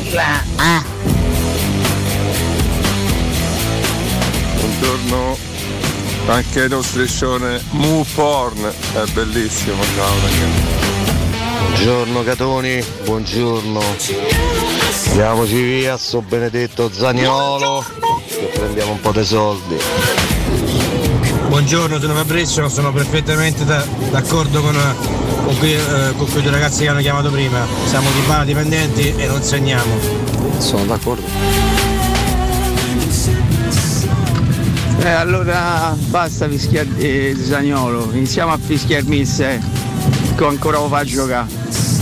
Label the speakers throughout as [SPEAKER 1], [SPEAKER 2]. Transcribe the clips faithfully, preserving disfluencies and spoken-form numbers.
[SPEAKER 1] sigla. Ah.
[SPEAKER 2] Buongiorno, anche lo striscione Mu Porn è bellissimo, ciao ragazzi.
[SPEAKER 3] Buongiorno Catoni, buongiorno. Andiamoci via, sto benedetto Zaniolo, che prendiamo un po' dei soldi.
[SPEAKER 4] Buongiorno, sono Fabrizio, sono perfettamente da, d'accordo con, con, quei, eh, con quei due ragazzi che hanno chiamato prima. Siamo di bala dipendenti e non segniamo.
[SPEAKER 3] Sono d'accordo.
[SPEAKER 5] Eh, allora basta fischiare eh, Zaniolo, iniziamo a fischiarmi il sé, che ancora lo fa giocare.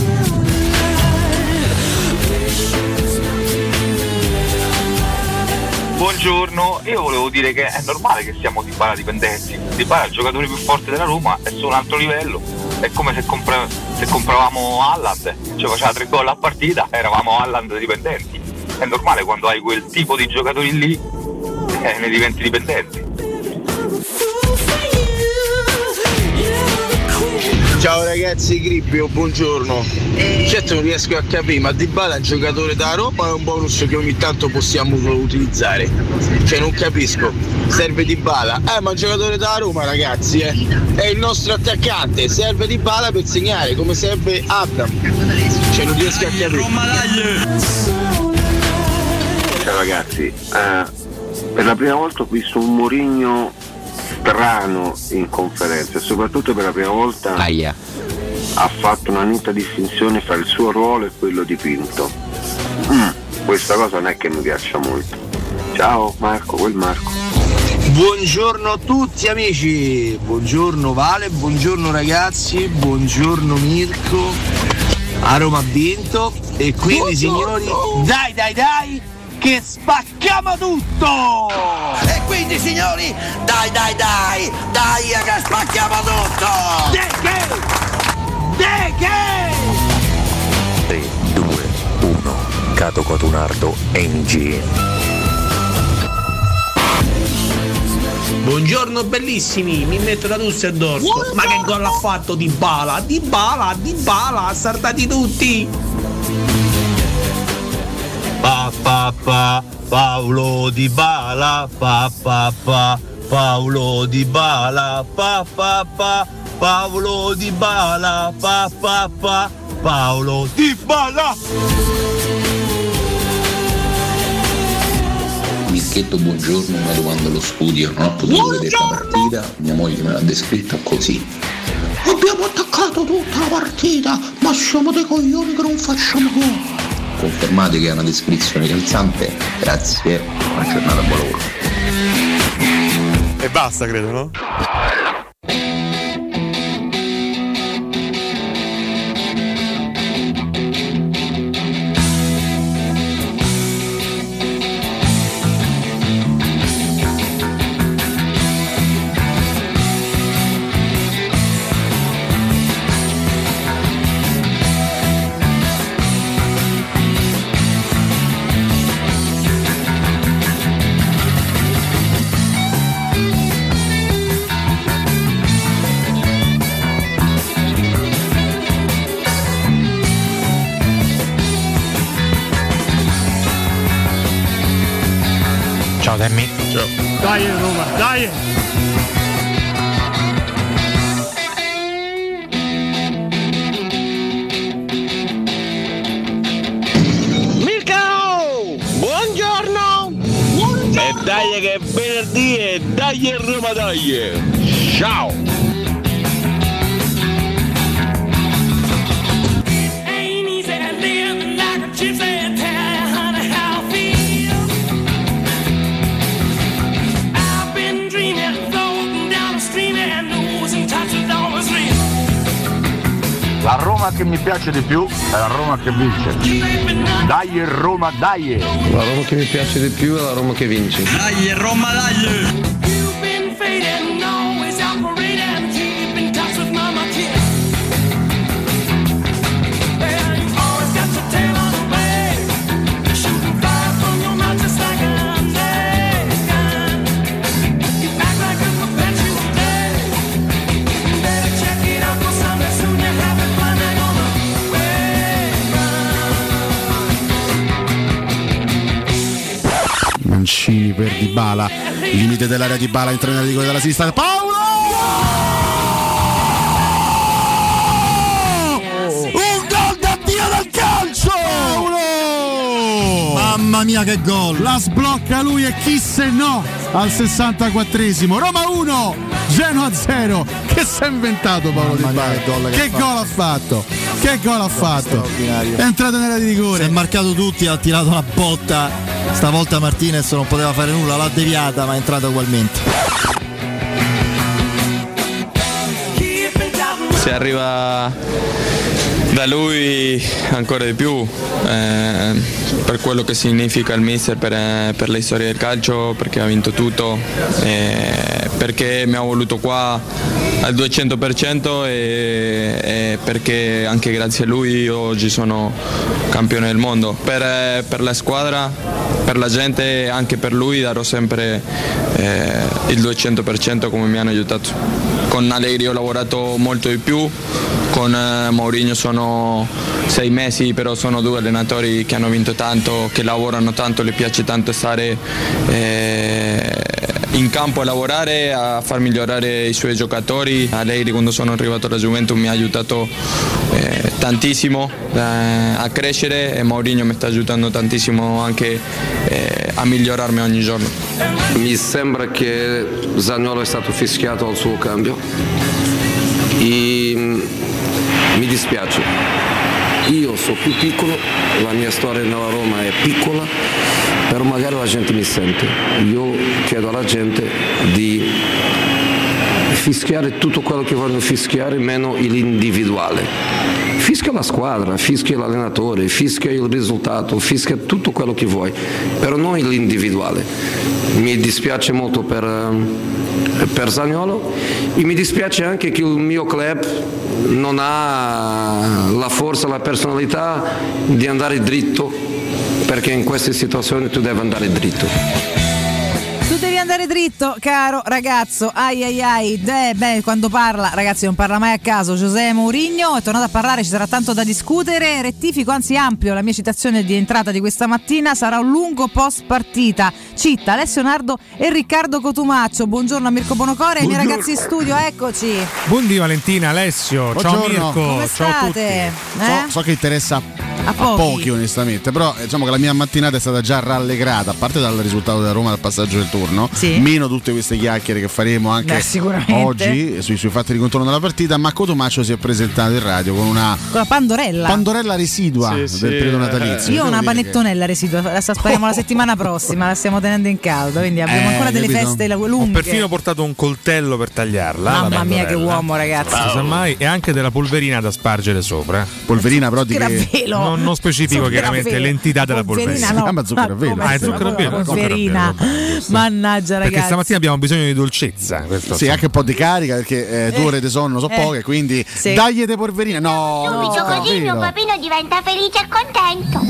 [SPEAKER 6] Buongiorno, io volevo dire che è normale che siamo di Bala dipendenti. Di Bala è il giocatore più forte della Roma, è su un altro livello. È come se, compra- se compravamo Haaland, cioè faceva tre gol a partita, eravamo Haaland dipendenti. È normale quando hai quel tipo di giocatori lì, eh, ne diventi dipendenti.
[SPEAKER 7] Ciao ragazzi, Grippio, buongiorno. Certo non riesco a capire, ma Dybala è un giocatore da Roma o è un bonus che ogni tanto possiamo utilizzare? Cioè non capisco. Serve Dybala. Eh, ma un giocatore da Roma, ragazzi, eh. È il nostro attaccante, serve Dybala per segnare, come serve Abram. Cioè non riesco a capire.
[SPEAKER 8] Ciao ragazzi, eh, per la prima volta ho visto un Mourinho strano in conferenza e soprattutto per la prima volta
[SPEAKER 9] Aia.
[SPEAKER 8] ha fatto una netta distinzione fra il suo ruolo e quello di Pinto. Mm, questa cosa non è che mi piaccia molto. Ciao Marco, quel Marco.
[SPEAKER 7] Buongiorno a tutti amici, buongiorno Vale, buongiorno ragazzi, buongiorno Mirko. A Roma ha vinto e quindi signori, dai dai dai che spacchiamo tutto!
[SPEAKER 1] E quindi signori, dai dai dai, dai che spacchiamo tutto!
[SPEAKER 7] De che? De che?
[SPEAKER 9] tre, due, uno, Cato Cotunardo N G.
[SPEAKER 4] Buongiorno bellissimi, mi metto la tussa addosso. Ma che gol ha fatto Dybala? Dybala, Dybala, saltati tutti!
[SPEAKER 10] Pa pa pa Paolo Dybala, pa pa pa Paolo Dybala, pa pa pa Paolo Dybala, pa pa pa Paolo Dybala.
[SPEAKER 11] Mirchetto, buongiorno, una domanda allo studio, non ho potuto vedere la partita, mia moglie me l'ha descritta così.
[SPEAKER 1] Abbiamo attaccato tutta la partita, ma siamo dei coglioni che non facciamo gol.
[SPEAKER 11] Confermate che è una descrizione calzante, grazie, buona giornata, buon lavoro.
[SPEAKER 12] E basta, credo, no?
[SPEAKER 4] Ciao Temmi.
[SPEAKER 12] Ciao.
[SPEAKER 4] Dai Roma, dai!
[SPEAKER 7] Mirko! Buongiorno! Buongiorno!
[SPEAKER 10] E dai che è venerdì e dai Roma dai! Ciao!
[SPEAKER 13] La Roma che mi piace di più è la Roma che vince. Dai Roma, dai!
[SPEAKER 14] La Roma che mi piace di più è la Roma che vince.
[SPEAKER 4] Dai Roma, dai!
[SPEAKER 15] Dybala, limite dell'area Dybala, entra nella rigore dalla sinistra, Paolo! Un gol da Dio del calcio! Mamma mia che gol! La sblocca lui e chi se no al sessantaquattresimo. Roma uno, Genoa zero. Che si è inventato Paolo Dybala? Che, che gol ha fatto? Che gol ha fatto? È entrato nella di rigore.
[SPEAKER 16] Si è marcato tutti, ha tirato una botta. Stavolta Martinez non poteva fare nulla, l'ha deviata, ma è entrata ugualmente.
[SPEAKER 17] Se arriva da lui ancora di più, eh, per quello che significa il mister per, eh, per le storie del calcio, perché ha vinto tutto, eh, perché mi ha voluto qua al duecento per cento e, e perché anche grazie a lui oggi sono campione del mondo. Per, eh, per la squadra, per la gente e anche per lui darò sempre eh, il duecento per cento come mi hanno aiutato. Con Allegri ho lavorato molto di più, con eh, Mourinho sono sei mesi, però sono due allenatori che hanno vinto tanto, che lavorano tanto, le piace tanto stare eh, in campo a lavorare, a far migliorare i suoi giocatori. Allegri quando sono arrivato alla Juventus mi ha aiutato eh, tantissimo eh, a crescere e Mourinho mi sta aiutando tantissimo anche eh, a migliorarmi ogni giorno.
[SPEAKER 14] Mi sembra che Zaniolo è stato fischiato al suo cambio e mi dispiace. Io sono più piccolo, la mia storia nella Roma è piccola, però magari la gente mi sente. Io chiedo alla gente di fischiare tutto quello che vogliono fischiare, meno l'individuale. Fischia la squadra, fischia l'allenatore, fischia il risultato, fischia tutto quello che vuoi, però non l'individuale. Mi dispiace molto per, per Zaniolo e mi dispiace anche che il mio club non ha la forza, la personalità di andare dritto, perché in queste situazioni tu devi andare dritto.
[SPEAKER 18] Tu devi andare dritto, caro ragazzo. Ai ai ai. Eh, beh, quando parla, ragazzi, non parla mai a caso. José Mourinho è tornato a parlare, ci sarà tanto da discutere. Rettifico, anzi ampio, la mia citazione di entrata di questa mattina. Sarà un lungo post partita. Citta Alessio Nardo e Riccardo Cotumaccio. Buongiorno a Mirko Bonocore e ai miei ragazzi in studio, eccoci.
[SPEAKER 19] Buondì Valentina, Alessio.
[SPEAKER 15] Buongiorno.
[SPEAKER 19] Ciao Mirko.
[SPEAKER 18] Come
[SPEAKER 19] ciao a tutti.
[SPEAKER 18] state?
[SPEAKER 15] So,
[SPEAKER 18] Eh?
[SPEAKER 15] so che interessa
[SPEAKER 18] A
[SPEAKER 15] a
[SPEAKER 18] pochi.
[SPEAKER 15] pochi onestamente, però eh, diciamo che la mia mattinata è stata già rallegrata, a parte dal risultato della Roma dal passaggio del turno,
[SPEAKER 18] Sì.
[SPEAKER 15] meno tutte queste chiacchiere che faremo anche
[SPEAKER 18] Beh, sicuramente.
[SPEAKER 15] oggi sui, sui fatti di contorno della partita, ma Cotumaccio si è presentato in radio con una
[SPEAKER 18] Con la pandorella.
[SPEAKER 15] pandorella residua
[SPEAKER 19] Sì,
[SPEAKER 15] del
[SPEAKER 19] sì,
[SPEAKER 15] periodo
[SPEAKER 19] eh,
[SPEAKER 15] natalizio.
[SPEAKER 18] Io ho
[SPEAKER 15] Devo
[SPEAKER 18] una
[SPEAKER 15] dire
[SPEAKER 18] panettonella residua, la spariamo la settimana prossima, la stiamo tenendo in caldo, quindi abbiamo
[SPEAKER 15] Eh,
[SPEAKER 18] ancora delle
[SPEAKER 15] capito?
[SPEAKER 18] feste
[SPEAKER 19] Ho
[SPEAKER 18] lunghe.
[SPEAKER 19] perfino portato un coltello per tagliarla.
[SPEAKER 18] Mamma
[SPEAKER 19] la
[SPEAKER 18] mia che
[SPEAKER 19] pandorella.
[SPEAKER 18] uomo, ragazzi.
[SPEAKER 19] Non si sa mai, e anche della polverina da spargere sopra.
[SPEAKER 15] che polverina però di che
[SPEAKER 18] Zuccheravelo.
[SPEAKER 19] Non, non specifico
[SPEAKER 18] Zuccheravelo.
[SPEAKER 19] chiaramente l'entità della polverina.
[SPEAKER 18] Polverina, no.
[SPEAKER 15] Si chiama zuccheravelo.
[SPEAKER 18] Ma come
[SPEAKER 19] Ah, è
[SPEAKER 18] si chiama?
[SPEAKER 19] zuccheravelo,
[SPEAKER 18] Polverina.
[SPEAKER 19] zuccheravelo.
[SPEAKER 18] Mannaggia, ragazzi.
[SPEAKER 19] Perché stamattina abbiamo bisogno di dolcezza. Questo
[SPEAKER 15] sì, anche un po' di carica perché eh, due ore di sonno sono
[SPEAKER 18] eh,
[SPEAKER 15] poche, quindi
[SPEAKER 18] sì.
[SPEAKER 15] dagli de polverina. No,
[SPEAKER 20] Subito così il mio
[SPEAKER 15] davvero.
[SPEAKER 20] papino diventa felice e contento.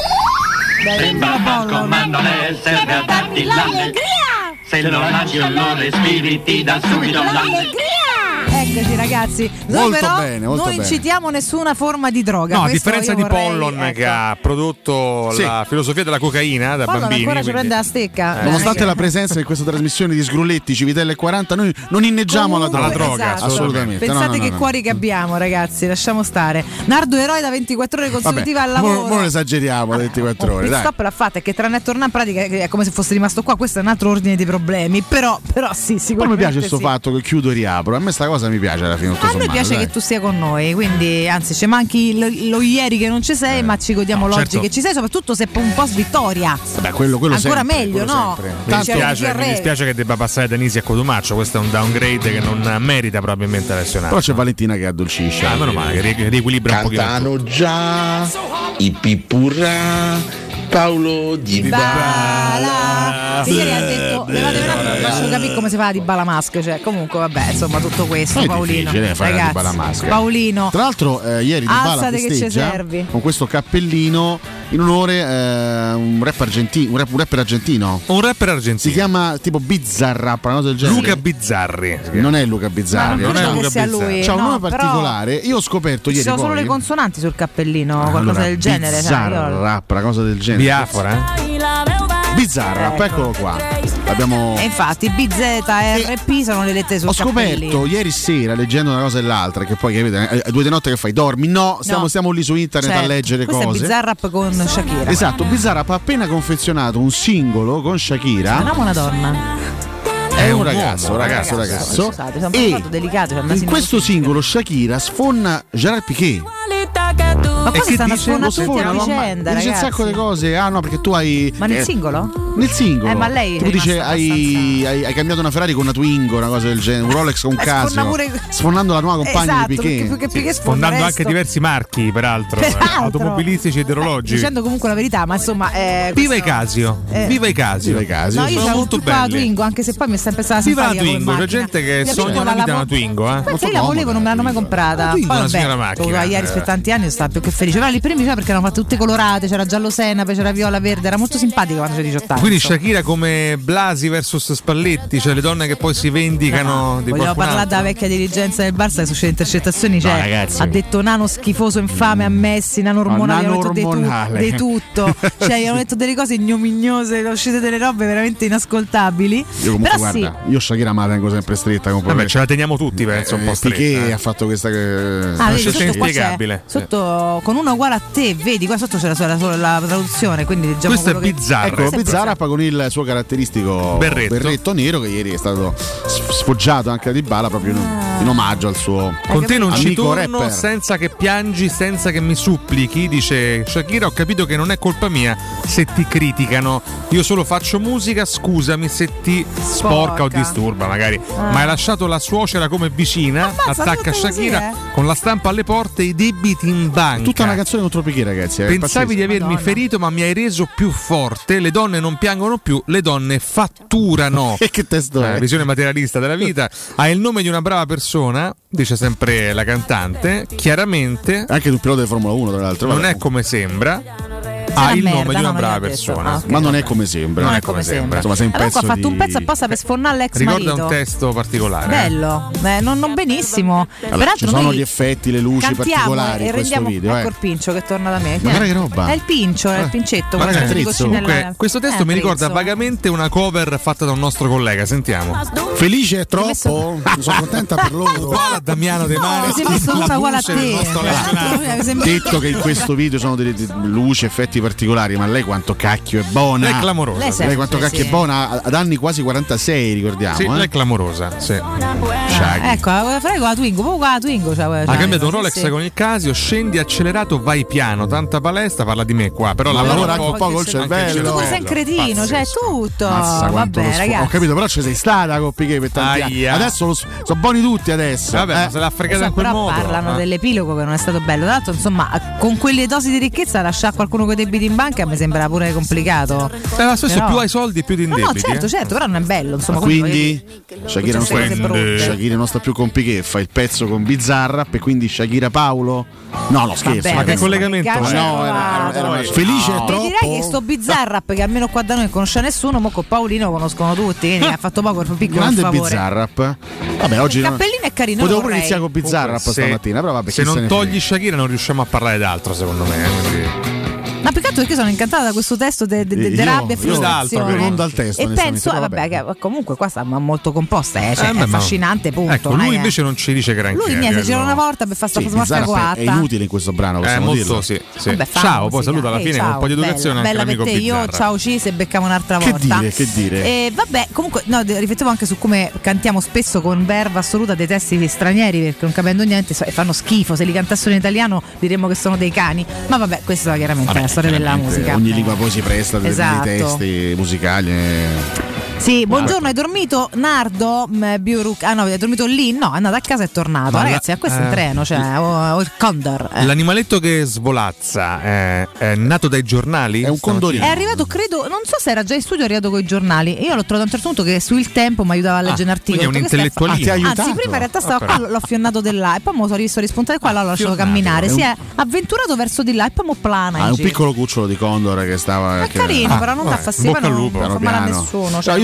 [SPEAKER 18] Sembra
[SPEAKER 21] Babbo, ma non è serve a darti l'allegria. Se lo lasci o lo respiri ti dà subito l'allegria.
[SPEAKER 18] Eccoci ragazzi, noi
[SPEAKER 15] Molto
[SPEAKER 18] però
[SPEAKER 15] bene, molto
[SPEAKER 18] non
[SPEAKER 15] bene.
[SPEAKER 18] incitiamo nessuna forma di droga.
[SPEAKER 19] No, a
[SPEAKER 18] Questo
[SPEAKER 19] differenza
[SPEAKER 18] io
[SPEAKER 19] di
[SPEAKER 18] vorrei-
[SPEAKER 19] Pollon
[SPEAKER 18] ecco.
[SPEAKER 19] che ha prodotto
[SPEAKER 15] Sì.
[SPEAKER 19] la filosofia della cocaina da
[SPEAKER 18] Pollon
[SPEAKER 19] bambini.
[SPEAKER 18] ancora ci
[SPEAKER 19] quindi-
[SPEAKER 18] prende la stecca.
[SPEAKER 19] Eh.
[SPEAKER 15] Nonostante
[SPEAKER 18] Eh,
[SPEAKER 15] la presenza in questa trasmissione di Sgrulletti, Civitella e quaranta, noi non inneggiamo alla
[SPEAKER 18] Comunque,
[SPEAKER 15] droga.
[SPEAKER 19] Alla droga,
[SPEAKER 18] esatto.
[SPEAKER 15] assolutamente.
[SPEAKER 18] Pensate
[SPEAKER 15] No, no,
[SPEAKER 18] che
[SPEAKER 15] no,
[SPEAKER 18] cuori
[SPEAKER 15] no.
[SPEAKER 18] che abbiamo, ragazzi, lasciamo stare. Nardo eroe da ventiquattro ore consecutive
[SPEAKER 15] Vabbè,
[SPEAKER 18] al lavoro.
[SPEAKER 15] mo- mo non esageriamo, ventiquattro ore,
[SPEAKER 18] Il
[SPEAKER 15] dai.
[SPEAKER 18] stop l'ha fatta e che tranne a tornare in pratica è come se fosse rimasto qua. Questo è un altro ordine di problemi. Però, però sì,
[SPEAKER 15] Poi mi
[SPEAKER 18] sicuramente.
[SPEAKER 15] piace questo
[SPEAKER 18] sì.
[SPEAKER 15] fatto che chiudo e riapro. A me sta cosa mi piace alla fine. tutto
[SPEAKER 18] A noi
[SPEAKER 15] sommato,
[SPEAKER 18] piace
[SPEAKER 15] dai.
[SPEAKER 18] che tu sia con noi, quindi anzi ci manchi lo, lo ieri che non ci sei, ma ci godiamo
[SPEAKER 19] No,
[SPEAKER 18] l'oggi
[SPEAKER 19] certo.
[SPEAKER 18] che ci sei, soprattutto se un po' svittoria.
[SPEAKER 15] Vabbè, quello, quello
[SPEAKER 18] Ancora
[SPEAKER 15] sempre,
[SPEAKER 18] meglio,
[SPEAKER 15] quello
[SPEAKER 18] no?
[SPEAKER 15] sempre.
[SPEAKER 19] Mi
[SPEAKER 18] C'è un
[SPEAKER 19] dispiace,
[SPEAKER 18] G R.
[SPEAKER 19] mi dispiace che debba passare da Nisi a Cotumaccio, questo è un downgrade che non merita probabilmente Alessio Nardo.
[SPEAKER 15] Però c'è Valentina che addolcisce.
[SPEAKER 19] Ah, meno male, che ri- che riequilibra un pochino.
[SPEAKER 22] Cantano già i Pipurra, Paolo Di
[SPEAKER 18] Bala. Che ieri ha detto levate un attimo, vi faccio capire come si fa la Dybala Mask, cioè comunque vabbè, insomma tutto questo
[SPEAKER 15] È
[SPEAKER 18] Paolino.
[SPEAKER 15] difficile fare la
[SPEAKER 18] Ragazzi,
[SPEAKER 15] Dybala Mask.
[SPEAKER 18] Paolino.
[SPEAKER 15] Tra l'altro eh, ieri Dybala
[SPEAKER 18] Alzate che ci
[SPEAKER 15] festeggia
[SPEAKER 18] servi.
[SPEAKER 15] con questo cappellino in onore eh, un rap argentino, un, rap, un rapper argentino.
[SPEAKER 19] Un rapper argentino.
[SPEAKER 15] Si chiama tipo Bizzarrap, una cosa del genere.
[SPEAKER 19] Luca Bizzarri.
[SPEAKER 15] Non è Luca Bizzarri,
[SPEAKER 18] Ma non
[SPEAKER 15] c'ha-
[SPEAKER 18] credo che sia lui.
[SPEAKER 15] c'ha un
[SPEAKER 18] no,
[SPEAKER 15] nome
[SPEAKER 18] però
[SPEAKER 15] particolare. Io ho scoperto
[SPEAKER 18] Ci
[SPEAKER 15] ieri
[SPEAKER 18] sono solo
[SPEAKER 15] poi
[SPEAKER 18] le consonanti sul cappellino, qualcosa
[SPEAKER 15] Allora,
[SPEAKER 18] del genere. sai, io-
[SPEAKER 15] Bizzarrap, una cosa del genere.
[SPEAKER 19] Biafora, eh?
[SPEAKER 15] Bizzarrap, eccolo qua. abbiamo...
[SPEAKER 18] E infatti B Z R P sono le lettere sul
[SPEAKER 15] Ho scoperto
[SPEAKER 18] cappelli.
[SPEAKER 15] ieri sera, leggendo una cosa e l'altra, che poi capite, a due di notte che fai? Dormi? No, stiamo,
[SPEAKER 18] No.
[SPEAKER 15] stiamo lì su internet
[SPEAKER 18] Certo.
[SPEAKER 15] a leggere
[SPEAKER 18] Questo
[SPEAKER 15] cose.
[SPEAKER 18] è Bizarrap con Shakira.
[SPEAKER 15] Esatto, Bizarrap ha appena confezionato un singolo con Shakira.
[SPEAKER 18] È un uomo o una donna?
[SPEAKER 15] È un
[SPEAKER 18] un
[SPEAKER 15] ragazzo,
[SPEAKER 18] uomo,
[SPEAKER 15] ragazzo,
[SPEAKER 18] un
[SPEAKER 15] ragazzo.
[SPEAKER 18] Scusate, sono
[SPEAKER 15] E
[SPEAKER 18] molto delicato. c'è il
[SPEAKER 15] in
[SPEAKER 18] nasino
[SPEAKER 15] questo
[SPEAKER 18] così.
[SPEAKER 15] singolo Shakira sfonna Gerard Piqué.
[SPEAKER 18] Ma
[SPEAKER 15] E
[SPEAKER 18] qua si
[SPEAKER 15] che
[SPEAKER 18] stanno
[SPEAKER 15] dice?
[SPEAKER 18] sfondando
[SPEAKER 15] Lo
[SPEAKER 18] tutti
[SPEAKER 15] sfona,
[SPEAKER 18] a
[SPEAKER 15] no, ma
[SPEAKER 18] vicenda,
[SPEAKER 15] dice un
[SPEAKER 18] ragazzi.
[SPEAKER 15] sacco di cose. Ah no, perché tu hai...
[SPEAKER 18] Ma nel
[SPEAKER 15] eh,
[SPEAKER 18] singolo?
[SPEAKER 15] Nel singolo.
[SPEAKER 18] Eh, ma lei è
[SPEAKER 15] tu dice
[SPEAKER 18] rimasta
[SPEAKER 15] hai, hai, hai cambiato una Ferrari con una Twingo, una cosa del genere, un Rolex con un
[SPEAKER 18] Eh, sfonna
[SPEAKER 15] Casio,
[SPEAKER 18] pure-
[SPEAKER 15] sfondando la nuova compagna
[SPEAKER 18] Esatto,
[SPEAKER 15] di Piqué.
[SPEAKER 18] perché- perché Piqué sfonda
[SPEAKER 19] Fondando
[SPEAKER 18] resto.
[SPEAKER 19] anche diversi marchi, peraltro, eh,
[SPEAKER 18] Peraltro.
[SPEAKER 19] automobilistici ed orologi.
[SPEAKER 18] Dicendo comunque la verità, ma insomma. Eh,
[SPEAKER 19] Viva i
[SPEAKER 18] questo-
[SPEAKER 19] Casio,
[SPEAKER 18] Eh.
[SPEAKER 19] viva i Casio.
[SPEAKER 15] Viva i Casio.
[SPEAKER 18] No, io
[SPEAKER 19] sono
[SPEAKER 18] c'avevo
[SPEAKER 19] molto
[SPEAKER 18] tutta la
[SPEAKER 19] belli.
[SPEAKER 18] Twingo, anche se poi mi è sempre stata
[SPEAKER 19] Viva la
[SPEAKER 18] simpatica come
[SPEAKER 19] Twingo, c'è
[SPEAKER 18] macchina.
[SPEAKER 19] gente che
[SPEAKER 18] Mia
[SPEAKER 19] sogna
[SPEAKER 18] prima
[SPEAKER 19] la vita
[SPEAKER 18] la-
[SPEAKER 19] una Twingo, eh.
[SPEAKER 18] Beh, se io la volevo, non me l'hanno mai comprata.
[SPEAKER 19] Twingo
[SPEAKER 18] Poi
[SPEAKER 19] è una
[SPEAKER 18] vabbè,
[SPEAKER 19] signora macchina,
[SPEAKER 18] ho avuto ieri
[SPEAKER 19] eh.
[SPEAKER 18] per tanti anni, sono stata più che felice. Però le prime diceva perché erano fatte tutte colorate, c'era giallo senape, c'era viola verde, era molto simpatica quando c'era diciotto anni.
[SPEAKER 19] Quindi
[SPEAKER 18] insomma.
[SPEAKER 19] Shakira come Blasi versus Spalletti, cioè le donne che poi si vendicano di
[SPEAKER 18] Vogliamo
[SPEAKER 19] qualcun
[SPEAKER 18] parlare
[SPEAKER 19] altro.
[SPEAKER 18] della vecchia dirigenza del Barça che succede intercettazioni, cioè,
[SPEAKER 19] ragazzi.
[SPEAKER 18] ha detto nano schifoso, infame a Messi, nano ormonale,
[SPEAKER 15] nano
[SPEAKER 18] hanno detto di, tu-
[SPEAKER 15] ormonale.
[SPEAKER 18] di tutto, cioè gli hanno detto delle cose ignominiose, sono uscite delle robe veramente inascoltabili.
[SPEAKER 15] Io comunque
[SPEAKER 18] Però
[SPEAKER 15] guarda,
[SPEAKER 18] sì.
[SPEAKER 15] io Shakira me la tengo sempre stretta con
[SPEAKER 19] Vabbè, ce la teniamo tutti, penso, un po' stretta.
[SPEAKER 15] Piqué
[SPEAKER 19] eh.
[SPEAKER 15] ha fatto questa eh,
[SPEAKER 18] Ah, vedi,
[SPEAKER 19] scelta
[SPEAKER 18] sotto qua c'è-
[SPEAKER 19] inspiegabile.
[SPEAKER 18] Sotto con uno uguale a te, vedi, qua sotto c'è la, sua- la, la traduzione, quindi diciamo
[SPEAKER 19] Questo è
[SPEAKER 18] quello che-
[SPEAKER 19] bizzarro.
[SPEAKER 15] Ecco,
[SPEAKER 18] Questo è
[SPEAKER 15] Bizarrap con il suo caratteristico
[SPEAKER 19] Berretto.
[SPEAKER 15] nero che ieri è stato s- sfoggiato anche da Dybala proprio in, in omaggio al suo
[SPEAKER 19] Con te non ci
[SPEAKER 15] amico
[SPEAKER 19] torno
[SPEAKER 15] rapper.
[SPEAKER 19] senza che piangi, senza che mi supplichi, dice Shakira. Ho capito che non è colpa mia se ti criticano. Io solo faccio musica, scusami se ti sporca o disturba, magari.
[SPEAKER 18] Ah.
[SPEAKER 19] Ma hai lasciato la suocera come vicina,
[SPEAKER 18] Ammazza,
[SPEAKER 19] attacca
[SPEAKER 18] tutto così,
[SPEAKER 19] Shakira
[SPEAKER 18] eh?
[SPEAKER 19] con la stampa alle porte e i debiti in banca.
[SPEAKER 15] Tutta una canzone contro Piqué, ragazzi. È
[SPEAKER 19] Pensavi
[SPEAKER 15] pazzesco.
[SPEAKER 19] di avermi
[SPEAKER 18] Madonna.
[SPEAKER 19] ferito, ma mi hai reso più forte. Le donne non piangono più, le donne fatturano.
[SPEAKER 15] E che testo
[SPEAKER 19] Eh,
[SPEAKER 15] è?
[SPEAKER 19] visione materialista della vita. Ha il nome di una brava persona, dice sempre la cantante. Chiaramente
[SPEAKER 15] Anche tu pilota di Formula uno, tra l'altro.
[SPEAKER 19] non
[SPEAKER 15] vabbè.
[SPEAKER 19] è come sembra.
[SPEAKER 18] una
[SPEAKER 19] Ha il
[SPEAKER 18] merda,
[SPEAKER 19] nome di una
[SPEAKER 18] no, non
[SPEAKER 19] brava
[SPEAKER 18] gli ha detto.
[SPEAKER 19] persona.
[SPEAKER 18] Ah, ok.
[SPEAKER 15] Ma non è come sembra.
[SPEAKER 19] Non è come sembra.
[SPEAKER 15] Insomma, sei un
[SPEAKER 18] Allora qua
[SPEAKER 15] pezzo
[SPEAKER 18] ha fatto un
[SPEAKER 15] di-
[SPEAKER 18] pezzo apposta per sfonnare l'ex
[SPEAKER 19] Ricorda
[SPEAKER 18] marito.
[SPEAKER 19] un testo particolare. eh.
[SPEAKER 18] Bello, eh, non, non benissimo.
[SPEAKER 15] Allora,
[SPEAKER 18] Peraltro
[SPEAKER 15] ci sono
[SPEAKER 18] noi
[SPEAKER 15] gli effetti, le luci
[SPEAKER 18] cantiamo
[SPEAKER 15] particolari
[SPEAKER 18] e
[SPEAKER 15] in questo
[SPEAKER 18] rendiamo
[SPEAKER 15] video.
[SPEAKER 18] ecco
[SPEAKER 15] Eh.
[SPEAKER 18] il pincio che torna da me.
[SPEAKER 15] Ma guarda che roba.
[SPEAKER 18] È il pincio, è il pincetto.
[SPEAKER 19] Guarda
[SPEAKER 18] quello
[SPEAKER 19] che
[SPEAKER 18] di
[SPEAKER 15] attrezzo.
[SPEAKER 18] Coccinella.
[SPEAKER 19] Comunque, questo testo
[SPEAKER 18] Eh,
[SPEAKER 19] mi ricorda
[SPEAKER 18] attrezzo.
[SPEAKER 19] vagamente una cover fatta da un nostro collega. Sentiamo.
[SPEAKER 15] Felice è troppo? Sono contenta per loro.
[SPEAKER 19] Uguale a Damiano De Mare.
[SPEAKER 18] Mi sei messo tutta uguale a te. Mi sembra-
[SPEAKER 15] Detto che in questo video sono delle delle luci, effetti particolari, ma lei quanto cacchio è buona.
[SPEAKER 19] Lei è clamorosa.
[SPEAKER 18] Lei
[SPEAKER 19] sì.
[SPEAKER 18] sempre,
[SPEAKER 15] Lei quanto cacchio
[SPEAKER 18] sì.
[SPEAKER 15] è buona, ad anni quasi quarantasei, ricordiamo.
[SPEAKER 19] Sì,
[SPEAKER 15] eh.
[SPEAKER 19] lei è clamorosa. Sì.
[SPEAKER 15] Shaggy.
[SPEAKER 18] Ecco, la farei con la Twingo, proprio con la Twingo. Cioè,
[SPEAKER 19] Ha
[SPEAKER 18] cioè,
[SPEAKER 19] cambiato un
[SPEAKER 18] sì,
[SPEAKER 19] Rolex
[SPEAKER 18] sì.
[SPEAKER 19] con il Casio, scendi accelerato, vai piano, tanta palestra, parla di me qua, però
[SPEAKER 15] Ma
[SPEAKER 19] lavora
[SPEAKER 15] lavora anche un po' col cervello.
[SPEAKER 18] Tu pure sei un cretino, cioè tutto.
[SPEAKER 15] Mazza, quanto lo
[SPEAKER 18] Vabbè,
[SPEAKER 15] sfo-
[SPEAKER 18] ragazzi.
[SPEAKER 15] Ho capito, però ci sei stata con Piqué per tanti anni.
[SPEAKER 19] Aia.
[SPEAKER 15] Adesso lo s- sono buoni tutti adesso.
[SPEAKER 19] Vabbè,
[SPEAKER 15] eh.
[SPEAKER 19] ma se l'ha fregata
[SPEAKER 18] So,
[SPEAKER 19] in quel
[SPEAKER 18] però
[SPEAKER 19] modo.
[SPEAKER 18] parlano
[SPEAKER 19] eh.
[SPEAKER 18] dell'epilogo che non è stato bello. Tra l'altro, insomma, con quelle dosi di ricchezza lasciare qualcuno con i debiti in banca mi sembra pure complicato.
[SPEAKER 19] Eh, ma spesso
[SPEAKER 18] Però-
[SPEAKER 19] più hai soldi e più ti
[SPEAKER 18] No,
[SPEAKER 19] indebiti.
[SPEAKER 18] no, certo,
[SPEAKER 19] eh.
[SPEAKER 18] certo, però non è bello. Insomma,
[SPEAKER 15] Quindi Shakira non, sta,
[SPEAKER 18] Queste cose brutte.
[SPEAKER 15] Shakira non sta più con Piqué, fa il pezzo con Bizarrap e quindi Shakira Paolo. No, no, scherzo.
[SPEAKER 18] Vabbè,
[SPEAKER 19] Ma che
[SPEAKER 18] adesso
[SPEAKER 19] collegamento
[SPEAKER 18] che
[SPEAKER 19] è?
[SPEAKER 18] gancio
[SPEAKER 15] No,
[SPEAKER 18] hai
[SPEAKER 15] era-
[SPEAKER 18] trovato?
[SPEAKER 15] era una- Felice è
[SPEAKER 18] E
[SPEAKER 15] troppo.
[SPEAKER 18] direi che sto Bizarrap che almeno qua da noi non conosce nessuno, mo con Paolino lo conoscono tutti, quindi ha fatto poco per piccolo
[SPEAKER 15] Grande
[SPEAKER 18] favore.
[SPEAKER 15] Bizarrap. Vabbè, oggi
[SPEAKER 18] Il
[SPEAKER 15] non-
[SPEAKER 18] cappellino è carino.
[SPEAKER 15] potevo
[SPEAKER 18] lo
[SPEAKER 15] pure
[SPEAKER 18] vorrei.
[SPEAKER 15] iniziare con Bizarrap
[SPEAKER 19] Se-
[SPEAKER 15] stamattina, però vabbè,
[SPEAKER 19] se
[SPEAKER 15] chi se
[SPEAKER 19] non
[SPEAKER 15] ne
[SPEAKER 19] togli
[SPEAKER 15] frega.
[SPEAKER 19] Shakira non riusciamo a parlare d'altro, secondo me. eh, quindi-
[SPEAKER 18] Ma più che altro perché sono incantata da questo testo di de, de, de
[SPEAKER 15] Io-
[SPEAKER 18] rabbia e
[SPEAKER 15] io
[SPEAKER 18] frustrazione.
[SPEAKER 15] d'altro, non dal testo,
[SPEAKER 18] e
[SPEAKER 15] onestamente,
[SPEAKER 18] penso, eh,
[SPEAKER 15] però
[SPEAKER 18] vabbè,
[SPEAKER 15] vabbè.
[SPEAKER 18] che comunque qua sta molto composta, eh, cioè,
[SPEAKER 19] Eh,
[SPEAKER 18] è
[SPEAKER 19] beh, ma-
[SPEAKER 18] affascinante, punto.
[SPEAKER 19] Ecco,
[SPEAKER 18] non è
[SPEAKER 19] lui
[SPEAKER 18] che-
[SPEAKER 19] invece non ci dice granché.
[SPEAKER 18] Lui
[SPEAKER 19] a
[SPEAKER 18] niente, c'era
[SPEAKER 19] livello-
[SPEAKER 18] una volta per fare sta
[SPEAKER 15] Sì,
[SPEAKER 18] smarca
[SPEAKER 15] Bizarrap è, è
[SPEAKER 18] quatta.
[SPEAKER 15] inutile in questo brano,
[SPEAKER 19] Eh,
[SPEAKER 15] possiamo
[SPEAKER 19] molto
[SPEAKER 15] dirlo.
[SPEAKER 19] sì. sì.
[SPEAKER 18] Vabbè, fa
[SPEAKER 19] ciao, poi
[SPEAKER 18] musica.
[SPEAKER 19] saluta alla
[SPEAKER 18] Ehi,
[SPEAKER 19] fine
[SPEAKER 18] ciao,
[SPEAKER 19] con un po' di educazione
[SPEAKER 18] bella,
[SPEAKER 19] anche
[SPEAKER 18] bella per
[SPEAKER 19] l'amico
[SPEAKER 18] te, io
[SPEAKER 19] Bizzarra.
[SPEAKER 18] ciao ci se becchiamo un'altra
[SPEAKER 15] Che
[SPEAKER 18] volta.
[SPEAKER 15] dire, che dire?
[SPEAKER 18] E vabbè, comunque no, de- riflettevo anche su come cantiamo spesso con verve assoluta dei testi stranieri perché non capendo niente so- e fanno schifo, se li cantassero in italiano diremmo che sono dei cani. Ma vabbè, questa chiaramente è la storia della
[SPEAKER 15] Chiaramente,
[SPEAKER 18] musica.
[SPEAKER 15] Ogni lingua poi si presta a dei
[SPEAKER 18] Esatto.
[SPEAKER 15] testi musicali. eh.
[SPEAKER 18] Sì, buongiorno, hai dormito Nardo? Mh, Biuruk- ah no, hai dormito lì? No, è andato a casa e è tornato.
[SPEAKER 19] Ma la-
[SPEAKER 18] Ragazzi, a questo è
[SPEAKER 19] eh,
[SPEAKER 18] in treno, cioè, o, o il Condor. eh.
[SPEAKER 19] L'animaletto che svolazza è, è nato dai giornali?
[SPEAKER 15] È un condorino.
[SPEAKER 18] È arrivato, credo, non so se era già in studio o è arrivato con i giornali. Io l'ho trovato a un certo punto che su Il Tempo mi aiutava a leggere un articolo.
[SPEAKER 19] quindi è un
[SPEAKER 18] Ho detto, "Questo
[SPEAKER 19] intellettualino."
[SPEAKER 15] Ah, ti ha aiutato?
[SPEAKER 18] Anzi, prima in realtà stava
[SPEAKER 19] Ah,
[SPEAKER 18] qua,
[SPEAKER 19] però.
[SPEAKER 18] l'ho affionnato di là e poi mo sono rivisto rispuntare qua, allora l'ho lasciato
[SPEAKER 19] Affionnato.
[SPEAKER 18] camminare.
[SPEAKER 15] È
[SPEAKER 18] Si
[SPEAKER 15] un-
[SPEAKER 18] è avventurato verso di là e poi mo plana.
[SPEAKER 15] Ah,
[SPEAKER 18] in
[SPEAKER 15] è un
[SPEAKER 18] giro.
[SPEAKER 15] piccolo cucciolo di Condor che stava.
[SPEAKER 18] È
[SPEAKER 15] che-
[SPEAKER 18] carino,
[SPEAKER 15] Ah,
[SPEAKER 18] però non dà
[SPEAKER 19] vabbè,
[SPEAKER 18] fastidio,
[SPEAKER 19] bocca al
[SPEAKER 18] non
[SPEAKER 19] lupo.
[SPEAKER 18] fa
[SPEAKER 15] piano
[SPEAKER 18] male a
[SPEAKER 15] piano.
[SPEAKER 18] nessuno.
[SPEAKER 15] Cioè,
[SPEAKER 18] cioè.
[SPEAKER 15] io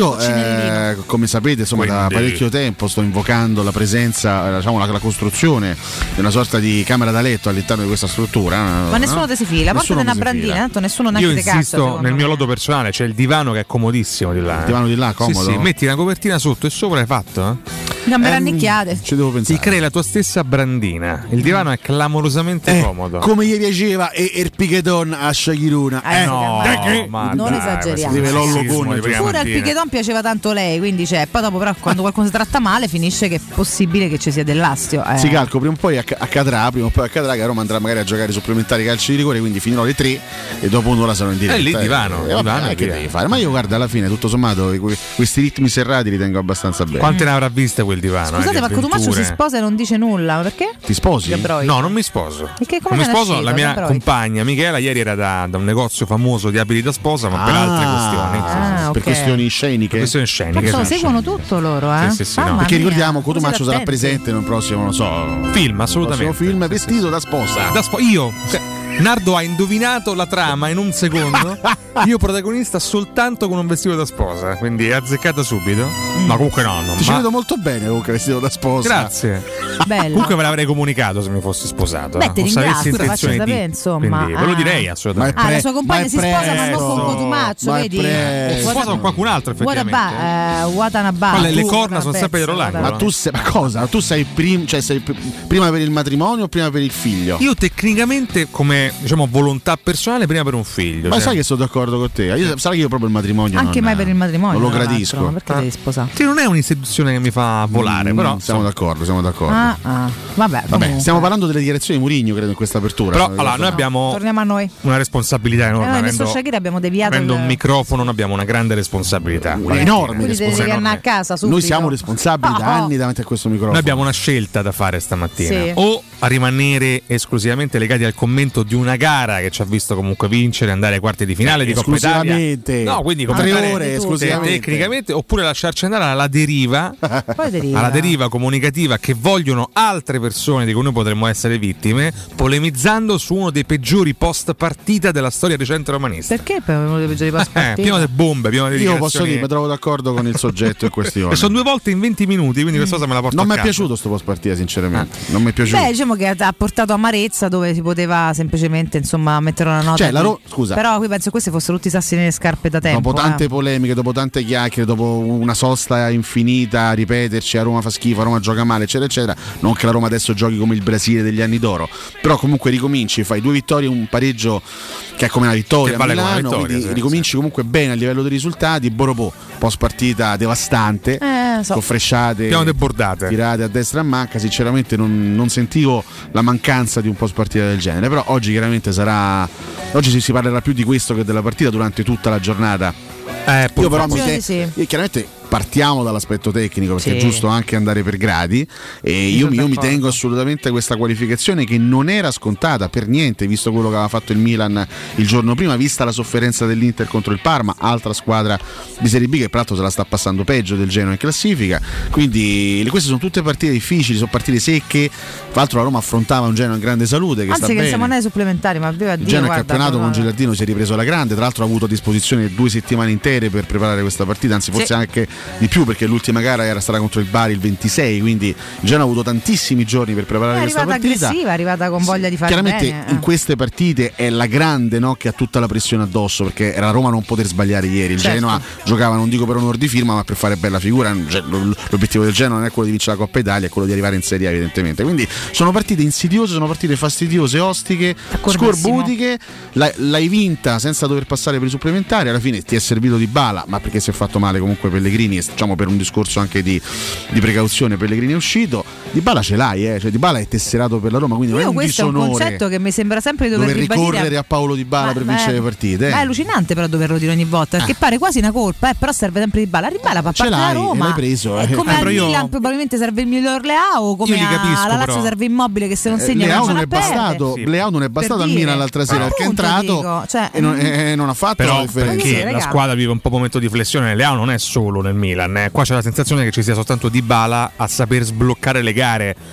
[SPEAKER 15] Io, eh, come sapete, insomma,
[SPEAKER 19] Quindi...
[SPEAKER 15] da parecchio tempo sto invocando la presenza, diciamo, la, la costruzione di una sorta di camera da letto all'interno di questa struttura.
[SPEAKER 18] Ma
[SPEAKER 15] no?
[SPEAKER 18] nessuno ti si fila, porta una brandina, tanto nessuno neanche
[SPEAKER 19] Io
[SPEAKER 18] te cazzo.
[SPEAKER 19] insisto nel mio lodo personale, c'è il divano che è comodissimo di là.
[SPEAKER 15] Il divano di là, comodo.
[SPEAKER 19] Sì, sì, metti una copertina sotto e sopra hai fatto, eh?
[SPEAKER 18] Gambe rannicchiate.
[SPEAKER 15] Ci devo pensare.
[SPEAKER 19] Ti crei la tua stessa brandina. Il divano è clamorosamente
[SPEAKER 15] eh,
[SPEAKER 19] comodo.
[SPEAKER 15] Come gli piaceva e il Piccheton a Shakiruna.
[SPEAKER 18] Eh,
[SPEAKER 15] eh
[SPEAKER 19] no,
[SPEAKER 15] ma
[SPEAKER 18] non
[SPEAKER 15] dai,
[SPEAKER 18] esageriamo.
[SPEAKER 15] Scrive Lollo Kun.
[SPEAKER 18] Pure al Piccheton piaceva tanto lei, quindi c'è. Poi dopo però quando qualcuno si tratta male finisce che è possibile che ci sia dell'astio. Eh.
[SPEAKER 15] Si calco, prima o poi acc- accadrà, prima o poi accadrà che Roma andrà magari a giocare supplementari calci di rigore, quindi finirò alle tre e dopo un'ora sarò in diretta.
[SPEAKER 19] E lì divano,
[SPEAKER 15] eh,
[SPEAKER 19] divano
[SPEAKER 15] vabbè,
[SPEAKER 19] e
[SPEAKER 15] che
[SPEAKER 19] via.
[SPEAKER 15] devi fare? Ma io guarda, alla fine tutto sommato questi ritmi serrati li tengo abbastanza bene.
[SPEAKER 19] Quante ne avrà viste quel divano?
[SPEAKER 18] Scusate,
[SPEAKER 19] eh,
[SPEAKER 18] ma Cotumaccio si sposa e non dice nulla, ma perché?
[SPEAKER 15] Ti sposi?
[SPEAKER 18] Gabroi.
[SPEAKER 19] No, non mi sposo.
[SPEAKER 18] E che, come
[SPEAKER 19] non mi
[SPEAKER 18] te ne
[SPEAKER 19] sposo,
[SPEAKER 18] uscito,
[SPEAKER 19] la mia
[SPEAKER 18] Gabroi?
[SPEAKER 19] compagna Michela ieri era da, da un negozio famoso di abiti da sposa, ma per
[SPEAKER 15] Ah,
[SPEAKER 19] altre questioni.
[SPEAKER 18] Ah,
[SPEAKER 15] per
[SPEAKER 18] ok.
[SPEAKER 15] questioni sceniche.
[SPEAKER 19] Per questioni sceniche.
[SPEAKER 18] Insomma,
[SPEAKER 19] sì.
[SPEAKER 18] seguono tutto loro, eh?
[SPEAKER 19] Sì, sì, sì,
[SPEAKER 18] Mamma
[SPEAKER 19] no.
[SPEAKER 15] Perché
[SPEAKER 18] mia,
[SPEAKER 15] ricordiamo,
[SPEAKER 18] cose
[SPEAKER 15] Cotumaccio sarà
[SPEAKER 18] attenti.
[SPEAKER 15] presente in un prossimo, non so,
[SPEAKER 19] Film, assolutamente.
[SPEAKER 15] prossimo film vestito da sposa.
[SPEAKER 19] Da spo- io. Cioè, Nardo ha indovinato la trama in un secondo. Io protagonista soltanto con un vestito da sposa, quindi è azzeccata subito. Ma comunque no, non
[SPEAKER 15] Ti ci
[SPEAKER 19] ma...
[SPEAKER 15] vedo molto bene comunque vestito da sposa.
[SPEAKER 19] Grazie.
[SPEAKER 18] Bello.
[SPEAKER 19] Comunque ve l'avrei comunicato se mi fossi sposato.
[SPEAKER 18] Beh,
[SPEAKER 19] eh.
[SPEAKER 18] ti
[SPEAKER 19] O se avessi
[SPEAKER 18] ringrazio, faccio
[SPEAKER 19] intenzione di.
[SPEAKER 18] sapere, insomma.
[SPEAKER 19] Quindi ve lo
[SPEAKER 18] Ah.
[SPEAKER 19] direi assolutamente.
[SPEAKER 18] Ah, la sua compagna
[SPEAKER 15] ma è
[SPEAKER 18] si sposa ma non con
[SPEAKER 15] presto.
[SPEAKER 18] Cotumaccio,
[SPEAKER 15] Ma è
[SPEAKER 18] vedi?
[SPEAKER 15] presto.
[SPEAKER 19] Sposa con qualcun altro
[SPEAKER 18] What
[SPEAKER 19] effettivamente.
[SPEAKER 18] about, uh, Watanabe.
[SPEAKER 19] Ma le- le
[SPEAKER 18] Tu,
[SPEAKER 19] corna
[SPEAKER 18] una
[SPEAKER 19] sono sempre
[SPEAKER 18] pezza,
[SPEAKER 19] dietro l'angolo.
[SPEAKER 15] Ma tu sei, ma cosa? Tu sei, prim- cioè sei pr- prima per il matrimonio o prima per il figlio?
[SPEAKER 19] Io tecnicamente come diciamo volontà personale prima per un figlio.
[SPEAKER 15] Ma
[SPEAKER 19] cioè.
[SPEAKER 15] sai che sono d'accordo con te? Io, sarà che io proprio il matrimonio
[SPEAKER 18] Anche
[SPEAKER 15] non,
[SPEAKER 18] mai per il matrimonio.
[SPEAKER 15] non lo
[SPEAKER 18] tra l'altro,
[SPEAKER 15] gradisco.
[SPEAKER 18] ma perché
[SPEAKER 19] Ah.
[SPEAKER 18] devi sposare?
[SPEAKER 19] Sì, non è un'istituzione che mi fa volare,
[SPEAKER 15] Mm,
[SPEAKER 19] però
[SPEAKER 15] siamo d'accordo, siamo d'accordo.
[SPEAKER 18] Ah, ah. Vabbè,
[SPEAKER 15] Vabbè,
[SPEAKER 18] comunque.
[SPEAKER 15] stiamo parlando delle dichiarazioni di Mourinho, credo, in questa apertura.
[SPEAKER 19] Però
[SPEAKER 15] Sono-
[SPEAKER 19] allora noi abbiamo
[SPEAKER 18] Torniamo a noi.
[SPEAKER 19] una responsabilità
[SPEAKER 18] Eh,
[SPEAKER 19] enorme.
[SPEAKER 18] noi
[SPEAKER 19] avendo,
[SPEAKER 18] adesso Shakira abbiamo deviato
[SPEAKER 19] avendo
[SPEAKER 18] il-
[SPEAKER 19] un microfono, noi abbiamo una grande responsabilità.
[SPEAKER 15] Una enorme
[SPEAKER 18] Quindi devi
[SPEAKER 15] responsabilità.
[SPEAKER 18] andare a casa subito.
[SPEAKER 15] Noi siamo responsabili da
[SPEAKER 18] Oh.
[SPEAKER 15] anni davanti a questo microfono.
[SPEAKER 19] Noi abbiamo una scelta da fare stamattina:
[SPEAKER 18] Sì.
[SPEAKER 19] o a rimanere esclusivamente legati al commento di una gara che ci ha visto comunque vincere, andare ai quarti di finale di Coppa Italia.
[SPEAKER 15] Esclusivamente.
[SPEAKER 19] No, quindi
[SPEAKER 15] Tre
[SPEAKER 19] commentare
[SPEAKER 15] ore
[SPEAKER 19] te-
[SPEAKER 15] esclusivamente.
[SPEAKER 19] tecnicamente, oppure lasciarci andare alla deriva,
[SPEAKER 18] Poi deriva.
[SPEAKER 19] alla deriva comunicativa che vogliono altre persone di cui noi potremmo essere vittime, polemizzando su uno dei peggiori post partita della storia recente romanista.
[SPEAKER 18] Perché per uno dei peggiori passi
[SPEAKER 19] Eh, pieno di bombe, pieno di
[SPEAKER 15] Io posso
[SPEAKER 19] dichiarazioni.
[SPEAKER 15] dire, mi trovo d'accordo con il soggetto in questione.
[SPEAKER 19] E sono due volte in venti minuti, quindi questa cosa me la porto
[SPEAKER 15] Non
[SPEAKER 19] a
[SPEAKER 15] mi è
[SPEAKER 19] casa.
[SPEAKER 15] piaciuto sto post partita, sinceramente. Non mi è piaciuto.
[SPEAKER 18] Beh, diciamo che ha portato amarezza dove si poteva semplicemente insomma mettere una nota.
[SPEAKER 15] Cioè, la
[SPEAKER 18] di-
[SPEAKER 15] Ro- scusa.
[SPEAKER 18] Però qui penso questi fossero tutti sassi nelle scarpe da tempo.
[SPEAKER 15] Dopo tante
[SPEAKER 18] eh.
[SPEAKER 15] polemiche, dopo tante chiacchiere, dopo una sosta infinita a ripeterci a Roma fa schifo, a Roma gioca male, eccetera, eccetera. Non che la Roma adesso giochi come il Brasile degli anni d'oro, però comunque ricominci, fai due vittorie, un pareggio che è come una vittoria
[SPEAKER 19] Che vale
[SPEAKER 15] a
[SPEAKER 19] come una
[SPEAKER 15] Milano,
[SPEAKER 19] vittoria,
[SPEAKER 15] quindi
[SPEAKER 19] sì,
[SPEAKER 15] ricominci comunque bene a livello dei risultati. Boropò, post partita devastante,
[SPEAKER 18] Eh, so.
[SPEAKER 15] con fresciate
[SPEAKER 19] Piano debordate.
[SPEAKER 15] tirate a destra e a manca. Sinceramente non, non sentivo la mancanza di un post partita del genere, però oggi chiaramente sarà, oggi si, si parlerà più di questo che della partita durante tutta la giornata.
[SPEAKER 19] Eh,
[SPEAKER 15] Io però mi
[SPEAKER 18] Sì,
[SPEAKER 15] te-
[SPEAKER 18] sì.
[SPEAKER 15] io chiaramente partiamo dall'aspetto tecnico, perché
[SPEAKER 18] Sì.
[SPEAKER 15] è giusto anche andare per gradi, e io,
[SPEAKER 18] sono
[SPEAKER 15] mi- io mi
[SPEAKER 18] d'accordo.
[SPEAKER 15] tengo assolutamente a questa qualificazione che non era scontata per niente, visto quello che aveva fatto il Milan il giorno prima, vista la sofferenza dell'Inter contro il Parma, altra squadra di Serie B che peraltro se la sta passando peggio del Genoa in classifica. Quindi le- queste sono tutte partite difficili, sono partite secche. Tra l'altro la Roma affrontava un Genoa in grande salute, che
[SPEAKER 18] Anzi,
[SPEAKER 15] sta
[SPEAKER 18] che
[SPEAKER 15] bene.
[SPEAKER 18] siamo andati supplementari, ma viva
[SPEAKER 15] Il
[SPEAKER 18] Dio,
[SPEAKER 15] Genoa è
[SPEAKER 18] guarda,
[SPEAKER 15] campionato
[SPEAKER 18] proprio-
[SPEAKER 15] con Gilardino, si è ripreso alla grande, tra l'altro ha avuto a disposizione due settimane intere per preparare questa partita, anzi forse
[SPEAKER 18] Sì.
[SPEAKER 15] anche di più, perché l'ultima gara era stata contro il Bari il ventisei, quindi il Genoa ha avuto tantissimi giorni per preparare
[SPEAKER 18] È
[SPEAKER 15] questa
[SPEAKER 18] arrivata
[SPEAKER 15] partita.
[SPEAKER 18] aggressiva, è arrivata con voglia di fare
[SPEAKER 15] Chiaramente
[SPEAKER 18] bene. eh.
[SPEAKER 15] in queste partite è la grande, no, che ha tutta la pressione addosso, perché era la Roma non poter sbagliare ieri. Il
[SPEAKER 18] Certo.
[SPEAKER 15] Genoa giocava, non dico per onor di firma, ma per fare bella figura. Cioè, l- l'obiettivo del Genoa non è quello di vincere la Coppa Italia, è quello di arrivare in Serie A, evidentemente. Quindi sono partite insidiose, sono partite fastidiose, ostiche,
[SPEAKER 18] D'accordissimo.
[SPEAKER 15] scorbutiche. La- l'hai vinta senza dover passare per i supplementari. Alla fine ti è servito Dybala, ma perché si è fatto male comunque Pellegrini, e diciamo per un discorso anche di, di precauzione. Pellegrini è uscito. Dybala ce l'hai, eh? Cioè Dybala è tesserato per la Roma, quindi non è
[SPEAKER 18] Io
[SPEAKER 15] un
[SPEAKER 18] questo è un
[SPEAKER 15] disonore
[SPEAKER 18] concetto che mi sembra sempre di dover,
[SPEAKER 15] dover
[SPEAKER 18] ribadire.
[SPEAKER 15] ricorrere a Paolo Dybala
[SPEAKER 18] Ma-
[SPEAKER 15] per
[SPEAKER 18] ma
[SPEAKER 15] vincere
[SPEAKER 18] è-
[SPEAKER 15] le partite. eh.
[SPEAKER 18] Ma è allucinante però doverlo dire ogni volta, perché pare quasi una colpa, eh, però serve sempre Dybala. Dybala fa
[SPEAKER 15] Ce
[SPEAKER 18] parte della
[SPEAKER 15] l'hai,
[SPEAKER 18] Roma.
[SPEAKER 15] l'hai preso,
[SPEAKER 18] È
[SPEAKER 15] eh.
[SPEAKER 18] come
[SPEAKER 19] Eh,
[SPEAKER 18] al
[SPEAKER 19] però io-
[SPEAKER 18] Milan probabilmente serve il miglior Leao, come
[SPEAKER 19] Io li capisco,
[SPEAKER 18] alla Lazio
[SPEAKER 19] però.
[SPEAKER 18] serve Immobile che se non
[SPEAKER 15] Eh,
[SPEAKER 18] segna
[SPEAKER 15] Leao
[SPEAKER 18] non,
[SPEAKER 15] non
[SPEAKER 18] ce
[SPEAKER 15] è
[SPEAKER 18] la perde.
[SPEAKER 15] bastato,
[SPEAKER 19] Sì.
[SPEAKER 15] Leao non è bastato
[SPEAKER 18] Per
[SPEAKER 15] al
[SPEAKER 18] dire.
[SPEAKER 15] Milan l'altra sera,
[SPEAKER 18] Ma
[SPEAKER 15] perché è
[SPEAKER 18] appunto,
[SPEAKER 15] entrato
[SPEAKER 18] dico, cioè,
[SPEAKER 15] e, non,
[SPEAKER 18] mm.
[SPEAKER 15] e non ha fatto
[SPEAKER 19] Però
[SPEAKER 15] la differenza.
[SPEAKER 18] Voglio dire,
[SPEAKER 19] perché la
[SPEAKER 18] raga.
[SPEAKER 19] squadra vive un po' un momento di flessione. Leao non è solo nel Milan, eh. Qua c'è la sensazione che ci sia soltanto Dybala a saper sbloccare le gare.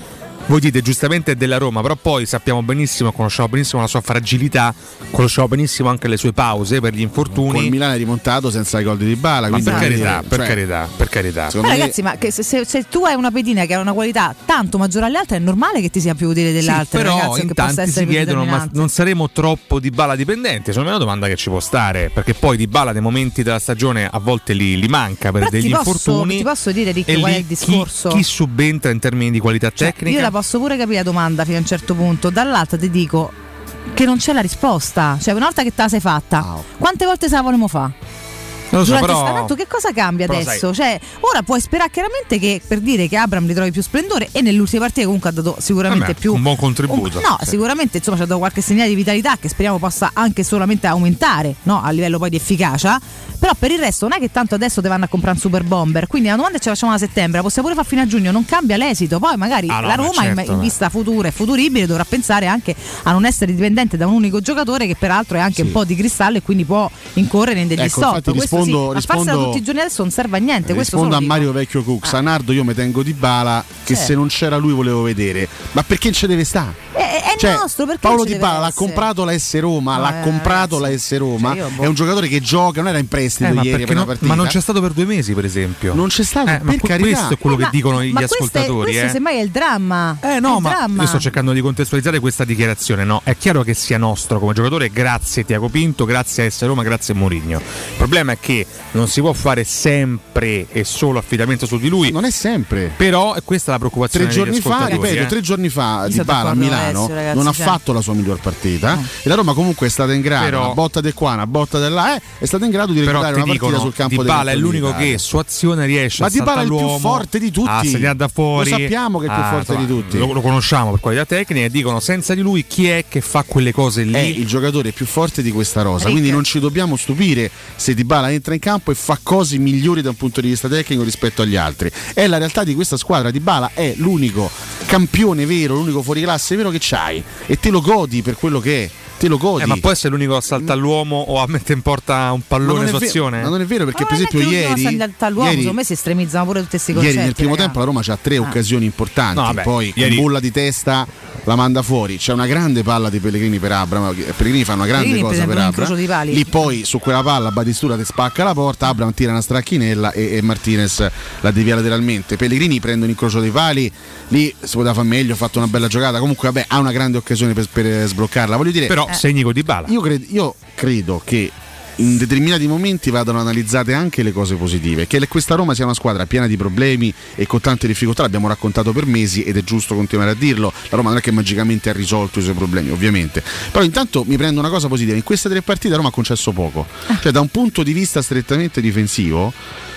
[SPEAKER 19] voi dite giustamente è della Roma, però poi sappiamo benissimo, conosciamo benissimo la sua fragilità, conosciamo benissimo anche le sue pause per gli infortuni.
[SPEAKER 15] Con il Milan è rimontato senza i gol di Dybala,
[SPEAKER 19] ma per carità,
[SPEAKER 15] dire,
[SPEAKER 19] per
[SPEAKER 15] cioè,
[SPEAKER 19] carità, per carità.
[SPEAKER 18] Ma ragazzi, ma che se, se, se tu hai una pedina che ha una qualità tanto maggiore alle altre, è normale che ti sia più utile delle
[SPEAKER 19] sì,
[SPEAKER 18] altre,
[SPEAKER 19] però
[SPEAKER 18] ragazzi,
[SPEAKER 19] in
[SPEAKER 18] che possa
[SPEAKER 19] tanti
[SPEAKER 18] essere
[SPEAKER 19] si chiedono, ma non saremo troppo Dybala dipendenti? Secondo me è una domanda che ci può stare, perché poi Dybala nei momenti della stagione a volte li, li manca per
[SPEAKER 18] però
[SPEAKER 19] degli
[SPEAKER 18] ti posso,
[SPEAKER 19] infortuni.
[SPEAKER 18] Ti posso dire, Rick,
[SPEAKER 19] e
[SPEAKER 18] qual è
[SPEAKER 19] lì
[SPEAKER 18] il discorso?
[SPEAKER 19] Chi, chi subentra in termini di qualità
[SPEAKER 18] Cioè,
[SPEAKER 19] tecnica?
[SPEAKER 18] io la posso pure capire la domanda fino a un certo punto, dall'altra ti dico che non c'è la risposta, cioè una volta che te la sei fatta, oh. quante volte se la volevamo fa?
[SPEAKER 19] Non lo so,
[SPEAKER 18] durante
[SPEAKER 19] però,
[SPEAKER 18] stanotte che cosa cambia
[SPEAKER 19] però
[SPEAKER 18] adesso?
[SPEAKER 19] Sai.
[SPEAKER 18] Cioè, ora puoi sperare chiaramente che per dire che Abraham ritrovi più splendore, e nell'ultima partita comunque ha dato sicuramente
[SPEAKER 19] Vabbè,
[SPEAKER 18] più
[SPEAKER 19] un buon contributo.
[SPEAKER 18] Un, no,
[SPEAKER 19] sì.
[SPEAKER 18] sicuramente insomma ci ha dato qualche segnale di vitalità che speriamo possa anche solamente aumentare, no? A livello poi di efficacia. Però per il resto non è che tanto adesso te vanno a comprare un super bomber, quindi la domanda ce la facciamo a settembre, la possiamo pure fare fino a giugno, non cambia l'esito. Poi magari
[SPEAKER 19] ah, no,
[SPEAKER 18] la Roma
[SPEAKER 19] certo,
[SPEAKER 18] in, in vista futura e futuribile dovrà pensare anche a non essere dipendente da un unico giocatore che peraltro è anche sì. un po' di cristallo e quindi può incorrere in degli
[SPEAKER 15] ecco,
[SPEAKER 18] stop.
[SPEAKER 15] Questo
[SPEAKER 18] rispondo, sì,
[SPEAKER 15] rispondo,
[SPEAKER 18] ma farsela tutti i giorni adesso non serve a niente.
[SPEAKER 15] Rispondo a Mario Vecchio Cux, ah. a Nardo io mi tengo Dybala che certo. se non c'era lui volevo vedere, ma perché ci deve stare?
[SPEAKER 18] È, è
[SPEAKER 15] cioè,
[SPEAKER 18] nostro, perché
[SPEAKER 15] Paolo Dybala l'ha comprato la S Roma, no, l'ha eh, comprato ragazzi, la S Roma, cioè boh. è un giocatore che gioca, non era in prestito
[SPEAKER 19] eh,
[SPEAKER 15] ieri per
[SPEAKER 19] no,
[SPEAKER 15] una partita.
[SPEAKER 19] Ma non c'è stato per due mesi, per esempio.
[SPEAKER 15] Non c'è stato,
[SPEAKER 19] eh,
[SPEAKER 15] per
[SPEAKER 19] ma
[SPEAKER 15] carità.
[SPEAKER 19] Questo è quello
[SPEAKER 18] eh,
[SPEAKER 19] che
[SPEAKER 18] ma,
[SPEAKER 19] dicono gli
[SPEAKER 18] ma
[SPEAKER 19] ascoltatori.
[SPEAKER 18] Questo, questo
[SPEAKER 19] eh.
[SPEAKER 18] semmai è il dramma.
[SPEAKER 19] Eh no,
[SPEAKER 18] il
[SPEAKER 19] ma
[SPEAKER 18] dramma.
[SPEAKER 19] io sto cercando di contestualizzare questa dichiarazione. No, è chiaro che sia nostro come giocatore, grazie Tiago Pinto, grazie a S Roma, grazie a Mourinho. Il problema è che non si può fare sempre e solo affidamento su di lui.
[SPEAKER 15] Non è sempre.
[SPEAKER 19] Però è questa la preoccupazione.
[SPEAKER 15] Tre giorni fa, ripeto,
[SPEAKER 19] eh?
[SPEAKER 15] tre giorni fa Dybala a Milano Alessio, ragazzi, non ha cioè. fatto la sua miglior partita. Eh. E la Roma comunque è stata in grado, però, una botta di qua, una botta di là, eh, è stata in grado di recuperare una
[SPEAKER 19] dicono,
[SPEAKER 15] partita sul campo del
[SPEAKER 19] Dybala è l'unico che su azione riesce
[SPEAKER 15] ma
[SPEAKER 19] a saltare
[SPEAKER 15] l'uomo. Ma Dybala è il più forte di tutti.
[SPEAKER 19] A segnare da fuori.
[SPEAKER 15] Lo sappiamo che è il più
[SPEAKER 19] ah,
[SPEAKER 15] forte
[SPEAKER 19] insomma,
[SPEAKER 15] di tutti.
[SPEAKER 19] Lo, lo conosciamo per qualità tecnica e dicono senza di lui chi è che fa quelle cose lì?
[SPEAKER 15] È il giocatore più forte di questa rosa. Rick. Quindi non ci dobbiamo stupire se Dybala entra in campo e fa cose migliori da un punto di vista tecnico rispetto agli altri. È la realtà di questa squadra. Dybala è l'unico campione vero, l'unico fuoriclasse vero che c'hai e te lo godi per quello che è. Te lo godi.
[SPEAKER 19] Eh, ma può essere l'unico a saltare all'uomo o a mettere in porta un pallone su azione?
[SPEAKER 15] Ma non è vero, perché
[SPEAKER 18] ma
[SPEAKER 15] per esempio ieri,
[SPEAKER 18] ieri secondo me si estremizzano pure tutti questi concetti.
[SPEAKER 15] Ieri nel primo
[SPEAKER 18] ragazzi.
[SPEAKER 15] tempo la Roma c'ha tre ah. occasioni importanti, no, vabbè, poi
[SPEAKER 19] ieri...
[SPEAKER 15] con bolla di testa la manda fuori. C'è una grande palla di Pellegrini per Abraham. Pellegrini fa una grande Pellegrini cosa per Abraham. Lì poi su quella palla Batistura ti spacca la porta, Abraham tira una stracchinella e, e Martinez la devia lateralmente. Pellegrini prende un incrocio dei pali, lì si poteva fare meglio, ha fatto una bella giocata. Comunque vabbè, ha una grande occasione per, per sbloccarla. Voglio dire,
[SPEAKER 19] però
[SPEAKER 15] eh.
[SPEAKER 19] segni con Dybala.
[SPEAKER 15] Io credo, io credo che in determinati momenti vadano analizzate anche le cose positive, che questa Roma sia una squadra piena di problemi e con tante difficoltà, l'abbiamo raccontato per mesi ed è giusto continuare a dirlo. La Roma non è che magicamente ha risolto i suoi problemi, ovviamente, però intanto mi prendo una cosa positiva: in queste tre partite la Roma ha concesso poco, cioè da un punto di vista strettamente difensivo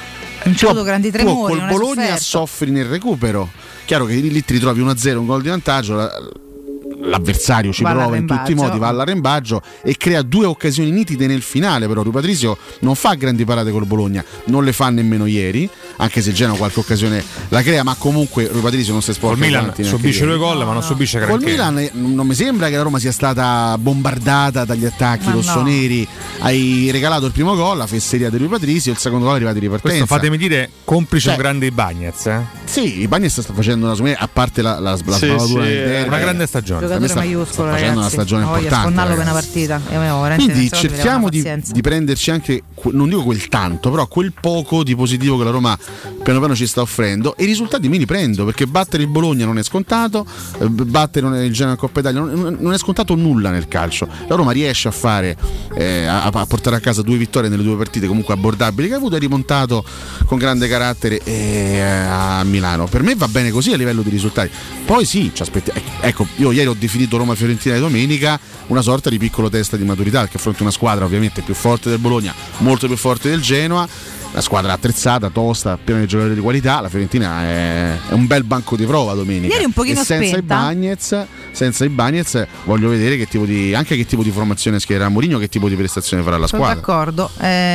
[SPEAKER 18] può, grandi tremori,
[SPEAKER 15] può col Bologna soffri nel recupero. Chiaro che lì ti ritrovi uno a zero, un gol di vantaggio, la, l'avversario ci va prova in tutti i modi, va all'arrembaggio e crea due occasioni nitide nel finale. Però Rui Patrizio non fa grandi parate col Bologna, non le fa nemmeno ieri, anche se Genoa qualche occasione la crea, ma comunque Rui Patrizio non si sporca.
[SPEAKER 19] Col Milan subisce due gol, ma non subisce granché.
[SPEAKER 15] Col Milan non mi sembra che la Roma sia stata bombardata dagli attacchi rossoneri. No. Hai regalato il primo gol, la fesseria di Rui Patrizio, il secondo gol è arrivato di ripartenza.
[SPEAKER 19] Questo fatemi dire, complice
[SPEAKER 15] cioè,
[SPEAKER 19] un grande Ibañez, eh?
[SPEAKER 15] Sì, Ibañez sta facendo una, a parte la, la, la
[SPEAKER 19] sì,
[SPEAKER 15] spavatura
[SPEAKER 19] sì,
[SPEAKER 15] del derby,
[SPEAKER 19] una grande stagione.
[SPEAKER 18] Giocatore
[SPEAKER 15] sta,
[SPEAKER 18] maiuscolo,
[SPEAKER 15] sta facendo
[SPEAKER 18] ragazzi.
[SPEAKER 15] una stagione
[SPEAKER 18] no,
[SPEAKER 15] importante.
[SPEAKER 18] Per una partita.
[SPEAKER 15] Quindi cerchiamo di, di prenderci anche, non dico quel tanto, però quel poco di positivo che la Roma piano piano ci sta offrendo, e i risultati me li prendo, perché battere il Bologna non è scontato, battere il Genoa in Coppa Italia non, non è scontato nulla nel calcio. La Roma riesce a fare eh, a, a portare a casa due vittorie nelle due partite comunque abbordabili che ha avuto, e rimontato con grande carattere eh, a Milano. Per me va bene così a livello di risultati. Poi sì, ci aspettiamo. Ecco, io ieri ho definito Roma-Fiorentina di domenica una sorta di piccolo test di maturità, che affronta una squadra ovviamente più forte del Bologna, molto più forte del Genoa, una squadra attrezzata, tosta, piena di giocatori di qualità. La Fiorentina è, è un bel banco di prova domenica.
[SPEAKER 18] Ieri un pochino
[SPEAKER 15] e senza
[SPEAKER 18] spenta.
[SPEAKER 15] Ibañez, senza Ibañez voglio vedere che tipo di, anche che tipo di formazione schiererà Mourinho, che tipo di prestazione farà la
[SPEAKER 18] Sono
[SPEAKER 15] squadra.
[SPEAKER 18] d'accordo.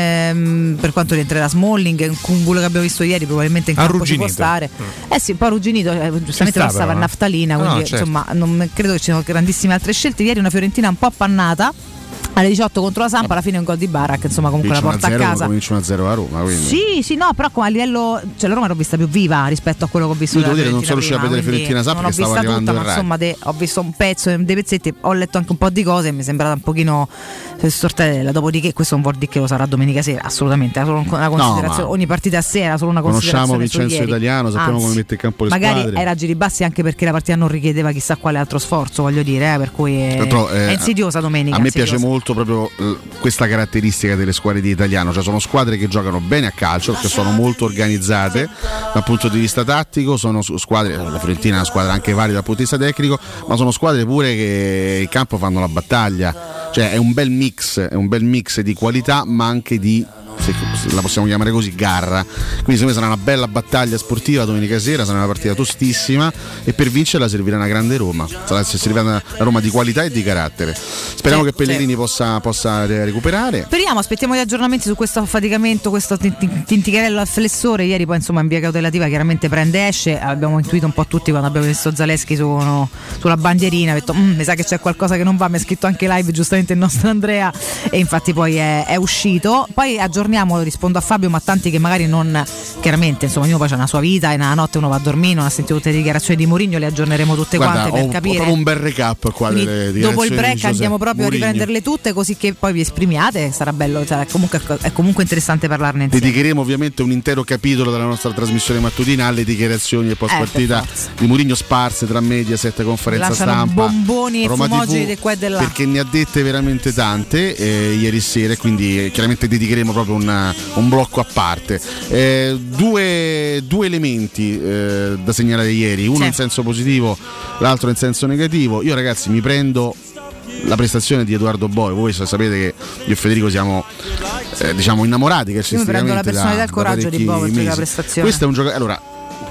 [SPEAKER 18] Ehm, per quanto rientrerà Smalling, con quello che abbiamo visto ieri, probabilmente in campo ci può stare. Eh sì, un po' arrugginito, eh, giustamente
[SPEAKER 19] sta,
[SPEAKER 18] passava
[SPEAKER 19] però,
[SPEAKER 18] a naftalina,
[SPEAKER 19] no,
[SPEAKER 18] quindi
[SPEAKER 19] no, certo.
[SPEAKER 18] insomma non credo che ci siano grandissime altre scelte. Ieri una Fiorentina un po' appannata, alle diciotto contro la Sampa, alla fine un gol di Barak, insomma comunque
[SPEAKER 15] vince
[SPEAKER 18] la porta a casa.
[SPEAKER 15] Vince uno a zero a Roma, quindi.
[SPEAKER 18] Sì, sì, no, però a livello, cioè la Roma l'ho vista più viva rispetto a quello che ho visto.
[SPEAKER 15] Io devo dire, non
[SPEAKER 18] prima,
[SPEAKER 15] sono riuscito a vedere Fiorentina Sampa,
[SPEAKER 18] non ho vista tutta, ma insomma de, ho visto un pezzo, dei pezzetti, ho letto anche un po' di cose e mi è sembrata un pochino stortella. Dopodiché questo non vuol dire che lo sarà domenica sera, assolutamente, era solo una considerazione, no, ogni partita a sera, solo una considerazione.
[SPEAKER 15] Conosciamo Vincenzo Italiano, sappiamo
[SPEAKER 18] Anzi,
[SPEAKER 15] come mette in campo le
[SPEAKER 18] magari
[SPEAKER 15] squadre.
[SPEAKER 18] Era giri bassi anche perché la partita non richiedeva chissà quale altro sforzo, voglio dire, eh, per cui è,
[SPEAKER 15] Tanto, eh,
[SPEAKER 18] è insidiosa domenica.
[SPEAKER 15] A me
[SPEAKER 18] insidiosa.
[SPEAKER 15] piace molto proprio eh, questa caratteristica delle squadre di Italiano, cioè sono squadre che giocano bene a calcio perché sono molto organizzate dal punto di vista tattico, sono squadre, la Fiorentina è una squadra anche valida dal punto di vista tecnico, ma sono squadre pure che in campo fanno la battaglia, cioè è un bel mix, è un bel mix di qualità ma anche di, se la possiamo chiamare così, garra. Quindi secondo me sarà una bella battaglia sportiva domenica sera, sarà una partita tostissima e per vincerla servirà una grande Roma, sarà, servirà una Roma di qualità e di carattere. Speriamo
[SPEAKER 18] sì,
[SPEAKER 15] che Pellegrini
[SPEAKER 18] sì.
[SPEAKER 15] possa, possa recuperare.
[SPEAKER 18] Speriamo, aspettiamo gli aggiornamenti su questo affaticamento, questo tinticcherello al flessore. Ieri poi insomma in via cautelativa chiaramente prende esce, abbiamo intuito un po' tutti quando abbiamo visto Zaleschi su, no, sulla bandierina, ho detto mi sa che c'è qualcosa che non va, mi ha scritto anche live giustamente il nostro Andrea e infatti poi è, è uscito. Poi aggiorniamo, rispondo a Fabio, ma tanti che magari non, chiaramente insomma ognuno poi c'ha una sua vita e nella notte uno va a dormire, non ha sentito tutte le dichiarazioni di Mourinho, le aggiorneremo tutte
[SPEAKER 15] Guarda,
[SPEAKER 18] quante per
[SPEAKER 15] ho,
[SPEAKER 18] capire.
[SPEAKER 15] Ho proprio un bel recap qua delle dichiarazioni.
[SPEAKER 18] Dopo il break
[SPEAKER 15] di
[SPEAKER 18] andiamo proprio
[SPEAKER 15] Mourinho.
[SPEAKER 18] a riprenderle tutte così che poi vi esprimiate, sarà bello, cioè, comunque, è comunque interessante parlarne insieme.
[SPEAKER 15] Dedicheremo ovviamente un intero capitolo della nostra trasmissione mattutina alle dichiarazioni e post partita eh, di Mourinho sparse tra Mediaset, conferenza
[SPEAKER 18] Lanciano
[SPEAKER 15] stampa,
[SPEAKER 18] bomboni e
[SPEAKER 15] Roma
[SPEAKER 18] fumogeni
[SPEAKER 15] tivù,
[SPEAKER 18] di qua e di là,
[SPEAKER 15] perché ne ha dette veramente tante eh, ieri sera, quindi eh, chiaramente dedicheremo proprio una, un blocco a parte. Eh, due, due elementi eh, da segnalare ieri, uno sì. in senso positivo, l'altro in senso negativo. Io ragazzi mi prendo la prestazione di Edoardo Boi, voi sapete che io e Federico siamo eh, diciamo innamorati calcisticamente.
[SPEAKER 18] Io mi prendo la personalità e il coraggio di Boi per la prestazione.
[SPEAKER 15] Questo è un giocatore, allora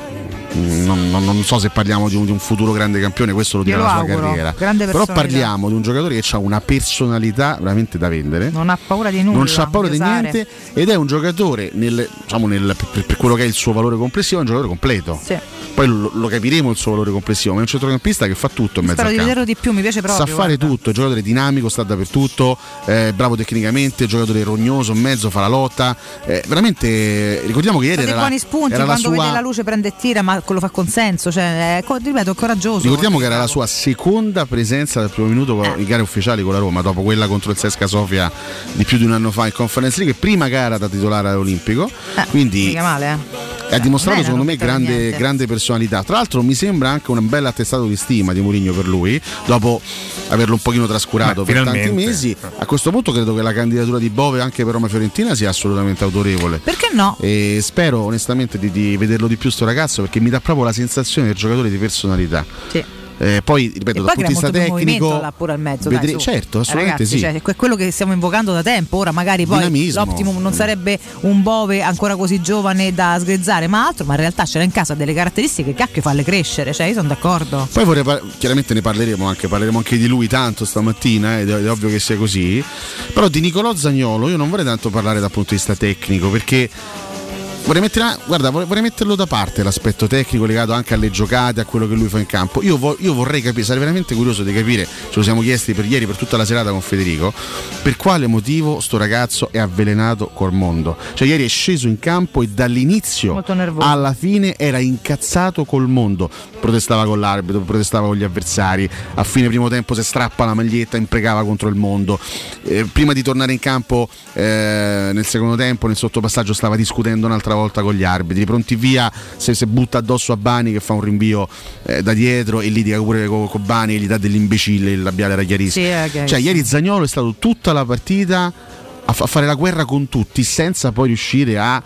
[SPEAKER 15] Non, non, non so se parliamo di un, di un futuro grande campione, questo lo dirà la sua
[SPEAKER 18] auguro.
[SPEAKER 15] carriera,
[SPEAKER 18] però
[SPEAKER 15] parliamo di un giocatore che ha una personalità veramente da vendere,
[SPEAKER 18] non ha paura di nulla,
[SPEAKER 15] non ha paura di niente ed è un giocatore nel, diciamo nel, per, per quello che è il suo valore complessivo, è un giocatore completo,
[SPEAKER 18] sì.
[SPEAKER 15] Poi lo, lo capiremo il suo valore complessivo, ma è un centrocampista che fa tutto in mezzo
[SPEAKER 18] Spero
[SPEAKER 15] al
[SPEAKER 18] di
[SPEAKER 15] campo,
[SPEAKER 18] vederlo di più, mi piace proprio,
[SPEAKER 15] sa fare
[SPEAKER 18] guarda.
[SPEAKER 15] tutto, è un giocatore dinamico, sta dappertutto, eh, bravo tecnicamente, giocatore rognoso in mezzo, fa la lotta, eh, veramente ricordiamo che ieri
[SPEAKER 18] dei
[SPEAKER 15] era
[SPEAKER 18] buoni
[SPEAKER 15] la,
[SPEAKER 18] spunti
[SPEAKER 15] era
[SPEAKER 18] quando
[SPEAKER 15] la sua...
[SPEAKER 18] vede la luce prende e tira, ma lo fa con senso, cioè è, ripeto, coraggioso.
[SPEAKER 15] Ricordiamo che era la sua seconda presenza dal primo minuto
[SPEAKER 18] eh.
[SPEAKER 15] in gare ufficiali con la Roma, dopo quella contro il Sesca Sofia di più di un anno fa in Conference League, prima gara da titolare all'Olimpico,
[SPEAKER 18] eh,
[SPEAKER 15] quindi
[SPEAKER 18] male, eh.
[SPEAKER 15] ha dimostrato
[SPEAKER 18] Bene,
[SPEAKER 15] secondo me grande, grande personalità. Tra l'altro mi sembra anche un bel attestato di stima di Mourinho per lui, dopo averlo un pochino trascurato
[SPEAKER 19] Beh,
[SPEAKER 15] per
[SPEAKER 19] finalmente.
[SPEAKER 15] tanti mesi. A questo punto credo che la candidatura di Bove anche per Roma Fiorentina sia assolutamente autorevole.
[SPEAKER 18] Perché no?
[SPEAKER 15] E spero onestamente di, di vederlo di più sto ragazzo, perché mi dà proprio la sensazione del giocatore di personalità.
[SPEAKER 18] Sì.
[SPEAKER 15] Eh, poi ripeto,
[SPEAKER 18] e
[SPEAKER 15] dal
[SPEAKER 18] poi
[SPEAKER 15] punto di vista tecnico
[SPEAKER 18] là pure al mezzo,
[SPEAKER 15] vedre-
[SPEAKER 18] dai, su.
[SPEAKER 15] certo, assolutamente
[SPEAKER 18] Ragazzi,
[SPEAKER 15] sì.
[SPEAKER 18] Cioè, è quello che stiamo invocando da tempo. Ora magari poi
[SPEAKER 15] Dinamismo.
[SPEAKER 18] l'optimum non sarebbe un Bove ancora così giovane da sgrezzare, ma altro, ma in realtà c'era in casa delle caratteristiche che cacchio farle crescere, cioè io sono d'accordo.
[SPEAKER 15] Poi vorrei par- chiaramente ne parleremo anche, parleremo anche di lui tanto stamattina, ed è, è ovvio che sia così. Però di Nicolò Zaniolo io non vorrei tanto parlare dal punto di vista tecnico, perché Vorrei, mettere, guarda, vorrei metterlo da parte l'aspetto tecnico legato anche alle giocate, a quello che lui fa in campo. Io, vo, io vorrei capire, sarei veramente curioso di capire, ce lo siamo chiesti per ieri, per tutta la serata con Federico, per quale motivo sto ragazzo è avvelenato col mondo. Cioè ieri è sceso in campo e dall'inizio alla fine era incazzato col mondo, protestava con l'arbitro, protestava con gli avversari, a fine primo tempo si strappa la maglietta, imprecava contro il mondo, eh, prima di tornare in campo eh, nel secondo tempo, nel sottopassaggio stava discutendo un'altra volta con gli arbitri, pronti via se, se butta addosso a Bani che fa un rinvio eh, da dietro e litiga pure con, con Bani e gli dà dell'imbecille, il labiale era chiarissimo.
[SPEAKER 18] Sì, okay.
[SPEAKER 15] Cioè ieri Zaniolo è stato tutta la partita a, fa- a fare la guerra con tutti senza poi riuscire a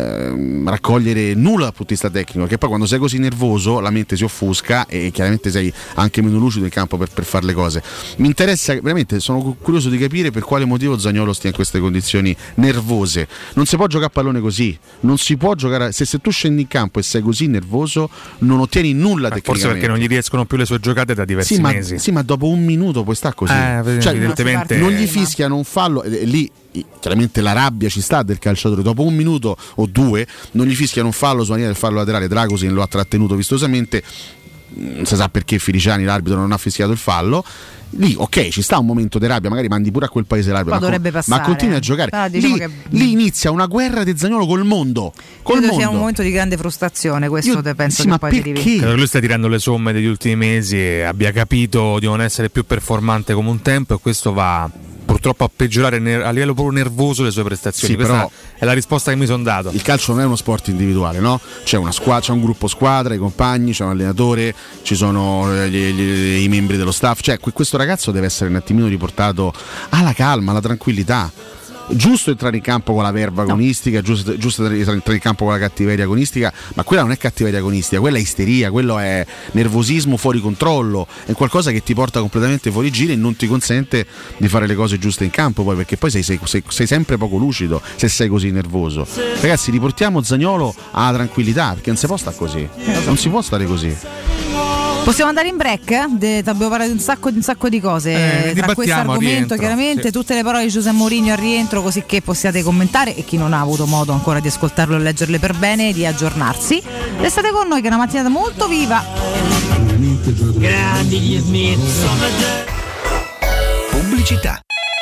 [SPEAKER 15] eh, raccogliere nulla dal punto di vista tecnico, che poi quando sei così nervoso la mente si offusca e chiaramente sei anche meno lucido in campo per, per fare le cose. Mi interessa veramente, sono curioso di capire per quale motivo Zaniolo stia in queste condizioni nervose. Non si può giocare a pallone così, non si può giocare, se, se tu scendi in campo e sei così nervoso non ottieni nulla tecnicamente.
[SPEAKER 19] Forse perché non gli riescono più le sue giocate da diversi
[SPEAKER 15] sì,
[SPEAKER 19] mesi.
[SPEAKER 15] Ma, sì, ma dopo un minuto puoi stare così,
[SPEAKER 19] eh,
[SPEAKER 15] cioè,
[SPEAKER 19] evidentemente
[SPEAKER 15] non gli fischiano un fallo e lì chiaramente la rabbia ci sta del calciatore, dopo un minuto o due non gli fischiano un fallo sulla linea del fallo laterale, Dragosin lo ha trattenuto vistosamente,
[SPEAKER 2] non si sa perché Feliciani, l'arbitro, non ha fischiato il fallo. Lì ok, ci sta un momento di rabbia, magari mandi pure a quel paese l'arbitro,
[SPEAKER 18] ma,
[SPEAKER 2] ma,
[SPEAKER 18] con,
[SPEAKER 2] ma continui a giocare.
[SPEAKER 18] No, diciamo
[SPEAKER 2] lì,
[SPEAKER 18] che...
[SPEAKER 2] lì inizia una guerra di Zaniolo col mondo. Col
[SPEAKER 18] Credo
[SPEAKER 2] mondo.
[SPEAKER 18] sia un momento di grande frustrazione, questo
[SPEAKER 2] Io,
[SPEAKER 18] te penso
[SPEAKER 2] sì,
[SPEAKER 18] che
[SPEAKER 2] ma
[SPEAKER 18] poi
[SPEAKER 2] perché?
[SPEAKER 18] derivi.
[SPEAKER 19] Credo che lui stia tirando le somme degli ultimi mesi e abbia capito di non essere più performante come un tempo, e questo va purtroppo a peggiorare ner- a livello proprio nervoso le sue prestazioni.
[SPEAKER 2] Sì,
[SPEAKER 19] Questa
[SPEAKER 2] però
[SPEAKER 19] è la risposta che mi sono dato.
[SPEAKER 2] Il calcio non è uno sport individuale, no? C'è una squadra, c'è un gruppo squadra, i compagni, c'è un allenatore, ci sono gli, gli, i membri dello staff. Cioè, questo ragazzo deve essere un attimino riportato alla calma, alla tranquillità. Giusto entrare in campo con la verba no. agonistica, giusto, giusto entrare in campo con la cattiveria agonistica, ma quella non è cattiveria agonistica, quella è isteria, quello è nervosismo fuori controllo, è qualcosa che ti porta completamente fuori giro e non ti consente di fare le cose giuste in campo, poi perché poi sei, sei, sei, sei sempre poco lucido se sei così nervoso. Ragazzi, riportiamo Zaniolo alla tranquillità, perché non si può stare così, non si può stare così.
[SPEAKER 18] Possiamo andare in break? De, abbiamo parlato di un sacco, di un sacco di cose
[SPEAKER 19] eh,
[SPEAKER 18] tra questo argomento,
[SPEAKER 19] rientro,
[SPEAKER 18] chiaramente
[SPEAKER 19] sì.
[SPEAKER 18] Tutte le parole di Giuseppe Mourinho al rientro, così che possiate commentare, e chi non ha avuto modo ancora di ascoltarlo e leggerle per bene, di aggiornarsi. Restate con noi che è una mattinata molto viva.
[SPEAKER 21] Grandi gli Smith.
[SPEAKER 3] Pubblicità.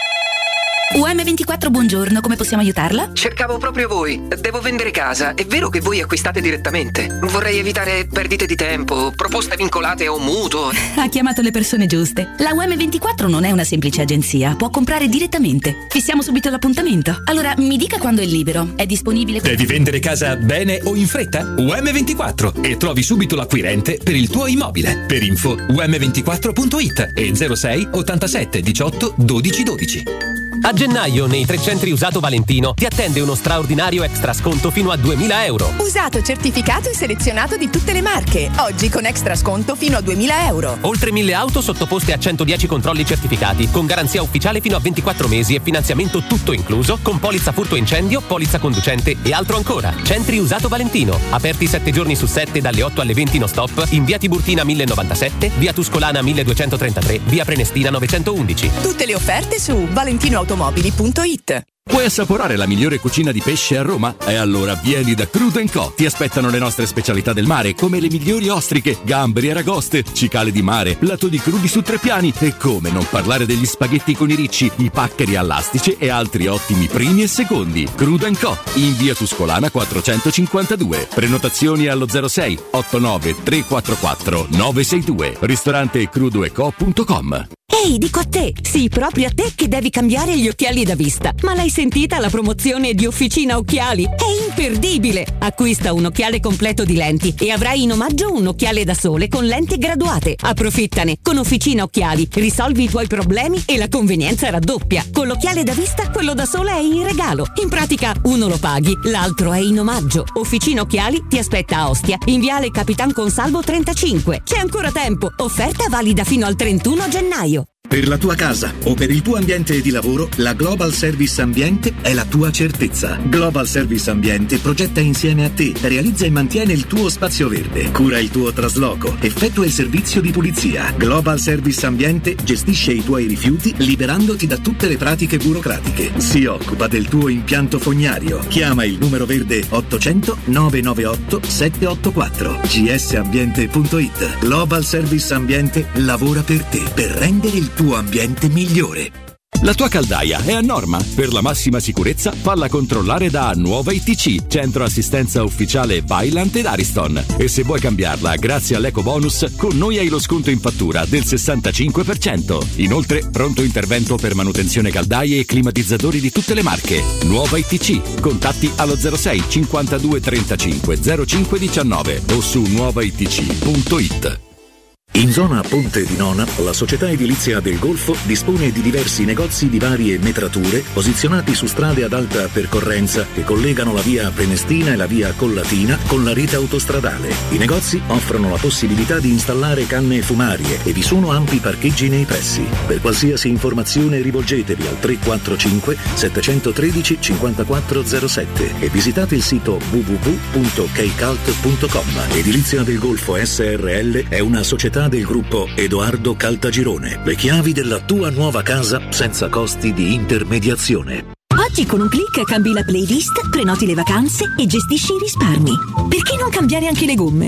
[SPEAKER 23] U M ventiquattro, buongiorno, come possiamo aiutarla?
[SPEAKER 3] Cercavo proprio voi. Devo vendere casa. È vero che voi acquistate direttamente? Vorrei evitare perdite di tempo, proposte vincolate o mutuo.
[SPEAKER 23] Ha chiamato le persone giuste. La U M ventiquattro non è una semplice agenzia, può comprare direttamente. Fissiamo subito l'appuntamento. Allora, mi dica quando è libero. È disponibile?
[SPEAKER 24] Devi vendere casa bene o in fretta? U M ventiquattro e trovi subito l'acquirente per il tuo immobile. Per info u m ventiquattro punto it e zero sei ottantasette diciotto dodici dodici.
[SPEAKER 25] A gennaio nei tre centri usato Valentino ti attende uno straordinario extra sconto fino a duemila euro.
[SPEAKER 26] Usato certificato e selezionato di tutte le marche. Oggi con extra sconto fino a duemila euro.
[SPEAKER 25] Oltre mille auto sottoposte a centodieci controlli certificati, con garanzia ufficiale fino a ventiquattro mesi e finanziamento tutto incluso, con polizza furto incendio, polizza conducente e altro ancora. Centri usato Valentino, aperti sette giorni su sette dalle otto alle venti non stop, in via Tiburtina mille novantasette, via Tuscolana milleduecentotrentatré, via Prenestina novecentoundici.
[SPEAKER 26] Tutte le offerte su valentinoautomobili punto it.
[SPEAKER 24] Puoi assaporare la migliore cucina di pesce a Roma? E allora vieni da Crudo and Co. Ti aspettano le nostre specialità del mare, come le migliori ostriche, gamberi, aragoste, cicale di mare, lato di crudi su tre piani e come non parlare degli spaghetti con i ricci, i paccheri all'astice e altri ottimi primi e secondi. Crudo and Co. in via Tuscolana quattrocentocinquantadue. Prenotazioni allo zero sei otto nove tre quattro quattro nove sei due. Ristorante crudo e co punto com.
[SPEAKER 27] Ehi, dico a te, sì, proprio a te che devi cambiare gli occhiali da vista. Ma l'hai sentita la promozione di Officina Occhiali? È imperdibile! Acquista un occhiale completo di lenti e avrai in omaggio un occhiale da sole con lenti graduate. Approfittane! Con Officina Occhiali risolvi i tuoi problemi e la convenienza raddoppia. Con l'occhiale da vista, quello da sole è in regalo. In pratica, uno lo paghi, l'altro è in omaggio. Officina Occhiali ti aspetta a Ostia, in viale Capitan Consalvo trentacinque. C'è ancora tempo! Offerta valida fino al trentuno gennaio.
[SPEAKER 28] Per la tua casa o per il tuo ambiente di lavoro, la Global Service Ambiente è la tua certezza. Global Service Ambiente progetta insieme a te, realizza e mantiene il tuo spazio verde, cura il tuo trasloco, effettua il servizio di pulizia. Global Service Ambiente gestisce i tuoi rifiuti liberandoti da tutte le pratiche burocratiche. Si occupa del tuo impianto fognario. Chiama il numero verde ottocento nove nove otto sette otto quattro. g s ambiente punto it. Global Service Ambiente lavora per te, per rendere il tuo ambiente migliore.
[SPEAKER 24] La tua caldaia è a norma? Per la massima sicurezza falla controllare da Nuova I T C, centro assistenza ufficiale Vaillant ed Ariston. E se vuoi cambiarla grazie all'eco bonus, con noi hai lo sconto in fattura del sessantacinque per cento. Inoltre pronto intervento per manutenzione caldaie e climatizzatori di tutte le marche. Nuova I T C, contatti allo zero sei cinquantadue trentacinque zero cinque diciannove o su nuova i t c punto it.
[SPEAKER 28] In zona Ponte di Nona, la società edilizia del Golfo dispone di diversi negozi di varie metrature posizionati su strade ad alta percorrenza che collegano la via Prenestina e la via Collatina con la rete autostradale. I negozi offrono la possibilità di installare canne fumarie e vi sono ampi parcheggi nei pressi. Per qualsiasi informazione rivolgetevi al tre quattro cinque sette uno tre cinque zero sette e visitate il sito w w w punto keycult punto com. Edilizia del Golfo S R L è una società del gruppo Edoardo Caltagirone. Le chiavi della tua nuova casa senza costi di intermediazione.
[SPEAKER 27] Oggi con un click cambi la playlist, prenoti le vacanze e gestisci i risparmi. Perché non cambiare anche le gomme? Con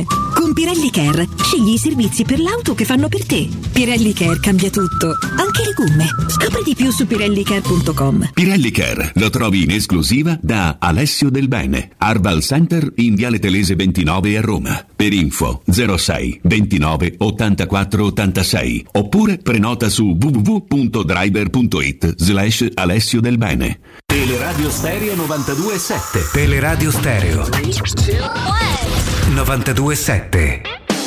[SPEAKER 27] Con Pirelli Care scegli i servizi per l'auto che fanno per te. Pirelli Care cambia tutto, anche le gomme. Scopri di più su pirelli care punto com.
[SPEAKER 1] Pirelli Care lo trovi in esclusiva da Alessio Del Bene, Arval Center in Viale Telese ventinove a Roma. Per info zero sei ventinove ottantaquattro ottantasei oppure prenota su w w w punto driver punto it slash Alessio Del Bene.
[SPEAKER 5] Teleradio Stereo novantadue e sette. Teleradio Stereo novantadue e sette.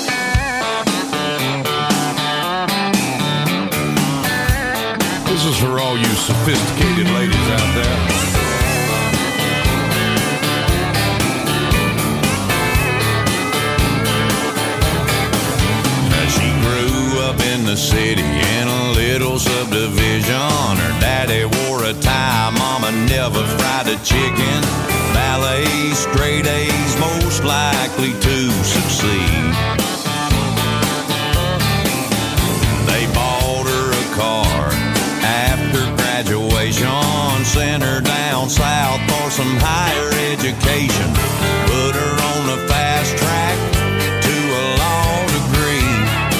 [SPEAKER 6] This is for all you sophisticated ladies out there. She grew up in the city in a little subdivision. Her daddy wore a tie, mama never fried a chicken. Ballet, straight A's, most likely to succeed. They bought her a car after graduation, sent her down south for some higher education, put her on the fast track to a law degree.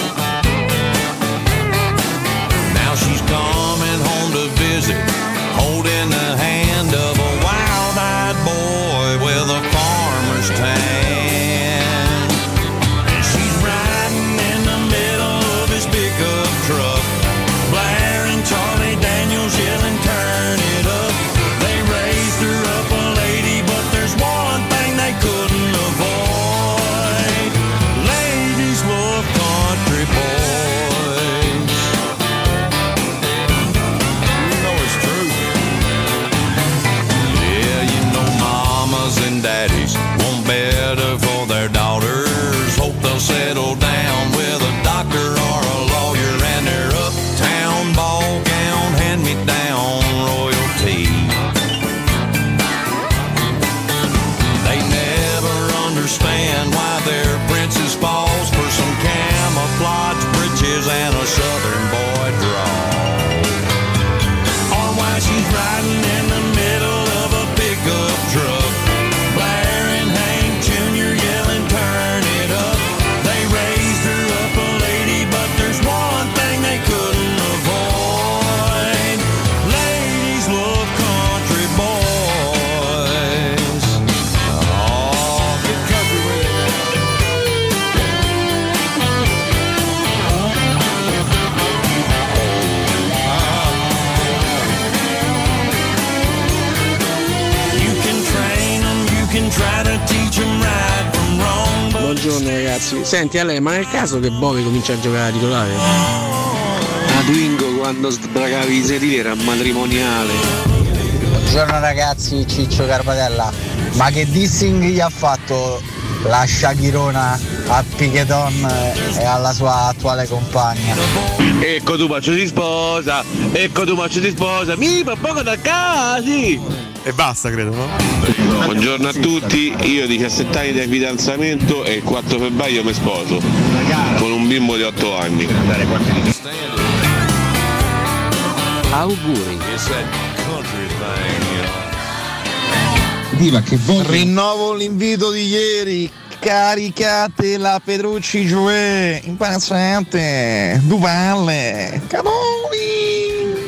[SPEAKER 6] Now she's coming home to visit, holding the hand of a wild-eyed boy with a farmer's tan. And she's riding in the middle of his pickup truck, blaring Charlie Daniels, yelling, turn it up. They raised her up a lady, but there's one thing they couldn't avoid. Ladies love country boys. You know it's true. Yeah, you know mamas and daddies want better for their daughters. Hope they'll settle down with a doctor or a lawyer, and their uptown ball gown hand-me-down royalty. They never understand why their princess falls for some camouflage breeches and a southern boy drawl, or why she's riding in the middle of a pickup truck, blaring Hank Junior, yelling, turn it up. They raised her up a lady, but there's one thing they couldn't avoid. Ladies love country boys. Oh, get country with it. You can train them, you can try to teach them right from wrong, but
[SPEAKER 4] Buongiorno ragazzi. Senti Ale, ma è il caso che Bove comincia a giocare a titolare? A Twingo quando sbragavi i sedili era matrimoniale.
[SPEAKER 7] Buongiorno ragazzi, Ciccio Carpatella. Ma che dissing gli ha fatto la Shakirona a Piqueton e alla sua attuale compagna?
[SPEAKER 10] Ecco tu faccio di sposa, ecco tu faccio di sposa, mi fa poco da casi.
[SPEAKER 19] E basta, credo, no?
[SPEAKER 10] Buongiorno a tutti, io ho diciassette anni di fidanzamento e il quattro febbraio mi sposo con un bimbo di otto anni.
[SPEAKER 4] Auguri.
[SPEAKER 7] Diva che voglio. Rinnovo l'invito di ieri. Caricate la Petrucci Giuè, impazzante, Duvalle, Cadoni.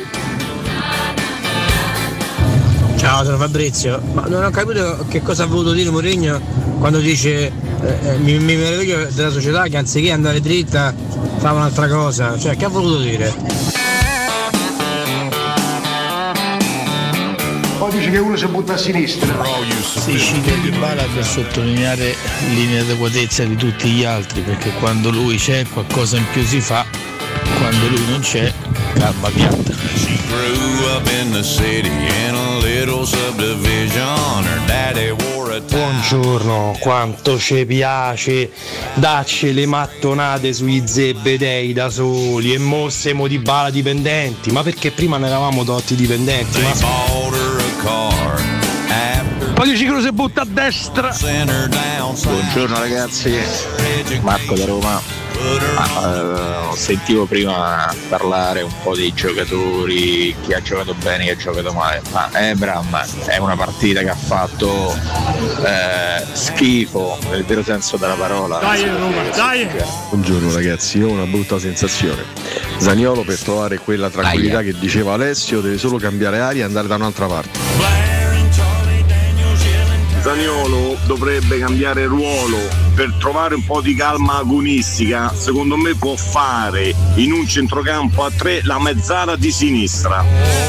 [SPEAKER 4] Ciao, sono Fabrizio. Ma non ho capito che cosa ha voluto dire Mourinho quando dice eh, mi, mi meraviglio della società che anziché andare dritta fa un'altra cosa. Cioè, che ha voluto dire?
[SPEAKER 8] Poi dice che uno si butta a sinistra.
[SPEAKER 9] Si cita Dybala per sottolineare l'inadeguatezza di tutti gli altri, perché quando lui c'è qualcosa in più si fa, quando lui non c'è calma piatta.
[SPEAKER 4] Buongiorno, quanto ci piace dacci le mattonate sui zebedei da soli e mo siamo Dybala dipendenti, ma perché prima ne eravamo tutti dipendenti? Ma...
[SPEAKER 8] Poi dici che uno si butta a destra.
[SPEAKER 7] Buongiorno ragazzi, Marco da Roma.
[SPEAKER 11] Ah, uh, sentivo prima parlare un po' dei giocatori, chi ha giocato bene, chi ha giocato male, ma Ebram è una partita che ha fatto eh, schifo nel vero senso della parola.
[SPEAKER 12] Dai Roma, dai!
[SPEAKER 13] Buongiorno ragazzi, io ho una brutta sensazione. Zaniolo, per trovare quella tranquillità che diceva Alessio, deve solo cambiare aria e andare da un'altra parte.
[SPEAKER 10] Zaniolo dovrebbe cambiare ruolo per trovare un po' di calma agonistica. Secondo me può fare in un centrocampo a tre la mezzala di sinistra.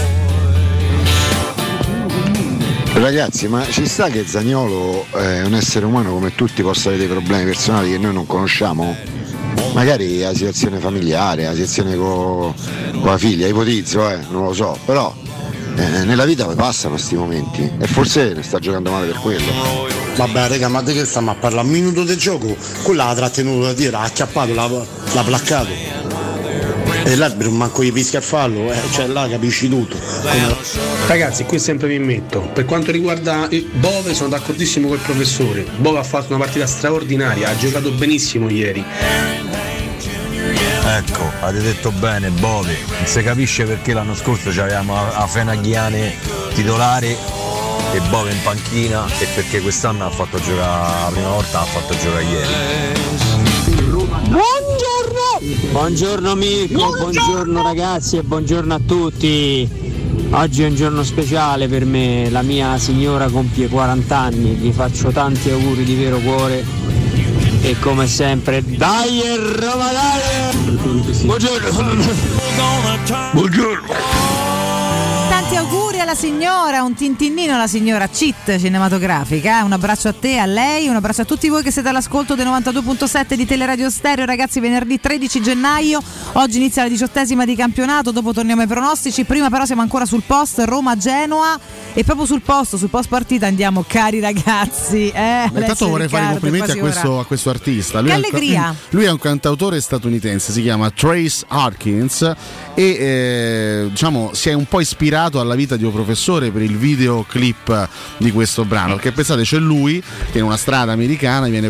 [SPEAKER 14] Ragazzi, ma ci sta che Zaniolo è un essere umano come tutti, possa avere dei problemi personali che noi non conosciamo? Magari la situazione familiare, la situazione con la figlia, ipotizzo, eh, non lo so, però Eh, nella vita poi passano questi momenti e forse ne sta giocando male per quello.
[SPEAKER 16] Vabbè raga, ma di che stiamo a parlare? Un minuto di gioco, quella ha trattenuto da dire, ha acchiappato, l'ha, l'ha placcato e l'arbitro manco gli fischia il fallo, eh, cioè là capisci tutto. Come...
[SPEAKER 17] Ragazzi, qui sempre mi metto, per quanto riguarda Bove sono d'accordissimo col professore. Bove ha fatto una partita straordinaria, ha giocato benissimo ieri.
[SPEAKER 20] Ecco, avete detto bene, Bove, non si capisce perché l'anno scorso avevamo a Fenaghiane titolare e Bove in panchina e perché quest'anno ha fatto giocare la prima volta, ha fatto giocare ieri.
[SPEAKER 22] Buongiorno! Buongiorno Mirko, buongiorno. buongiorno ragazzi e buongiorno a tutti. Oggi è un giorno speciale per me, la mia signora compie quaranta anni, vi faccio tanti auguri di vero cuore. E come sempre, dai Roma, dai! Buongiorno!
[SPEAKER 18] Buongiorno! Tanti auguri alla signora, un tintinnino alla signora Cheat cinematografica, eh? Un abbraccio a te, a lei, un abbraccio a tutti voi che siete all'ascolto del novantadue virgola sette di Teleradio Stereo. Ragazzi, venerdì tredici gennaio, oggi inizia la diciottesima di campionato, dopo torniamo ai pronostici, prima però siamo ancora sul post Roma-Genoa e proprio sul posto, sul post partita andiamo, cari ragazzi. Eh,
[SPEAKER 2] intanto vorrei fare i complimenti a questo, a questo artista. Lui
[SPEAKER 18] che
[SPEAKER 2] è un,
[SPEAKER 18] allegria!
[SPEAKER 2] Lui è un cantautore statunitense, si chiama Trace Harkins e eh, diciamo si è un po' ispirato alla vita di un professore per il videoclip di questo brano, perché pensate, c'è lui che in una strada americana viene,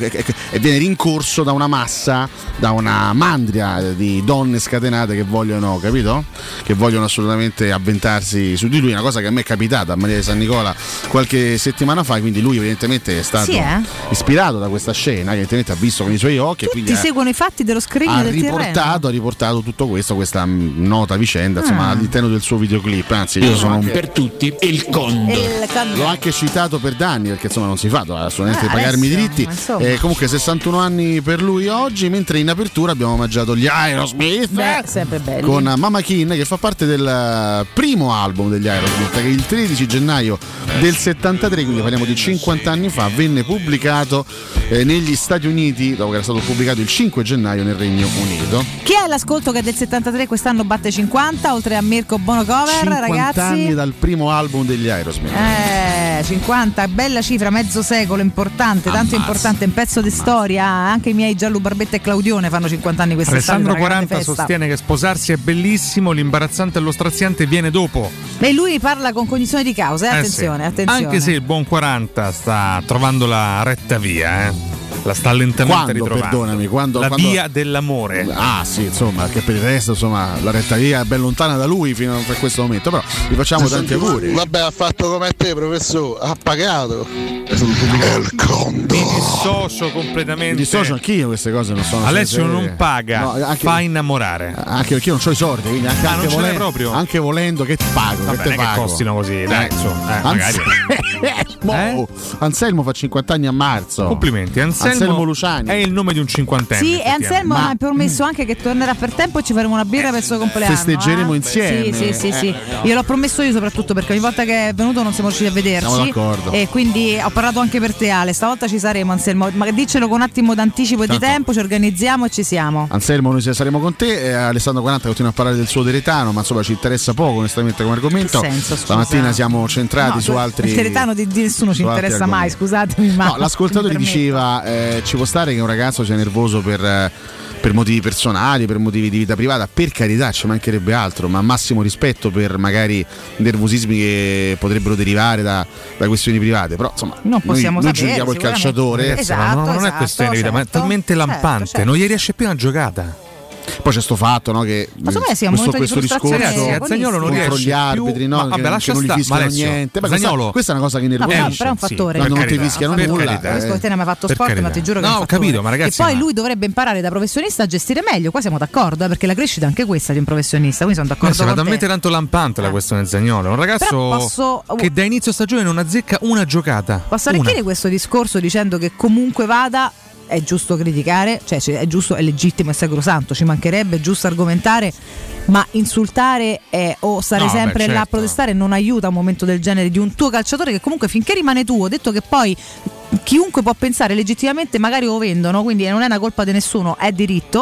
[SPEAKER 2] e viene rincorso da una massa, da una mandria di donne scatenate che vogliono, capito? Che vogliono assolutamente avventarsi su di lui, una cosa che a me è capitata a Maria di San Nicola qualche settimana fa, quindi lui evidentemente è stato
[SPEAKER 18] sì, eh?
[SPEAKER 2] ispirato da questa scena, evidentemente ha visto con i suoi occhi
[SPEAKER 18] tutti
[SPEAKER 2] e quindi
[SPEAKER 18] seguono
[SPEAKER 2] ha,
[SPEAKER 18] i fatti dello scrigno
[SPEAKER 2] ha
[SPEAKER 18] del
[SPEAKER 2] riportato,
[SPEAKER 18] terreno.
[SPEAKER 2] ha riportato tutto questo, questa nota vicenda, insomma,
[SPEAKER 18] ah.
[SPEAKER 2] all'interno del suo videoclip. Anzi, io sono un...
[SPEAKER 29] per tutti il Condor.
[SPEAKER 18] Il Condor.
[SPEAKER 2] L'ho anche citato per danni, perché insomma non si fa assolutamente
[SPEAKER 18] ah,
[SPEAKER 2] pagarmi i
[SPEAKER 18] adesso,
[SPEAKER 2] diritti.
[SPEAKER 18] Eh,
[SPEAKER 2] comunque sessantuno anni per lui oggi, mentre in apertura abbiamo omaggiato gli Aerosmith.
[SPEAKER 18] Beh, sempre belli.
[SPEAKER 2] Con Mama Kin, che fa parte del primo album degli Aerosmith, che il tredici gennaio del settantatré, quindi parliamo di cinquanta anni fa, venne pubblicato eh, negli Stati Uniti, dopo che era stato pubblicato il cinque gennaio nel Regno Unito.
[SPEAKER 18] Chi è l'ascolto che è del settantatré quest'anno batte cinquanta, oltre a Mirko Bonocover,
[SPEAKER 2] cinquanta
[SPEAKER 18] ragazzi?
[SPEAKER 2] anni dal primo album degli Aerosmith.
[SPEAKER 18] Eh, cinquanta, bella cifra, mezzo secolo, importante, tanto
[SPEAKER 2] Ammazza.
[SPEAKER 18] importante, un pezzo di storia. Anche i miei Giallo Barbetta e Claudione fanno cinquanta anni quest'estate.
[SPEAKER 19] Alessandro quaranta sostiene che sposarsi è bellissimo, l'imbarazzante e lo straziante viene dopo.
[SPEAKER 18] E lui parla con cognizione di causa, eh?
[SPEAKER 19] Eh
[SPEAKER 18] attenzione,
[SPEAKER 19] sì.
[SPEAKER 18] attenzione.
[SPEAKER 19] Anche se il buon quaranta sta trovando la retta via, eh. La sta lentamente
[SPEAKER 2] quando,
[SPEAKER 19] ritrovando.
[SPEAKER 2] Perdonami, quando,
[SPEAKER 19] la
[SPEAKER 2] quando...
[SPEAKER 19] via dell'amore.
[SPEAKER 2] Ah sì, insomma, che per il resto insomma la retta via è ben lontana da lui fino a questo momento, però gli facciamo
[SPEAKER 14] sì,
[SPEAKER 2] tanti auguri.
[SPEAKER 14] Vabbè, ha fatto come te, professore, ha pagato.
[SPEAKER 2] Il conto.
[SPEAKER 19] Mi dissocio completamente.
[SPEAKER 2] Mi dissocio anch'io, queste cose non sono.
[SPEAKER 19] Alessio
[SPEAKER 2] serie.
[SPEAKER 19] non paga, no, anche, fa innamorare.
[SPEAKER 2] Anche perché io non ho i soldi, quindi anche,
[SPEAKER 19] ah,
[SPEAKER 2] anche,
[SPEAKER 19] non
[SPEAKER 2] volendo,
[SPEAKER 19] proprio.
[SPEAKER 2] anche volendo che ti pago.
[SPEAKER 19] Vabbè,
[SPEAKER 2] che te
[SPEAKER 19] non è
[SPEAKER 2] pago.
[SPEAKER 19] che costino così, dai,
[SPEAKER 2] eh.
[SPEAKER 19] su, eh, magari.
[SPEAKER 2] eh? Anselmo fa cinquanta anni a marzo.
[SPEAKER 19] Complimenti, Anselmo,
[SPEAKER 2] Anselmo Luciani.
[SPEAKER 19] È il nome di un cinquantenne.
[SPEAKER 18] Sì, e Anselmo
[SPEAKER 2] Ma...
[SPEAKER 18] mi ha promesso anche che tornerà per tempo e ci faremo una birra per il suo compleanno.
[SPEAKER 2] Festeggeremo
[SPEAKER 18] eh?
[SPEAKER 2] insieme.
[SPEAKER 18] Sì, sì, sì,
[SPEAKER 2] eh.
[SPEAKER 18] sì. Io l'ho promesso io soprattutto perché ogni volta che è venuto non siamo riusciti a vederci.
[SPEAKER 2] Siamo d'accordo.
[SPEAKER 18] E quindi ho parlato anche per te, Ale. Stavolta ci saremo, Anselmo. Ma diccelo con un attimo d'anticipo e di tempo, ci organizziamo e ci siamo.
[SPEAKER 2] Anselmo, noi saremo con te. Eh, Alessandro quaranta continua a parlare del suo Deretano, ma insomma ci interessa poco onestamente come argomento.
[SPEAKER 18] Che senso,
[SPEAKER 2] stamattina siamo centrati
[SPEAKER 18] no,
[SPEAKER 2] su altri.
[SPEAKER 18] Il Deretano di, di nessuno ci interessa mai, scusatemi. Ma
[SPEAKER 2] no, l'ascoltatore diceva, eh, ci può stare che un ragazzo sia nervoso per, eh, per motivi personali, per motivi di vita privata, per carità, ci mancherebbe altro, ma massimo rispetto per magari nervosismi che potrebbero derivare da, da questioni private, però insomma
[SPEAKER 18] non possiamo
[SPEAKER 2] noi, noi
[SPEAKER 18] sapere,
[SPEAKER 2] giudichiamo il calciatore.
[SPEAKER 18] Esatto,
[SPEAKER 19] no, non
[SPEAKER 18] esatto,
[SPEAKER 19] è questione di vita, ma è
[SPEAKER 18] certo,
[SPEAKER 19] talmente lampante,
[SPEAKER 18] certo, certo.
[SPEAKER 19] non gli riesce più una giocata.
[SPEAKER 2] Poi c'è sto fatto, no, che
[SPEAKER 18] Ma secondo me sì, è un
[SPEAKER 2] questo,
[SPEAKER 18] momento
[SPEAKER 2] questo
[SPEAKER 18] di frustrazione
[SPEAKER 2] discorso
[SPEAKER 19] a Zaniolo non
[SPEAKER 2] contro
[SPEAKER 19] riesce
[SPEAKER 2] gli arbitri,
[SPEAKER 19] più,
[SPEAKER 2] no,
[SPEAKER 19] ma,
[SPEAKER 2] che,
[SPEAKER 19] vabbè,
[SPEAKER 2] che
[SPEAKER 19] lascia
[SPEAKER 2] non gli
[SPEAKER 19] sta,
[SPEAKER 2] fischiano
[SPEAKER 19] Alessio,
[SPEAKER 2] niente. Beh,
[SPEAKER 19] Zaniolo,
[SPEAKER 2] questa, questa è una cosa che
[SPEAKER 18] No,
[SPEAKER 2] nervosisce.
[SPEAKER 18] però, però è un fattore.
[SPEAKER 2] Quando non ti
[SPEAKER 19] carità,
[SPEAKER 2] fischiano
[SPEAKER 19] per
[SPEAKER 2] nulla,
[SPEAKER 19] carità.
[SPEAKER 2] eh.
[SPEAKER 18] Capisco che te ne hai mai fatto
[SPEAKER 19] Per
[SPEAKER 18] sport,
[SPEAKER 19] carità.
[SPEAKER 18] ma ti giuro che
[SPEAKER 19] No,
[SPEAKER 18] è un
[SPEAKER 19] ho
[SPEAKER 18] fattore.
[SPEAKER 19] capito, ma ragazzi,
[SPEAKER 18] E poi
[SPEAKER 19] ma-
[SPEAKER 18] lui dovrebbe imparare da professionista a gestire meglio. Qua siamo d'accordo, eh, perché la crescita è anche questa di un professionista. Quindi sono
[SPEAKER 19] Ma
[SPEAKER 18] d'accordo
[SPEAKER 19] sembra
[SPEAKER 18] con
[SPEAKER 19] talmente
[SPEAKER 18] te.
[SPEAKER 19] tanto lampante la questione del Zaniolo. È un ragazzo
[SPEAKER 18] Però posso-
[SPEAKER 19] che da inizio stagione non azzecca una giocata.
[SPEAKER 18] Posso
[SPEAKER 19] Una.
[SPEAKER 18] arricchire questo discorso dicendo che comunque vada è giusto criticare, cioè è giusto, è legittimo e sacrosanto, ci mancherebbe, è giusto argomentare, ma insultare è, o stare
[SPEAKER 19] No,
[SPEAKER 18] sempre
[SPEAKER 19] beh,
[SPEAKER 18] là a
[SPEAKER 19] certo.
[SPEAKER 18] protestare non aiuta un momento del genere di un tuo calciatore che comunque finché rimane tuo, detto che poi chiunque può pensare legittimamente magari lo vendono, quindi non è una colpa di nessuno, è diritto,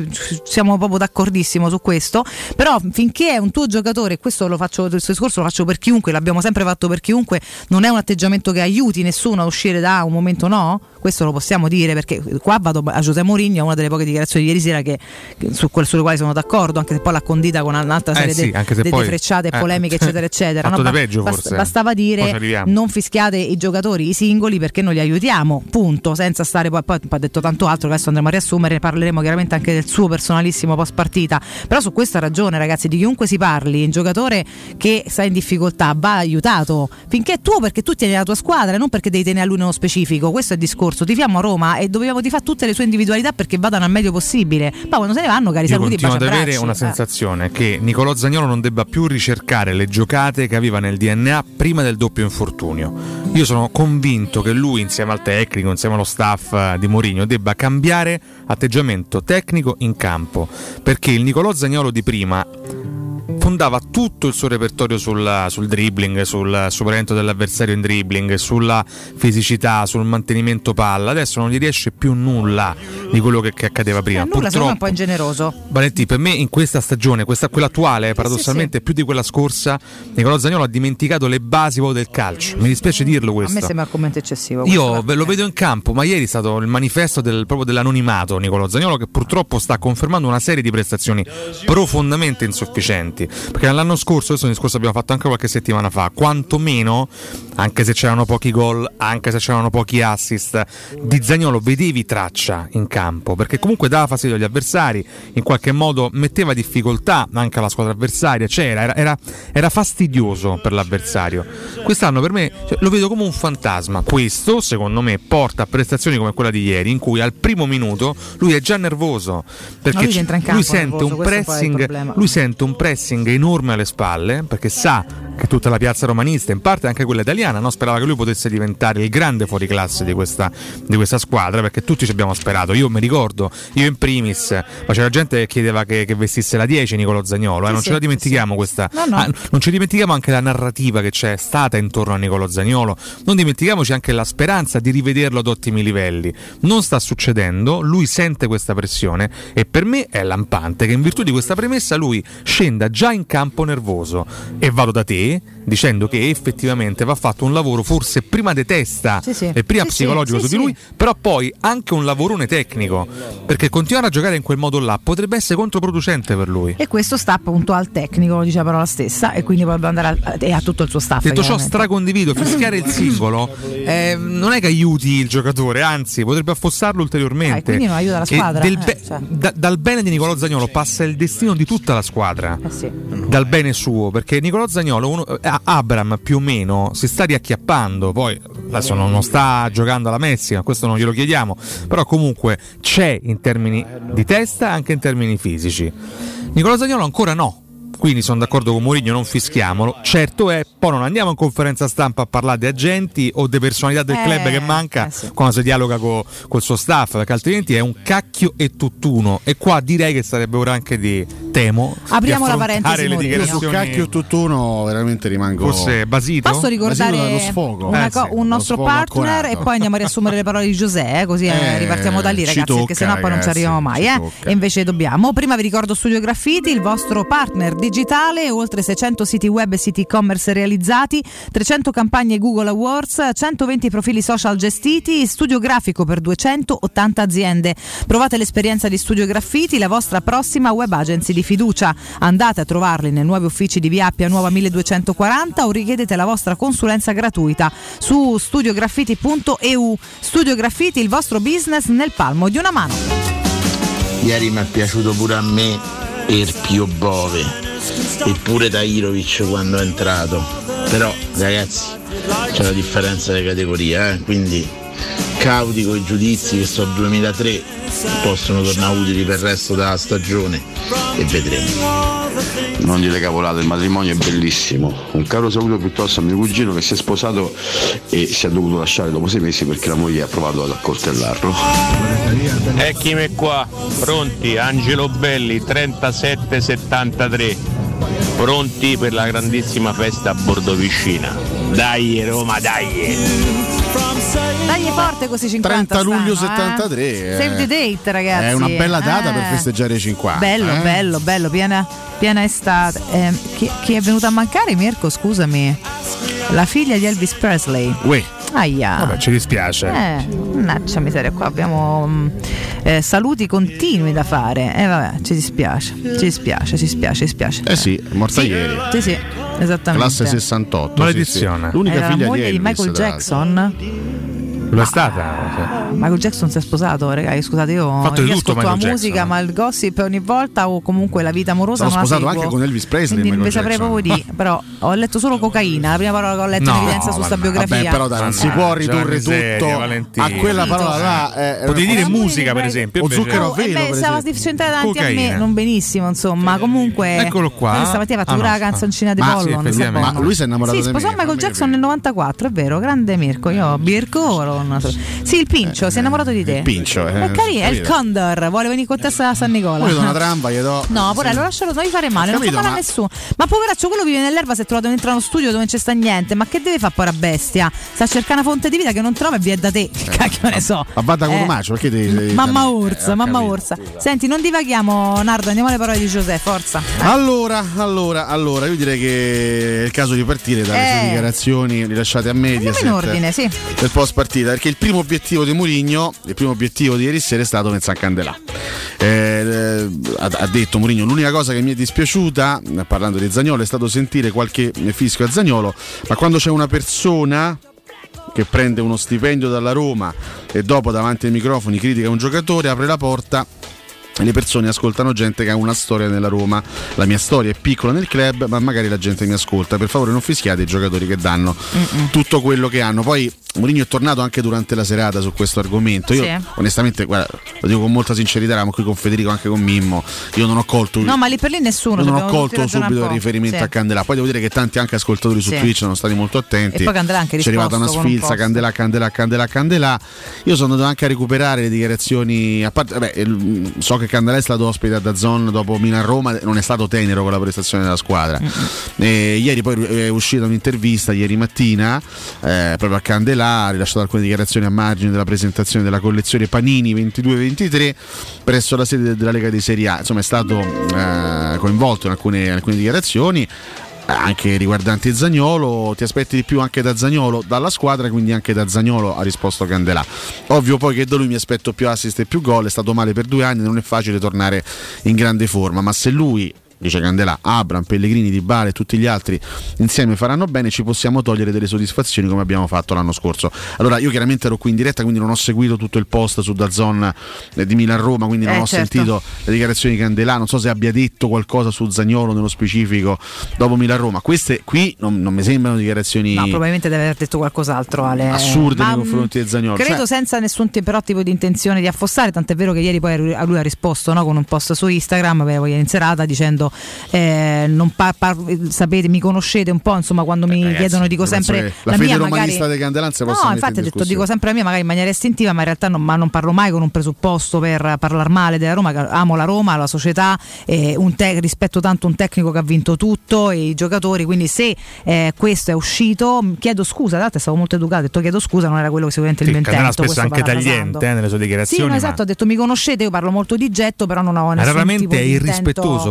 [SPEAKER 18] siamo proprio d'accordissimo su questo, però finché è un tuo giocatore, questo lo faccio, questo discorso lo faccio per chiunque, l'abbiamo sempre fatto per chiunque, non è un atteggiamento che aiuti nessuno a uscire da un momento, no? Questo lo possiamo dire, perché qua vado a José Mourinho, una delle poche dichiarazioni di ieri sera che, su quelle sulle quali sono d'accordo, anche se poi l'ha condita con un'altra serie
[SPEAKER 19] Eh sì,
[SPEAKER 18] di
[SPEAKER 19] anche se poi-
[SPEAKER 18] frecciate e
[SPEAKER 19] eh.
[SPEAKER 18] polemiche eccetera eccetera,
[SPEAKER 19] Fatto
[SPEAKER 18] no?
[SPEAKER 19] di peggio,
[SPEAKER 18] Bast-
[SPEAKER 19] forse.
[SPEAKER 18] bastava
[SPEAKER 19] Poi ci
[SPEAKER 18] dire
[SPEAKER 19] arriviamo.
[SPEAKER 18] non fischiate i giocatori, i singoli, perché non li aiutiamo, punto, senza stare poi, poi, poi ha detto tanto altro che adesso andremo a riassumere, parleremo chiaramente anche del suo personalissimo post partita, però su questa ragione ragazzi, di chiunque si parli, un giocatore che sta in difficoltà va aiutato finché è tuo, perché tu tieni la tua squadra, non perché devi tenere a lui nello specifico, questo è il discorso, tifiamo a Roma e dobbiamo di fare tutte le sue individualità perché vadano al meglio possibile, poi quando se ne vanno cari
[SPEAKER 19] Io
[SPEAKER 18] saluti,
[SPEAKER 19] continuo ad avere
[SPEAKER 18] baciabracci.
[SPEAKER 19] una
[SPEAKER 18] Eh.
[SPEAKER 19] sensazione che Nicolò Zaniolo non debba più ricercare le giocate che aveva nel D N A prima del doppio infortunio. Io sono convinto che lui, insieme al tecnico, insieme allo staff eh, di Mourinho, debba cambiare atteggiamento tecnico in campo, perché il Nicolò Zaniolo di prima fondava tutto il suo repertorio sul, sul dribbling, sul superamento dell'avversario in dribbling, sulla fisicità, sul mantenimento palla. Adesso non gli riesce più nulla di quello che, che accadeva prima.
[SPEAKER 18] Eh, nulla, secondo me è un
[SPEAKER 19] Purtroppo,
[SPEAKER 18] po' ingeneroso.
[SPEAKER 19] Valentin, per me in questa stagione, questa, quella attuale, paradossalmente
[SPEAKER 18] sì.
[SPEAKER 19] più di quella scorsa, Nicolò Zaniolo ha dimenticato le basi proprio del calcio. Mi dispiace dirlo
[SPEAKER 18] A
[SPEAKER 19] questo.
[SPEAKER 18] me sembra un commento eccessivo.
[SPEAKER 19] Io
[SPEAKER 18] questo,
[SPEAKER 19] ve lo vedo in campo, ma ieri è stato il manifesto del, proprio dell'anonimato Nicolò Zaniolo, che purtroppo sta confermando una serie di prestazioni profondamente insufficienti, perché l'anno scorso, questo è un discorso che abbiamo fatto anche qualche settimana fa, quantomeno, anche se c'erano pochi gol, anche se c'erano pochi assist, di Zaniolo vedevi traccia in campo, perché comunque dava fastidio agli avversari, in qualche modo metteva difficoltà anche alla squadra avversaria, c'era, era, era, era fastidioso per l'avversario. Quest'anno per me, cioè, lo vedo come un fantasma. Questo secondo me porta a prestazioni come quella di ieri, in cui al primo minuto lui è già nervoso, perché
[SPEAKER 18] lui entra in campo
[SPEAKER 19] lui sente
[SPEAKER 18] nervoso,
[SPEAKER 19] un
[SPEAKER 18] questo poi è il
[SPEAKER 19] pressing,
[SPEAKER 18] problema.
[SPEAKER 19] lui sente un pressing enorme alle spalle, perché sa che tutta la piazza romanista, in parte anche quella italiana, no? Sperava che lui potesse diventare il grande fuoriclasse di questa, di questa squadra, perché tutti ci abbiamo sperato. Io mi ricordo, io in primis, ma c'era gente che chiedeva che, che vestisse la dieci Nicolò Zaniolo, eh?
[SPEAKER 18] Sì,
[SPEAKER 19] non
[SPEAKER 18] sì,
[SPEAKER 19] ce la dimentichiamo
[SPEAKER 18] sì.
[SPEAKER 19] questa,
[SPEAKER 18] No, no.
[SPEAKER 19] ah, non ci dimentichiamo anche la narrativa che c'è stata intorno a Nicolò Zaniolo, non dimentichiamoci anche la speranza di rivederlo ad ottimi livelli. Non sta succedendo, lui sente questa pressione e per me è lampante che in virtù di questa premessa lui scenda già in campo nervoso, e vado da te dicendo che effettivamente va fatto un lavoro forse prima di testa
[SPEAKER 18] Sì, sì.
[SPEAKER 19] e prima
[SPEAKER 18] Sì,
[SPEAKER 19] psicologico
[SPEAKER 18] sì,
[SPEAKER 19] su
[SPEAKER 18] sì,
[SPEAKER 19] di lui,
[SPEAKER 18] sì.
[SPEAKER 19] però poi anche un lavorone tecnico, perché continuare a giocare in quel modo là potrebbe essere controproducente per lui.
[SPEAKER 18] E questo sta appunto al tecnico, lo dice la parola stessa, e quindi poi andare al, e a tutto il suo staff.
[SPEAKER 19] Detto ciò,
[SPEAKER 18] chiaramente.
[SPEAKER 19] stracondivido, fischiare il singolo eh, non è che aiuti il giocatore, anzi potrebbe affossarlo ulteriormente.
[SPEAKER 18] Ah, e quindi non aiuta la
[SPEAKER 19] E
[SPEAKER 18] squadra,
[SPEAKER 19] del
[SPEAKER 18] eh,
[SPEAKER 19] be-
[SPEAKER 18] cioè.
[SPEAKER 19] da- dal bene di Nicolò Zaniolo passa il destino di tutta la squadra,
[SPEAKER 18] Eh sì.
[SPEAKER 19] dal bene suo, perché Nicolò Zaniolo, uno, eh, Abram più o meno si sta riacchiappando, poi adesso non, non sta giocando alla Messi, ma questo non glielo chiediamo, però comunque c'è in termini di testa, anche in termini fisici. Nicolò Zaniolo ancora no. Quindi sono d'accordo con Mourinho, non fischiamolo. Certo è, poi non andiamo in conferenza stampa a parlare di agenti o di personalità del
[SPEAKER 18] Eh,
[SPEAKER 19] club che manca
[SPEAKER 18] eh sì.
[SPEAKER 19] quando si dialoga co, col suo staff, perché altrimenti è un cacchio e tutt'uno. E qua direi che sarebbe ora anche di, temo,
[SPEAKER 18] Apriamo
[SPEAKER 19] di
[SPEAKER 18] la
[SPEAKER 19] affrontare
[SPEAKER 18] parentesi,
[SPEAKER 19] le
[SPEAKER 18] Mourinho.
[SPEAKER 2] Io
[SPEAKER 19] dichiarazioni.
[SPEAKER 2] su cacchio e tutt'uno veramente rimango.
[SPEAKER 19] Forse Basito?
[SPEAKER 18] Posso ricordare
[SPEAKER 2] Basito dallo sfogo.
[SPEAKER 18] una
[SPEAKER 2] Eh,
[SPEAKER 18] co-
[SPEAKER 2] sì,
[SPEAKER 18] un nostro
[SPEAKER 2] dallo sfogo
[SPEAKER 18] partner
[SPEAKER 2] accorato.
[SPEAKER 18] e poi andiamo a riassumere le parole di Giuseppe, eh, così eh,
[SPEAKER 2] Eh,
[SPEAKER 18] ripartiamo da lì,
[SPEAKER 2] ci
[SPEAKER 18] ragazzi,
[SPEAKER 2] tocca,
[SPEAKER 18] perché sennò poi non ci
[SPEAKER 2] ragazzi,
[SPEAKER 18] arriviamo mai.
[SPEAKER 2] ci
[SPEAKER 18] Eh.
[SPEAKER 2] tocca.
[SPEAKER 18] E invece dobbiamo. Prima vi ricordo Studio Graffiti, il vostro partner di digitale, oltre seicento siti web e siti e-commerce realizzati, trecento campagne Google Awards, centoventi profili social gestiti, studio grafico per duecentottanta aziende. Provate l'esperienza di Studio Graffiti, la vostra prossima web agency di fiducia. Andate a trovarli nei nuovi uffici di Via Appia Nuova milleduecentoquaranta o richiedete la vostra consulenza gratuita su studio graffiti punto e u. Studio Graffiti, il vostro business nel palmo di una mano.
[SPEAKER 9] Ieri mi è piaciuto pure a me Erpio Bove e pure Tahirovic quando è entrato, però ragazzi c'è la differenza di categoria, eh? Quindi cauti con i giudizi che sono duemilatré, possono tornare utili per il resto della stagione e vedremo.
[SPEAKER 3] Non dire cavolate, il matrimonio è bellissimo. Un caro saluto piuttosto a mio cugino che si è sposato e si è dovuto lasciare dopo sei mesi perché la moglie ha provato ad accoltellarlo.
[SPEAKER 12] Eccomi qua, pronti, Angelo Belli trentasette settantatré, pronti per la grandissima festa a bordo piscina. Dai Roma, dai!
[SPEAKER 18] Dagli forte così cinquanta
[SPEAKER 2] trenta luglio
[SPEAKER 18] stanno,
[SPEAKER 2] settantatré.
[SPEAKER 18] eh? Save the date, ragazzi.
[SPEAKER 2] È una bella data
[SPEAKER 18] eh.
[SPEAKER 2] per festeggiare i cinquanta.
[SPEAKER 18] Bello,
[SPEAKER 2] eh?
[SPEAKER 18] bello, bello, piena, piena estate. Eh, chi, chi è venuta a mancare, Mirko? Scusami. La figlia di Elvis Presley.
[SPEAKER 2] Uè.
[SPEAKER 18] Aia.
[SPEAKER 19] Vabbè, ci dispiace.
[SPEAKER 18] Eh, mannaggia miseria, qua abbiamo mh, eh, saluti continui da fare. Eh vabbè, ci dispiace, ci dispiace, ci dispiace, ci dispiace.
[SPEAKER 2] Eh sì, è morta
[SPEAKER 18] sì.
[SPEAKER 2] ieri.
[SPEAKER 18] Sì, sì, esattamente.
[SPEAKER 2] Classe sessantotto.
[SPEAKER 19] Maledizione.
[SPEAKER 2] Sì, sì. L'unica
[SPEAKER 18] Era
[SPEAKER 2] figlia
[SPEAKER 18] la moglie
[SPEAKER 2] di,
[SPEAKER 18] di
[SPEAKER 2] Elvis,
[SPEAKER 18] Michael Jackson.
[SPEAKER 19] Lo è stata?
[SPEAKER 18] Michael Jackson si è sposato, ragazzi, scusate, io,
[SPEAKER 19] Fatto di
[SPEAKER 18] io
[SPEAKER 19] tutto
[SPEAKER 18] ascolto la
[SPEAKER 19] Michael
[SPEAKER 18] musica,
[SPEAKER 19] Jackson.
[SPEAKER 18] ma il gossip ogni volta o comunque la vita amorosa
[SPEAKER 2] Sono
[SPEAKER 18] non la
[SPEAKER 2] sposato
[SPEAKER 18] seguo.
[SPEAKER 2] anche con Elvis Presley.
[SPEAKER 18] Quindi
[SPEAKER 2] Michael
[SPEAKER 18] mi saprei
[SPEAKER 2] Jackson.
[SPEAKER 18] proprio dire, però ho letto solo cocaina, la prima parola che ho letto
[SPEAKER 19] No,
[SPEAKER 18] in evidenza su sta
[SPEAKER 19] vabbè,
[SPEAKER 18] biografia.
[SPEAKER 2] Vabbè, però dai, non si può ridurre
[SPEAKER 19] miseria,
[SPEAKER 2] tutto
[SPEAKER 19] Valentina.
[SPEAKER 2] a quella parola là. Eh,
[SPEAKER 19] Potevi dire
[SPEAKER 2] eh,
[SPEAKER 19] musica, per esempio.
[SPEAKER 2] o
[SPEAKER 19] invece-
[SPEAKER 2] zucchero a
[SPEAKER 18] Oh, eh
[SPEAKER 2] velo,
[SPEAKER 18] beh,
[SPEAKER 2] per
[SPEAKER 18] stava
[SPEAKER 2] esempio.
[SPEAKER 18] centrata davanti a me,
[SPEAKER 19] Cocaina.
[SPEAKER 18] non benissimo, insomma. Comunque,
[SPEAKER 19] Eccolo qua.
[SPEAKER 18] noi stamattina ha fatto
[SPEAKER 19] Ah,
[SPEAKER 18] pure
[SPEAKER 19] no.
[SPEAKER 18] la canzoncina di
[SPEAKER 2] Ma sì,
[SPEAKER 18] Pollo. non so
[SPEAKER 19] effettivamente.
[SPEAKER 18] buono.
[SPEAKER 2] Ma lui si è innamorato
[SPEAKER 18] Sì,
[SPEAKER 2] di
[SPEAKER 18] sposò
[SPEAKER 2] me,
[SPEAKER 18] Michael
[SPEAKER 2] fammi
[SPEAKER 18] Jackson nel novantaquattro, è vero, grande Mirko. Io Mirko non so. Sì, il Pincio, si è innamorato di te.
[SPEAKER 2] Il Pincio, eh.
[SPEAKER 18] È carino, è il
[SPEAKER 2] Capito?
[SPEAKER 18] Condor, vuole venire con te a San Nicola.
[SPEAKER 2] Poi do una tramba, gli do.
[SPEAKER 18] No, pure lo lascialo, non gli fare male, non fa
[SPEAKER 2] Capito,
[SPEAKER 18] male a
[SPEAKER 2] ma-
[SPEAKER 18] nessuno. Ma poveraccio, quello vive nell'erba, si è trovato dentro uno studio dove non c'è sta niente. Ma che deve fare poi la bestia? Sta a cercare una fonte di vita che non trova e vi è da te. Che cacchio ne so.
[SPEAKER 2] Ma vada con
[SPEAKER 18] Eh.
[SPEAKER 2] un macio, perché devi. devi-
[SPEAKER 18] Mamma
[SPEAKER 2] eh,
[SPEAKER 18] Orsa,
[SPEAKER 2] ho
[SPEAKER 18] mamma
[SPEAKER 2] capito.
[SPEAKER 18] Orsa. Senti, non divaghiamo, Nardo, andiamo alle parole di Giuseppe, forza.
[SPEAKER 2] Allora, allora, allora, io direi che è il caso di partire dalle
[SPEAKER 18] Eh.
[SPEAKER 2] sue dichiarazioni rilasciate a Mediaset
[SPEAKER 18] Andiamo in ordine, sì.
[SPEAKER 2] del post partita, perché il primo obiettivo di Mourinho, il primo obiettivo di ieri sera è stato Vincent Candelà. Eh, eh, ha, ha detto Mourinho, l'unica cosa che mi è dispiaciuta, eh, parlando di Zaniolo, è stato sentire qualche fischio a Zaniolo, ma quando c'è una persona che prende uno stipendio dalla Roma e dopo davanti ai microfoni critica un giocatore, apre la porta e le persone ascoltano gente che ha una storia nella Roma. La mia storia è piccola nel club, ma magari la gente mi ascolta. Per favore non fischiate i giocatori che danno Mm-mm. tutto quello che hanno. Poi Mourinho è tornato anche durante la serata su questo argomento. Io
[SPEAKER 18] Sì.
[SPEAKER 2] onestamente, guarda, lo dico con molta sincerità, eravamo qui con Federico, anche con Mimmo. Io non ho colto
[SPEAKER 18] No, ma lì per lì nessuno.
[SPEAKER 2] io non ho
[SPEAKER 18] dobbiamo tutti
[SPEAKER 2] colto
[SPEAKER 18] ragionare
[SPEAKER 2] subito
[SPEAKER 18] un
[SPEAKER 2] il
[SPEAKER 18] po'.
[SPEAKER 2] riferimento
[SPEAKER 18] Sì.
[SPEAKER 2] a Candelà. Poi devo dire che tanti anche ascoltatori su
[SPEAKER 18] Sì.
[SPEAKER 2] Twitch sono stati molto attenti.
[SPEAKER 18] E poi Candelà ha anche
[SPEAKER 2] C'è arrivata una
[SPEAKER 18] risposto con un
[SPEAKER 2] sfilza,
[SPEAKER 18] post.
[SPEAKER 2] Candelà, Candelà, Candelà, Candelà. Io sono andato anche a recuperare le dichiarazioni. A parte, vabbè, il- so che Candelà è stato ospite a DAZN dopo Milan-Roma, non è stato tenero con la prestazione della squadra. E ieri poi è uscita un'intervista, ieri mattina, eh, proprio a Candelà, ha rilasciato alcune dichiarazioni a margine della presentazione della collezione Panini ventidue ventitré presso la sede della Lega di Serie A. Insomma, è stato eh, coinvolto in alcune, in alcune dichiarazioni anche riguardanti Zaniolo. Ti aspetti di più anche da Zaniolo, dalla squadra, quindi anche da Zaniolo, ha risposto Candelà. Ovvio poi che da lui mi aspetto più assist e più gol, è stato male per due anni, non è facile tornare in grande forma, ma se lui, dice Candelà, Abraham, Pellegrini, Dybala e tutti gli altri insieme faranno bene, ci possiamo togliere delle soddisfazioni come abbiamo fatto l'anno scorso. Allora io chiaramente ero qui in diretta, quindi non ho seguito tutto il post su DAZN eh, di Milan-Roma, quindi non
[SPEAKER 18] Eh,
[SPEAKER 2] ho
[SPEAKER 18] certo.
[SPEAKER 2] sentito le dichiarazioni di Candelà, non so se abbia detto qualcosa su Zaniolo nello specifico dopo Milan-Roma. Queste qui non, non mi sembrano dichiarazioni
[SPEAKER 18] No, probabilmente deve aver detto qualcos'altro, Ale.
[SPEAKER 2] assurde
[SPEAKER 18] Ma,
[SPEAKER 2] nei confronti di Zaniolo.
[SPEAKER 18] Credo
[SPEAKER 2] Cioè,
[SPEAKER 18] senza nessun te- però tipo di intenzione di affossare, tant'è vero che ieri poi a lui ha risposto, no, con un post su Instagram beh, in serata dicendo eh, non par- par- sapete, mi conoscete un po', insomma, quando mi
[SPEAKER 2] ragazzi,
[SPEAKER 18] chiedono dico
[SPEAKER 2] io penso
[SPEAKER 18] sempre
[SPEAKER 2] che la
[SPEAKER 18] la
[SPEAKER 2] fede
[SPEAKER 18] mia
[SPEAKER 2] romanista
[SPEAKER 18] magari
[SPEAKER 2] dei Candelà non si possa
[SPEAKER 18] no,
[SPEAKER 2] mettere
[SPEAKER 18] infatti
[SPEAKER 2] in
[SPEAKER 18] ho detto
[SPEAKER 2] discussione.
[SPEAKER 18] dico sempre la mia magari in maniera istintiva, ma in realtà non, ma non parlo mai con un presupposto per parlare male della Roma, che amo la Roma, la società, eh, un te- rispetto tanto un tecnico che ha vinto tutto e i giocatori, quindi se eh, questo è uscito chiedo scusa, tra l'altro stavo molto educato, ho detto chiedo scusa, non era quello che sicuramente il
[SPEAKER 19] Sì,
[SPEAKER 18] mio
[SPEAKER 19] Candelà
[SPEAKER 18] intento,
[SPEAKER 19] spesso
[SPEAKER 18] questo
[SPEAKER 19] anche
[SPEAKER 18] parafrasando.
[SPEAKER 19] tagliente eh, nelle sue dichiarazioni.
[SPEAKER 18] Sì, no, esatto,
[SPEAKER 19] ma
[SPEAKER 18] ho detto mi conoscete, io parlo molto di getto, però non ho nessun
[SPEAKER 19] raramente
[SPEAKER 18] tipo
[SPEAKER 19] è
[SPEAKER 18] di
[SPEAKER 19] irrispettoso,
[SPEAKER 18] intento.
[SPEAKER 19] questo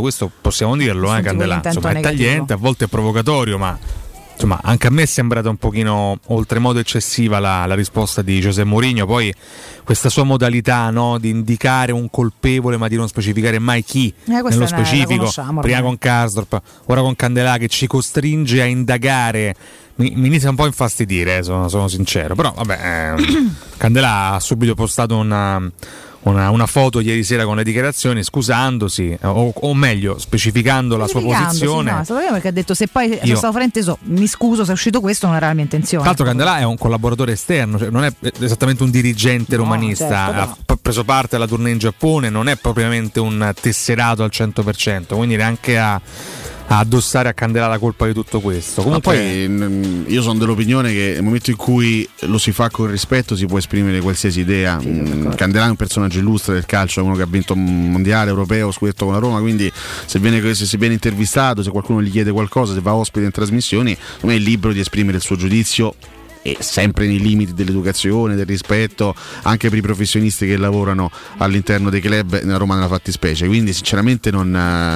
[SPEAKER 19] possiamo dirlo, eh, Candelà, insomma, è tagliente, a volte è provocatorio, ma insomma anche a me è sembrata un pochino oltremodo eccessiva la, la risposta di José Mourinho. Poi questa sua modalità, no, di indicare un colpevole ma di non specificare mai chi
[SPEAKER 18] eh,
[SPEAKER 19] nello specifico, prima con Karsdorp, ora con Candelà, che ci costringe a indagare, mi, mi inizia un po' a infastidire, eh, sono, sono sincero, però vabbè, eh, Candelà ha subito postato una Una, una foto ieri sera con le dichiarazioni scusandosi o, o meglio specificando la sua posizione.
[SPEAKER 18] No, stato perché ha detto se poi
[SPEAKER 19] Io...
[SPEAKER 18] sono stato frainteso mi scuso se è uscito questo, non era la mia intenzione.
[SPEAKER 19] Tra l'altro Candelà è un collaboratore esterno, cioè non è esattamente un dirigente no, romanista, certo, ha no. preso parte alla tournée in Giappone, non è propriamente un tesserato al cento per cento, quindi neanche a a addossare a Candelà la colpa di tutto questo. Comunque,
[SPEAKER 2] ma poi io sono dell'opinione che nel momento in cui lo si fa con rispetto si può esprimere qualsiasi idea. Sì, Candelà è un personaggio illustre del calcio, è uno che ha vinto un mondiale, europeo, scudetto con la Roma, quindi se viene, se viene intervistato, se qualcuno gli chiede qualcosa, se va ospite in trasmissioni, non è libero di esprimere il suo giudizio, e sempre nei limiti dell'educazione, del rispetto anche per i professionisti che lavorano all'interno dei club, nella Roma nella fattispecie. Quindi sinceramente non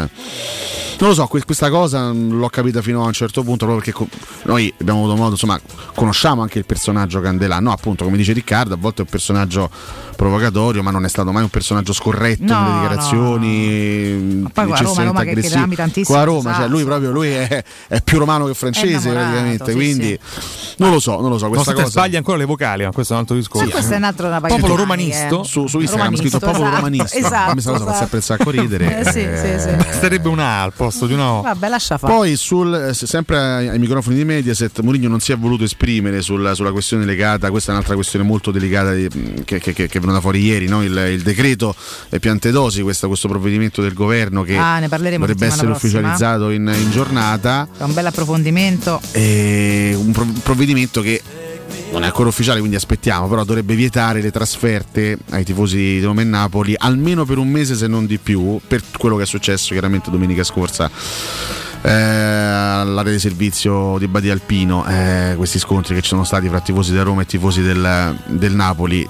[SPEAKER 2] non lo so, questa cosa l'ho capita fino a un certo punto, proprio perché noi abbiamo avuto modo, insomma, conosciamo anche il personaggio Candelà, no? Appunto, come dice Riccardo, a volte è un personaggio provocatorio, ma non è stato mai un personaggio scorretto no, nelle dichiarazioni,
[SPEAKER 18] no. Poi con la Roma, Roma che, che ami tantissimo,
[SPEAKER 2] con la Roma, cioè lui proprio lui è, è più romano che francese praticamente, sì, quindi sì. non lo so, non lo so, questa cosa
[SPEAKER 19] sbaglia ancora le vocali, ma questo è un altro discorso.
[SPEAKER 18] Sì, questo è un altro da
[SPEAKER 19] popolo romanista
[SPEAKER 18] eh.
[SPEAKER 2] su, su Instagram ha scritto
[SPEAKER 18] esatto,
[SPEAKER 2] popolo romanista,
[SPEAKER 18] esatto,
[SPEAKER 2] a me questa cosa fa sempre un sacco ridere.
[SPEAKER 18] Eh, sì,
[SPEAKER 2] eh,
[SPEAKER 18] sì, sì.
[SPEAKER 19] Sarebbe una A al posto di una O.
[SPEAKER 18] Vabbè, lascia fare.
[SPEAKER 2] Poi sul, sempre ai microfoni di Mediaset, Mourinho non si è voluto esprimere sulla, sulla questione legata, questa è un'altra questione molto delicata di, che, che, che è venuta fuori ieri, no? il, il decreto Piantedosi, questo, questo provvedimento del governo che
[SPEAKER 18] ah, ne parleremo
[SPEAKER 2] dovrebbe essere
[SPEAKER 18] prossima.
[SPEAKER 2] ufficializzato in, in giornata.
[SPEAKER 18] È un bel approfondimento.
[SPEAKER 2] E un pro- provvedimento che non è ancora ufficiale, quindi aspettiamo, però dovrebbe vietare le trasferte ai tifosi di Roma e Napoli almeno per un mese, se non di più, per quello che è successo chiaramente domenica scorsa eh, all'area di servizio di Badia Alpino, eh, questi scontri che ci sono stati fra tifosi della Roma e tifosi del, del Napoli.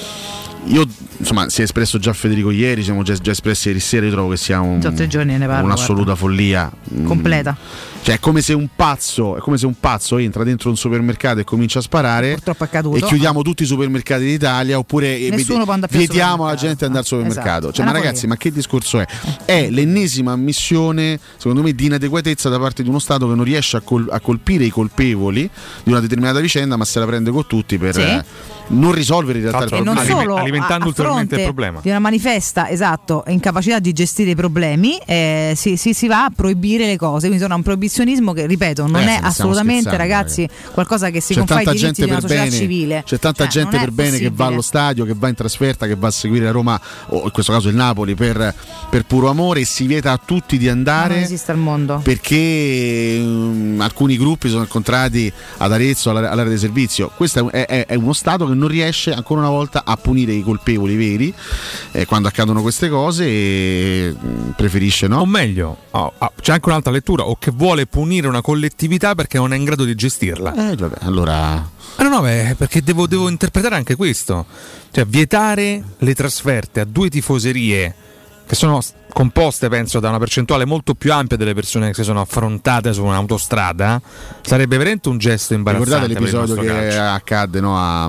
[SPEAKER 2] Io, insomma, si è espresso già Federico ieri, siamo già, già espressi ieri sera, io trovo che sia un,
[SPEAKER 18] giorni ne parlo,
[SPEAKER 2] un'assoluta
[SPEAKER 18] guarda.
[SPEAKER 2] follia
[SPEAKER 18] completa.
[SPEAKER 2] Cioè è come se un pazzo, è come se un pazzo entra dentro un supermercato e comincia a sparare.
[SPEAKER 18] Purtroppo è accaduto.
[SPEAKER 2] E chiudiamo tutti i supermercati d'Italia, oppure
[SPEAKER 18] Nessuno può andare più
[SPEAKER 2] vietiamo alla gente di andare al supermercato.
[SPEAKER 18] Esatto.
[SPEAKER 2] Cioè, ma ragazzi, ma che discorso è? È l'ennesima ammissione, secondo me, di inadeguatezza da parte di uno Stato che non riesce a, col- a colpire i colpevoli di una determinata vicenda, ma se la prende con tutti per sì. eh, non risolvere in realtà il
[SPEAKER 18] problema. E non solo,
[SPEAKER 19] alimentando
[SPEAKER 18] a, a
[SPEAKER 19] ulteriormente il problema.
[SPEAKER 18] Di una manifesta, esatto, incapacità di gestire i problemi, eh, si, si, si va a proibire le cose, quindi sono un proibizionismo che, ripeto, non
[SPEAKER 2] eh,
[SPEAKER 18] è assolutamente, ragazzi, qualcosa che si confà ai diritti di una società
[SPEAKER 2] bene,
[SPEAKER 18] civile.
[SPEAKER 2] C'è tanta
[SPEAKER 18] cioè,
[SPEAKER 2] gente per bene
[SPEAKER 18] possibile.
[SPEAKER 2] che va allo stadio, che va in trasferta, che va a seguire la Roma o in questo caso il Napoli per, per puro amore, e si vieta a tutti di andare.
[SPEAKER 18] Ma non esiste al mondo.
[SPEAKER 2] Perché um, alcuni gruppi sono incontrati ad Arezzo, all'area di servizio. Questo è, è, è uno Stato che non riesce ancora una volta a punire i colpevoli veri eh, quando accadono queste cose, e mh, preferisce no?
[SPEAKER 19] O meglio, oh, oh, c'è anche un'altra lettura, o che vuole punire una collettività perché non è in grado di gestirla.
[SPEAKER 2] Eh, vabbè, allora.
[SPEAKER 19] Ah, no, no, beh, perché devo, devo interpretare anche questo. Cioè, vietare le trasferte a due tifoserie che sono composte, penso, da una percentuale molto più ampia delle persone che si sono affrontate su un'autostrada, sarebbe veramente un gesto imbarazzante.
[SPEAKER 2] Ricordate l'episodio che
[SPEAKER 19] calcio.
[SPEAKER 2] accadde no, a,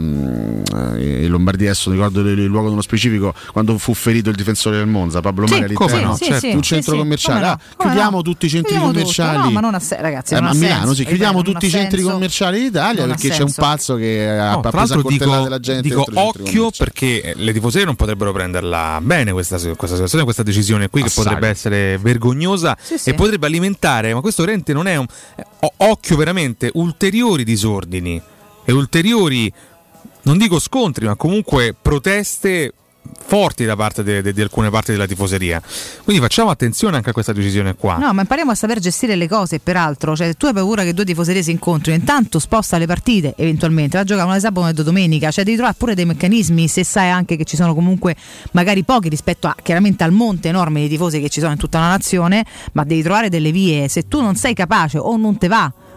[SPEAKER 2] in Lombardia, adesso ricordo il, il luogo nello specifico, quando fu ferito il difensore del Monza, Pablo
[SPEAKER 18] sì,
[SPEAKER 2] Mari,
[SPEAKER 18] come
[SPEAKER 2] no?
[SPEAKER 18] Sì,
[SPEAKER 2] certo,
[SPEAKER 18] sì,
[SPEAKER 2] un centro
[SPEAKER 18] sì,
[SPEAKER 2] commerciale.
[SPEAKER 18] no,
[SPEAKER 2] Ah, chiudiamo
[SPEAKER 18] no.
[SPEAKER 2] tutti i centri
[SPEAKER 18] chiudiamo
[SPEAKER 2] commerciali.
[SPEAKER 18] Tutto. No, ma non ha se- ragazzi,
[SPEAKER 2] eh,
[SPEAKER 18] non
[SPEAKER 2] a
[SPEAKER 18] ha
[SPEAKER 2] Milano,
[SPEAKER 18] senso,
[SPEAKER 2] sì, chiudiamo
[SPEAKER 18] ripeto,
[SPEAKER 2] tutti i centri
[SPEAKER 18] senso.
[SPEAKER 2] commerciali d'Italia
[SPEAKER 18] non
[SPEAKER 2] perché c'è un pazzo che ha
[SPEAKER 19] no,
[SPEAKER 2] preso a coltellare la gente.
[SPEAKER 19] Dico occhio, perché le tifoserie non potrebbero prenderla bene questa, questa situazione, questa decisione qui,
[SPEAKER 2] Assai.
[SPEAKER 19] che potrebbe essere vergognosa
[SPEAKER 18] sì, sì.
[SPEAKER 19] e potrebbe alimentare, ma questo veramente non è un eh, occhio, veramente ulteriori disordini e ulteriori, non dico scontri, ma comunque proteste forti da parte di de, de alcune parti della tifoseria. Quindi facciamo attenzione anche a questa decisione qua.
[SPEAKER 18] No, ma impariamo a saper gestire le cose. Peraltro, cioè, se tu hai paura che due tifoserie si incontrino, intanto sposta le partite eventualmente, la giocano una sabato e domenica, cioè devi trovare pure dei meccanismi, se sai anche che ci sono comunque magari pochi rispetto a chiaramente al monte enorme di tifosi che ci sono in tutta la nazione, ma devi trovare delle vie. Se tu non sei capace o non te va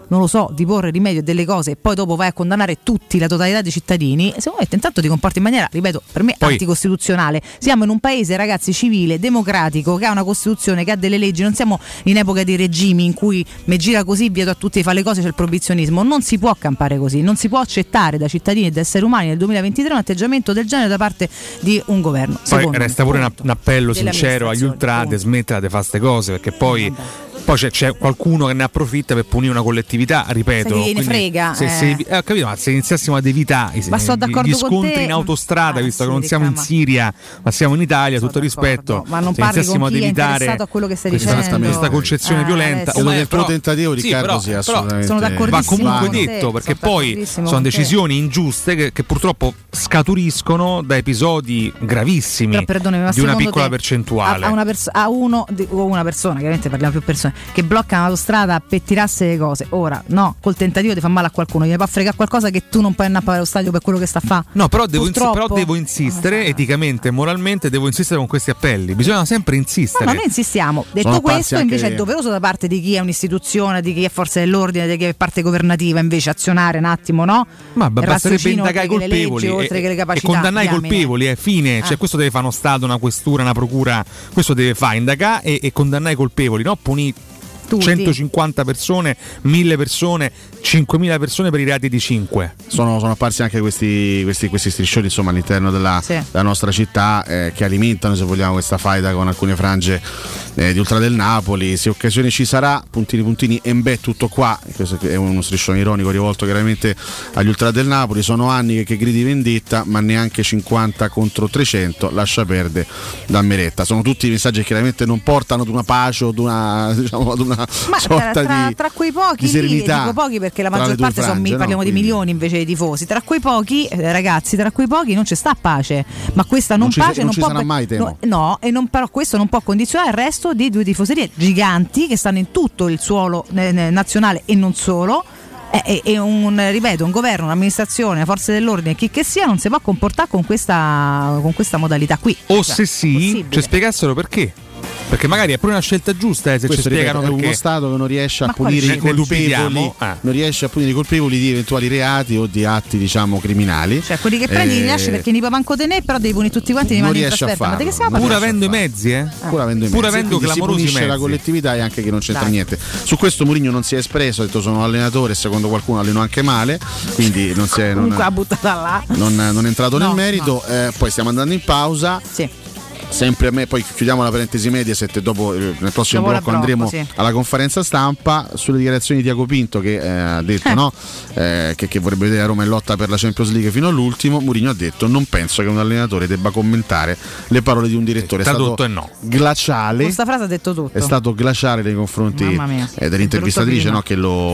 [SPEAKER 18] non lo so, di porre rimedio a delle cose e poi dopo vai a condannare tutti, la totalità dei cittadini, secondo me intanto ti comporti in maniera, ripeto, per me
[SPEAKER 19] Poi,
[SPEAKER 18] anticostituzionale. Siamo in un paese, ragazzi, civile, democratico, che ha una Costituzione, che ha delle leggi, non siamo in epoca di regimi in cui me gira così, vieto a tutti di fare le cose, c'è il proibizionismo. Non si può campare così, non si può accettare da cittadini e da esseri umani nel duemilaventitré un atteggiamento del genere da parte di un governo.
[SPEAKER 19] Poi resta pure un, un appello sincero agli ultra di smettere di fare queste cose, perché poi poi c'è, c'è qualcuno che ne approfitta per punire una collettività, ripeto.
[SPEAKER 18] Sai che ne frega,
[SPEAKER 19] se,
[SPEAKER 18] eh.
[SPEAKER 19] se, eh, ho capito, ma se iniziassimo ad evitare
[SPEAKER 18] Ma sto d'accordo
[SPEAKER 19] gli
[SPEAKER 18] con
[SPEAKER 19] scontri
[SPEAKER 18] te.
[SPEAKER 19] in autostrada,
[SPEAKER 18] Ah,
[SPEAKER 19] visto
[SPEAKER 18] sì,
[SPEAKER 19] che non siamo in
[SPEAKER 18] ricama.
[SPEAKER 19] Siria, ma siamo in Italia, tutto rispetto,
[SPEAKER 18] Ma non
[SPEAKER 19] se
[SPEAKER 18] parli
[SPEAKER 19] iniziassimo
[SPEAKER 18] con chi
[SPEAKER 19] ad
[SPEAKER 18] è
[SPEAKER 19] evitare
[SPEAKER 18] interessato a quello che stai
[SPEAKER 19] questa,
[SPEAKER 18] dicendo.
[SPEAKER 19] questa concezione
[SPEAKER 18] Ah,
[SPEAKER 19] violenta,
[SPEAKER 18] adesso.
[SPEAKER 2] Credo
[SPEAKER 19] ma
[SPEAKER 2] che
[SPEAKER 19] è
[SPEAKER 2] il tuo
[SPEAKER 19] però-
[SPEAKER 2] tentativo,
[SPEAKER 19] sì,
[SPEAKER 2] Riccardo,
[SPEAKER 19] però-
[SPEAKER 2] sia
[SPEAKER 19] però
[SPEAKER 2] assolutamente
[SPEAKER 18] sono
[SPEAKER 19] va
[SPEAKER 18] d'accordissimo
[SPEAKER 19] comunque
[SPEAKER 18] con te,
[SPEAKER 19] detto, perché
[SPEAKER 18] sono
[SPEAKER 19] poi
[SPEAKER 18] d'accordissimo
[SPEAKER 19] sono
[SPEAKER 18] con te.
[SPEAKER 19] decisioni ingiuste che, che purtroppo scaturiscono da episodi gravissimi
[SPEAKER 18] Però perdonami, ma
[SPEAKER 19] di una
[SPEAKER 18] secondo
[SPEAKER 19] piccola
[SPEAKER 18] te
[SPEAKER 19] percentuale.
[SPEAKER 18] a, a, una pers- a uno di- o una persona, chiaramente parliamo più persone, che blocca un'autostrada per tirarsi le cose, ora no, col tentativo di far male a qualcuno, gli fa fregare qualcosa che tu non puoi andare a pagare allo stadio per quello che sta a fa.
[SPEAKER 19] No, però devo, insi-
[SPEAKER 18] Purtroppo-
[SPEAKER 19] però devo insistere eticamente e moralmente, devo insistere con questi appelli. Bisogna sempre insistere.
[SPEAKER 18] No, ma noi insistiamo. Detto
[SPEAKER 19] Sono
[SPEAKER 18] questo,
[SPEAKER 19] pazzi
[SPEAKER 18] invece
[SPEAKER 19] anche-
[SPEAKER 18] è doveroso da parte di chi è un'istituzione, di chi è forze dell'ordine, di chi è parte governativa, invece azionare un attimo, no?
[SPEAKER 19] Ma
[SPEAKER 18] Il
[SPEAKER 19] basterebbe
[SPEAKER 18] raziocinio,
[SPEAKER 19] indagare i
[SPEAKER 18] oltre che le leggi,
[SPEAKER 19] colpevoli
[SPEAKER 18] oltre
[SPEAKER 19] e,
[SPEAKER 18] che le
[SPEAKER 19] e
[SPEAKER 18] capacità.
[SPEAKER 19] condannare i
[SPEAKER 18] diamine.
[SPEAKER 19] colpevoli, è fine. Cioè,
[SPEAKER 18] Ah.
[SPEAKER 19] questo deve fare uno Stato, una questura, una procura. Questo deve fare, indagare e, e condannare i colpevoli, no? Punire
[SPEAKER 18] Tutti.
[SPEAKER 19] centocinquanta persone, mille persone, cinquemila persone per i reati di cinque.
[SPEAKER 2] Sono, sono apparsi anche questi, questi, questi striscioni, insomma, all'interno della,
[SPEAKER 18] Sì.
[SPEAKER 2] della nostra città, eh, che alimentano, se vogliamo, questa faida con alcune frange eh, di Ultra del Napoli. Se occasione ci sarà, puntini puntini, e beh, tutto qua. Questo è uno striscione ironico rivolto chiaramente agli Ultra del Napoli. Sono anni che, che gridi vendetta, ma neanche cinquanta contro trecento, lascia perdere da Meretta. Sono tutti messaggi che chiaramente non portano ad una pace o ad una, diciamo, ad una
[SPEAKER 18] Ma tra,
[SPEAKER 2] sorta
[SPEAKER 18] tra,
[SPEAKER 2] di
[SPEAKER 18] tra quei pochi
[SPEAKER 2] di
[SPEAKER 18] lì,
[SPEAKER 2] serenità
[SPEAKER 18] dico pochi perché la
[SPEAKER 2] tra
[SPEAKER 18] maggior
[SPEAKER 2] le due
[SPEAKER 18] parte sono,
[SPEAKER 2] frange,
[SPEAKER 18] mi-
[SPEAKER 2] no?
[SPEAKER 18] parliamo di
[SPEAKER 2] Quindi-
[SPEAKER 18] milioni invece di tifosi. Tra quei pochi, eh, ragazzi, tra quei pochi non c'è sta pace. Ma questa non,
[SPEAKER 2] Non ci-
[SPEAKER 18] pace
[SPEAKER 2] non
[SPEAKER 18] non,
[SPEAKER 2] ci
[SPEAKER 18] può
[SPEAKER 2] sarà mai, temo.
[SPEAKER 18] no, no, e non, però questo non può condizionare il resto di due tifoserie giganti che stanno in tutto il suolo eh, eh, nazionale e non solo. E, e- e un, ripeto, un governo, un'amministrazione, forze dell'ordine, chi che sia, non si può comportare con questa, con questa modalità qui.
[SPEAKER 19] O
[SPEAKER 18] Cioè,
[SPEAKER 19] se sì,
[SPEAKER 18] possibile.
[SPEAKER 19] ci spiegassero perché. Perché magari è pure una scelta giusta, eh, se
[SPEAKER 2] Questo,
[SPEAKER 19] ci spiegano
[SPEAKER 2] ripeto, è
[SPEAKER 19] perché.
[SPEAKER 2] uno Stato che non riesce a
[SPEAKER 18] Ma quali
[SPEAKER 2] punire i
[SPEAKER 19] scelte? Ne
[SPEAKER 2] colpevoli,
[SPEAKER 19] dubitiamo? Ah.
[SPEAKER 2] non riesce a punire i colpevoli di eventuali reati o di atti, diciamo, criminali.
[SPEAKER 18] Cioè, quelli che prendi
[SPEAKER 2] Eh,
[SPEAKER 18] li lasci perché ne puoi manco tenere, però devi punire tutti quanti di
[SPEAKER 2] non
[SPEAKER 18] mani in
[SPEAKER 2] riesce a
[SPEAKER 18] trasferta. Ma di che
[SPEAKER 2] farlo.
[SPEAKER 18] stiamo
[SPEAKER 19] Pur
[SPEAKER 18] parlando?
[SPEAKER 19] avendo i mezzi, eh?
[SPEAKER 2] Pur avendo, i
[SPEAKER 19] Pur
[SPEAKER 2] mezzi,
[SPEAKER 19] avendo
[SPEAKER 2] quindi
[SPEAKER 19] clamorosi
[SPEAKER 2] si punisce
[SPEAKER 19] mezzi.
[SPEAKER 2] la collettività e anche chi non c'entra
[SPEAKER 18] Dai.
[SPEAKER 2] niente. Su questo Mourinho non si è espresso, ha detto sono allenatore e secondo qualcuno alleno anche male, quindi non si è, non,
[SPEAKER 18] Comunque la buttata là.
[SPEAKER 2] non, non è entrato
[SPEAKER 18] No,
[SPEAKER 2] nel merito. Eh, poi stiamo andando in pausa.
[SPEAKER 18] Sì.
[SPEAKER 2] Sempre a me, poi chiudiamo la parentesi Mediaset e dopo eh, nel prossimo
[SPEAKER 18] Dopo la
[SPEAKER 2] blocco
[SPEAKER 18] blocco,
[SPEAKER 2] andremo
[SPEAKER 18] sì.
[SPEAKER 2] alla conferenza stampa sulle dichiarazioni di Tiago Pinto che eh, ha detto
[SPEAKER 18] Eh.
[SPEAKER 2] no? Eh, che, che vorrebbe vedere Roma in lotta per la Champions League fino all'ultimo. Mourinho ha detto non penso che un allenatore debba commentare le parole di un direttore. È
[SPEAKER 19] Tradotto
[SPEAKER 2] stato
[SPEAKER 19] è no.
[SPEAKER 2] glaciale.
[SPEAKER 18] Questa frase ha detto tutto.
[SPEAKER 2] È stato glaciale nei confronti
[SPEAKER 18] Mamma mia.
[SPEAKER 2] eh, dell'intervistatrice,
[SPEAKER 18] Brutto
[SPEAKER 2] no, che,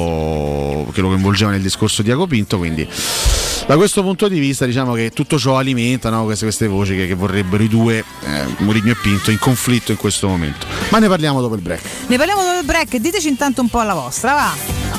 [SPEAKER 2] lo, che lo coinvolgeva nel discorso di Tiago Pinto. Quindi, da questo punto di vista, diciamo che tutto ciò alimenta, no, queste, queste voci che, che vorrebbero i due, eh, Mourinho e Pinto, in conflitto in questo momento. Ma ne parliamo dopo il break.
[SPEAKER 18] Ne parliamo dopo il break, diteci intanto un po' la vostra, va.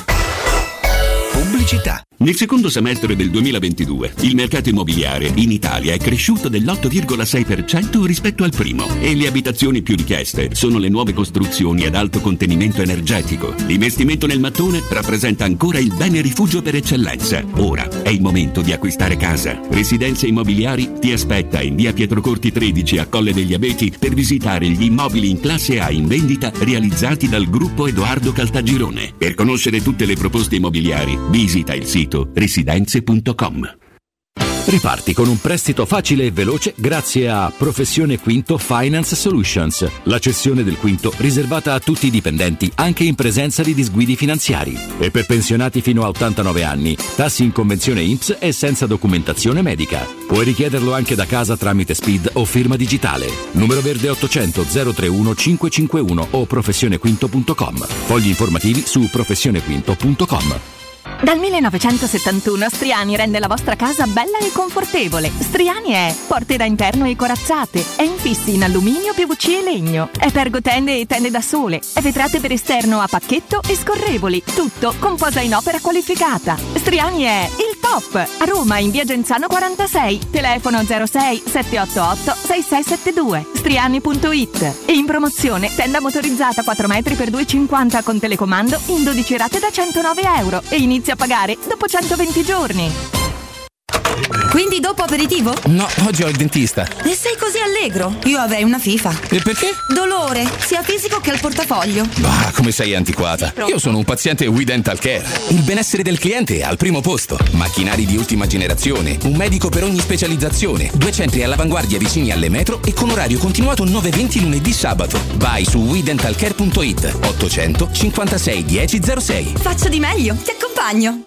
[SPEAKER 1] Pubblicità. Nel secondo semestre del duemilaventidue il mercato immobiliare in Italia è cresciuto dell'otto virgola sei per cento rispetto al primo e le abitazioni più richieste sono le nuove costruzioni ad alto contenimento energetico. L'investimento nel mattone rappresenta ancora il bene rifugio per eccellenza. Ora è il momento di acquistare casa. Residenze Immobiliari ti aspetta in via Pietrocorti tredici a Colle degli Abeti per visitare gli immobili in classe A in vendita realizzati dal gruppo Edoardo Caltagirone. Per conoscere tutte le proposte immobiliari visita il sito residenze punto com.
[SPEAKER 15] Riparti con un prestito facile e veloce grazie a Professione Quinto Finance Solutions, la cessione del quinto riservata a tutti i dipendenti anche in presenza di disguidi finanziari. E per pensionati fino a ottantanove anni, tassi in convenzione I N P S e senza documentazione medica. Puoi richiederlo anche da casa tramite S P I D o firma digitale. Numero verde ottocento zero trentuno cinquecentocinquantuno o professionequinto punto com. Fogli informativi su professionequinto punto com.
[SPEAKER 21] Dal millenovecentosettantuno Striani rende la vostra casa bella e confortevole. Striani è porte da interno e corazzate, è infissi in alluminio, P V C e legno, è pergotende e tende da sole, è vetrate per esterno a pacchetto e scorrevoli, tutto con posa in opera qualificata. Striani è il Top, a Roma in via Genzano quarantasei, telefono zero sei sette otto otto sei sei sette due, striani punto it. E in promozione tenda motorizzata quattro metri per due e cinquanta con telecomando in dodici rate da centonove euro e inizia a pagare dopo centoventi giorni.
[SPEAKER 5] Quindi dopo aperitivo?
[SPEAKER 6] No, oggi ho il dentista.
[SPEAKER 5] E sei così allegro? Io avrei una FIFA.
[SPEAKER 6] E perché?
[SPEAKER 5] Dolore, sia fisico che al portafoglio.
[SPEAKER 6] Bah, come sei antiquata. Io sono un paziente We Dental Care. Il benessere del cliente è al primo posto. Macchinari di ultima generazione, un medico per ogni specializzazione, due centri all'avanguardia vicini alle metro e con orario continuato nove venti lunedì sabato. Vai su we dental care punto it ottocento cinquantasei dieci zero sei.
[SPEAKER 5] Faccio di meglio, ti accompagno.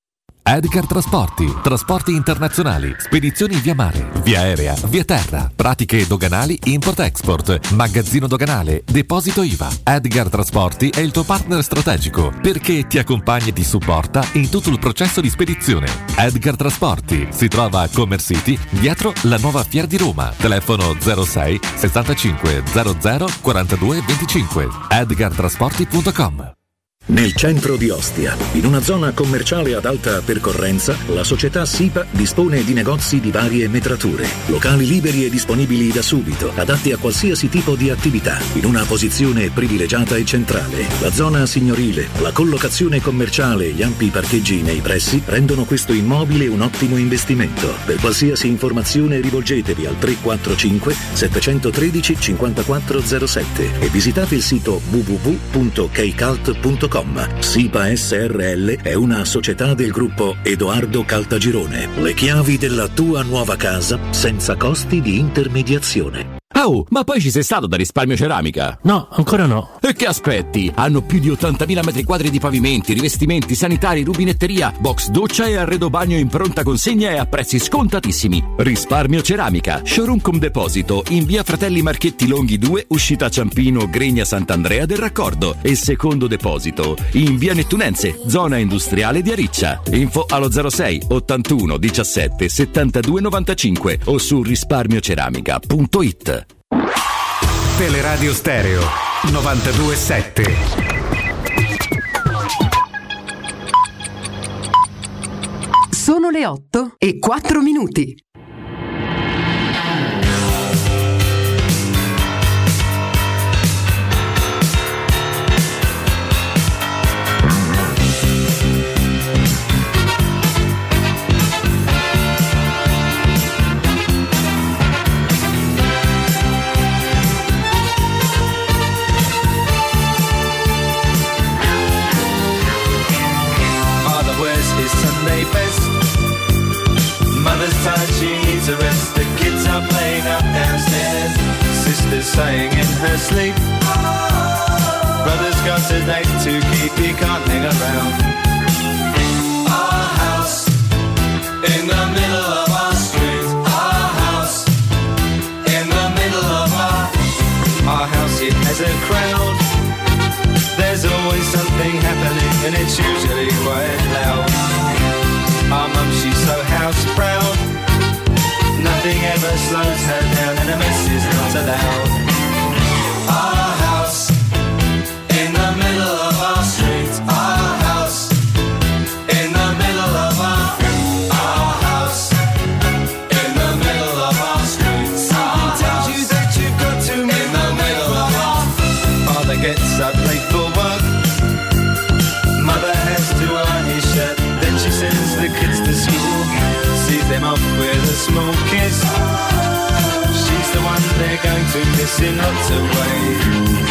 [SPEAKER 23] Edgar Trasporti, trasporti internazionali, spedizioni via mare, via aerea, via terra, pratiche doganali, import-export, magazzino doganale, deposito I V A. Edgar Trasporti è il tuo partner strategico perché ti accompagna e ti supporta in tutto il processo di spedizione. Edgar Trasporti si trova a Commerce City, dietro la nuova Fiera di Roma. Telefono zero sei sessantacinque zero zero quarantadue venticinque. edgar trasporti punto com.
[SPEAKER 24] Nel centro di Ostia, in una zona commerciale ad alta percorrenza, la società SIPA dispone di negozi di varie metrature, locali liberi e disponibili da subito, adatti a qualsiasi tipo di attività, in una posizione privilegiata e centrale. La zona signorile, la collocazione commerciale e gli ampi parcheggi nei pressi rendono questo immobile un ottimo investimento. Per qualsiasi informazione rivolgetevi al tre quattro cinque sette uno tre cinque zero sette e visitate il sito w w w punto keicalt punto com. SIPA S R L è una società del gruppo Edoardo Caltagirone. Le chiavi della tua nuova casa senza costi di intermediazione.
[SPEAKER 15] Oh, ma poi ci sei stato da Risparmio Ceramica?
[SPEAKER 25] No, ancora no.
[SPEAKER 15] E che aspetti? Hanno più di ottantamila metri quadri di pavimenti, rivestimenti, sanitari, rubinetteria, box doccia e arredo bagno in pronta consegna e a prezzi scontatissimi. Risparmio Ceramica, showroom con deposito in via Fratelli Marchetti Longhi due, uscita Ciampino, Gregna Sant'Andrea del Raccordo e secondo deposito in via Nettunense, zona industriale di Ariccia. Info allo zero sei ottantuno diciassette settantadue novantacinque o su risparmioceramica punto it.
[SPEAKER 26] Teleradio Stereo novantadue sette.
[SPEAKER 27] Sono le otto e quattro minuti.
[SPEAKER 28] Mother's tired, she needs a rest. The kids are playing up downstairs. Sister's sighing in her sleep. Brother's got a date to keep, he can't hang around. Our house in the middle of our street. Our house in the middle of our Our house, it has a crowd. There's always something happening and it's usually quite loud. Our mum, she's so house proud. Nothing ever slows her down and a mess is not allowed. Our house in the middle of our street. Our house in the middle of our Our house in the middle of our street. Something tells you that you've got to move in the middle of our Father gets up late for work. Mother has to iron his shirt. Then she sends the kids to school, sees them off with a small kiss. She's the one they're going to miss in lots of ways.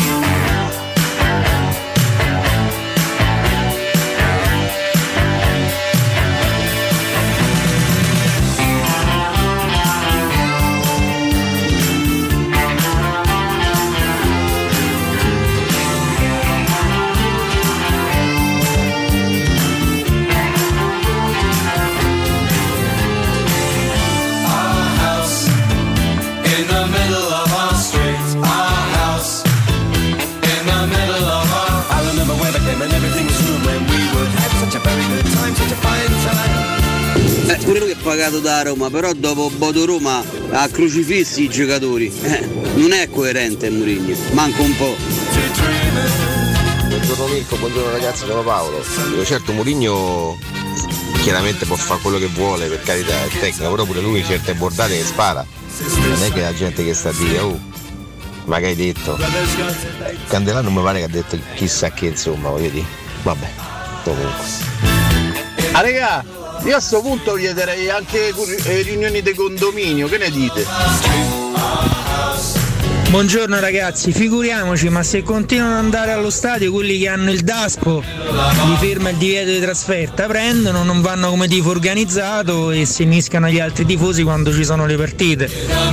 [SPEAKER 29] Eh, pure lui è pagato da Roma, però dopo Bodo Roma ha crocifissi i giocatori. Eh, non è coerente Mourinho, manco un po'.
[SPEAKER 4] buongiorno Mirko, buongiorno ragazzi, sono Paolo. Dico, certo Mourinho chiaramente può fare quello che vuole, per carità, è tecnico, però pure lui certe bordate che spara. Non è che la gente che sta a dire, oh, ma che hai detto? Candelà non mi pare che ha detto chissà che, insomma, voglio dire. Vabbè, comunque.
[SPEAKER 9] Ah regà, io a sto punto chiederei anche eh, riunioni di condominio, che ne dite?
[SPEAKER 22] Buongiorno ragazzi, figuriamoci, ma se continuano ad andare allo stadio quelli che hanno il DASPO gli ferma il divieto di trasferta, prendono, non vanno come tifo organizzato e si mischiano agli altri tifosi quando ci sono le partite.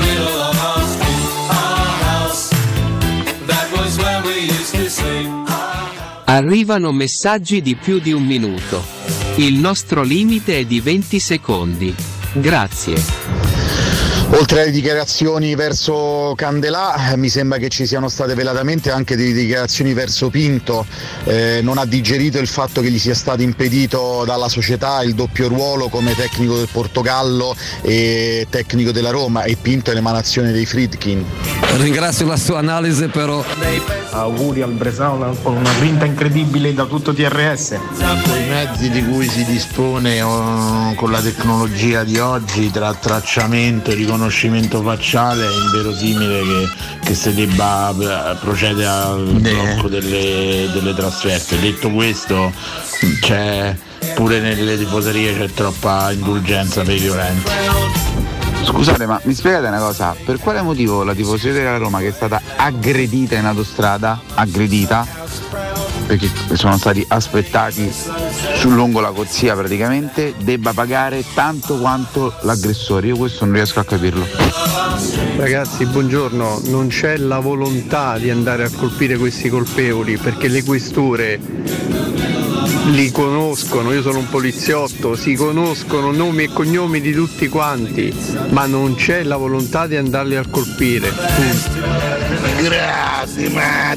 [SPEAKER 7] Arrivano messaggi di più di un minuto. Il nostro limite è di venti secondi. Grazie.
[SPEAKER 14] Oltre alle dichiarazioni verso Candelà, mi sembra che ci siano state velatamente anche delle dichiarazioni verso Pinto. Eh, non ha digerito il fatto che gli sia stato impedito dalla società il doppio ruolo come tecnico del Portogallo e tecnico della Roma, e Pinto è l'emanazione dei Friedkin.
[SPEAKER 8] Ringrazio la sua analisi, però.
[SPEAKER 22] Auguri al Bresaola con una grinta incredibile da tutto T R S.
[SPEAKER 9] Con i mezzi di cui si dispone oh, con la tecnologia di oggi, tra tracciamento e riconoscimento facciale, è inverosimile che, che si debba procedere al blocco delle, delle trasferte. Detto questo, c'è pure nelle tifoserie c'è troppa indulgenza per i violenti.
[SPEAKER 10] Scusate, ma mi spiegate una cosa? Per quale motivo la tifoseria della Roma, che è stata aggredita in autostrada, aggredita, perché sono stati aspettati su lungo la corsia praticamente, debba pagare tanto quanto l'aggressore? Io questo non riesco a capirlo.
[SPEAKER 11] Ragazzi, buongiorno, non c'è la volontà di andare a colpire questi colpevoli, perché le questure li conoscono, io sono un poliziotto, si conoscono nomi e cognomi di tutti quanti, ma non c'è la volontà di andarli a colpire.
[SPEAKER 9] Grazie,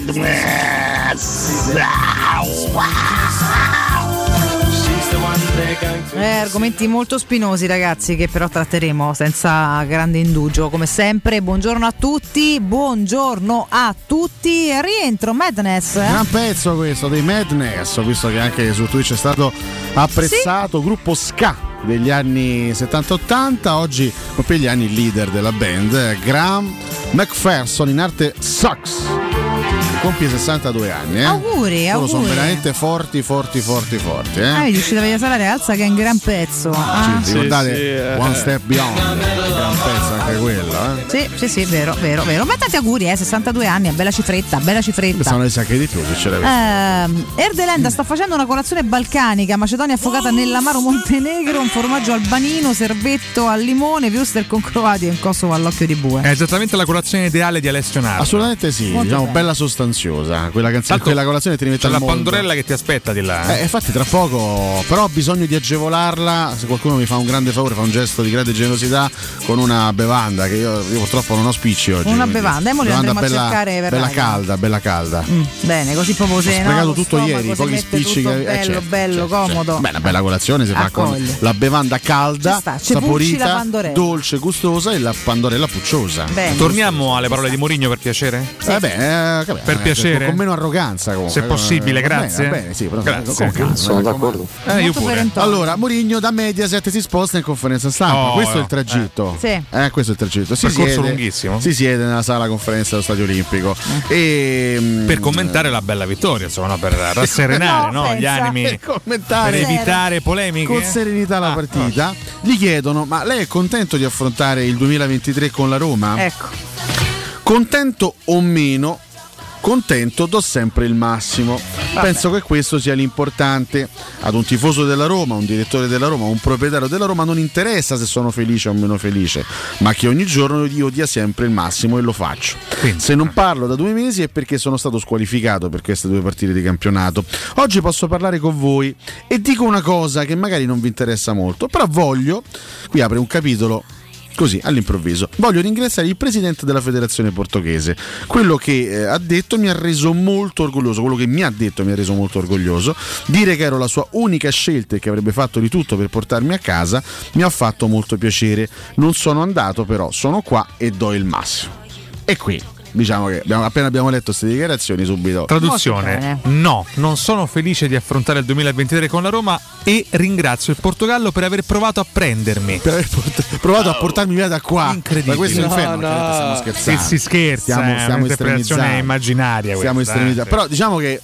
[SPEAKER 18] Eh, argomenti molto spinosi ragazzi, che però tratteremo senza grande indugio come sempre. Buongiorno a tutti, buongiorno a tutti. Rientro Madness.
[SPEAKER 2] Gran pezzo questo dei Madness, ho visto che anche su Twitch è stato apprezzato, sì? Gruppo ska degli anni settanta ottanta, oggi compie gli anni il leader della band, Graham McPherson, in arte Sucks. Compie sessantadue anni, eh?
[SPEAKER 18] Auguri,
[SPEAKER 2] Loro
[SPEAKER 18] auguri.
[SPEAKER 2] sono veramente forti, forti, forti, forti, eh?
[SPEAKER 18] Ah, riuscite a vedere la ragazza che è un gran pezzo. Ah.
[SPEAKER 2] Sì, ricordate sì, sì, One Step Beyond, un gran pezzo anche quello, eh?
[SPEAKER 18] Sì, sì, sì, vero, vero, vero. Ma tanti auguri, eh, sessantadue anni, è bella cifretta, bella cifretta.
[SPEAKER 2] Pensavano di anche di più, che ce
[SPEAKER 18] ehm, Erdelenda sta facendo una colazione balcanica, Macedonia affogata nell'amaro Montenegro, un formaggio albanino, servetto al limone, wurstel con Croatia e un Kosovo all'occhio di bue.
[SPEAKER 19] È esattamente la colazione ideale di Alessio Nardo.
[SPEAKER 2] Assolutamente sì,
[SPEAKER 18] Molto
[SPEAKER 2] diciamo
[SPEAKER 18] bene.
[SPEAKER 2] bella sostanziosa. Quella canzone, quella colazione ti rimette
[SPEAKER 19] c'è
[SPEAKER 2] al
[SPEAKER 19] la
[SPEAKER 2] mondo.
[SPEAKER 19] pandorella che ti aspetta di là.
[SPEAKER 2] Eh, infatti tra poco, però ho bisogno di agevolarla, se qualcuno mi fa un grande favore, fa un gesto di grande generosità con una bevanda che io, io purtroppo non ho spicci oggi.
[SPEAKER 18] Una
[SPEAKER 2] quindi.
[SPEAKER 18] bevanda, e mo li
[SPEAKER 2] Bevanda
[SPEAKER 18] andremo
[SPEAKER 2] bella,
[SPEAKER 18] a cercare per
[SPEAKER 2] bella
[SPEAKER 18] radio.
[SPEAKER 2] calda, bella calda.
[SPEAKER 18] Mm, bene, così proprio se
[SPEAKER 2] ho
[SPEAKER 18] no,
[SPEAKER 2] sprecato
[SPEAKER 18] lo
[SPEAKER 2] tutto
[SPEAKER 18] stomaco
[SPEAKER 2] ieri,
[SPEAKER 18] si
[SPEAKER 2] pochi
[SPEAKER 18] mette
[SPEAKER 2] spicci
[SPEAKER 18] tutto
[SPEAKER 2] che- eh,
[SPEAKER 18] bello,
[SPEAKER 2] certo,
[SPEAKER 18] bello,
[SPEAKER 2] certo,
[SPEAKER 18] comodo.
[SPEAKER 2] Beh, una bella colazione si fa
[SPEAKER 18] Accoglie.
[SPEAKER 2] con la bevanda calda,
[SPEAKER 18] Ci sta, ci pulci la
[SPEAKER 2] saporita,
[SPEAKER 18] pandorella.
[SPEAKER 2] dolce, gustosa, e la pandorella pucciosa.
[SPEAKER 18] Bene.
[SPEAKER 19] Torniamo alle parole di Mourinho, per piacere?
[SPEAKER 2] Eh beh, eh, vabbè,
[SPEAKER 19] Per
[SPEAKER 2] eh,
[SPEAKER 19] piacere?
[SPEAKER 2] con meno arroganza comunque.
[SPEAKER 19] Se possibile,
[SPEAKER 2] Va bene,
[SPEAKER 19] grazie.
[SPEAKER 2] va bene, sì, però
[SPEAKER 19] Grazie.
[SPEAKER 2] con calma,
[SPEAKER 19] Sono
[SPEAKER 2] eh,
[SPEAKER 19] d'accordo.
[SPEAKER 2] come-
[SPEAKER 19] Eh, io pure.
[SPEAKER 2] Allora, Mourinho da Mediaset si sposta in conferenza stampa.
[SPEAKER 19] Oh,
[SPEAKER 2] questo è
[SPEAKER 19] no.
[SPEAKER 2] il tragitto.
[SPEAKER 18] Eh.
[SPEAKER 2] Eh, questo è il tragitto. Si
[SPEAKER 19] Percorso
[SPEAKER 2] siede,
[SPEAKER 19] lunghissimo.
[SPEAKER 2] Si siede nella sala conferenza dello Stadio Olimpico. E, mm,
[SPEAKER 19] Per commentare la bella vittoria, insomma, no? Per rasserenare
[SPEAKER 2] No,
[SPEAKER 19] no, gli
[SPEAKER 2] pensa,
[SPEAKER 19] animi,
[SPEAKER 2] per commentare
[SPEAKER 19] per evitare polemiche.
[SPEAKER 2] con serenità la partita. Gli chiedono: ma lei è contento di affrontare il duemilaventitré con la Roma?
[SPEAKER 18] Ecco.
[SPEAKER 2] Contento o meno, contento, do sempre il massimo.
[SPEAKER 18] Vabbè.
[SPEAKER 2] Penso che questo sia l'importante. Ad un tifoso della Roma, un direttore della Roma, un proprietario della Roma non interessa se sono felice o meno felice, ma che ogni giorno io dia sempre il massimo, e lo faccio. Se non parlo da due mesi è perché sono stato squalificato per queste due partite di campionato. Oggi posso parlare con voi e dico una cosa che magari non vi interessa molto, però voglio, qui apre un capitolo così all'improvviso, voglio ringraziare il presidente della federazione portoghese. Quello che eh, ha detto mi ha reso molto orgoglioso, quello che mi ha detto mi ha reso molto orgoglioso. Dire che ero la sua unica scelta e che avrebbe fatto di tutto per portarmi a casa mi ha fatto molto piacere. Non sono andato, però sono qua e do il massimo. E qui diciamo che abbiamo, appena abbiamo letto queste dichiarazioni subito.
[SPEAKER 19] Traduzione: no, non sono felice di affrontare il duemilaventitré con la Roma e ringrazio il Portogallo per aver provato a prendermi.
[SPEAKER 2] Per aver port- provato oh. a portarmi via da qua.
[SPEAKER 19] Incredibile.
[SPEAKER 2] Ma questo è
[SPEAKER 19] no,
[SPEAKER 2] inferno,
[SPEAKER 19] no.
[SPEAKER 2] stiamo scherzando.
[SPEAKER 19] Si, si scherza,
[SPEAKER 2] stiamo,
[SPEAKER 19] è
[SPEAKER 2] stiamo
[SPEAKER 19] un'interpretazione immaginaria.
[SPEAKER 2] Stiamo
[SPEAKER 19] questa,
[SPEAKER 2] estremizzando.
[SPEAKER 19] eh.
[SPEAKER 2] Però diciamo che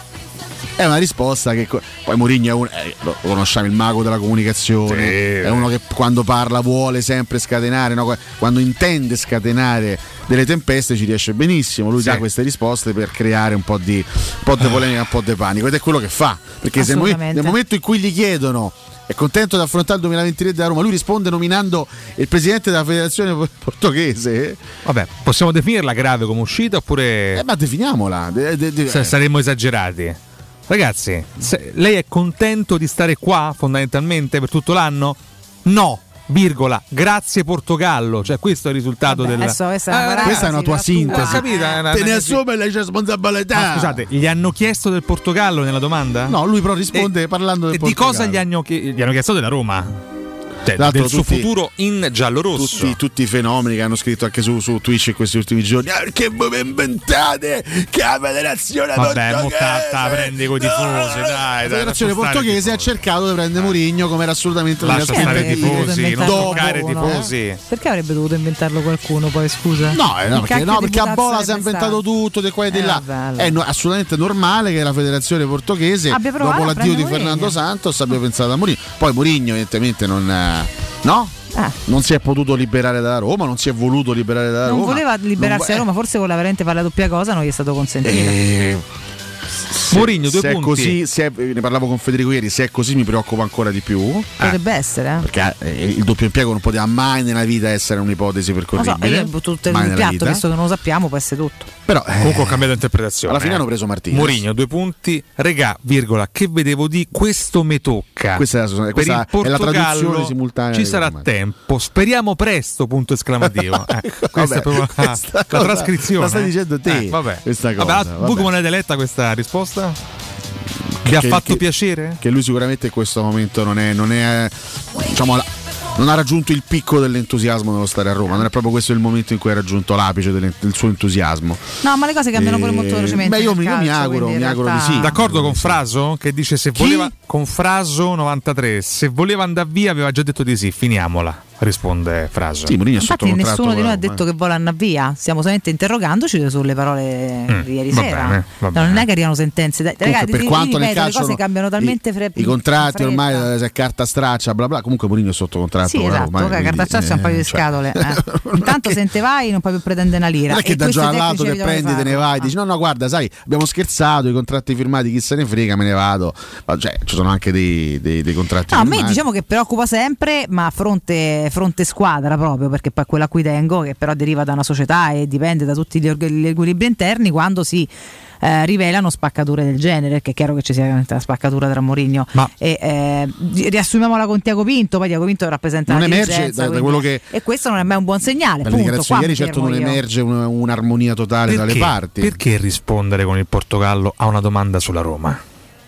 [SPEAKER 2] è una risposta che poi Mourinho è un, eh, lo conosciamo, il mago della comunicazione, sì, è uno che quando parla vuole sempre scatenare, no? Quando intende scatenare delle tempeste ci riesce benissimo, lui sì. dà queste risposte per creare un po' di un po' di polemica, un po' di panico, ed è quello che fa, perché se lui, nel momento in cui gli chiedono è contento di affrontare il duemilaventitré della Roma, lui risponde nominando il presidente della federazione portoghese.
[SPEAKER 19] Vabbè, possiamo definirla grave come uscita oppure
[SPEAKER 2] eh, ma definiamola de, de, de,
[SPEAKER 19] saremmo esagerati. Ragazzi, se, lei è contento di stare qua fondamentalmente per tutto l'anno? No, virgola, grazie Portogallo, cioè questo è il risultato
[SPEAKER 18] Vabbè,
[SPEAKER 19] del
[SPEAKER 18] adesso questa, è una,
[SPEAKER 2] ah, questa è una tua sintesi,
[SPEAKER 19] capita,
[SPEAKER 2] te ne assume le responsabilità.
[SPEAKER 19] Ma scusate, gli hanno chiesto del Portogallo nella domanda?
[SPEAKER 2] No, lui però risponde
[SPEAKER 19] e,
[SPEAKER 2] parlando del
[SPEAKER 19] e
[SPEAKER 2] Portogallo.
[SPEAKER 19] di cosa gli hanno, gli hanno chiesto della Roma? Cioè, del suo
[SPEAKER 2] tutti,
[SPEAKER 19] futuro in giallo-rosso.
[SPEAKER 2] Tutti, tutti i fenomeni che hanno scritto anche su, su Twitch in questi ultimi giorni. Ah, che voi vi inventate che la federazione
[SPEAKER 19] Vabbè,
[SPEAKER 2] portoghese
[SPEAKER 19] Vabbè, prendi coi tifosi, no, dai.
[SPEAKER 2] La federazione portoghese ha cercato di prendere Mourinho come era assolutamente
[SPEAKER 19] lascia stare i tifosi, non toccare i tifosi.
[SPEAKER 18] Eh? Perché avrebbe dovuto inventarlo qualcuno poi, scusa?
[SPEAKER 2] No, eh, no perché, no, perché a Bola si è inventato tutto di qua e di là. Eh, è no, assolutamente normale che la federazione portoghese, dopo l'addio di Fernando Santos, abbia pensato a Mourinho. Poi Mourinho evidentemente non... No?
[SPEAKER 18] Ah.
[SPEAKER 2] Non si è potuto liberare dalla Roma, non si è voluto liberare dalla
[SPEAKER 18] non
[SPEAKER 2] Roma.
[SPEAKER 18] Non voleva liberarsi da Roma, forse voleva veramente fare la doppia cosa, non gli è stato consentito.
[SPEAKER 2] Eh,
[SPEAKER 19] Mourinho, due
[SPEAKER 2] se
[SPEAKER 19] punti.
[SPEAKER 2] È così, se è, ne parlavo con Federico ieri, se è così mi preoccupa ancora di più.
[SPEAKER 18] Potrebbe eh. essere. Eh.
[SPEAKER 2] Perché eh, il doppio impiego non poteva mai nella vita essere un'ipotesi percorribile.
[SPEAKER 18] Non so, io tutto il piatto, vita. Visto che non lo sappiamo, può essere tutto.
[SPEAKER 2] Però eh,
[SPEAKER 19] comunque ho cambiato interpretazione.
[SPEAKER 2] Alla fine
[SPEAKER 19] eh.
[SPEAKER 2] hanno preso Martinez.
[SPEAKER 19] Mourinho, due punti. Regà, virgola, che vedevo di questo me tocca.
[SPEAKER 2] Questa, è la, questa è la traduzione simultanea.
[SPEAKER 19] Ci sarà tempo, speriamo presto, punto esclamativo. eh, questa vabbè, è proprio la, la cosa, trascrizione.
[SPEAKER 2] La stai dicendo te.
[SPEAKER 19] Eh, vabbè.
[SPEAKER 2] Questa cosa,
[SPEAKER 19] vabbè,
[SPEAKER 2] vabbè.
[SPEAKER 19] Voi come l'avete letta questa risposta? Vi ha fatto
[SPEAKER 2] che,
[SPEAKER 19] piacere?
[SPEAKER 2] Che lui sicuramente in questo momento non è, non è diciamo, non ha raggiunto il picco dell'entusiasmo nello stare a Roma, non è proprio questo il momento in cui ha raggiunto l'apice del, del suo entusiasmo.
[SPEAKER 18] No, ma le cose cambiano e... pure molto velocemente.
[SPEAKER 2] Beh, io,
[SPEAKER 18] calcio,
[SPEAKER 2] io mi auguro, mi auguro
[SPEAKER 18] realtà...
[SPEAKER 2] di sì.
[SPEAKER 19] D'accordo con Fraso che dice se
[SPEAKER 2] Chi?
[SPEAKER 19] voleva con Fraso novantatré, se voleva andare via aveva già detto di sì, finiamola. Risponde Fraso.
[SPEAKER 2] Sì, Mourinho è
[SPEAKER 18] Infatti
[SPEAKER 2] sotto
[SPEAKER 18] nessuno di noi ha
[SPEAKER 2] però,
[SPEAKER 18] detto eh. che vuole andare via, stiamo solamente interrogandoci sulle parole
[SPEAKER 2] mm,
[SPEAKER 18] di ieri
[SPEAKER 2] va
[SPEAKER 18] sera.
[SPEAKER 2] Bene, va
[SPEAKER 18] no, non è che arrivano sentenze. Dai, ragazzi,
[SPEAKER 2] per
[SPEAKER 18] ti,
[SPEAKER 2] quanto
[SPEAKER 18] ti ripeto,
[SPEAKER 2] nel calcio
[SPEAKER 18] le cose cambiano talmente
[SPEAKER 2] i,
[SPEAKER 18] fre-
[SPEAKER 2] i contratti
[SPEAKER 18] fretta.
[SPEAKER 2] Ormai se è carta straccia, bla bla. Comunque Mourinho è sotto contratto.
[SPEAKER 18] Sì, esatto,
[SPEAKER 2] ormai,
[SPEAKER 18] okay, carta straccia è un paio di
[SPEAKER 2] cioè,
[SPEAKER 18] scatole. Eh. Intanto se te vai non puoi più pretendere una lira.
[SPEAKER 2] Non è che
[SPEAKER 18] e
[SPEAKER 2] da già al lato che prendi
[SPEAKER 18] fare.
[SPEAKER 2] te ne vai, dici no no guarda sai abbiamo scherzato, i contratti firmati chi se ne frega, me ne vado. Ma cioè ci sono anche dei, dei, dei contratti
[SPEAKER 18] no,
[SPEAKER 2] firmati.
[SPEAKER 18] A me diciamo che preoccupa sempre, ma fronte, fronte squadra proprio, perché poi quella a cui tengo, che però deriva da una società e dipende da tutti gli, org- gli equilibri interni, quando si eh, rivelano spaccature del genere, che è chiaro che ci sia una spaccatura tra Mourinho
[SPEAKER 19] ma
[SPEAKER 18] e eh, riassumiamola con Tiago Pinto. Poi Tiago Pinto rappresenta
[SPEAKER 2] non
[SPEAKER 18] la
[SPEAKER 2] emerge da, da quello che
[SPEAKER 18] e questo non è mai un buon segnale.
[SPEAKER 2] Per le dichiarazioni ieri certo non
[SPEAKER 18] io.
[SPEAKER 2] emerge un, un'armonia totale
[SPEAKER 19] perché?
[SPEAKER 2] tra le parti.
[SPEAKER 19] Perché rispondere con il Portogallo a una domanda sulla Roma?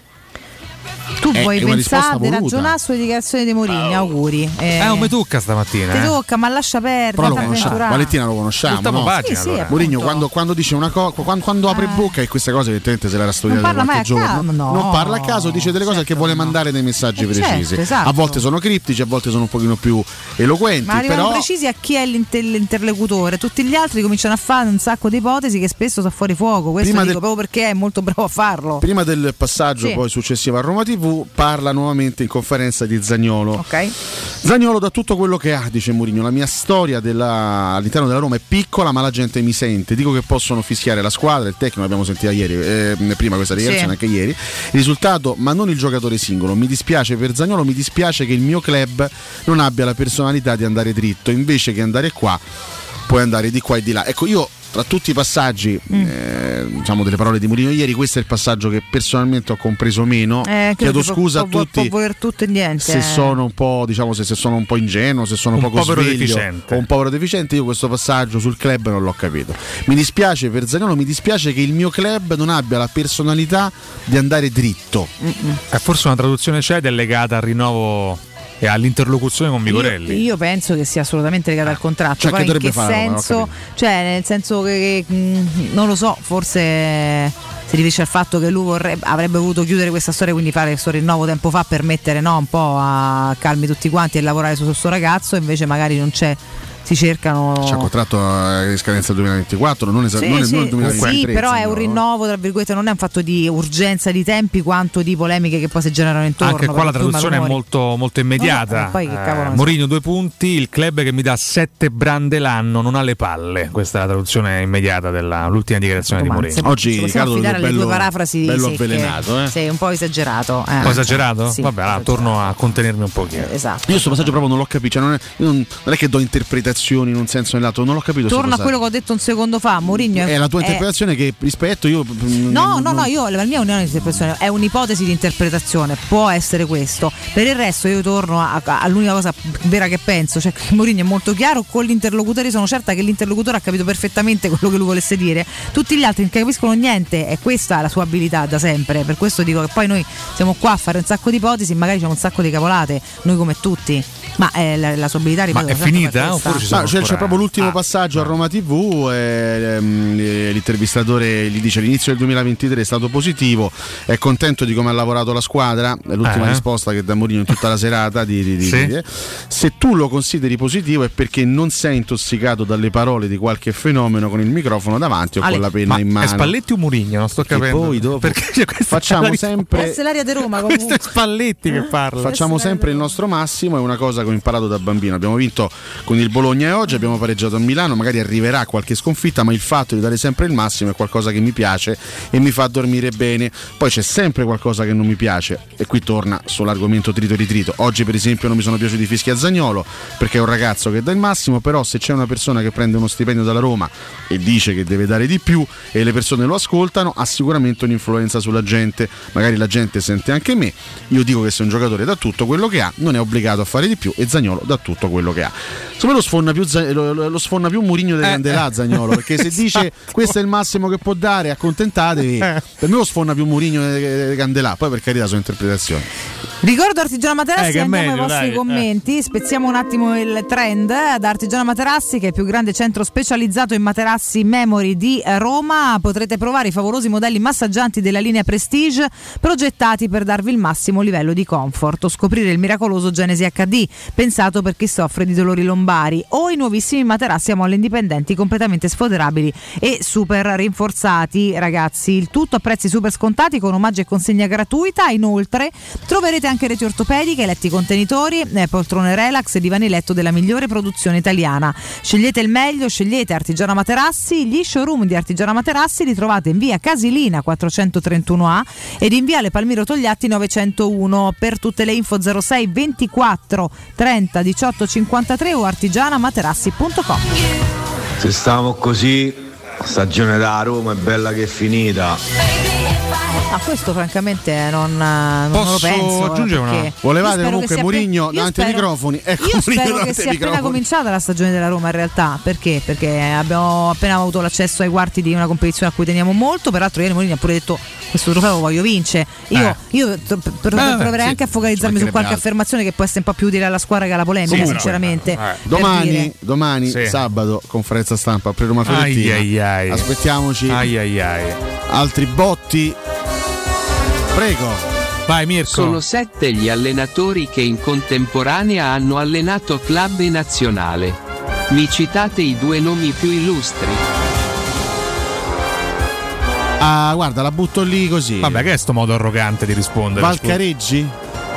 [SPEAKER 18] Tu
[SPEAKER 2] è,
[SPEAKER 18] vuoi
[SPEAKER 2] è
[SPEAKER 18] pensare di ragionare sulle dichiarazioni di Mourinho, auguri.
[SPEAKER 19] Eh, non mi tocca stamattina.
[SPEAKER 18] Ti
[SPEAKER 19] eh.
[SPEAKER 18] tocca, ma lascia perdere.
[SPEAKER 2] Però lo conosciamo. Valentina lo conosciamo. No?
[SPEAKER 19] Pagina,
[SPEAKER 18] sì,
[SPEAKER 19] allora.
[SPEAKER 18] sì,
[SPEAKER 2] Mourinho quando, quando dice una cosa, quando, quando apre
[SPEAKER 18] eh.
[SPEAKER 2] bocca, e queste cose evidentemente se l'era studiata da qualche giorno,
[SPEAKER 18] no,
[SPEAKER 2] non parla a caso, dice delle cose certo, che vuole
[SPEAKER 18] no.
[SPEAKER 2] mandare dei messaggi
[SPEAKER 18] eh,
[SPEAKER 2] precisi.
[SPEAKER 18] Certo, esatto.
[SPEAKER 2] A volte sono criptici, a volte sono un pochino più eloquenti.
[SPEAKER 18] Ma arrivano
[SPEAKER 2] però...
[SPEAKER 18] precisi a chi è l'inter- l'interlocutore. Tutti gli altri cominciano a fare un sacco di ipotesi che spesso sono fuori fuoco. Questo
[SPEAKER 2] prima
[SPEAKER 18] dico
[SPEAKER 2] del...
[SPEAKER 18] proprio perché è molto bravo a farlo.
[SPEAKER 2] Prima del passaggio
[SPEAKER 18] sì.
[SPEAKER 2] poi successivo a Roma tivù parla nuovamente in conferenza di Zaniolo.
[SPEAKER 18] Ok.
[SPEAKER 2] Zaniolo dà tutto quello che ha, dice Mourinho. La mia storia della... all'interno della Roma è piccola, ma la gente mi sente. Dico che possono fischiare la squadra, il tecnico, l'abbiamo sentita ieri, eh, prima questa dichiarazione, sì. anche ieri. Il risultato, ma non il giocatore singolo. Mi dispiace per Zaniolo, mi dispiace che il mio club non abbia la personalità di andare dritto, invece che andare qua puoi andare di qua e di là. Ecco, io tra tutti i passaggi mm. eh, diciamo delle parole di Mourinho ieri, questo è il passaggio che personalmente ho compreso meno.
[SPEAKER 18] Eh,
[SPEAKER 2] chiedo scusa
[SPEAKER 18] può,
[SPEAKER 2] a tutti
[SPEAKER 18] può voler tutto e niente,
[SPEAKER 2] se
[SPEAKER 18] eh.
[SPEAKER 2] sono un po' diciamo se, se sono un po' ingenuo, se sono
[SPEAKER 19] un
[SPEAKER 2] poco
[SPEAKER 19] povero
[SPEAKER 2] sveglio
[SPEAKER 19] deficiente.
[SPEAKER 2] o un povero deficiente. Io questo passaggio sul club non l'ho capito. Mi dispiace per Zaniolo, mi dispiace che il mio club non abbia la personalità di andare dritto.
[SPEAKER 19] Eh, forse una traduzione c'è ed è legata al rinnovo e all'interlocuzione con Vigorelli.
[SPEAKER 18] Io, io penso che sia assolutamente legata al contratto.
[SPEAKER 2] Cioè,
[SPEAKER 18] Poi
[SPEAKER 2] che
[SPEAKER 18] in che
[SPEAKER 2] farlo,
[SPEAKER 18] senso? Cioè, nel senso che, che mh, non lo so, forse si riferisce al fatto che lui vorrebbe, avrebbe voluto chiudere questa storia, quindi fare questo rinnovo tempo fa per mettere, no, un po' a calmi tutti quanti e lavorare su questo ragazzo, invece magari non c'è. Si cercano.
[SPEAKER 2] C'è un contratto in scadenza duemilaventiquattro, non, esa-
[SPEAKER 18] sì,
[SPEAKER 2] non,
[SPEAKER 18] sì,
[SPEAKER 2] non il duemilaventitré.
[SPEAKER 18] sì, però è un
[SPEAKER 2] no?
[SPEAKER 18] rinnovo, tra virgolette, non è un fatto di urgenza di tempi quanto di polemiche che poi si generano intorno.
[SPEAKER 19] Anche qua la traduzione è molto, molto immediata.
[SPEAKER 18] No, poi che cavolo
[SPEAKER 19] eh, Mourinho due punti, il club che mi dà sette brande l'anno non ha le palle. Questa è la traduzione immediata dell'ultima dichiarazione di Mourinho.
[SPEAKER 2] Oggi Riccardo
[SPEAKER 18] affidare alle
[SPEAKER 2] bello,
[SPEAKER 18] due parafrasi
[SPEAKER 2] bello
[SPEAKER 18] secche.
[SPEAKER 2] avvelenato, eh?
[SPEAKER 18] Sì, un po' esagerato. Eh.
[SPEAKER 19] Un po' esagerato?
[SPEAKER 18] Sì,
[SPEAKER 19] Vabbè, allora, torno a contenermi un pochino.
[SPEAKER 18] Esatto.
[SPEAKER 2] Io questo passaggio proprio non l'ho capito, cioè non, è, io non, non è che do interpretazioni in un senso o nell'altro, non l'ho capito.
[SPEAKER 18] Torno a quello che ho detto un secondo fa, Mourinho
[SPEAKER 2] è la tua interpretazione che rispetto io
[SPEAKER 18] No, no, no, io la mia non è un'interpretazione, è un'ipotesi di interpretazione, può essere questo. Per il resto io torno a, a, all'unica cosa vera che penso, cioè che Mourinho è molto chiaro con l'interlocutore, sono certa che l'interlocutore ha capito perfettamente quello che lui volesse dire. Tutti gli altri non capiscono niente e questa è la sua abilità da sempre. Per questo dico che poi noi siamo qua a fare un sacco di ipotesi, magari c'è un sacco di cavolate, noi come tutti. Ma è la, la sua abilità, ripeto,
[SPEAKER 19] ma è finita? Oppure ci sono
[SPEAKER 2] no, c'è, c'è proprio l'ultimo ah, passaggio ah. a Roma tivù e, e, l'intervistatore gli dice l'inizio del duemilaventitré è stato positivo, è contento di come ha lavorato la squadra, è l'ultima eh. risposta che dà Mourinho in tutta la serata di, di, di, sì. di, se tu lo consideri positivo è perché non sei intossicato dalle parole di qualche fenomeno con il microfono davanti o Ale, con la penna in mano.
[SPEAKER 19] È Spalletti o Mourinho? Non sto capendo.
[SPEAKER 2] Poi dopo
[SPEAKER 19] perché
[SPEAKER 2] facciamo sempre
[SPEAKER 18] questa è l'aria di Roma comunque.
[SPEAKER 19] Questo è Spalletti che parla.
[SPEAKER 2] Facciamo sempre il nostro massimo, è una cosa che ho imparato da bambino. Abbiamo vinto con il Bologna e oggi abbiamo pareggiato a Milano, magari arriverà qualche sconfitta, ma il fatto di dare sempre il massimo è qualcosa che mi piace e mi fa dormire bene. Poi c'è sempre qualcosa che non mi piace e qui torna sull'argomento trito e ritrito. Oggi per esempio non mi sono piaciuti i fischi a Zaniolo perché è un ragazzo che dà il massimo, però se c'è una persona che prende uno stipendio dalla Roma e dice che deve dare di più e le persone lo ascoltano, ha sicuramente un'influenza sulla gente, magari la gente sente anche me. Io dico che se un giocatore dà tutto quello che ha non è obbligato a fare di più e Zaniolo dà tutto quello che ha. Secondo me lo sfonda più, lo, lo sfonda più Mourinho di Candelà, eh, Zaniolo, perché se dice questo è il massimo che può dare, accontentatevi, per me lo sfonda più Mourinho di Candelà, poi per carità sono interpretazioni.
[SPEAKER 18] Ricordo Artigiano Materassi,
[SPEAKER 19] eh,
[SPEAKER 18] andiamo
[SPEAKER 19] meglio,
[SPEAKER 18] ai vostri
[SPEAKER 19] dai,
[SPEAKER 18] commenti, eh. spezziamo un attimo il trend da Artigiano Materassi, che è il più grande centro specializzato in materassi memory di Roma. Potrete provare i favolosi modelli massaggianti della linea Prestige progettati per darvi il massimo livello di comfort, o scoprire il miracoloso Genesi acca di, pensato per chi soffre di dolori lombari, o i nuovissimi materassi a molle indipendenti completamente sfoderabili e super rinforzati, ragazzi, il tutto a prezzi super scontati con omaggio e consegna gratuita. Inoltre troverete anche reti ortopediche, letti contenitori, eh, poltrone relax e divani letto della migliore produzione italiana. Scegliete il meglio, scegliete Artigiano Materassi. Gli showroom di Artigiano Materassi li trovate in via Casilina quattrocentotrentuno A ed in viale Palmiro Togliatti novecentouno. Per tutte le info zero sei ventiquattro trenta diciotto cinquantatré o artigianamaterassi punto com.
[SPEAKER 1] Se stiamo così, stagione da Roma è bella che è finita.
[SPEAKER 18] Ah, questo francamente non, non lo penso.
[SPEAKER 2] Aggiungere una? Volevate comunque Mourinho davanti ai microfoni? Ecco,
[SPEAKER 18] io
[SPEAKER 2] Mourinho
[SPEAKER 18] spero che sia appena cominciata la stagione della Roma in realtà. Perché? Perché abbiamo appena avuto l'accesso ai quarti di una competizione a cui teniamo molto. Peraltro ieri Mourinho ha pure detto questo trofeo lo voglio vincere. Io, eh. io t- t- proverei sì, anche a focalizzarmi su qualche altro. affermazione che può essere un po' più utile alla squadra che alla polemica, sì, sinceramente.
[SPEAKER 2] Eh. Domani, domani sì. sabato, conferenza stampa per Roma Fiorentina.
[SPEAKER 19] Ai, ai, ai.
[SPEAKER 2] Aspettiamoci
[SPEAKER 19] ai, ai, ai.
[SPEAKER 2] altri botti. Prego.
[SPEAKER 19] Vai Mirko.
[SPEAKER 7] Sono sette gli allenatori che in contemporanea hanno allenato club e nazionale. Mi citate i due nomi più illustri?
[SPEAKER 2] Ah, guarda, la butto lì così.
[SPEAKER 19] Vabbè, che è sto modo arrogante di rispondere?
[SPEAKER 2] Valcareggi?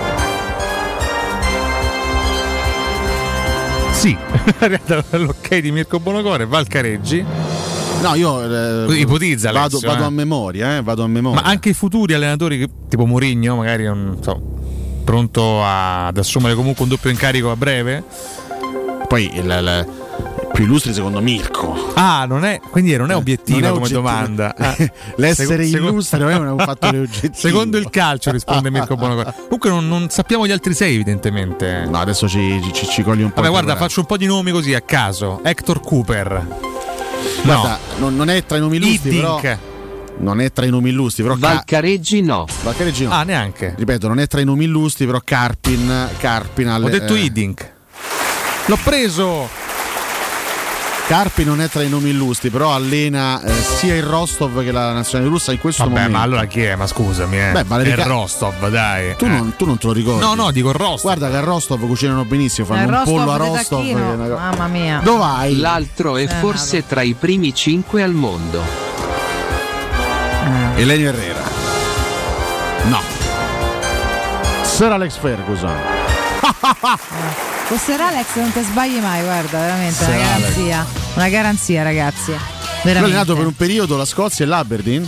[SPEAKER 19] Sì. L'ok di Mirko Bonocore, Valcareggi.
[SPEAKER 2] No, io eh,
[SPEAKER 19] ipotizza
[SPEAKER 2] vado,
[SPEAKER 19] Alessio,
[SPEAKER 2] vado
[SPEAKER 19] eh.
[SPEAKER 2] a memoria, eh, vado a memoria.
[SPEAKER 19] Ma anche i futuri allenatori che, tipo Mourinho, magari non so, pronto a, ad assumere comunque un doppio incarico a breve.
[SPEAKER 2] Poi il, il più illustri secondo Mirko.
[SPEAKER 19] Ah, non è, quindi non è obiettiva
[SPEAKER 2] non è
[SPEAKER 19] come domanda.
[SPEAKER 2] Ah, l'essere secondo, illustro è un fattore oggettivo.
[SPEAKER 19] Secondo il calcio risponde Mirko Bonocore. Comunque non, non sappiamo gli altri sei evidentemente.
[SPEAKER 2] No, adesso ci, ci, ci cogli un po'.
[SPEAKER 19] Vabbè, guarda, faccio un po' di nomi così a caso. Hector Cooper.
[SPEAKER 2] Guarda, no. non, non è tra i nomi illustri, però non è tra i nomi illustri, però
[SPEAKER 7] Valcareggi no.
[SPEAKER 2] Valcareggi no.
[SPEAKER 19] Ah, neanche.
[SPEAKER 2] Ripeto, non è tra i nomi illustri, però Karpin, Karpin alle,
[SPEAKER 19] Ho detto
[SPEAKER 2] eh,
[SPEAKER 19] Hiddink. L'ho preso.
[SPEAKER 2] Carpi non è tra i nomi illustri, però allena eh, sia il Rostov che la nazionale russa in questo
[SPEAKER 19] Vabbè,
[SPEAKER 2] momento.
[SPEAKER 19] ma allora chi è? Ma scusami, eh.
[SPEAKER 2] Beh, ma
[SPEAKER 19] è il
[SPEAKER 2] Ca-
[SPEAKER 19] Rostov, dai.
[SPEAKER 2] Tu,
[SPEAKER 19] eh.
[SPEAKER 2] non, tu non te lo ricordi?
[SPEAKER 19] No, no, dico il Rostov.
[SPEAKER 2] Guarda che a Rostov cucinano benissimo, fanno
[SPEAKER 18] Eh,
[SPEAKER 2] un
[SPEAKER 18] Rostov
[SPEAKER 2] pollo a
[SPEAKER 18] di
[SPEAKER 2] Rostov.
[SPEAKER 18] tacchino.
[SPEAKER 2] che è una co-
[SPEAKER 18] Mamma mia.
[SPEAKER 2] Dove vai?
[SPEAKER 7] L'altro è
[SPEAKER 18] Eh,
[SPEAKER 7] forse tra i primi cinque al mondo.
[SPEAKER 2] Elenio Herrera. No. Sir Alex Ferguson.
[SPEAKER 18] Con Sir Alex non ti sbagli mai, guarda, veramente,
[SPEAKER 2] Sir
[SPEAKER 18] una
[SPEAKER 2] Alex.
[SPEAKER 18] garanzia. Una garanzia, ragazzi.
[SPEAKER 2] Lui ha
[SPEAKER 18] Veramente.
[SPEAKER 2] allenato per un periodo la Scozia e l'Aberdeen.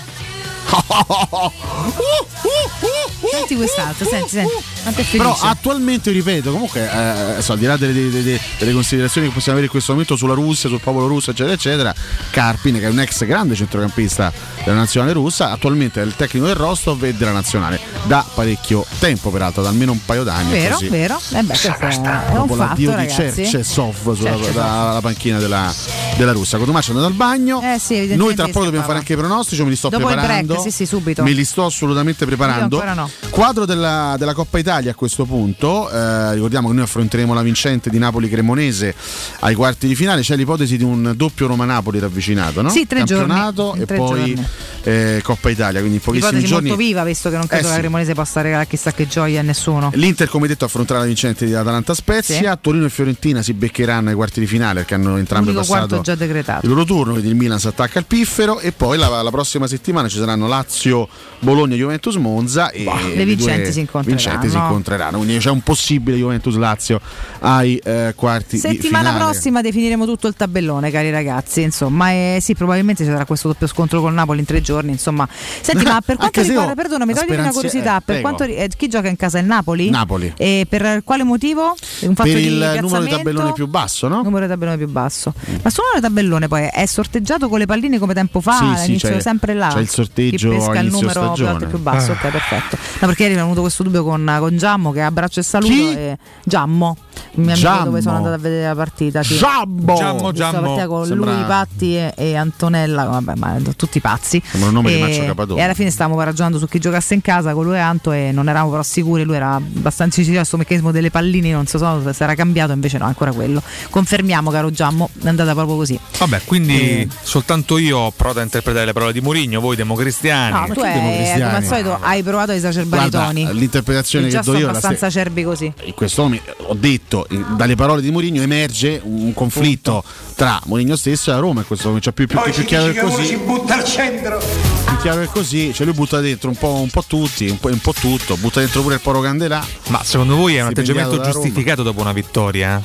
[SPEAKER 18] Senti quest'altro, senti, senti. Quanto è felice.
[SPEAKER 2] Però attualmente, ripeto, comunque, eh, so, al di là delle, delle- delle- delle considerazioni che possiamo avere in questo momento sulla Russia, sul popolo russo, eccetera, eccetera, Karpin, che è un ex grande centrocampista della nazionale russa, attualmente è il tecnico del Rostov e della nazionale da parecchio tempo, peraltro, da almeno un paio d'anni.
[SPEAKER 18] Vero,
[SPEAKER 2] così.
[SPEAKER 18] vero. Eh beh, questo è, è un
[SPEAKER 2] Dopo l'addio
[SPEAKER 18] fatto,
[SPEAKER 2] di
[SPEAKER 18] ragazzi.
[SPEAKER 2] Cherchesov sulla
[SPEAKER 18] Cherchesov.
[SPEAKER 2] dalla panchina della, della Russia. Cotumaccio è andato al bagno.
[SPEAKER 18] Eh sì, evidentemente
[SPEAKER 2] Noi tra poco
[SPEAKER 18] scappava.
[SPEAKER 2] dobbiamo fare anche i pronostici, me li sto
[SPEAKER 18] Dopo il
[SPEAKER 2] preparando.
[SPEAKER 18] break, sì, sì, subito.
[SPEAKER 2] Me li sto assolutamente preparando.
[SPEAKER 18] Io ancora no.
[SPEAKER 2] Quadro della, della Coppa Italia a questo punto. Eh, ricordiamo che noi affronteremo la vincente di Napoli-Cremonese ai quarti di finale. C'è l'ipotesi di un doppio Roma-Napoli ravvicinato, no?
[SPEAKER 18] Sì, tre
[SPEAKER 2] Campionato
[SPEAKER 18] giorni.
[SPEAKER 2] e
[SPEAKER 18] Tre
[SPEAKER 2] poi
[SPEAKER 18] giorni.
[SPEAKER 2] eh, Coppa Italia. Quindi in pochissimi
[SPEAKER 18] Ipotesi
[SPEAKER 2] giorni.
[SPEAKER 18] molto viva, visto che non credo
[SPEAKER 2] Eh
[SPEAKER 18] che
[SPEAKER 2] sì.
[SPEAKER 18] la Cremonese possa regalare chissà che gioia a nessuno.
[SPEAKER 2] L'Inter, come detto, affronterà la vincente di Atalanta Spezia.
[SPEAKER 18] Sì.
[SPEAKER 2] Torino e Fiorentina si beccheranno ai quarti di finale perché hanno entrambi
[SPEAKER 18] L'unico quarto
[SPEAKER 2] passato
[SPEAKER 18] già decretato.
[SPEAKER 2] il loro turno, quindi il Milan si attacca al piffero e poi la, la prossima settimana ci saranno Lazio, Bologna, Juventus, Monza e
[SPEAKER 18] le vincenti
[SPEAKER 2] due
[SPEAKER 18] si incontreranno.
[SPEAKER 2] vincenti si incontreranno. Quindi c'è un possibile Juventus Lazio ai eh, quarti
[SPEAKER 18] Settimana
[SPEAKER 2] di finale.
[SPEAKER 18] prossima definiremo tutto il tabellone, cari ragazzi. Insomma, eh, sì, probabilmente ci sarà questo doppio scontro con Napoli in tre giorni. Insomma, senti, ma per quanto
[SPEAKER 2] Anche se
[SPEAKER 18] riguarda,
[SPEAKER 2] io-
[SPEAKER 18] perdonami,
[SPEAKER 2] la
[SPEAKER 18] toglimi una
[SPEAKER 2] speranza-
[SPEAKER 18] curiosità.
[SPEAKER 2] eh,
[SPEAKER 18] per
[SPEAKER 2] prego.
[SPEAKER 18] quanto ri- eh, chi gioca in casa è il Napoli?
[SPEAKER 2] Napoli.
[SPEAKER 18] E per quale motivo? Un fatto
[SPEAKER 2] Per
[SPEAKER 18] di
[SPEAKER 2] il numero di
[SPEAKER 18] piazzamento?
[SPEAKER 2] tabellone più basso, no?
[SPEAKER 18] Numero di tabellone più basso. Ma sul numero di tabellone poi è sorteggiato con le palline come tempo fa?
[SPEAKER 2] Sì, sì,
[SPEAKER 18] All'inizio
[SPEAKER 2] c'è-
[SPEAKER 18] sempre là.
[SPEAKER 2] c'è il sorteggio
[SPEAKER 18] Chi pesca
[SPEAKER 2] a
[SPEAKER 18] il
[SPEAKER 2] inizio
[SPEAKER 18] numero più
[SPEAKER 2] stagione.
[SPEAKER 18] alto e più basso.
[SPEAKER 2] Ah.
[SPEAKER 18] Ok, perfetto. No, perché ieri è venuto questo dubbio con, con Giammo, che abbraccio e saluto.
[SPEAKER 2] Chi?
[SPEAKER 18] E Giammo, il mio amico
[SPEAKER 2] Giammo.
[SPEAKER 18] dove sono andata a vedere la partita. Sì.
[SPEAKER 2] Giammo!
[SPEAKER 19] Giammo,
[SPEAKER 18] Ho visto la
[SPEAKER 19] Giammo.
[SPEAKER 18] partita con
[SPEAKER 2] Sembra-
[SPEAKER 18] lui, Patti e, e Antonella, vabbè, ma tutti pazzi.
[SPEAKER 2] Sembra un nome di
[SPEAKER 18] e,
[SPEAKER 2] Maccio Capadoni.
[SPEAKER 18] e alla fine stavamo ragionando su chi giocasse in casa con lui e Anto e non eravamo però sicuri. Lui era abbastanza sicuro, questo meccanismo delle palline non so se era cambiato, invece no, ancora quello. Confermiamo, caro Giammo, è andata proprio così.
[SPEAKER 19] Vabbè, quindi
[SPEAKER 18] Eh.
[SPEAKER 19] soltanto io provo a interpretare le parole di Mourinho, voi democristiani.
[SPEAKER 18] No, tu hai,
[SPEAKER 2] democristiani?
[SPEAKER 18] come al solito hai provato a esacerbare
[SPEAKER 2] Guarda,
[SPEAKER 18] i toni.
[SPEAKER 2] l'interpretazione
[SPEAKER 18] Io
[SPEAKER 2] che
[SPEAKER 18] già
[SPEAKER 2] do
[SPEAKER 18] sto
[SPEAKER 2] io è la
[SPEAKER 18] abbastanza
[SPEAKER 2] stessa.
[SPEAKER 18] acerbi così.
[SPEAKER 2] In questo momento ho detto, eh, dalle parole di Mourinho emerge un conflitto tra Mourinho stesso e la Roma in questo momento, cioè più, più, più, più chiaro che così,
[SPEAKER 3] butta al centro.
[SPEAKER 2] più chiaro che così, cioè lui butta dentro un po', un po' tutti, un po', un po' tutto, butta dentro pure il Poro Candelà.
[SPEAKER 19] Ma secondo voi è un
[SPEAKER 2] Stipendiato
[SPEAKER 19] atteggiamento
[SPEAKER 2] dalla Roma.
[SPEAKER 19] giustificato dopo una vittoria?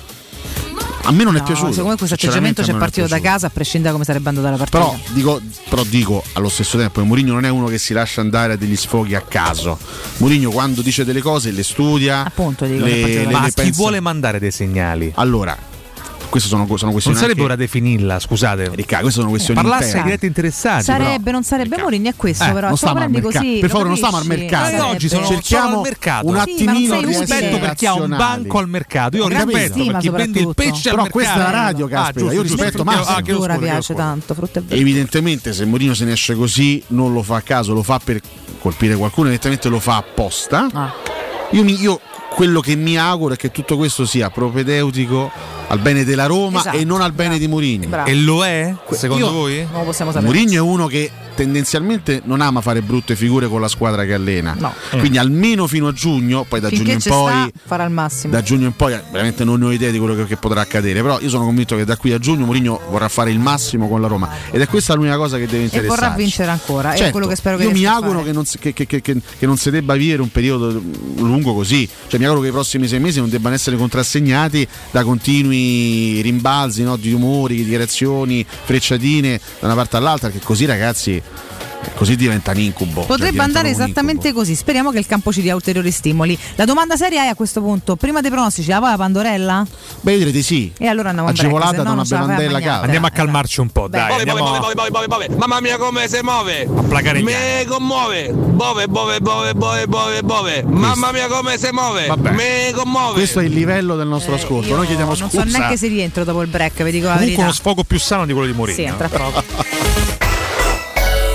[SPEAKER 2] A me non è
[SPEAKER 18] No,
[SPEAKER 2] piaciuto.
[SPEAKER 18] secondo me questo
[SPEAKER 2] sinceramente
[SPEAKER 18] atteggiamento
[SPEAKER 2] a
[SPEAKER 18] c'è
[SPEAKER 2] me non è
[SPEAKER 18] partito da
[SPEAKER 2] piaciuto.
[SPEAKER 18] casa a prescindere da come sarebbe andata la partita.
[SPEAKER 2] Però dico, però dico allo stesso tempo che Mourinho non è uno che si lascia andare a degli sfoghi a caso. Mourinho quando dice delle cose le studia.
[SPEAKER 18] Appunto, dico,
[SPEAKER 2] le,
[SPEAKER 18] che partito da
[SPEAKER 2] le-
[SPEAKER 19] Ma
[SPEAKER 2] le
[SPEAKER 19] a chi
[SPEAKER 2] pensa-
[SPEAKER 19] vuole mandare dei segnali?
[SPEAKER 2] Allora, queste sono, sono
[SPEAKER 19] Non
[SPEAKER 2] questioni
[SPEAKER 19] sarebbe
[SPEAKER 2] anche-
[SPEAKER 19] ora definirla, scusate.
[SPEAKER 2] Ricca, queste sono questioni
[SPEAKER 19] Parlasse ai
[SPEAKER 2] interne.
[SPEAKER 19] diretti interessati.
[SPEAKER 18] sarebbe,
[SPEAKER 19] però.
[SPEAKER 18] non sarebbe Mourinho, è questo,
[SPEAKER 2] Eh,
[SPEAKER 18] però
[SPEAKER 2] non
[SPEAKER 18] se lo
[SPEAKER 2] stiamo al
[SPEAKER 18] prendi
[SPEAKER 2] mercato.
[SPEAKER 18] così.
[SPEAKER 2] Per
[SPEAKER 18] lo
[SPEAKER 2] favore, non stiamo al
[SPEAKER 18] capisci?
[SPEAKER 2] mercato.
[SPEAKER 19] Eh,
[SPEAKER 18] Sarebbe-
[SPEAKER 19] oggi sono,
[SPEAKER 2] Cerchiamo
[SPEAKER 19] sono al mercato.
[SPEAKER 2] un
[SPEAKER 18] Sì,
[SPEAKER 2] attimino
[SPEAKER 18] ma non sei
[SPEAKER 2] di
[SPEAKER 18] utile.
[SPEAKER 2] essere
[SPEAKER 19] rispetto per chi ha un
[SPEAKER 2] razionali.
[SPEAKER 19] banco al mercato. Io
[SPEAKER 2] Ho
[SPEAKER 19] rispetto
[SPEAKER 2] capito.
[SPEAKER 19] per chi
[SPEAKER 18] Stima
[SPEAKER 19] vende il
[SPEAKER 18] soprattutto.
[SPEAKER 19] pesce al
[SPEAKER 2] Però
[SPEAKER 19] mercato.
[SPEAKER 2] questa è la radio,
[SPEAKER 19] Ah,
[SPEAKER 2] caspita,
[SPEAKER 19] giusto,
[SPEAKER 2] io
[SPEAKER 19] giusto,
[SPEAKER 2] rispetto
[SPEAKER 19] giusto.
[SPEAKER 2] massimo.
[SPEAKER 19] Ah, chiedo
[SPEAKER 18] Verdura
[SPEAKER 19] scusa, chiedo
[SPEAKER 18] piace
[SPEAKER 19] scusa.
[SPEAKER 18] tanto, frutta e verdura.
[SPEAKER 2] Evidentemente se Mourinho se ne esce così non lo fa a caso, lo fa per colpire qualcuno, evidentemente lo fa apposta.
[SPEAKER 18] Ah.
[SPEAKER 2] Io, mi, io quello che mi auguro è che tutto questo sia propedeutico al bene della Roma
[SPEAKER 18] Esatto,
[SPEAKER 2] e non al bene di Mourinho.
[SPEAKER 18] Bravo.
[SPEAKER 19] E lo è? Secondo
[SPEAKER 2] Io-
[SPEAKER 19] voi?
[SPEAKER 18] Non lo possiamo sapere.
[SPEAKER 2] Mourinho è uno che tendenzialmente non ama fare brutte figure con la squadra che allena.
[SPEAKER 18] No.
[SPEAKER 2] Quindi almeno fino a giugno, poi da
[SPEAKER 18] Finché
[SPEAKER 2] giugno in
[SPEAKER 18] ci
[SPEAKER 2] poi
[SPEAKER 18] sta, farà il massimo.
[SPEAKER 2] da giugno in poi veramente non ne ho idea di quello che, che potrà accadere, però io sono convinto che da qui a giugno Mourinho vorrà fare il massimo con la Roma ed è questa l'unica cosa che deve
[SPEAKER 18] E
[SPEAKER 2] interessarci.
[SPEAKER 18] vorrà vincere ancora. È
[SPEAKER 2] Certo,
[SPEAKER 18] quello che spero che
[SPEAKER 2] io mi
[SPEAKER 18] riesca a
[SPEAKER 2] auguro
[SPEAKER 18] fare.
[SPEAKER 2] che non, si, che, che- che- che- che non si debba vivere un periodo lungo così, cioè mi auguro che i prossimi sei mesi non debbano essere contrassegnati da continui rimbalzi, no, di umori, di dichiarazioni, frecciatine da una parte all'altra, che così ragazzi così diventa un incubo. Cioè,
[SPEAKER 18] Potrebbe
[SPEAKER 2] diventa
[SPEAKER 18] andare
[SPEAKER 2] proprio un
[SPEAKER 18] esattamente così. Speriamo che il campo ci dia ulteriori stimoli. La domanda seria è a questo punto: prima dei pronostici, la vuoi la Pandorella?
[SPEAKER 2] Beh, io direi di sì.
[SPEAKER 18] E allora andiamo a break,
[SPEAKER 2] Agevolata
[SPEAKER 18] se no
[SPEAKER 2] da
[SPEAKER 18] non
[SPEAKER 2] una
[SPEAKER 18] ce la fai a
[SPEAKER 2] bevandella
[SPEAKER 18] mangiare.
[SPEAKER 2] calda.
[SPEAKER 19] Andiamo a calmarci un po', dai.
[SPEAKER 29] Bove,
[SPEAKER 19] Andiamo
[SPEAKER 29] bove,
[SPEAKER 19] a
[SPEAKER 29] bove, bove, bove, bove. Mamma mia come si muove!
[SPEAKER 19] placare gli
[SPEAKER 29] Me commuove! Bove, bove, bove, bove, bove, bove! Mamma mia come si muove!
[SPEAKER 2] Vabbè.
[SPEAKER 29] Me commuove!
[SPEAKER 2] Questo è il livello del nostro ascolto.
[SPEAKER 18] Io
[SPEAKER 2] Noi chiediamo
[SPEAKER 18] non
[SPEAKER 2] scusa.
[SPEAKER 18] so neanche se rientro dopo il break, vi dico la
[SPEAKER 19] Comunque
[SPEAKER 18] verità.
[SPEAKER 19] uno sfogo più sano di quello di Mourinho.
[SPEAKER 18] Sì, entra proprio.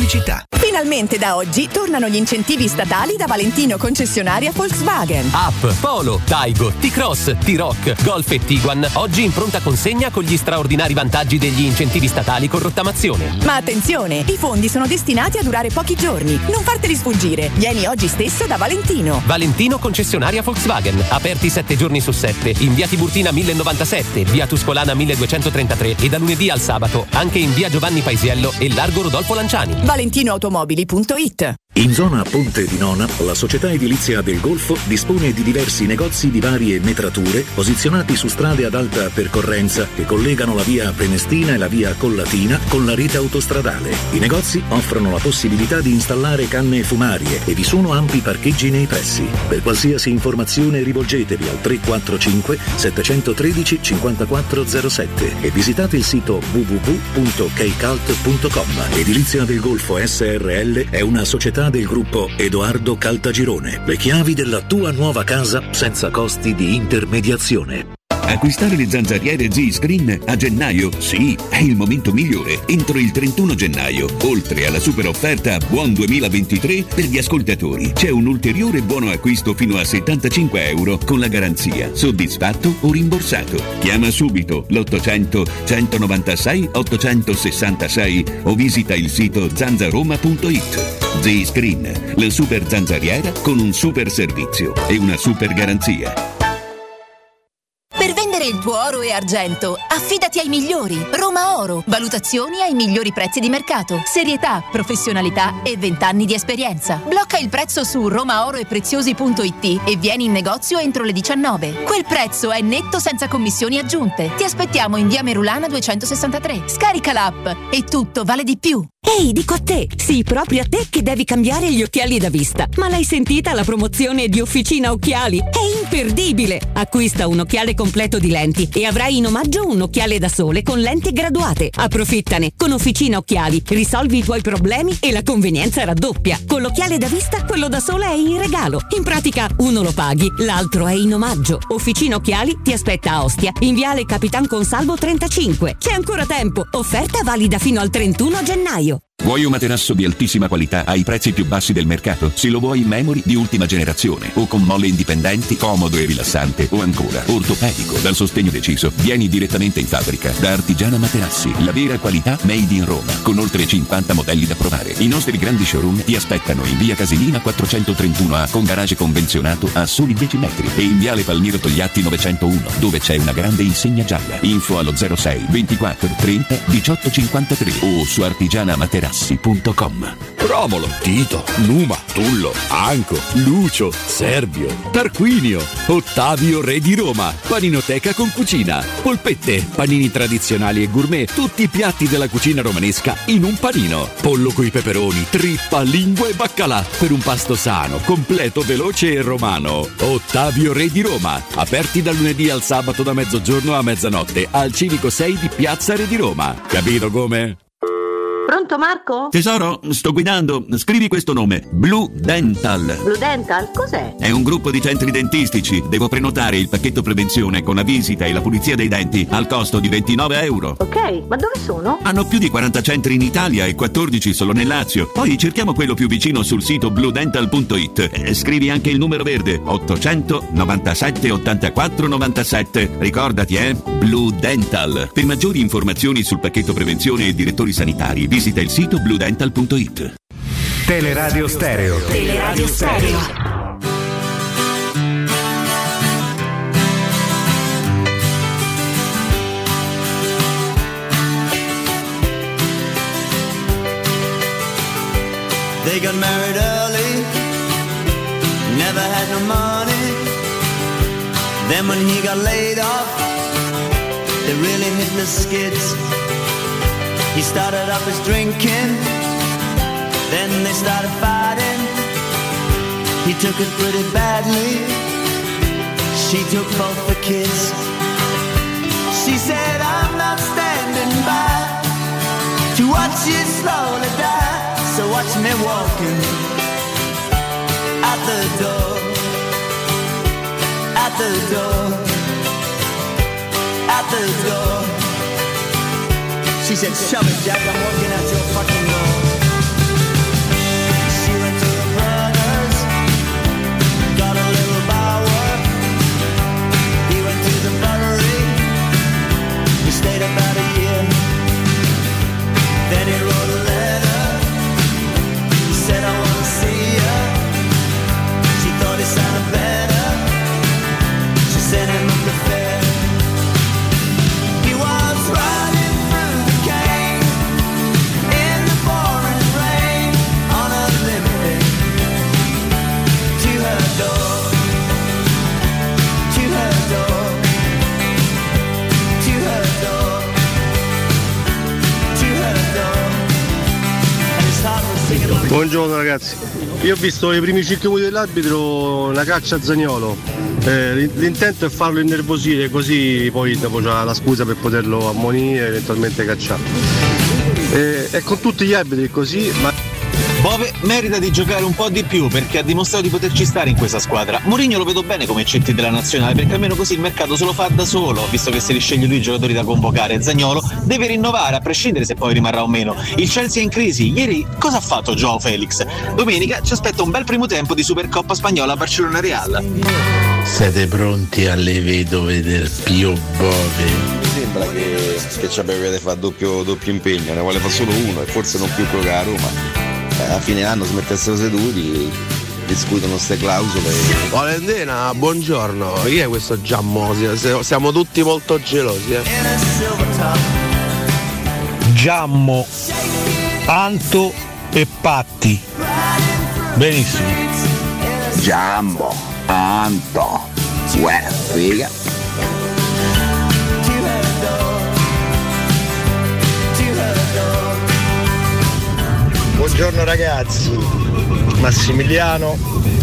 [SPEAKER 3] pubblicità.
[SPEAKER 6] Finalmente da oggi tornano gli incentivi statali da Valentino concessionaria Volkswagen.
[SPEAKER 12] App, Polo, Taigo, T-Cross, T-Rock, Golf e Tiguan oggi in pronta consegna con gli straordinari vantaggi degli incentivi statali con rottamazione.
[SPEAKER 6] Ma attenzione, i fondi sono destinati a durare pochi giorni. Non farteli sfuggire. Vieni oggi stesso da Valentino.
[SPEAKER 12] Valentino concessionaria Volkswagen. Aperti sette giorni su sette. In via Tiburtina mille novantasette, via Tuscolana milleduecentotrentatré e da lunedì al sabato anche in via Giovanni Paisiello e largo Rodolfo Lanciani.
[SPEAKER 6] valentino automobili punto it.
[SPEAKER 24] In zona Ponte di Nona, la società edilizia del Golfo dispone di diversi negozi di varie metrature posizionati su strade ad alta percorrenza che collegano la via Prenestina e la via Collatina con la rete autostradale. I negozi offrono la possibilità di installare canne fumarie e vi sono ampi parcheggi nei pressi. Per qualsiasi informazione rivolgetevi al tre quattro cinque sette uno tre cinque zero sette e visitate il sito w w w punto keicalt punto com. Edilizia del Golfo S R L è una società del gruppo Edoardo Caltagirone. Le chiavi della tua nuova casa senza costi di intermediazione.
[SPEAKER 13] Acquistare le zanzariere Z-Screen a gennaio, sì, è il momento migliore. Entro il trentuno gennaio, oltre alla super offerta Buon duemilaventitré per gli ascoltatori, c'è un ulteriore buono acquisto fino a settantacinque euro con la garanzia soddisfatto o rimborsato. Chiama subito l'ottocento centonovantasei ottocentosessantasei o visita il sito zanzaroma punto it. Z-Screen, la super zanzariera con un super servizio e una super garanzia.
[SPEAKER 16] Per vendere il tuo oro e argento, affidati ai migliori. Roma Oro. Valutazioni ai migliori prezzi di mercato. Serietà, professionalità e vent'anni di esperienza. Blocca il prezzo su romaoroepreziosi punto it e vieni in negozio entro le diciannove. Quel prezzo è netto senza commissioni aggiunte. Ti aspettiamo in via Merulana duecentosessantatré. Scarica l'app e tutto vale di più.
[SPEAKER 17] Ehi, dico a te, sì, proprio a te che devi cambiare gli occhiali da vista. Ma l'hai sentita la promozione di Officina Occhiali? È imperdibile! Acquista un occhiale completo di lenti e avrai in omaggio un occhiale da sole con lenti graduate. Approfittane! Con Officina Occhiali risolvi i tuoi problemi e la convenienza raddoppia. Con l'occhiale da vista, quello da sole è in regalo. In pratica, uno lo paghi, l'altro è in omaggio. Officina Occhiali ti aspetta a Ostia, in viale Capitan Consalvo trentacinque. C'è ancora tempo! Offerta valida fino al trentuno gennaio.
[SPEAKER 13] Vuoi un materasso di altissima qualità ai prezzi più bassi del mercato? Se lo vuoi in memory di ultima generazione o con molle indipendenti, comodo e rilassante o ancora ortopedico dal sostegno deciso, vieni direttamente in fabbrica da Artigiana Materassi, la vera qualità made in Roma, con oltre cinquanta modelli da provare. I nostri grandi showroom ti aspettano in via Casilina quattrocentotrentuno A con garage convenzionato a soli dieci metri e in viale Palmiro Togliatti novecentouno dove c'è una grande insegna gialla. Info allo zero sei ventiquattro trenta diciotto cinquantatré o su artigiana materassi punto com.
[SPEAKER 20] Romolo, Tito, Numa, Tullo, Anco, Lucio, Servio, Tarquinio, Ottavio Re di Roma, paninoteca con cucina, polpette, panini tradizionali e gourmet, tutti i piatti della cucina romanesca in un panino, pollo coi peperoni, trippa, lingua e baccalà per un pasto sano, completo, veloce e romano. Ottavio Re di Roma, aperti dal lunedì al sabato da mezzogiorno a mezzanotte al Civico sei di Piazza Re di Roma. Capito come?
[SPEAKER 21] Pronto Marco?
[SPEAKER 13] Tesoro, sto guidando. Scrivi questo nome. Blue Dental.
[SPEAKER 21] Blue Dental? Cos'è?
[SPEAKER 13] È un gruppo di centri dentistici. Devo prenotare il pacchetto prevenzione con la visita e la pulizia dei denti al costo di ventinove euro.
[SPEAKER 21] Ok, ma dove sono?
[SPEAKER 13] Hanno più di quaranta centri in Italia e quattordici solo nel Lazio. Poi cerchiamo quello più vicino sul sito blue dental punto it. Eh, scrivi anche il numero verde ottocento novantasette ottantaquattro novantasette. Ricordati, eh? Blue Dental. Per maggiori informazioni sul pacchetto prevenzione e direttori sanitari visita il sito blue dental punto it.
[SPEAKER 26] Teleradio Stereo.
[SPEAKER 27] Teleradio Stereo.
[SPEAKER 28] They got married early, never had no money. Then when he got laid off, they really hit the skids. He started up his drinking, then they started fighting. He took it pretty badly, she took both the kids. She said, I'm not standing by to watch you slowly die. So watch me walking out the door, out the door, out the door. She said, shove it, Jack, I'm walking out your fucking door.
[SPEAKER 3] Buongiorno ragazzi, io ho visto i primi cinque minuti dell'arbitro una caccia a Zaniolo, eh, l'intento è farlo innervosire così poi dopo c'ha la scusa per poterlo ammonire e eventualmente cacciare. E, e con tutti gli arbitri così, ma...
[SPEAKER 4] Bove merita di giocare un po' di più perché ha dimostrato di poterci stare in questa squadra. Mourinho lo vedo bene come C T della nazionale perché almeno così il mercato se lo fa da solo, visto che se li sceglie lui i giocatori da convocare. Zaniolo deve rinnovare a prescindere se poi rimarrà o meno. Il Chelsea è in crisi. Ieri cosa ha fatto Joao Felix? Domenica ci aspetta un bel primo tempo di Supercoppa spagnola a Barcellona-Real.
[SPEAKER 9] Siete pronti alle vedove del Pio Bove?
[SPEAKER 5] Mi sembra che, che ci avete fatto doppio, doppio impegno, ne vuole fare solo uno e forse non più giocare a Roma. A fine anno smettessero seduti, discutono ste clausole.
[SPEAKER 8] Valentina, buongiorno. Chi è questo Giammo? Siamo tutti molto gelosi, eh.
[SPEAKER 14] Giammo, Anto e Patti. Benissimo.
[SPEAKER 10] Giammo, Anto, uè, figa.
[SPEAKER 8] Buongiorno ragazzi, Massimiliano,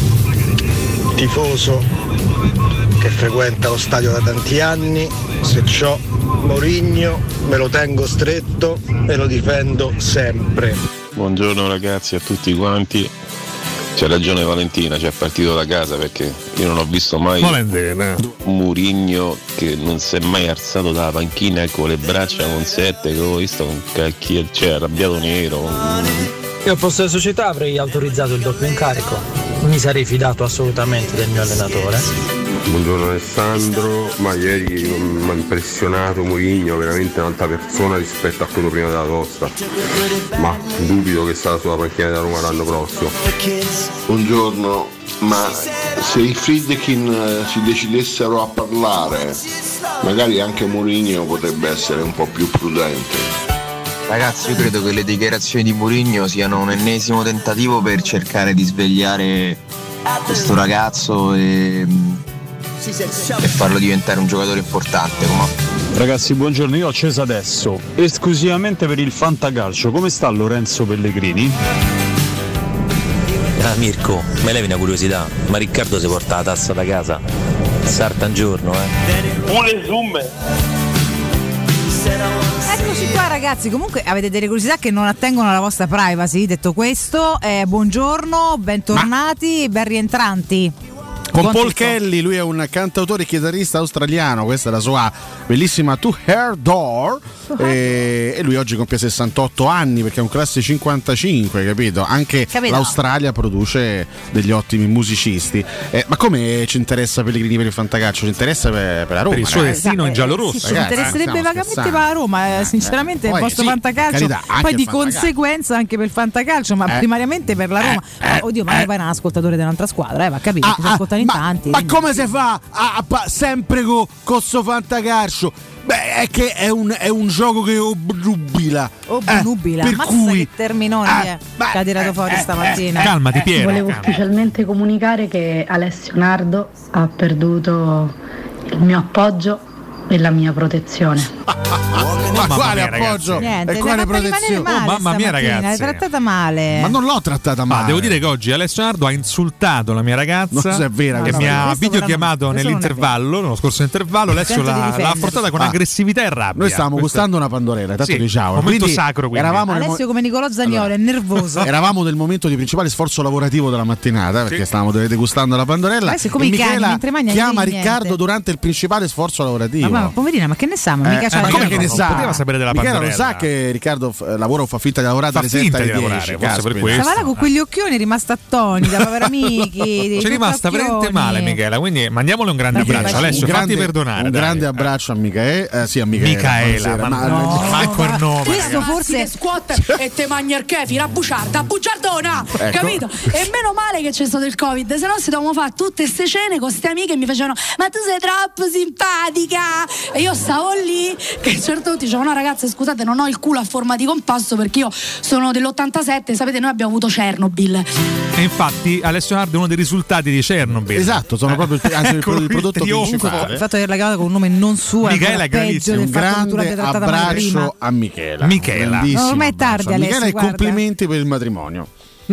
[SPEAKER 8] tifoso che frequenta lo stadio da tanti anni, se c'ho Mourinho me lo tengo stretto e lo difendo sempre.
[SPEAKER 5] Buongiorno ragazzi a tutti quanti. C'ha ragione Valentina, c'è partito da casa perché io non ho visto mai
[SPEAKER 19] Valentina.
[SPEAKER 5] Mourinho che non si è mai alzato dalla panchina con le braccia con sette, che ho visto con cacchio, cioè arrabbiato nero.
[SPEAKER 15] Io al posto della società avrei autorizzato il doppio incarico, non mi sarei fidato assolutamente del mio allenatore.
[SPEAKER 22] Buongiorno Alessandro, ma ieri mi ha impressionato Mourinho, veramente un'altra persona rispetto a quello prima della tosta, ma dubito che sarà sulla panchina della Roma l'anno prossimo.
[SPEAKER 23] Buongiorno, ma se i Friedkin si decidessero a parlare, magari anche Mourinho potrebbe essere un po' più prudente.
[SPEAKER 25] Ragazzi, io credo che le dichiarazioni di Mourinho siano un ennesimo tentativo per cercare di svegliare questo ragazzo e, e farlo diventare un giocatore importante. Come...
[SPEAKER 30] Ragazzi, buongiorno, io ho acceso adesso esclusivamente per il fantacalcio. Come sta Lorenzo Pellegrini?
[SPEAKER 31] Ah Mirko, me levi una curiosità, ma Riccardo si porta la tazza da casa? Sarta un giorno, eh?
[SPEAKER 8] Pure zoom!
[SPEAKER 18] Eccoci qua ragazzi, comunque avete delle curiosità che non attengono alla vostra privacy. Detto questo, eh, buongiorno, bentornati, ben rientranti.
[SPEAKER 2] Con Paul Kelly, lui è un cantautore e chitarrista australiano, questa è la sua bellissima To Her Door, e, e lui oggi compie sessantotto anni perché è un classe cinquantacinque, capito? Anche capito. L'Australia produce degli ottimi musicisti. Eh, ma come ci interessa Pellegrini per il fantacalcio? Ci interessa per, per la Roma?
[SPEAKER 19] Per il suo
[SPEAKER 2] ragazzi.
[SPEAKER 19] destino in giallo-rosso.
[SPEAKER 18] Sì, ci interesserebbe vagamente per la Roma, eh, sinceramente il vostro sì, fantacalcio, carità, poi di fantacalcio. Conseguenza anche per il fantacalcio, ma eh, primariamente per la Roma. Eh, oh, oddio, ma eh, vai un ascoltatore dell'altra squadra, eh, va capito, ah, ah, ascoltano in tanti.
[SPEAKER 2] Ma come si fa a, a, a, sempre con questo fantacalcio? Beh, è che è un, è un gioco che obnubila.
[SPEAKER 18] Obnubila, eh, ammazza che terminone eh, che ha tirato fuori eh, stamattina.
[SPEAKER 19] Eh, calmati Piero.
[SPEAKER 32] Volevo
[SPEAKER 19] calma.
[SPEAKER 32] ufficialmente comunicare che Alessio Nardo ha perduto il mio appoggio e la mia protezione.
[SPEAKER 2] Ma quale appoggio
[SPEAKER 18] Niente,
[SPEAKER 2] e quale protezione?
[SPEAKER 18] Male
[SPEAKER 19] oh, mamma mia ragazzi,
[SPEAKER 18] l'hai trattata male.
[SPEAKER 2] Ma non l'ho trattata male.
[SPEAKER 19] Ma devo dire che oggi Alessio Nardo ha insultato la mia ragazza,
[SPEAKER 2] non so, è vera,
[SPEAKER 19] che
[SPEAKER 2] no,
[SPEAKER 19] mi
[SPEAKER 2] no,
[SPEAKER 19] ha videochiamato nell'intervallo, nello scorso intervallo. Alessio l'ha, l'ha affrontata con ah. aggressività e rabbia.
[SPEAKER 2] Noi stavamo
[SPEAKER 19] Questo...
[SPEAKER 2] gustando una pandorella, tanto
[SPEAKER 19] sì,
[SPEAKER 2] diciamo.
[SPEAKER 19] Momento
[SPEAKER 2] quindi
[SPEAKER 19] sacro quindi.
[SPEAKER 2] Eravamo
[SPEAKER 18] Alessio
[SPEAKER 2] mo-
[SPEAKER 18] come Nicolò Zaniolo allora, è nervoso.
[SPEAKER 2] Eravamo nel momento di principale sforzo lavorativo della mattinata, perché sì. stavamo degustando la pandorella.
[SPEAKER 18] Alessio come i cani, mentre mangia
[SPEAKER 2] chiama Riccardo durante il principale sforzo lavorativo.
[SPEAKER 18] Ma, ma poverina, ma che ne sa? Ma
[SPEAKER 2] eh,
[SPEAKER 18] mica c'ha
[SPEAKER 2] ma come che ne
[SPEAKER 19] non
[SPEAKER 2] sa?
[SPEAKER 19] Poteva sapere della
[SPEAKER 2] Michela
[SPEAKER 19] pandorella.
[SPEAKER 2] non sa che Riccardo f- lavora o fa finta di lavorare dalle sette alle dieci.
[SPEAKER 19] Per questo.
[SPEAKER 18] Stava là con quegli occhioni, è rimasta attonita, povera amici.
[SPEAKER 19] C'è rimasta veramente male Michela, quindi mandiamole un grande abbraccio. Facci, Alessio, fatti perdonare.
[SPEAKER 2] Un
[SPEAKER 19] dai.
[SPEAKER 2] grande abbraccio a Michela, eh, sì a Michela.
[SPEAKER 19] Michaela, ma no, manco il nome.
[SPEAKER 18] Questo forse
[SPEAKER 33] è squat e te magni il kefi, la buciarda, bugiardona, ecco. Capito? E meno male che c'è stato il Covid, se no si dovevamo fare tutte ste cene con ste amiche e mi facevano "Ma tu sei troppo simpatica". E io stavo lì che a un certo punto dicevo "No ragazze, scusate, non ho il culo a forma di compasso perché io sono dell'ottantasette, sapete, noi abbiamo avuto Chernobyl".
[SPEAKER 19] E infatti Alessio Nardo è uno dei risultati di Chernobyl.
[SPEAKER 2] Esatto, sono proprio il, anzi,
[SPEAKER 19] ecco
[SPEAKER 2] il prodotto principale.
[SPEAKER 18] Il fatto di averla chiamata con un nome non suo è
[SPEAKER 19] Michela è gravissimo.
[SPEAKER 2] Un grande abbraccio a Michela.
[SPEAKER 19] Michela.
[SPEAKER 18] No, ormai è tardi, Alessio,
[SPEAKER 2] Michela e
[SPEAKER 18] guarda.
[SPEAKER 2] complimenti per il matrimonio.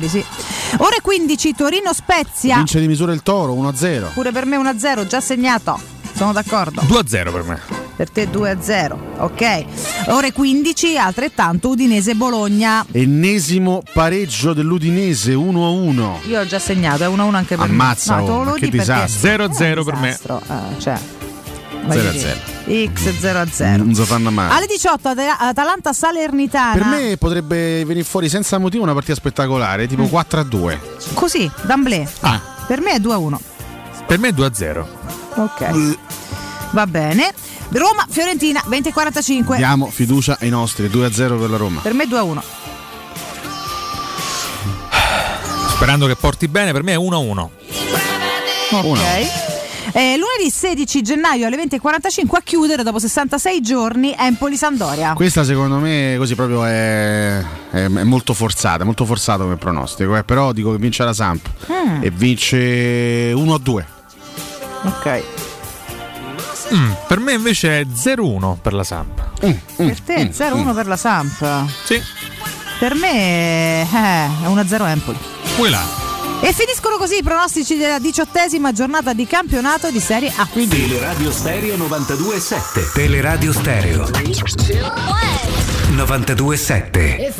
[SPEAKER 18] Magari sì. Ore quindici, Torino Spezia.
[SPEAKER 2] Vince di misura il Toro uno a zero.
[SPEAKER 18] Pure per me uno a zero, già segnato. Sono d'accordo.
[SPEAKER 19] due a zero per me.
[SPEAKER 18] per te due a zero. Ok, ore quindici altrettanto Udinese-Bologna.
[SPEAKER 2] Ennesimo pareggio dell'Udinese uno a uno.
[SPEAKER 18] Io ho già segnato, è uno a uno anche per
[SPEAKER 2] Ammazza,
[SPEAKER 18] me. No,
[SPEAKER 2] oh, ma che disastro.
[SPEAKER 19] zero a zero per me.
[SPEAKER 18] Ah, cioè,
[SPEAKER 2] zero a zero.
[SPEAKER 18] X zero a zero.
[SPEAKER 2] Non si fanno male.
[SPEAKER 18] Alle diciotto Atalanta Salernitana.
[SPEAKER 2] Per me potrebbe venire fuori senza motivo una partita spettacolare, tipo mm. quattro a due.
[SPEAKER 18] Così, d'amblè.
[SPEAKER 2] Ah.
[SPEAKER 18] Per me è due a uno.
[SPEAKER 19] Per me è due a zero.
[SPEAKER 18] Ok. Mm. Va bene. Roma Fiorentina venti e quarantacinque.
[SPEAKER 2] Diamo fiducia ai nostri, due a zero per la Roma.
[SPEAKER 18] Per me due a uno.
[SPEAKER 19] Sperando che porti bene, per me è uno a uno.
[SPEAKER 18] Ok.
[SPEAKER 2] uno.
[SPEAKER 18] Eh, lunedì sedici gennaio alle venti e quarantacinque a chiudere dopo sessantasei giorni Empoli-Sampdoria.
[SPEAKER 2] Questa secondo me così proprio è, è, è molto forzata, molto forzato come pronostico, eh, però dico che vince la Samp mm. e vince uno a due.
[SPEAKER 18] Ok.
[SPEAKER 19] Mm, per me invece è zero a uno per la Samp.
[SPEAKER 2] Mm, mm,
[SPEAKER 18] per te
[SPEAKER 2] mm,
[SPEAKER 18] zero a uno
[SPEAKER 2] mm.
[SPEAKER 18] per la Samp?
[SPEAKER 19] Sì.
[SPEAKER 18] Per me eh, è uno a zero Empoli.
[SPEAKER 19] Poi là.
[SPEAKER 18] E finiscono così i pronostici della diciottesima giornata di campionato di Serie A.
[SPEAKER 1] Teleradio Stereo novantadue virgola sette. Teleradio Stereo novantadue virgola sette.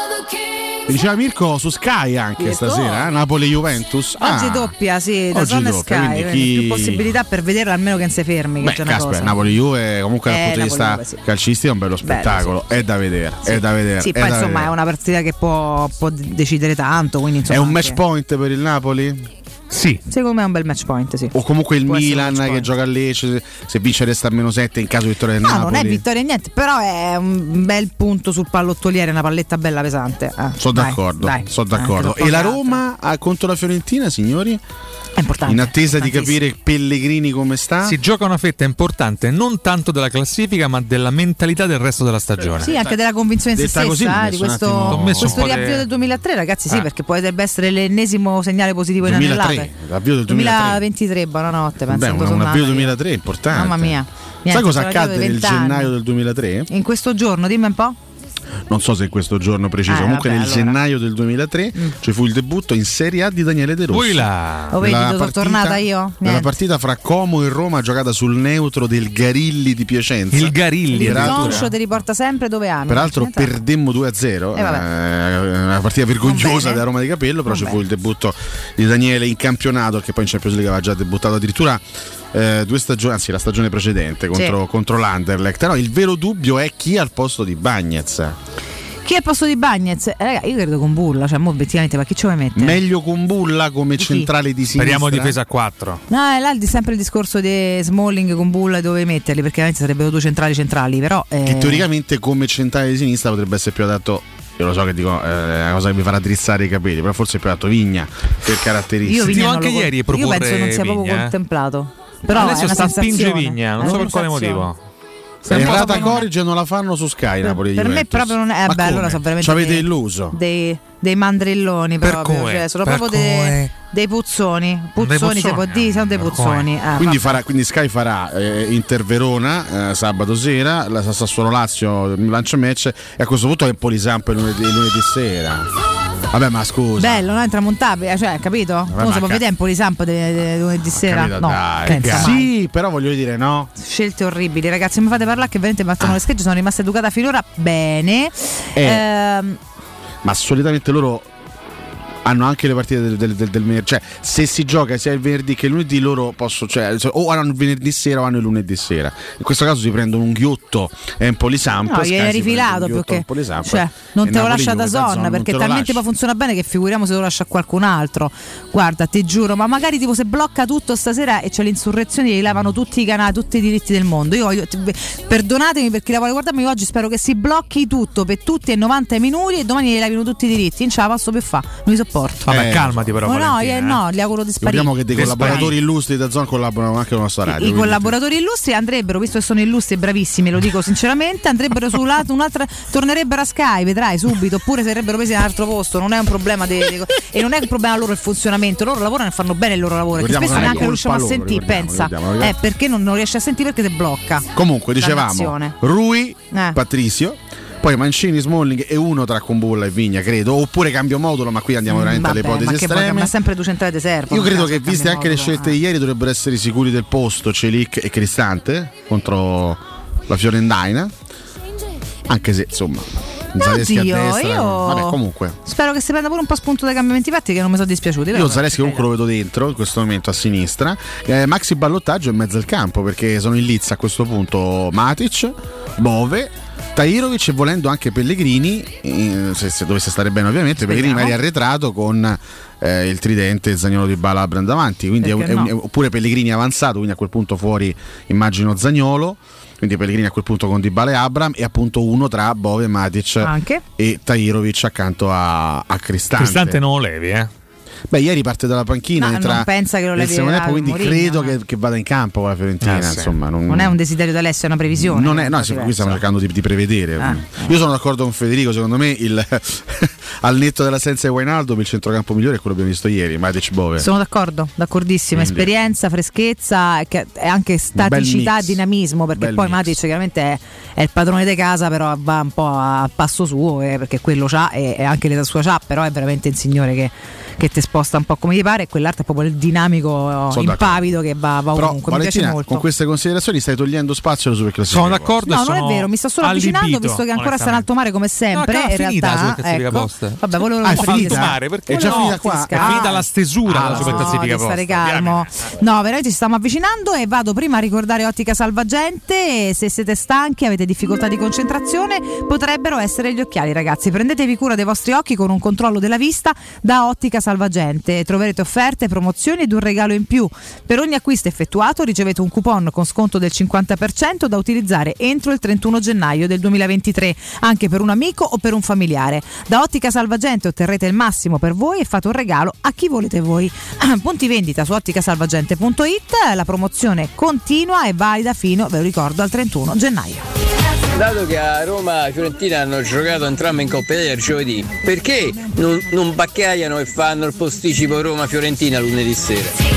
[SPEAKER 2] Diceva Mirko su Sky anche Mirko. Stasera, eh? Napoli-Juventus.
[SPEAKER 18] Oggi
[SPEAKER 2] ah.
[SPEAKER 18] doppia, sì, da Zona Sky.
[SPEAKER 2] Chi...
[SPEAKER 18] Più possibilità per vederla almeno che non si fermi.
[SPEAKER 2] Beh,
[SPEAKER 18] che c'è
[SPEAKER 2] caspita, Napoli-Juve comunque
[SPEAKER 18] eh,
[SPEAKER 2] dal punto di vista sì. calcistico è un bello spettacolo. Bello, sì. È da vedere, sì. è da vedere.
[SPEAKER 18] Sì,
[SPEAKER 2] è
[SPEAKER 18] poi
[SPEAKER 2] da
[SPEAKER 18] insomma
[SPEAKER 2] vedere.
[SPEAKER 18] È una partita che può, può decidere tanto. Quindi, insomma,
[SPEAKER 2] è un
[SPEAKER 18] anche...
[SPEAKER 2] match point per il Napoli?
[SPEAKER 19] Sì.
[SPEAKER 18] Secondo me è un bel match point, sì.
[SPEAKER 2] O comunque il
[SPEAKER 18] Può
[SPEAKER 2] Milan che gioca a Lecce, se vince resta a meno sette in caso di vittoria del
[SPEAKER 18] no,
[SPEAKER 2] Napoli.
[SPEAKER 18] No, non è vittoria niente, però è un bel punto sul pallottoliere, una palletta bella pesante. Ah,
[SPEAKER 2] sono d'accordo,
[SPEAKER 18] dai,
[SPEAKER 2] sono d'accordo. E la Roma ah, contro la Fiorentina, signori?
[SPEAKER 18] È importante.
[SPEAKER 2] In attesa di capire Pellegrini come sta.
[SPEAKER 19] Si gioca una fetta importante non tanto della classifica ma della mentalità del resto della stagione.
[SPEAKER 18] Sì, anche della convinzione in se stessa così, eh, di questo, questo riavvio de... del duemilatré, ragazzi, sì, ah. perché potrebbe essere l'ennesimo segnale positivo in annellata.
[SPEAKER 2] L'avvio del
[SPEAKER 18] duemilaventitré, buonanotte, penso.
[SPEAKER 2] Beh, un, un avvio duemilatré è importante.
[SPEAKER 18] Mamma mia. Niente,
[SPEAKER 2] sai cosa accadde nel gennaio del duemilatré?
[SPEAKER 18] In questo giorno, dimmi un po'.
[SPEAKER 2] Non so se è questo giorno preciso, ah, comunque vabbè, nel allora. gennaio del duemilatré mm. ci fu il debutto in Serie A di Daniele De Rossi.
[SPEAKER 19] Poi là.
[SPEAKER 18] Oh, vedi, sono tornata io.
[SPEAKER 2] Nella partita fra Como e Roma giocata sul neutro del Garilli di Piacenza.
[SPEAKER 19] Il Garilli.
[SPEAKER 18] Il Conscio ti riporta sempre dove ami.
[SPEAKER 2] Peraltro perdemmo due a zero, eh, una partita vergognosa della Roma di Capello, però ci fu il debutto di Daniele in campionato, che poi in Champions League aveva già debuttato addirittura Eh, due stagioni, anzi la stagione precedente contro,
[SPEAKER 18] sì.
[SPEAKER 2] contro l'Anderlecht. Però il vero dubbio è chi è al posto di Bagnez.
[SPEAKER 18] Chi è al posto di Bagnez? Eh, raga, io credo con Bulla, cioè mo obiettivamente, ma chi ci vuoi mettere?
[SPEAKER 2] Meglio con Bulla come
[SPEAKER 18] chi?
[SPEAKER 2] centrale di sinistra.
[SPEAKER 19] Speriamo difesa a quattro.
[SPEAKER 18] No, è là sempre il discorso di Smalling con Bulla dove metterli, perché veramente sarebbero due centrali centrali, però eh...
[SPEAKER 2] che teoricamente come centrale di sinistra potrebbe essere più adatto. Io lo so che dico, eh, è una cosa che mi farà drizzare i capelli, però forse è più adatto Vigna per caratteristiche.
[SPEAKER 18] Io, Vigna
[SPEAKER 19] anche
[SPEAKER 18] lo...
[SPEAKER 19] ieri
[SPEAKER 18] io penso non sia
[SPEAKER 19] Vigna,
[SPEAKER 18] proprio
[SPEAKER 19] eh?
[SPEAKER 18] contemplato. Però
[SPEAKER 19] adesso sta spinge Vigna, non so per quale motivo.
[SPEAKER 2] E in Rata Corrige non la fanno su Sky Napoli.
[SPEAKER 18] Per me proprio non è, è bello, allora sono veramente
[SPEAKER 2] ci avete illuso.
[SPEAKER 18] Dei, dei mandrilloni proprio, cioè, sono
[SPEAKER 19] per
[SPEAKER 18] proprio dei, dei puzzoni. Puzzoni, puzzoni si può dire, sono dei puzzoni. Eh,
[SPEAKER 2] quindi, farà, quindi Sky farà eh, Inter Verona eh, sabato sera, la Sassuolo Lazio lancia match e a questo punto è Polisamp lunedì, lunedì sera. Vabbè, ma scusa.
[SPEAKER 18] Bello, no? Intramontabile, cioè, capito? Vabbè, non si può ca- vedere un po' di Samp lunedì sera.
[SPEAKER 2] Capito,
[SPEAKER 18] no,
[SPEAKER 2] dai, sì, però voglio dire, no.
[SPEAKER 18] Scelte orribili, ragazzi. Mi fate parlare che veramente battono ah. le schegge. Sono rimasta educata finora bene.
[SPEAKER 2] Eh,
[SPEAKER 18] ehm,
[SPEAKER 2] ma solitamente loro hanno anche le partite del, del, del, del venerdì, cioè se si gioca sia il venerdì che il lunedì loro possono, cioè, o hanno il venerdì sera o hanno il lunedì sera. In questo caso si prendono un ghiotto Empoli Samp.
[SPEAKER 18] No, gli hai rifilato più che cioè, non te lo lascia da Zon perché talmente poi funziona bene che figuriamo se lo lascia a qualcun altro. Guarda, ti giuro, ma magari tipo se blocca tutto stasera e c'è l'insurrezione gli levano tutti i canali, tutti i diritti del mondo. Io voglio, perdonatemi per chi la vuole guardarmi, oggi spero che si blocchi tutto per tutti e novanta minuti e domani gli levino tutti i diritti. Non ce la posso per fa, non mi sopporto.
[SPEAKER 19] Vabbè, eh, calmati però.
[SPEAKER 18] Oh, no,
[SPEAKER 19] eh.
[SPEAKER 18] no, gli auguro di sparire.
[SPEAKER 2] Sappiamo che dei collaboratori illustri da Zon collaborano anche con la nostra radio.
[SPEAKER 18] I, i collaboratori illustri andrebbero, visto che sono illustri e bravissimi, lo dico sinceramente, andrebbero su un'altra, tornerebbero a Sky, vedrai subito, oppure sarebbero presi in un altro posto. Non è un problema de, de, e non è un problema loro il funzionamento. Loro lavorano e fanno bene il loro lavoro. Che spesso neanche riusciamo a sentire. Pensa, eh, perché non, non riesci a sentire perché ti blocca.
[SPEAKER 2] Comunque, dicevamo Rui, eh. Patricio. Poi Mancini, Smalling e uno tra Kumbulla e Vigna, credo. Oppure cambio modulo, ma qui andiamo veramente
[SPEAKER 18] Vabbè,
[SPEAKER 2] alle ipotesi
[SPEAKER 18] ma che
[SPEAKER 2] estreme.
[SPEAKER 18] Ma sempre due centrali di servono.
[SPEAKER 2] Io credo che viste anche modulo, le scelte eh. di ieri dovrebbero essere sicuri del posto Celic e Cristante contro, la Fiorentina, anche se insomma Zaleschi a destra,
[SPEAKER 18] io
[SPEAKER 2] vabbè, comunque
[SPEAKER 18] spero che si prenda pure un po' spunto dai cambiamenti fatti, che non mi sono dispiaciuti.
[SPEAKER 2] io Zaleschi comunque lo vedo dentro in questo momento a sinistra. eh, Maxi ballottaggio in mezzo al campo, perché sono in lizza a questo punto Matic, Bove, Tahirovic e volendo anche Pellegrini, eh, se, se dovesse stare bene ovviamente.
[SPEAKER 18] Speriamo.
[SPEAKER 2] Pellegrini magari arretrato con eh, il tridente Zaniolo, Dybala, Abraham davanti, quindi è, è,
[SPEAKER 18] no?
[SPEAKER 2] è, oppure Pellegrini avanzato, quindi a quel punto fuori immagino Zaniolo, quindi Pellegrini a quel punto con Dybala e Abraham, e appunto uno tra Bove, Matic
[SPEAKER 18] anche.
[SPEAKER 2] e Tahirovic accanto a, a Cristante.
[SPEAKER 19] Cristante non lo levi, eh?
[SPEAKER 2] Beh, ieri parte dalla panchina,
[SPEAKER 18] No,
[SPEAKER 2] entra
[SPEAKER 18] non pensa che lo
[SPEAKER 2] nel
[SPEAKER 18] levi
[SPEAKER 2] secondo tempo,
[SPEAKER 18] Mourinho,
[SPEAKER 2] quindi credo
[SPEAKER 18] no?
[SPEAKER 2] che, che vada in campo con la Fiorentina.
[SPEAKER 19] Eh, sì.
[SPEAKER 2] Insomma, non,
[SPEAKER 18] Non è un desiderio d'Alessio, è una previsione.
[SPEAKER 2] non è, no, sì, qui stiamo cercando di, di prevedere.
[SPEAKER 18] Ah.
[SPEAKER 2] Io sono d'accordo con Federico, secondo me il al netto dell'assenza di Wijnaldum il centrocampo migliore è quello che abbiamo visto ieri, Matic, Bove.
[SPEAKER 18] Sono d'accordo, d'accordissima.
[SPEAKER 2] Quindi-
[SPEAKER 18] Esperienza, freschezza e anche staticità,
[SPEAKER 2] mix.
[SPEAKER 18] dinamismo, perché
[SPEAKER 2] Bel
[SPEAKER 18] poi
[SPEAKER 2] mix.
[SPEAKER 18] Matic chiaramente è, è il padrone di casa, però va un po' a passo suo, eh, perché quello c'ha e, e anche l'età sua c'ha, però è veramente un signore che, che ti sposta un po' come ti pare, e quell'altro è proprio il dinamico
[SPEAKER 2] Sono
[SPEAKER 18] impavido che va, va
[SPEAKER 2] Però,
[SPEAKER 18] ovunque. Mi piace
[SPEAKER 2] Valentina,
[SPEAKER 18] molto.
[SPEAKER 2] con queste considerazioni stai togliendo spazio alla superclassifica.
[SPEAKER 19] Sono d'accordo.
[SPEAKER 18] No,
[SPEAKER 19] e
[SPEAKER 18] non
[SPEAKER 19] sono
[SPEAKER 18] è vero, mi sto solo avvicinando,
[SPEAKER 19] allibito,
[SPEAKER 18] visto che ancora sta in
[SPEAKER 19] onestamente.
[SPEAKER 18] alto mare come sempre.
[SPEAKER 19] No, che
[SPEAKER 18] in
[SPEAKER 19] è finita la
[SPEAKER 18] realtà,
[SPEAKER 19] superclassifica
[SPEAKER 18] ecco.
[SPEAKER 19] posta.
[SPEAKER 18] Vabbè, volevo
[SPEAKER 2] Ah, è
[SPEAKER 18] fare
[SPEAKER 2] finita?
[SPEAKER 19] Mare, perché
[SPEAKER 2] È già
[SPEAKER 19] no,
[SPEAKER 2] finita qua?
[SPEAKER 19] È finita la stesura
[SPEAKER 2] Ah,
[SPEAKER 19] della
[SPEAKER 2] no,
[SPEAKER 19] superclassifica
[SPEAKER 18] di stare
[SPEAKER 19] posta.
[SPEAKER 18] calmo. No, veramente ci stiamo avvicinando e vado prima a ricordare Ottica Salvagente. Se siete stanchi, avete difficoltà di concentrazione, potrebbero essere gli occhiali, ragazzi. Prendetevi cura dei vostri occhi con un controllo della vista da Ottica Salvagente. Troverete offerte, promozioni ed un regalo in più. Per ogni acquisto effettuato ricevete un coupon con sconto del cinquanta per cento da utilizzare entro il trentuno gennaio del duemilaventitré, anche per un amico o per un familiare. Da Ottica Salvagente otterrete il massimo per voi e fate un regalo a chi volete voi. Punti vendita su otticasalvagente punto it. La promozione continua e valida fino, ve lo ricordo, al trentuno gennaio.
[SPEAKER 6] Dato che a Roma e Fiorentina hanno giocato entrambe in Coppa Italia il giovedì, perché non, non bacchiaiano e fanno il posticipo Roma-Fiorentina lunedì sera?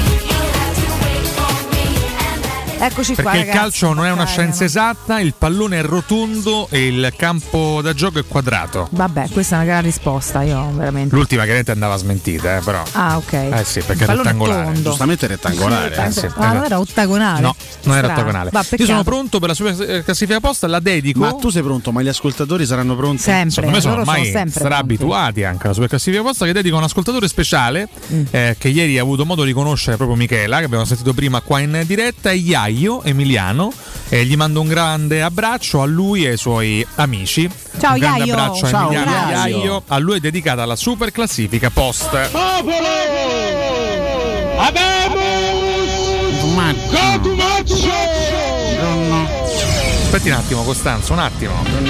[SPEAKER 18] Eccoci qua,
[SPEAKER 19] Perché il
[SPEAKER 18] ragazzi.
[SPEAKER 19] calcio non è una
[SPEAKER 18] Dai,
[SPEAKER 19] scienza esatta, il pallone è rotondo e il campo da gioco è quadrato.
[SPEAKER 18] Vabbè, questa è una gran risposta, io veramente.
[SPEAKER 19] L'ultima chiaramente andava smentita, eh, però.
[SPEAKER 18] Ah, ok.
[SPEAKER 19] Eh sì, perché è
[SPEAKER 18] Pallone
[SPEAKER 19] rettangolare.
[SPEAKER 18] tondo.
[SPEAKER 2] Giustamente è rettangolare.
[SPEAKER 19] Eh sì,
[SPEAKER 18] Ah, non era ottagonale?
[SPEAKER 19] No, non era
[SPEAKER 18] Strano.
[SPEAKER 19] ottagonale.
[SPEAKER 18] Va,
[SPEAKER 19] Io
[SPEAKER 18] peccato.
[SPEAKER 19] sono pronto per la sua classifica posta, la dedico.
[SPEAKER 2] Ma tu sei pronto? Ma gli ascoltatori saranno pronti?
[SPEAKER 18] Sempre.
[SPEAKER 19] Secondo me sono
[SPEAKER 18] loro sono
[SPEAKER 19] ormai
[SPEAKER 18] sempre
[SPEAKER 19] straabituati anche alla super classifica posta, che dedico a un ascoltatore speciale
[SPEAKER 18] Mm.
[SPEAKER 19] eh, che ieri ha avuto modo di conoscere proprio Michela, che abbiamo sentito prima qua in diretta, e Iaio Emiliano. E gli mando un grande abbraccio a lui e ai suoi amici.
[SPEAKER 18] Ciao,
[SPEAKER 19] un grande
[SPEAKER 18] Iaio.
[SPEAKER 19] abbraccio a
[SPEAKER 18] Ciao,
[SPEAKER 19] Emiliano
[SPEAKER 18] Iaio.
[SPEAKER 19] Iaio. A lui è dedicata la super classifica post.
[SPEAKER 7] Popolo! Abemus! Cotumaccio!
[SPEAKER 19] Aspetti un attimo, Costanzo, un attimo.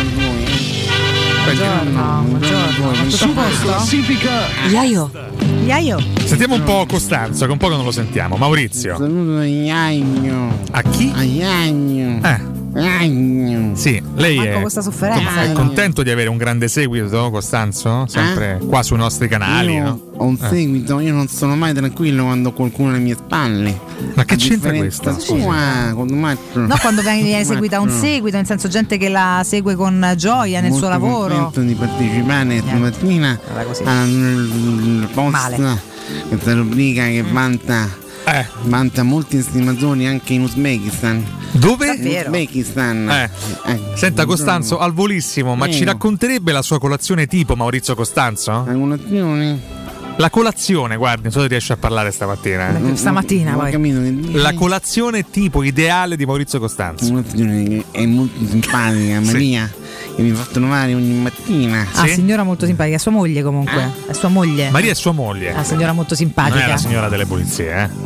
[SPEAKER 18] Buongiorno, buongiorno. Tutto a posto?
[SPEAKER 7] Classifica!
[SPEAKER 18] Iaio. Iaio.
[SPEAKER 19] Sentiamo un po' Costanzo, che un po' che non lo sentiamo. Maurizio.
[SPEAKER 2] Saluto a Iagno.
[SPEAKER 19] A chi?
[SPEAKER 2] A Iagno.
[SPEAKER 19] Eh.
[SPEAKER 2] Iagno.
[SPEAKER 19] Sì, lei
[SPEAKER 18] Manco
[SPEAKER 19] è,
[SPEAKER 18] questa sofferenza.
[SPEAKER 19] è
[SPEAKER 18] eh.
[SPEAKER 19] contento di avere un grande seguito, Costanzo? Sempre qua sui nostri canali,
[SPEAKER 2] Io
[SPEAKER 19] no?
[SPEAKER 2] ho un
[SPEAKER 19] Eh.
[SPEAKER 2] seguito, io non sono mai tranquillo quando ho qualcuno alle mie spalle.
[SPEAKER 19] Ma che
[SPEAKER 2] A
[SPEAKER 19] c'entra
[SPEAKER 2] differenza
[SPEAKER 19] questo?
[SPEAKER 2] sua, con Tommaso.
[SPEAKER 18] No, quando viene viene seguita un
[SPEAKER 2] Tommaso.
[SPEAKER 18] seguito, nel senso gente che la segue con gioia nel
[SPEAKER 2] Molto
[SPEAKER 18] suo lavoro.
[SPEAKER 2] contento di partecipare stamattina alla
[SPEAKER 18] Male.
[SPEAKER 2] posta, questa rubrica che vanta
[SPEAKER 19] Eh.
[SPEAKER 2] vanta molti estimatori anche in Uzbekistan.
[SPEAKER 19] Dove?
[SPEAKER 2] In Uzbekistan.
[SPEAKER 19] Eh.
[SPEAKER 2] Eh,
[SPEAKER 19] Senta Costanzo, al volissimo, ma
[SPEAKER 2] Prego.
[SPEAKER 19] ci racconterebbe la sua colazione tipo, Maurizio Costanzo?
[SPEAKER 2] La colazione?
[SPEAKER 19] La colazione, guardi, non so se riesce a parlare stamattina. eh.
[SPEAKER 18] Stamattina
[SPEAKER 2] Non ho
[SPEAKER 18] poi.
[SPEAKER 2] capito che dici.
[SPEAKER 19] La colazione tipo ideale di Maurizio Costanzo.
[SPEAKER 2] Una colazione che è molto simpatica,
[SPEAKER 19] Sì.
[SPEAKER 2] Maria, che mi fa trovare ogni mattina.
[SPEAKER 18] Ah,
[SPEAKER 19] Sì?
[SPEAKER 18] signora molto simpatica, è sua moglie comunque. È sua moglie.
[SPEAKER 19] Maria è sua moglie.
[SPEAKER 18] Ah, signora molto
[SPEAKER 19] Non è
[SPEAKER 18] simpatica.
[SPEAKER 19] la signora delle pulizie, eh?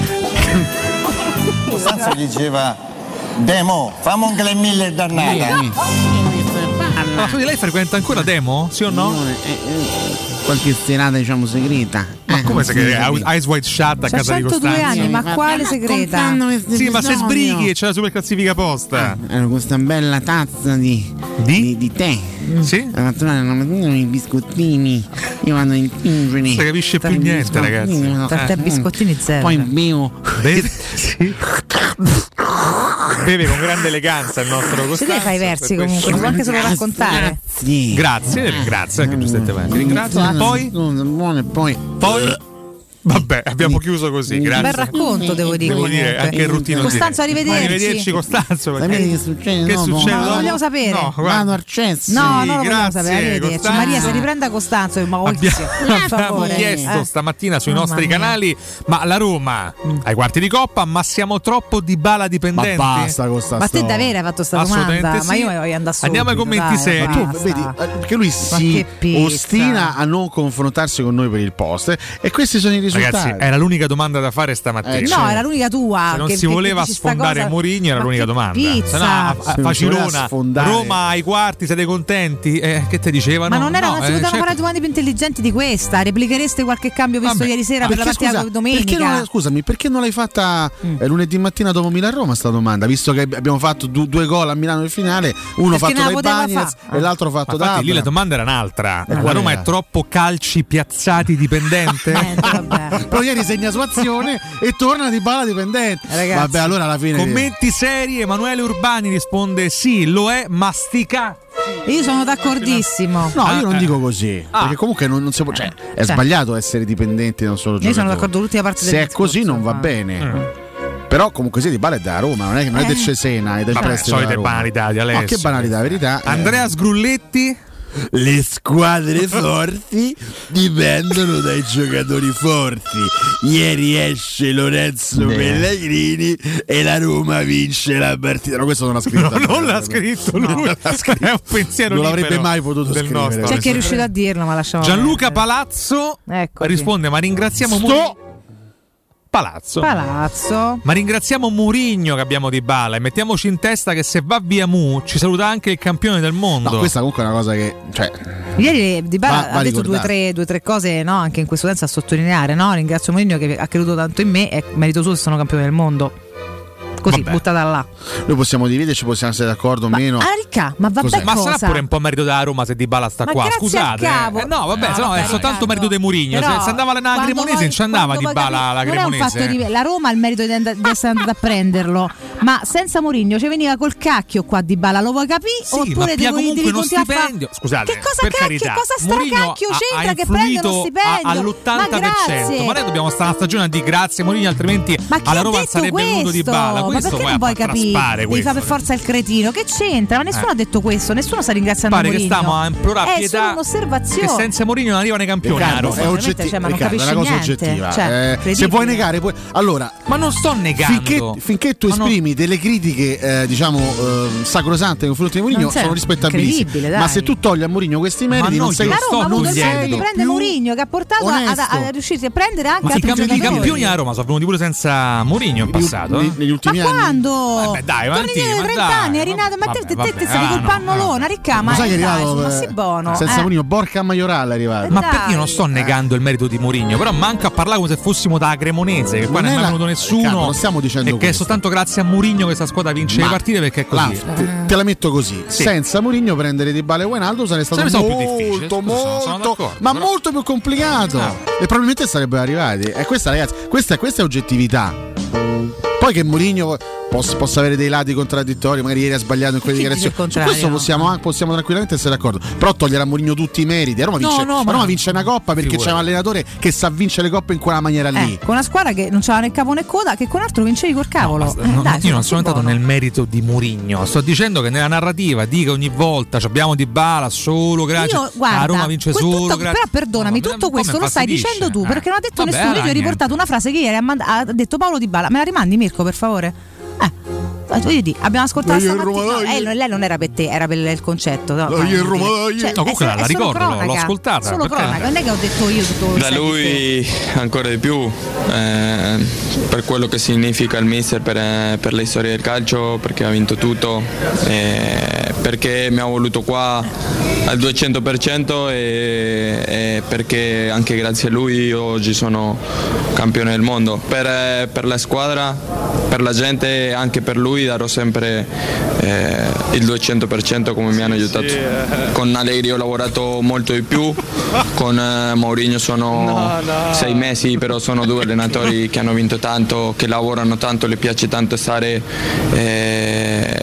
[SPEAKER 7] Costanzo diceva Demo, fammi un Glen Miller dannata.
[SPEAKER 19] Ma scusi, lei frequenta ancora Demo? Sì o no?
[SPEAKER 2] Eh, eh, qualche serata diciamo segreta.
[SPEAKER 19] Ma
[SPEAKER 2] Eh,
[SPEAKER 19] come
[SPEAKER 2] sì,
[SPEAKER 19] se che
[SPEAKER 2] sì.
[SPEAKER 19] Eyes Wide Shut a
[SPEAKER 18] C'ha
[SPEAKER 19] casa di
[SPEAKER 18] centodue
[SPEAKER 19] Costanzo?
[SPEAKER 18] anni, ma
[SPEAKER 2] Ma
[SPEAKER 18] quale
[SPEAKER 2] sta
[SPEAKER 18] segreta?
[SPEAKER 2] raccontando questo
[SPEAKER 19] Sì, ma se
[SPEAKER 2] episodio.
[SPEAKER 19] sbrighi e c'è la super classifica posta.
[SPEAKER 2] Era questa bella tazza di,
[SPEAKER 19] Di?
[SPEAKER 2] di, di tè.
[SPEAKER 19] Sì?
[SPEAKER 2] La mattina la mattina i biscottini. Io vado a intingere.
[SPEAKER 19] Non si capisce più niente, ragazzi.
[SPEAKER 18] Tra te biscottini zero.
[SPEAKER 2] Poi bevo.
[SPEAKER 19] Beve, sì. Beve con grande eleganza il nostro Costanzo.
[SPEAKER 18] Se lei fa i versi
[SPEAKER 19] per
[SPEAKER 18] comunque,
[SPEAKER 19] questo-
[SPEAKER 18] si può anche solo raccontare.
[SPEAKER 2] Sì.
[SPEAKER 19] Grazie, ringrazio, anche giustamente. Ringrazio. Poi?
[SPEAKER 2] Buono e poi.
[SPEAKER 19] Poi? Vabbè, abbiamo chiuso così, grazie.
[SPEAKER 18] Bel racconto, devo dire.
[SPEAKER 19] Devo dire
[SPEAKER 18] comunque.
[SPEAKER 19] anche il routine.
[SPEAKER 18] Costanzo, arrivederci.
[SPEAKER 19] Arrivederci, Costanzo.
[SPEAKER 10] Sapete che succede?
[SPEAKER 19] Che
[SPEAKER 10] No,
[SPEAKER 19] succede?
[SPEAKER 10] no,
[SPEAKER 18] No, lo vogliamo sapere.
[SPEAKER 19] No,
[SPEAKER 10] Vado al cesso.
[SPEAKER 18] No,
[SPEAKER 19] Sì,
[SPEAKER 18] non lo vogliamo
[SPEAKER 19] grazie,
[SPEAKER 18] sapere. Arrivederci.
[SPEAKER 19] Costanzo.
[SPEAKER 18] Maria, se riprenda Costanzo, ma voi
[SPEAKER 19] Abbiamo,
[SPEAKER 18] per
[SPEAKER 19] abbiamo
[SPEAKER 18] favore.
[SPEAKER 19] chiesto
[SPEAKER 18] Eh.
[SPEAKER 19] stamattina sui
[SPEAKER 18] Mamma
[SPEAKER 19] nostri
[SPEAKER 18] mia.
[SPEAKER 19] canali, ma la Roma ai quarti di Coppa, ma siamo troppo Dybala dipendenti?
[SPEAKER 2] Ma basta con sta
[SPEAKER 18] Ma te
[SPEAKER 2] storia.
[SPEAKER 18] davvero hai fatto sta
[SPEAKER 19] Assolutamente
[SPEAKER 18] domanda?
[SPEAKER 19] sì.
[SPEAKER 18] Ma io mi voglio andare subito.
[SPEAKER 19] Andiamo ai commenti
[SPEAKER 18] dai,
[SPEAKER 19] seri.
[SPEAKER 2] Tu
[SPEAKER 18] basta.
[SPEAKER 2] vedi, eh, perché lui
[SPEAKER 18] Ma
[SPEAKER 2] si
[SPEAKER 18] che pizza.
[SPEAKER 2] ostina a non confrontarsi con noi per il post eh, e questi sono i risultati.
[SPEAKER 19] Ragazzi, era l'unica domanda da fare stamattina.
[SPEAKER 2] Eh,
[SPEAKER 18] No, era l'unica tua.
[SPEAKER 19] Se non
[SPEAKER 18] che-
[SPEAKER 19] si
[SPEAKER 18] che
[SPEAKER 19] voleva
[SPEAKER 18] dici sta
[SPEAKER 19] sfondare
[SPEAKER 18] cosa.
[SPEAKER 19] Mourinho era
[SPEAKER 18] Ma
[SPEAKER 19] l'unica
[SPEAKER 18] che
[SPEAKER 19] domanda.
[SPEAKER 18] pizza.
[SPEAKER 19] Se no, a- a-
[SPEAKER 2] Se non si
[SPEAKER 19] facilona.
[SPEAKER 2] voleva sfondare.
[SPEAKER 19] Roma ai quarti, siete contenti? Eh, che te dicevano?
[SPEAKER 18] Ma non, era,
[SPEAKER 19] No,
[SPEAKER 18] non si
[SPEAKER 19] eh,
[SPEAKER 18] potevano
[SPEAKER 19] certo.
[SPEAKER 18] fare domande più intelligenti di questa. Replichereste qualche cambio visto
[SPEAKER 19] Vabbè,
[SPEAKER 18] ieri sera per la
[SPEAKER 2] Perché,
[SPEAKER 18] partita
[SPEAKER 2] scusa,
[SPEAKER 18] domenica?
[SPEAKER 2] perché non, scusami, perché non l'hai fatta
[SPEAKER 18] Mm.
[SPEAKER 2] eh, lunedì mattina dopo Milan-Roma sta domanda? Visto che abbiamo fatto du- due gol a Milano nel finale, uno
[SPEAKER 18] Perché
[SPEAKER 2] fatto
[SPEAKER 18] non la
[SPEAKER 2] dai
[SPEAKER 18] poteva
[SPEAKER 2] Bagnets
[SPEAKER 18] fa-
[SPEAKER 2] e l'altro fatto
[SPEAKER 19] Ma
[SPEAKER 2] da
[SPEAKER 19] infatti lì la
[SPEAKER 2] Abraham.
[SPEAKER 19] domanda era un'altra.
[SPEAKER 2] E
[SPEAKER 19] La
[SPEAKER 2] qual
[SPEAKER 19] Roma
[SPEAKER 2] era?
[SPEAKER 19] è troppo calci piazzati dipendente?
[SPEAKER 18] Niente, vabbè.
[SPEAKER 2] Però ieri segna su azione e torna di bala dipendente.
[SPEAKER 18] Ragazzi,
[SPEAKER 2] Vabbè, allora alla fine
[SPEAKER 19] Commenti seri, Emanuele Urbani risponde sì, lo è, mastica.
[SPEAKER 18] Io sono d'accordissimo.
[SPEAKER 2] No, io
[SPEAKER 19] Ah,
[SPEAKER 2] non
[SPEAKER 19] eh.
[SPEAKER 2] dico così,
[SPEAKER 19] Ah.
[SPEAKER 2] perché comunque non, non si può, cioè, è
[SPEAKER 18] Cioè.
[SPEAKER 2] sbagliato essere dipendenti da un solo
[SPEAKER 18] Io
[SPEAKER 2] giocatore.
[SPEAKER 18] sono d'accordo l'ultima parte del
[SPEAKER 2] Se è
[SPEAKER 18] discorso,
[SPEAKER 2] così non va
[SPEAKER 18] ma-
[SPEAKER 2] bene.
[SPEAKER 19] Mm.
[SPEAKER 2] Però comunque sì, di Bala è da Roma, non è che non è
[SPEAKER 18] Eh.
[SPEAKER 2] del Cesena, è del
[SPEAKER 19] Vabbè,
[SPEAKER 2] prestito
[SPEAKER 19] solite
[SPEAKER 2] da Roma.
[SPEAKER 19] banalità di Alessio.
[SPEAKER 2] No, che banalità, verità. eh.
[SPEAKER 19] Andrea Sgrulletti.
[SPEAKER 2] Le squadre forti dipendono dai giocatori forti. Ieri esce Lorenzo Pellegrini e la Roma vince la partita. No, questo non l'ha scritto.
[SPEAKER 19] No, non l'ha scritto lui.
[SPEAKER 2] non l'ha scritto.
[SPEAKER 19] È un pensiero
[SPEAKER 2] Non l'avrebbe
[SPEAKER 19] libero
[SPEAKER 2] mai potuto
[SPEAKER 19] del
[SPEAKER 2] scrivere.
[SPEAKER 19] nostro.
[SPEAKER 18] C'è chi è riuscito a dirlo, ma lasciamo
[SPEAKER 19] Gianluca
[SPEAKER 18] perdere.
[SPEAKER 19] Palazzo
[SPEAKER 18] Ecco,
[SPEAKER 19] risponde: ma ringraziamo
[SPEAKER 2] Sto-
[SPEAKER 19] Mourinho. Palazzo.
[SPEAKER 18] Palazzo.
[SPEAKER 19] Ma ringraziamo Mourinho che abbiamo Dybala e mettiamoci in testa che se va via Mu ci saluta anche il campione del mondo.
[SPEAKER 2] No, questa comunque è una cosa che, cioè,
[SPEAKER 18] Ieri Dybala
[SPEAKER 2] Va- va
[SPEAKER 18] ha detto due o
[SPEAKER 2] ricordato.
[SPEAKER 18] tre, due, tre cose, no? Anche in questo senso a sottolineare, no? Ringrazio Mourinho che ha creduto tanto in me, è merito suo che sono campione del mondo. Così,
[SPEAKER 19] Vabbè.
[SPEAKER 18] buttata là.
[SPEAKER 2] noi possiamo dividerci, possiamo essere d'accordo o meno.
[SPEAKER 18] Ah, ricca, ma vabbè,
[SPEAKER 2] Cos'è?
[SPEAKER 19] Ma
[SPEAKER 18] cosa?
[SPEAKER 19] sarà pure un po' merito della Roma se Dybala sta
[SPEAKER 18] Ma
[SPEAKER 19] qua,
[SPEAKER 18] grazie
[SPEAKER 19] scusate.
[SPEAKER 18] al cavo.
[SPEAKER 19] Eh, no, vabbè,
[SPEAKER 18] No,
[SPEAKER 19] se no è
[SPEAKER 18] vabbè,
[SPEAKER 19] soltanto
[SPEAKER 18] Riccardo.
[SPEAKER 19] merito di Mourinho. Se,
[SPEAKER 18] Però,
[SPEAKER 19] se andava alla
[SPEAKER 18] quando
[SPEAKER 19] Cremonese
[SPEAKER 18] poi-
[SPEAKER 19] non ci andava
[SPEAKER 18] quando poi
[SPEAKER 19] Dybala
[SPEAKER 18] capi-
[SPEAKER 19] alla
[SPEAKER 18] non è un
[SPEAKER 19] Cremonese.
[SPEAKER 18] fatto di- la Roma ha il merito di, and- di essere andata a prenderlo, ma senza Mourinho ci veniva col cacchio qua Dybala, lo vuoi capire?
[SPEAKER 19] Sì, ma
[SPEAKER 18] Oppure
[SPEAKER 19] pia
[SPEAKER 18] devi,
[SPEAKER 19] comunque
[SPEAKER 18] devi
[SPEAKER 19] uno
[SPEAKER 18] continuare a fa-
[SPEAKER 19] stipendio. Scusate,
[SPEAKER 18] che cosa
[SPEAKER 19] per
[SPEAKER 18] cacchio,
[SPEAKER 19] carità,
[SPEAKER 18] cosa
[SPEAKER 19] Mourinho
[SPEAKER 18] stracacchio
[SPEAKER 19] ha-
[SPEAKER 18] c'entra
[SPEAKER 19] ha
[SPEAKER 18] che prende uno
[SPEAKER 19] influito
[SPEAKER 18] stipendio?
[SPEAKER 19] a- all'ottanta per cento.
[SPEAKER 18] Ma grazie.
[SPEAKER 19] Ma noi dobbiamo stare una stagione a dire grazie Mourinho, altrimenti
[SPEAKER 18] Ma chi
[SPEAKER 19] alla
[SPEAKER 18] ha
[SPEAKER 19] Roma
[SPEAKER 18] detto
[SPEAKER 19] sarebbe
[SPEAKER 18] questo?
[SPEAKER 19] venuto Dybala.
[SPEAKER 18] Ma
[SPEAKER 19] Questo
[SPEAKER 18] perché
[SPEAKER 19] poi
[SPEAKER 18] non puoi
[SPEAKER 19] a
[SPEAKER 18] capire?
[SPEAKER 19] traspare
[SPEAKER 18] Devi
[SPEAKER 19] questo.
[SPEAKER 18] fare per forza il cretino. Che c'entra? Ma nessuno
[SPEAKER 19] Eh.
[SPEAKER 18] ha detto questo, nessuno sta ringraziando
[SPEAKER 19] Pare che
[SPEAKER 18] Mourinho.
[SPEAKER 19] stiamo a implorare
[SPEAKER 18] È
[SPEAKER 19] pietà
[SPEAKER 18] solo un'osservazione.
[SPEAKER 19] che senza Mourinho non arrivano i campioni a
[SPEAKER 2] Riccardo,
[SPEAKER 19] Roma.
[SPEAKER 2] è,
[SPEAKER 18] Ovviamente,
[SPEAKER 2] oggetti-
[SPEAKER 18] cioè, ma non
[SPEAKER 2] Riccardo, è una
[SPEAKER 18] capisci
[SPEAKER 2] cosa
[SPEAKER 18] niente.
[SPEAKER 2] oggettiva.
[SPEAKER 18] Cioè,
[SPEAKER 2] Eh, se
[SPEAKER 18] credibile.
[SPEAKER 2] vuoi negare, puoi... allora,
[SPEAKER 19] Ma non sto negando.
[SPEAKER 2] finché, finché tu
[SPEAKER 19] Ma non-
[SPEAKER 2] esprimi delle critiche, eh, diciamo, eh, sacrosante nei confronti di Mourinho,
[SPEAKER 18] Non sei
[SPEAKER 2] sono rispettabilissime.
[SPEAKER 18] incredibile, dai.
[SPEAKER 2] Ma se tu togli a Mourinho questi meriti,
[SPEAKER 19] Ma no,
[SPEAKER 2] non sei
[SPEAKER 19] io
[SPEAKER 18] La
[SPEAKER 19] sto
[SPEAKER 18] Roma ha avuto il
[SPEAKER 19] togliendo.
[SPEAKER 18] merito di prendere
[SPEAKER 2] più
[SPEAKER 18] Mourinho che ha portato a,
[SPEAKER 2] onesto.
[SPEAKER 18] a, a riuscirsi a prendere anche
[SPEAKER 19] Ma i,
[SPEAKER 18] altri
[SPEAKER 19] camp- i
[SPEAKER 18] giocatori.
[SPEAKER 19] campioni a Roma sono venuti pure senza Mourinho in passato.
[SPEAKER 2] negli,
[SPEAKER 19] eh?
[SPEAKER 2] negli ultimi
[SPEAKER 18] Ma
[SPEAKER 2] anni.
[SPEAKER 18] quando?
[SPEAKER 19] Eh beh, dai,
[SPEAKER 18] Torni
[SPEAKER 19] avanti,
[SPEAKER 18] di
[SPEAKER 19] ma
[SPEAKER 18] trenta
[SPEAKER 19] dai,
[SPEAKER 18] anni, è
[SPEAKER 19] vabbè,
[SPEAKER 18] rinato, ma te, te, te,
[SPEAKER 19] vabbè,
[SPEAKER 18] te sei
[SPEAKER 19] ah,
[SPEAKER 18] col
[SPEAKER 19] no,
[SPEAKER 18] pannolona, ricca, ma
[SPEAKER 2] Lo sai che è
[SPEAKER 18] dai,
[SPEAKER 2] arrivato
[SPEAKER 18] ma
[SPEAKER 2] eh,
[SPEAKER 18] sei buono.
[SPEAKER 2] senza
[SPEAKER 18] eh.
[SPEAKER 2] Mourinho, Borca Maioral è arrivato.
[SPEAKER 18] Eh,
[SPEAKER 19] Ma
[SPEAKER 18] dai.
[SPEAKER 19] perché io non sto negando il merito di Mourinho, però manca a parlare come se fossimo da Cremonese, che qua
[SPEAKER 2] Non
[SPEAKER 19] non è
[SPEAKER 2] è
[SPEAKER 19] mai
[SPEAKER 2] la-
[SPEAKER 19] venuto nessuno.
[SPEAKER 2] Riccardo, non stiamo dicendo
[SPEAKER 19] e che è
[SPEAKER 2] questo.
[SPEAKER 19] soltanto grazie a Mourinho che questa squadra vince
[SPEAKER 2] Ma-
[SPEAKER 19] le partite perché è così.
[SPEAKER 2] Là, te, te la metto così:
[SPEAKER 19] Sì.
[SPEAKER 2] senza Mourinho prendere Dybala e Wijnaldum sarebbe stato
[SPEAKER 19] Sarebbe stato più difficile,
[SPEAKER 2] molto,
[SPEAKER 19] scusa, sono- sono
[SPEAKER 2] molto,
[SPEAKER 19] d'accordo,
[SPEAKER 2] ma
[SPEAKER 19] però-
[SPEAKER 2] molto più complicato.
[SPEAKER 19] No.
[SPEAKER 2] E probabilmente sarebbero arrivati. E questa, ragazzi, questa, questa è oggettività. Poi che Mourinho possa, possa avere dei lati contraddittori, magari ieri ha sbagliato in quelle
[SPEAKER 18] Chi dice
[SPEAKER 2] dichiarazioni.
[SPEAKER 18] il
[SPEAKER 2] Su
[SPEAKER 18] contrario?
[SPEAKER 2] questo possiamo, anche- possiamo tranquillamente essere d'accordo. Però togliere a Mourinho tutti i meriti. A Roma
[SPEAKER 19] No,
[SPEAKER 2] vince,
[SPEAKER 19] no,
[SPEAKER 2] a
[SPEAKER 19] ma-
[SPEAKER 2] Roma vince una coppa perché
[SPEAKER 19] Figurati.
[SPEAKER 2] c'è un allenatore che sa vincere le coppe in quella maniera lì.
[SPEAKER 18] Eh, con una squadra che non c'aveva né capo né coda, che con altro vincevi col cavolo.
[SPEAKER 19] Basta,
[SPEAKER 18] Eh,
[SPEAKER 19] no,
[SPEAKER 18] dai,
[SPEAKER 19] io non sono
[SPEAKER 18] sei
[SPEAKER 19] entrato
[SPEAKER 18] buono.
[SPEAKER 19] nel merito di Mourinho, sto dicendo che nella narrativa dica ogni volta "Ci abbiamo Dybala solo grazie
[SPEAKER 18] Io, guarda,
[SPEAKER 19] a Roma vince
[SPEAKER 18] que-
[SPEAKER 19] solo
[SPEAKER 18] tutto-
[SPEAKER 19] grazie".
[SPEAKER 18] però perdonami,
[SPEAKER 19] No,
[SPEAKER 18] tutto
[SPEAKER 19] come
[SPEAKER 18] questo lo stai
[SPEAKER 19] infastidisce?
[SPEAKER 18] dicendo tu,
[SPEAKER 19] Eh.
[SPEAKER 18] perché non ha detto
[SPEAKER 19] Vabbè,
[SPEAKER 18] nessuno. Io
[SPEAKER 19] allora
[SPEAKER 18] gli ho riportato
[SPEAKER 19] niente.
[SPEAKER 18] una frase che ieri ha, mand- ha detto Paolo Dybala. Me la rimandi, Mirko, per favore? Eh. Voglio dire, abbiamo ascoltato
[SPEAKER 2] Dai,
[SPEAKER 18] stamattina.
[SPEAKER 2] Roma,
[SPEAKER 18] No,
[SPEAKER 2] dai.
[SPEAKER 18] lei, lei non era per te, era per il concetto. No,
[SPEAKER 2] Dai,
[SPEAKER 18] voglio
[SPEAKER 2] Roma,
[SPEAKER 18] dire.
[SPEAKER 2] dai.
[SPEAKER 18] Cioè,
[SPEAKER 19] No, comunque
[SPEAKER 18] è-
[SPEAKER 19] la
[SPEAKER 18] è solo
[SPEAKER 19] ricordo, l'ho
[SPEAKER 18] cronaca,
[SPEAKER 19] ascoltata,
[SPEAKER 18] Solo
[SPEAKER 19] perché-
[SPEAKER 18] cronaca, non è che ho detto io tutto quello
[SPEAKER 3] Da
[SPEAKER 18] che sai di
[SPEAKER 3] lui ancora di più, eh, per quello che significa il mister per, eh, per la storia del calcio, perché ha vinto tutto, eh, perché mi ha voluto qua al duecento per cento e, e perché anche grazie a lui oggi sono campione del mondo. Per, eh, per la squadra, per la gente e anche per lui darò sempre eh, il duecento per cento come mi hanno aiutato. Con Allegri ho lavorato molto di più, con eh, Mourinho sono sei mesi, però sono due allenatori che hanno vinto tanto, che lavorano tanto, le piace tanto stare eh,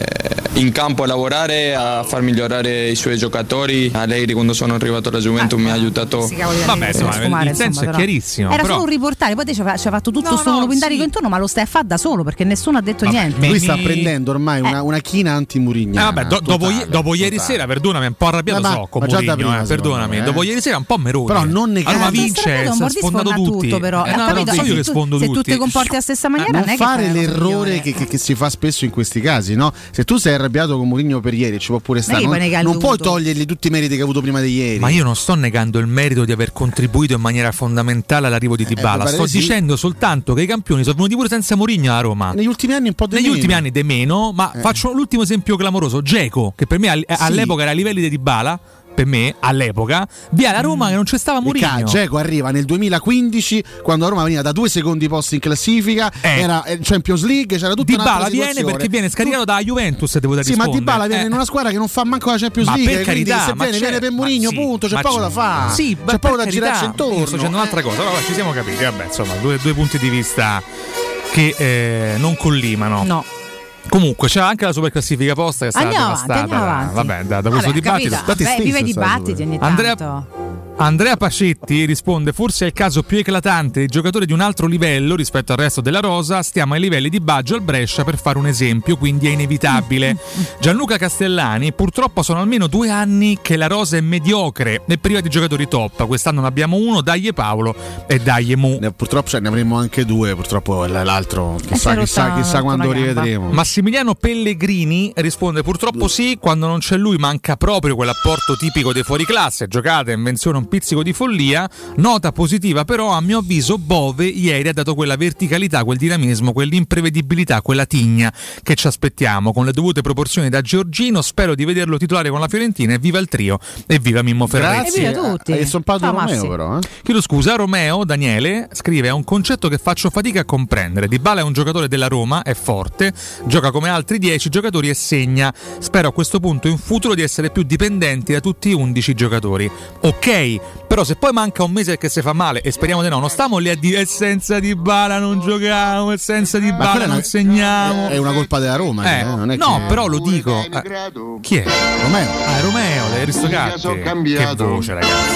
[SPEAKER 3] in campo a lavorare, a far migliorare i suoi giocatori. Allegri quando sono arrivato alla Juventus ah, mi ha aiutato.
[SPEAKER 19] Vabbè, insomma, sfumare, il senso insomma, è chiarissimo.
[SPEAKER 18] Era
[SPEAKER 19] però...
[SPEAKER 18] solo un riportare, poi te ci ha fatto tutto questo no, no, pindarico sì. intorno, ma lo stai a fare da solo perché nessuno ha detto vabbè, niente.
[SPEAKER 2] Lui sta prendendo ormai eh. una, una china anti-Murigna.
[SPEAKER 19] Eh, vabbè, do, dopo, totale, dopo ieri totale. sera, perdonami, un po' arrabbiato so con Murigno, eh, perdonami. Me, eh. Dopo ieri sera un po' merone.
[SPEAKER 2] Però non negare.
[SPEAKER 19] Allora vince, ha sfondato tutti.
[SPEAKER 18] Tutto, però.
[SPEAKER 19] Eh, no, no, so io che sfondo
[SPEAKER 18] tutti.
[SPEAKER 19] tutti.
[SPEAKER 18] Se tu ti comporti alla stessa maniera,
[SPEAKER 2] non
[SPEAKER 18] non è
[SPEAKER 2] fare
[SPEAKER 18] che
[SPEAKER 2] l'errore che, che, che si fa spesso in questi casi, no? Se tu sei arrabbiato con Mourinho per ieri, ci può pure stare. Non, non puoi togliergli tutti i meriti che ha avuto prima di ieri.
[SPEAKER 19] Ma io non sto negando il merito di aver contribuito in maniera fondamentale all'arrivo di Dybala. Eh, sto sì. dicendo soltanto che i campioni sono venuti pure senza Mourinho a Roma.
[SPEAKER 2] Negli ultimi anni un po' di
[SPEAKER 19] Negli
[SPEAKER 2] meno.
[SPEAKER 19] ultimi anni di meno, ma eh. faccio l'ultimo esempio clamoroso. Dzeko, che per me sì. all'epoca era a livelli di Dybala. Per me all'epoca via la Roma mm. che non c'è stava Mourinho.
[SPEAKER 2] Dzeko arriva nel duemilaquindici quando Roma veniva da due secondi posti in classifica, eh. era Champions League, c'era tutta
[SPEAKER 19] Dybala viene perché viene scaricato dalla Juventus, devo dare
[SPEAKER 2] sì, ma Dybala viene
[SPEAKER 19] eh.
[SPEAKER 2] in una squadra che non fa manco la Champions
[SPEAKER 19] ma
[SPEAKER 2] League,
[SPEAKER 19] per carità,
[SPEAKER 2] se
[SPEAKER 19] ma
[SPEAKER 2] viene, viene per Mourinho,
[SPEAKER 19] sì,
[SPEAKER 2] punto, c'è poco
[SPEAKER 19] c'è.
[SPEAKER 2] da fare.
[SPEAKER 19] Sì,
[SPEAKER 2] c'è poco da girarci intorno.
[SPEAKER 19] Io sto dicendo un'altra cosa, allora ci siamo capiti, vabbè, insomma, due, due punti di vista che eh, non collimano.
[SPEAKER 18] No.
[SPEAKER 19] Comunque c'è anche la super classifica posta che è stata devastata. Vabbè, da, da questo
[SPEAKER 18] Vabbè,
[SPEAKER 19] dibattito.
[SPEAKER 18] Beh, viva i dibattiti ogni tanto.
[SPEAKER 19] Andrea, Andrea Pacetti risponde: forse è il caso più eclatante di giocatore di un altro livello rispetto al resto della rosa. Stiamo ai livelli di Baggio al Brescia per fare un esempio, quindi è inevitabile. Gianluca Castellani: purtroppo sono almeno due anni che la rosa è mediocre e priva di giocatori top. Quest'anno ne abbiamo uno, Daglie Paolo e Daglie Mu.
[SPEAKER 2] Ne, purtroppo cioè, ne avremo anche due, purtroppo l'altro chissà, chissà, chissà quando lo rivedremo.
[SPEAKER 19] Massimiliano Pellegrini risponde: purtroppo sì, quando non c'è lui manca proprio quell'apporto tipico dei fuoriclasse, giocate, invenzione, un pizzico di follia. Nota positiva però, a mio avviso, Bove ieri ha dato quella verticalità, quel dinamismo, quell'imprevedibilità, quella tigna che ci aspettiamo, con le dovute proporzioni da Giorgino. Spero di vederlo titolare con la Fiorentina e viva il trio e viva Mimmo Ferretti.
[SPEAKER 18] E viva tutti.
[SPEAKER 2] Hai stompato ah, Romeo sì. però eh?
[SPEAKER 19] Chiedo scusa, Romeo Daniele scrive: è un concetto che faccio fatica a comprendere. Dybala è un giocatore della Roma, è forte, gioca come altri dieci giocatori e segna. Spero a questo punto in futuro di essere più dipendenti da tutti i undici giocatori. Ok, però se poi manca un mese che si fa male, e speriamo di no, non stiamo lì a dire senza Dybala non giochiamo, e senza Dybala non segniamo.
[SPEAKER 2] È una colpa della Roma,
[SPEAKER 19] eh,
[SPEAKER 2] eh? Non è
[SPEAKER 19] no,
[SPEAKER 2] che...
[SPEAKER 19] però lo dico. Eh, chi è?
[SPEAKER 2] Romeo.
[SPEAKER 19] Ah, Romeo, l'Aristocratti. Che voce,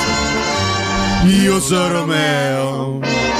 [SPEAKER 19] ragazzi.
[SPEAKER 2] Io sono Romeo.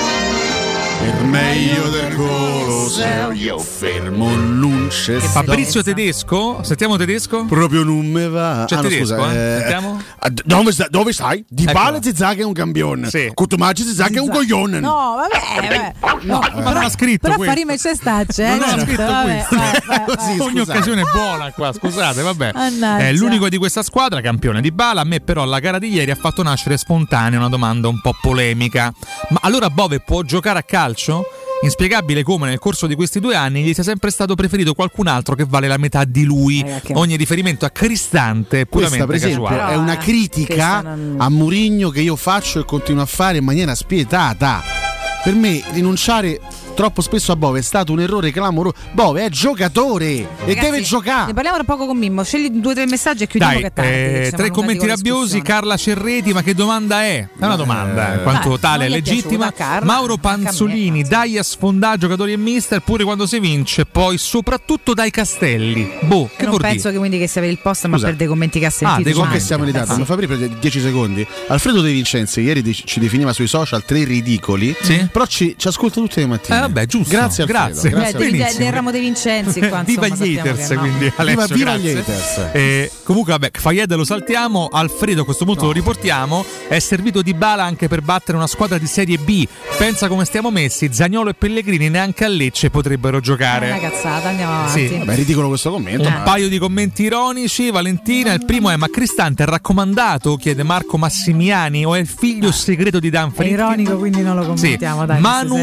[SPEAKER 2] Per meglio del Colosseo io fermo non c'è.
[SPEAKER 19] Fabrizio Tedesco, sentiamo Tedesco?
[SPEAKER 2] Proprio non me va.
[SPEAKER 19] C'è
[SPEAKER 2] ah, no,
[SPEAKER 19] Tedesco,
[SPEAKER 2] scusa,
[SPEAKER 19] eh?
[SPEAKER 2] eh,
[SPEAKER 19] Sentiamo?
[SPEAKER 2] Dove, sta, dove stai? Dybala
[SPEAKER 19] ecco.
[SPEAKER 2] si sa che è un campione.
[SPEAKER 19] Sì.
[SPEAKER 2] Cotumacci si sa che è un coglione.
[SPEAKER 18] No, vabbè, vabbè.
[SPEAKER 19] No, ma non ha scritto
[SPEAKER 18] però
[SPEAKER 19] questo.
[SPEAKER 18] fa rima e c'è staccia, eh?
[SPEAKER 19] Non ha scritto
[SPEAKER 18] vabbè,
[SPEAKER 19] questo.
[SPEAKER 18] vabbè, vabbè.
[SPEAKER 19] Ogni occasione è buona qua, scusate, vabbè.
[SPEAKER 18] Mannaggia.
[SPEAKER 19] È l'unico di questa squadra campione Dybala. A me però la gara di ieri ha fatto nascere spontanea una domanda un po' polemica. Ma allora Bove può giocare a calcio? Inspiegabile come nel corso di questi due anni gli sia sempre stato preferito qualcun altro che vale la metà di lui. Ogni riferimento a Cristante è puramente
[SPEAKER 2] Questa, per esempio,
[SPEAKER 19] casuale.
[SPEAKER 2] è una critica non... a Mourinho che io faccio e continuo a fare in maniera spietata. Per me rinunciare troppo spesso a Bove è stato un errore clamoroso. Bove è giocatore. Ragazzi, e deve giocare.
[SPEAKER 18] Ne parliamo tra poco con Mimmo. Scegli due o tre messaggi e chiudiamo.
[SPEAKER 19] Dai,
[SPEAKER 18] che tardi,
[SPEAKER 19] eh, tre commenti rabbiosi. Carla Cerreti: ma che domanda è? È una domanda, eh, in quanto
[SPEAKER 18] dai,
[SPEAKER 19] tale è legittima.
[SPEAKER 18] Piaciuta, Carla,
[SPEAKER 19] Mauro Panzolini: dai a sfondare giocatori e mister pure quando si vince, poi soprattutto dai Castelli. Boh, che
[SPEAKER 18] non
[SPEAKER 19] vuol
[SPEAKER 18] penso
[SPEAKER 19] dire?
[SPEAKER 18] che quindi che sia per il post, ma
[SPEAKER 2] Scusa.
[SPEAKER 18] per dei commenti che ha sentito.
[SPEAKER 2] Ah, dei commenti che siamo in
[SPEAKER 18] eh,
[SPEAKER 2] ritardo.
[SPEAKER 18] sì.
[SPEAKER 2] Ma Fabri per dieci secondi. Alfredo De Vincenzi ieri ci definiva sui social tre ridicoli.
[SPEAKER 19] Sì?
[SPEAKER 2] Però ci, ci ascolta tutte le mattine.
[SPEAKER 19] Eh, vabbè, giusto.
[SPEAKER 2] Grazie, Alfredo.
[SPEAKER 19] Grazie.
[SPEAKER 2] Grazie.
[SPEAKER 18] Del, del ramo dei Vincenzi qua,
[SPEAKER 19] viva
[SPEAKER 18] insomma,
[SPEAKER 19] gli haters,
[SPEAKER 18] no.
[SPEAKER 19] quindi Alessio,
[SPEAKER 2] viva, viva
[SPEAKER 19] grazie.
[SPEAKER 2] gli haters.
[SPEAKER 19] Eh, comunque vabbè, Fayed lo saltiamo. Alfredo a questo punto no. lo riportiamo. È servito Dybala anche per battere una squadra di Serie B. Pensa come stiamo messi. Zaniolo e Pellegrini neanche a Lecce potrebbero giocare.
[SPEAKER 18] È una cazzata, andiamo avanti.
[SPEAKER 2] Sì. Vabbè, ridicolo questo commento.
[SPEAKER 19] Un
[SPEAKER 2] ma...
[SPEAKER 19] paio di commenti ironici. Valentina, il primo è: ma Cristante è raccomandato? Chiede Marco Massimiani, o è il figlio segreto di Dan Friedkin?
[SPEAKER 18] È ironico, quindi non lo commentiamo.
[SPEAKER 19] Sì.
[SPEAKER 18] Dai,
[SPEAKER 19] Manu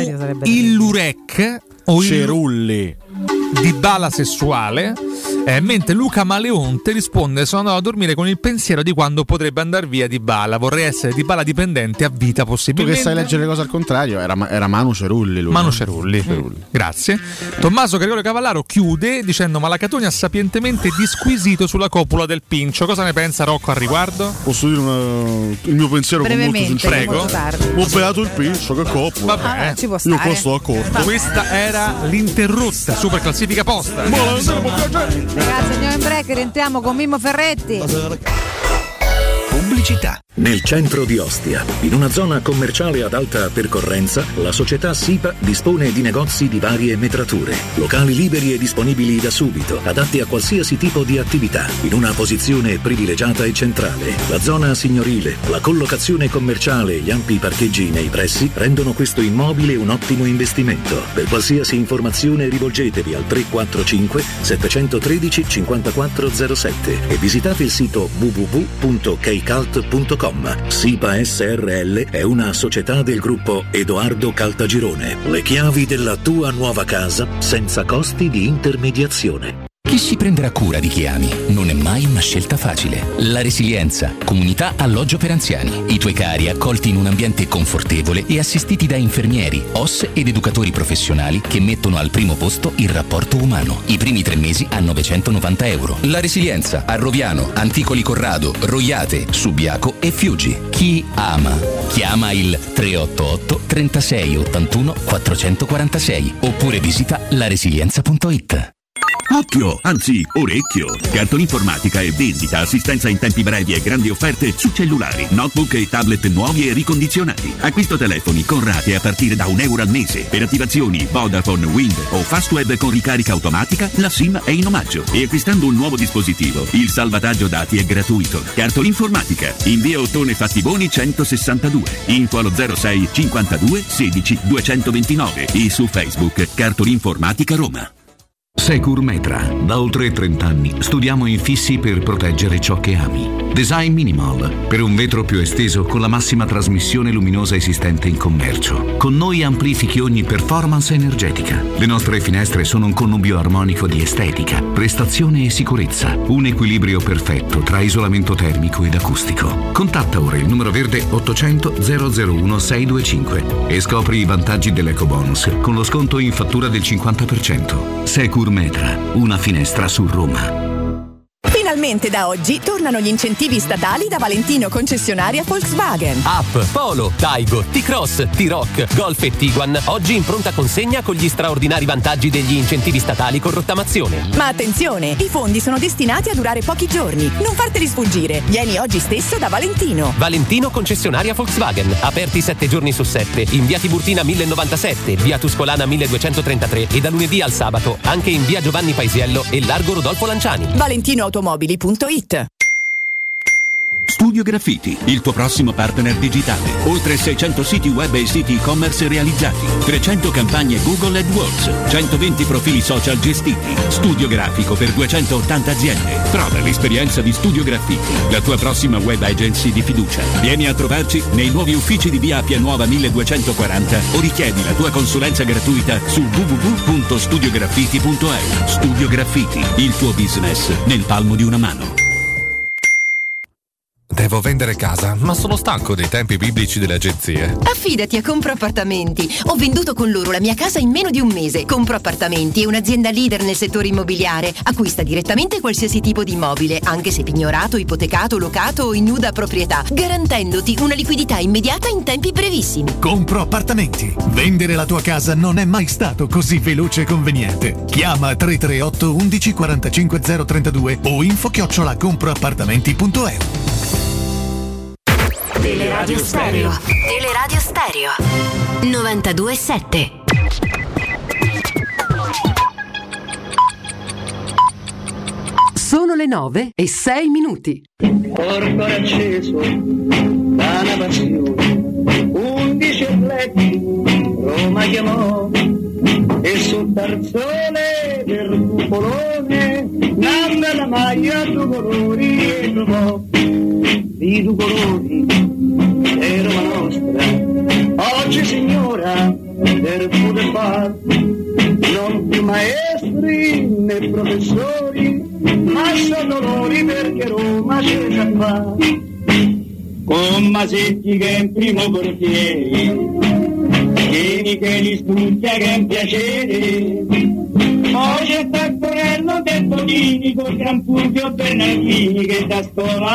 [SPEAKER 19] Illurek o
[SPEAKER 2] Cerulli
[SPEAKER 19] Dybala sessuale, eh, mentre Luca Maleonte risponde: sono andato a dormire con il pensiero di quando potrebbe andare via Dybala, vorrei essere Dybala dipendente a vita possibilmente.
[SPEAKER 2] Tu che sai leggere le cose al contrario, era, era Manu Cerulli lui.
[SPEAKER 19] Manu Cerulli, Cerulli. Mm. Grazie. Tommaso Gregorio Cavallaro chiude dicendo: ma la Catoni ha sapientemente disquisito sulla copula del Pincio, cosa ne pensa Rocco al riguardo?
[SPEAKER 2] Posso dire una... il mio pensiero con molto sincero?
[SPEAKER 19] Prego.
[SPEAKER 2] Ho beato il Pincio, che copula.
[SPEAKER 19] Vabbè,
[SPEAKER 18] ah, ci può stare.
[SPEAKER 2] Io qua sto d'accordo.
[SPEAKER 19] Questa era l'interrotta super classifica posta.
[SPEAKER 2] Ma
[SPEAKER 18] Ragazzi, andiamo in break, rientriamo con Mimmo Ferretti.
[SPEAKER 1] Pubblicità.
[SPEAKER 4] Nel centro di Ostia, in una zona commerciale ad alta percorrenza, la società SIPA dispone di negozi di varie metrature, locali liberi e disponibili da subito, adatti a qualsiasi tipo di attività, in una posizione privilegiata e centrale. La zona signorile, la collocazione commerciale e gli ampi parcheggi nei pressi rendono questo immobile un ottimo investimento. Per qualsiasi informazione rivolgetevi al tre quattro cinque sette uno tre cinque quattro zero sette e visitate il sito w w w punto keicalt punto com. SIPA S R L è una società del gruppo Edoardo Caltagirone. Le chiavi della tua nuova casa senza costi di intermediazione.
[SPEAKER 1] Chi si prenderà cura di chi ami? Non è mai una scelta facile. La Resilienza, comunità alloggio per anziani. I tuoi cari accolti in un ambiente confortevole e assistiti da infermieri, O S ed educatori professionali che mettono al primo posto il rapporto umano. I primi tre mesi a novecentonovanta euro. La Resilienza a Roviano, Anticoli Corrado, Roiate, Subiaco e Fiuggi. Chi ama? Chiama il tre otto otto trentasei ottantuno quattrocentoquarantasei oppure visita laresilienza punto it.
[SPEAKER 11] Occhio, anzi orecchio! Cartolinformatica e vendita, assistenza in tempi brevi e grandi offerte su cellulari, notebook e tablet nuovi e ricondizionati. Acquisto telefoni con rate a partire da un euro al mese. Per attivazioni Vodafone, Wind o Fastweb con ricarica automatica, la SIM è in omaggio. E acquistando un nuovo dispositivo, il salvataggio dati è gratuito. Cartolinformatica, in via Ottone Fattiboni centosessantadue. Info allo zero sei cinquantadue sedici duecentoventinove e su Facebook Cartolinformatica Roma.
[SPEAKER 12] Securmetra. Da oltre trenta anni studiamo infissi per proteggere ciò che ami. Design Minimal, per un vetro più esteso con la massima trasmissione luminosa esistente in commercio. Con noi amplifichi ogni performance energetica. Le nostre finestre sono un connubio armonico di estetica, prestazione e sicurezza. Un equilibrio perfetto tra isolamento termico ed acustico. Contatta ora il numero verde ottocento zero zero uno sei due cinque e scopri i vantaggi dell'ecobonus con lo sconto in fattura del cinquanta per cento. Securmetra, una finestra su Roma.
[SPEAKER 13] Finalmente da oggi tornano gli incentivi statali da Valentino concessionaria Volkswagen.
[SPEAKER 16] App, Polo, Taigo, T-Cross, T-Roc, Golf e Tiguan oggi in pronta consegna con gli straordinari vantaggi degli incentivi statali con rottamazione.
[SPEAKER 13] Ma attenzione, i fondi sono destinati a durare pochi giorni. Non farteli sfuggire. Vieni oggi stesso da Valentino.
[SPEAKER 16] Valentino concessionaria Volkswagen. Aperti sette giorni su sette. In via Tiburtina mille novantasette, via Tuscolana milleduecentotrentatré e da lunedì al sabato anche in via Giovanni Paisiello e largo Rodolfo Lanciani.
[SPEAKER 13] Valentino Automobili punto it.
[SPEAKER 11] Studio Graffiti, il tuo prossimo partner digitale. Oltre seicento siti web e siti e-commerce realizzati, trecento campagne Google AdWords, centoventi profili social gestiti. Studio grafico per duecentottanta aziende. Prova l'esperienza di Studio Graffiti, la tua prossima web agency di fiducia. Vieni a trovarci nei nuovi uffici di via Appia Nuova milleduecentoquaranta o richiedi la tua consulenza gratuita su w w w punto studio graffiti punto e u. Studio Graffiti, il tuo business nel palmo di una mano.
[SPEAKER 17] Devo vendere casa, ma sono stanco dei tempi biblici delle agenzie.
[SPEAKER 20] Affidati a Compro Appartamenti. Ho venduto con loro la mia casa in meno di un mese. Compro Appartamenti è un'azienda leader nel settore immobiliare. Acquista direttamente qualsiasi tipo di immobile, anche se pignorato, ipotecato, locato o in nuda proprietà, garantendoti una liquidità immediata in tempi brevissimi.
[SPEAKER 21] Compro Appartamenti. Vendere la tua casa non è mai stato così veloce e conveniente. Chiama tre tre otto undici quarantacinque zero trentadue o info chiocciola comproappartamenti punto e u.
[SPEAKER 24] Teleradio Stereo. Teleradio Stereo. novantadue sette.
[SPEAKER 26] Sono le nove e sei minuti.
[SPEAKER 27] Corpo acceso da una passione, undici atleti Roma chiamò e sul tarzone del cupolone nanna la maglia due colori e trovò i due colori e Roma nostra oggi signora del poter far non più maestri né professori ma sono dolori perché Roma c'è già fa con Masetti che è in primo portiere Vieni che li studia che è un piacere poi c'è Taccorello del Tonini con Gran Fulvio Bernardini che da scuola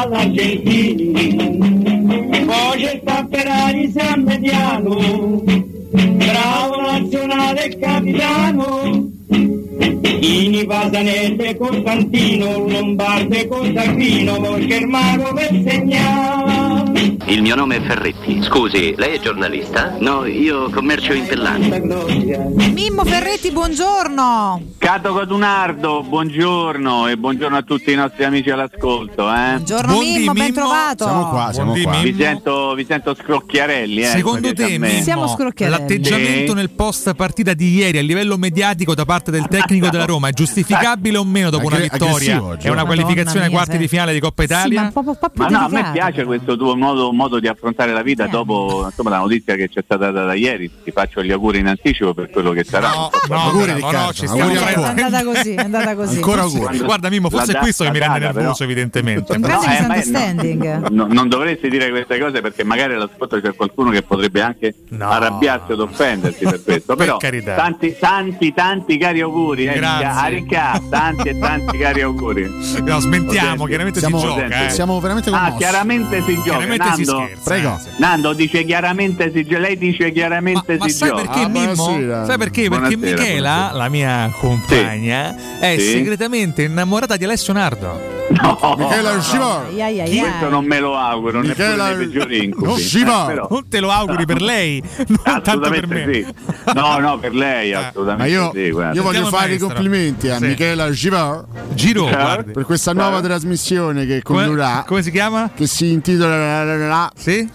[SPEAKER 27] all'Argentini poi c'è Tapperari San Mediano bravo nazionale Natale è capitano, Ini Pasanese Costantino, Lombarde Cosacrino, perché il mago per segnare.
[SPEAKER 5] Il mio nome è Ferretti. Scusi, lei è giornalista? No, io commercio in Pellani.
[SPEAKER 18] Mimmo Ferretti, buongiorno.
[SPEAKER 8] Cato Codunardo, buongiorno e buongiorno a tutti i nostri amici all'ascolto. Eh?
[SPEAKER 18] Buongiorno Buondì, Mimmo, ben Mimmo. trovato.
[SPEAKER 2] Siamo qua, siamo
[SPEAKER 8] Buondì,
[SPEAKER 2] qua.
[SPEAKER 8] Vi sento, vi sento scrocchiarelli. Eh,
[SPEAKER 19] Secondo te, Mimmo,
[SPEAKER 18] siamo scrocchiarelli.
[SPEAKER 19] l'atteggiamento
[SPEAKER 8] Sì.
[SPEAKER 19] nel post partita di ieri a livello mediatico da parte del tecnico della Roma è giustificabile o meno dopo una
[SPEAKER 2] Aggre-
[SPEAKER 19] vittoria?
[SPEAKER 2] oggi,
[SPEAKER 19] È una
[SPEAKER 2] eh.
[SPEAKER 19] qualificazione ai
[SPEAKER 18] mia,
[SPEAKER 19] quarti
[SPEAKER 18] sì.
[SPEAKER 19] di finale di Coppa
[SPEAKER 18] Sì,
[SPEAKER 19] Italia?
[SPEAKER 18] ma, un po', un po' più
[SPEAKER 8] Ma no, a me
[SPEAKER 18] delicato.
[SPEAKER 8] piace questo tuo modo, modo di affrontare la vita
[SPEAKER 18] Sì.
[SPEAKER 8] dopo insomma, la notizia che c'è stata data da ieri. Ti faccio gli auguri in anticipo per quello che sarà.
[SPEAKER 19] No, no,
[SPEAKER 2] Auguri,
[SPEAKER 19] no,
[SPEAKER 2] Riccardo,
[SPEAKER 19] no, ci
[SPEAKER 2] auguri
[SPEAKER 19] stiamo
[SPEAKER 18] È
[SPEAKER 2] ancora.
[SPEAKER 18] andata così, è andata così.
[SPEAKER 2] Ancora
[SPEAKER 19] Forse-
[SPEAKER 2] auguri.
[SPEAKER 19] Guarda Mimmo, forse
[SPEAKER 8] La
[SPEAKER 19] è questo che
[SPEAKER 8] da-
[SPEAKER 19] mi
[SPEAKER 8] la
[SPEAKER 19] rende
[SPEAKER 8] data,
[SPEAKER 19] nervoso
[SPEAKER 8] però.
[SPEAKER 19] evidentemente.
[SPEAKER 18] Un
[SPEAKER 8] No,
[SPEAKER 18] grande
[SPEAKER 8] eh, ma-
[SPEAKER 18] misunderstanding.
[SPEAKER 8] No, non dovresti dire queste cose perché magari all'ascolto c'è qualcuno che potrebbe anche
[SPEAKER 19] No.
[SPEAKER 8] arrabbiarsi o offendersi per questo.
[SPEAKER 19] Per
[SPEAKER 8] Però
[SPEAKER 19] carità.
[SPEAKER 8] tanti, tanti, tanti cari auguri, eh,
[SPEAKER 19] Grazie.
[SPEAKER 8] a Ricca, tanti e tanti cari auguri.
[SPEAKER 19] No, smentiamo,
[SPEAKER 8] Ho
[SPEAKER 19] chiaramente
[SPEAKER 2] Siamo-
[SPEAKER 19] si gioca. Eh.
[SPEAKER 2] Siamo veramente
[SPEAKER 8] Ah,
[SPEAKER 2] commossi.
[SPEAKER 8] chiaramente si gioca.
[SPEAKER 19] Chiaramente si
[SPEAKER 8] Nando,
[SPEAKER 19] scherza.
[SPEAKER 2] Prego.
[SPEAKER 19] eh, sì.
[SPEAKER 8] Nando dice chiaramente si gioca. Lei dice
[SPEAKER 19] Ma,
[SPEAKER 8] chiaramente
[SPEAKER 19] ma
[SPEAKER 8] si
[SPEAKER 19] sai
[SPEAKER 8] gioca.
[SPEAKER 19] perché
[SPEAKER 2] Ah,
[SPEAKER 19] Mimmo?
[SPEAKER 2] buonasera.
[SPEAKER 19] Sai perché? Perché
[SPEAKER 8] Buonasera,
[SPEAKER 19] Michela,
[SPEAKER 8] buonasera.
[SPEAKER 19] la mia compagna, è
[SPEAKER 8] Sì.
[SPEAKER 19] segretamente innamorata di Alessio Nardo.
[SPEAKER 8] No,
[SPEAKER 2] Michela Scivar.
[SPEAKER 18] Ai, ai, ai,
[SPEAKER 8] questo
[SPEAKER 18] ai.
[SPEAKER 8] non me lo auguro,
[SPEAKER 2] Michela-
[SPEAKER 8] neppure nei peggiori incubi.
[SPEAKER 2] Non si va.
[SPEAKER 8] Eh, però-
[SPEAKER 19] Non te lo auguri per lei, non tanto per
[SPEAKER 8] Assolutamente
[SPEAKER 19] me.
[SPEAKER 8] sì. No, no, per lei
[SPEAKER 19] Eh.
[SPEAKER 2] Ma
[SPEAKER 8] assolutamente
[SPEAKER 2] io,
[SPEAKER 8] sì. guarda.
[SPEAKER 2] io voglio
[SPEAKER 19] Sentiamo il
[SPEAKER 2] fare i
[SPEAKER 19] maestro.
[SPEAKER 2] complimenti a
[SPEAKER 19] Sì.
[SPEAKER 2] Michela Scivar
[SPEAKER 19] Giro,
[SPEAKER 8] Certo.
[SPEAKER 19] guardi.
[SPEAKER 2] per questa nuova trasmissione che
[SPEAKER 19] Come,
[SPEAKER 2] condurrà,
[SPEAKER 19] come si chiama?
[SPEAKER 2] che si intitola
[SPEAKER 19] Sì?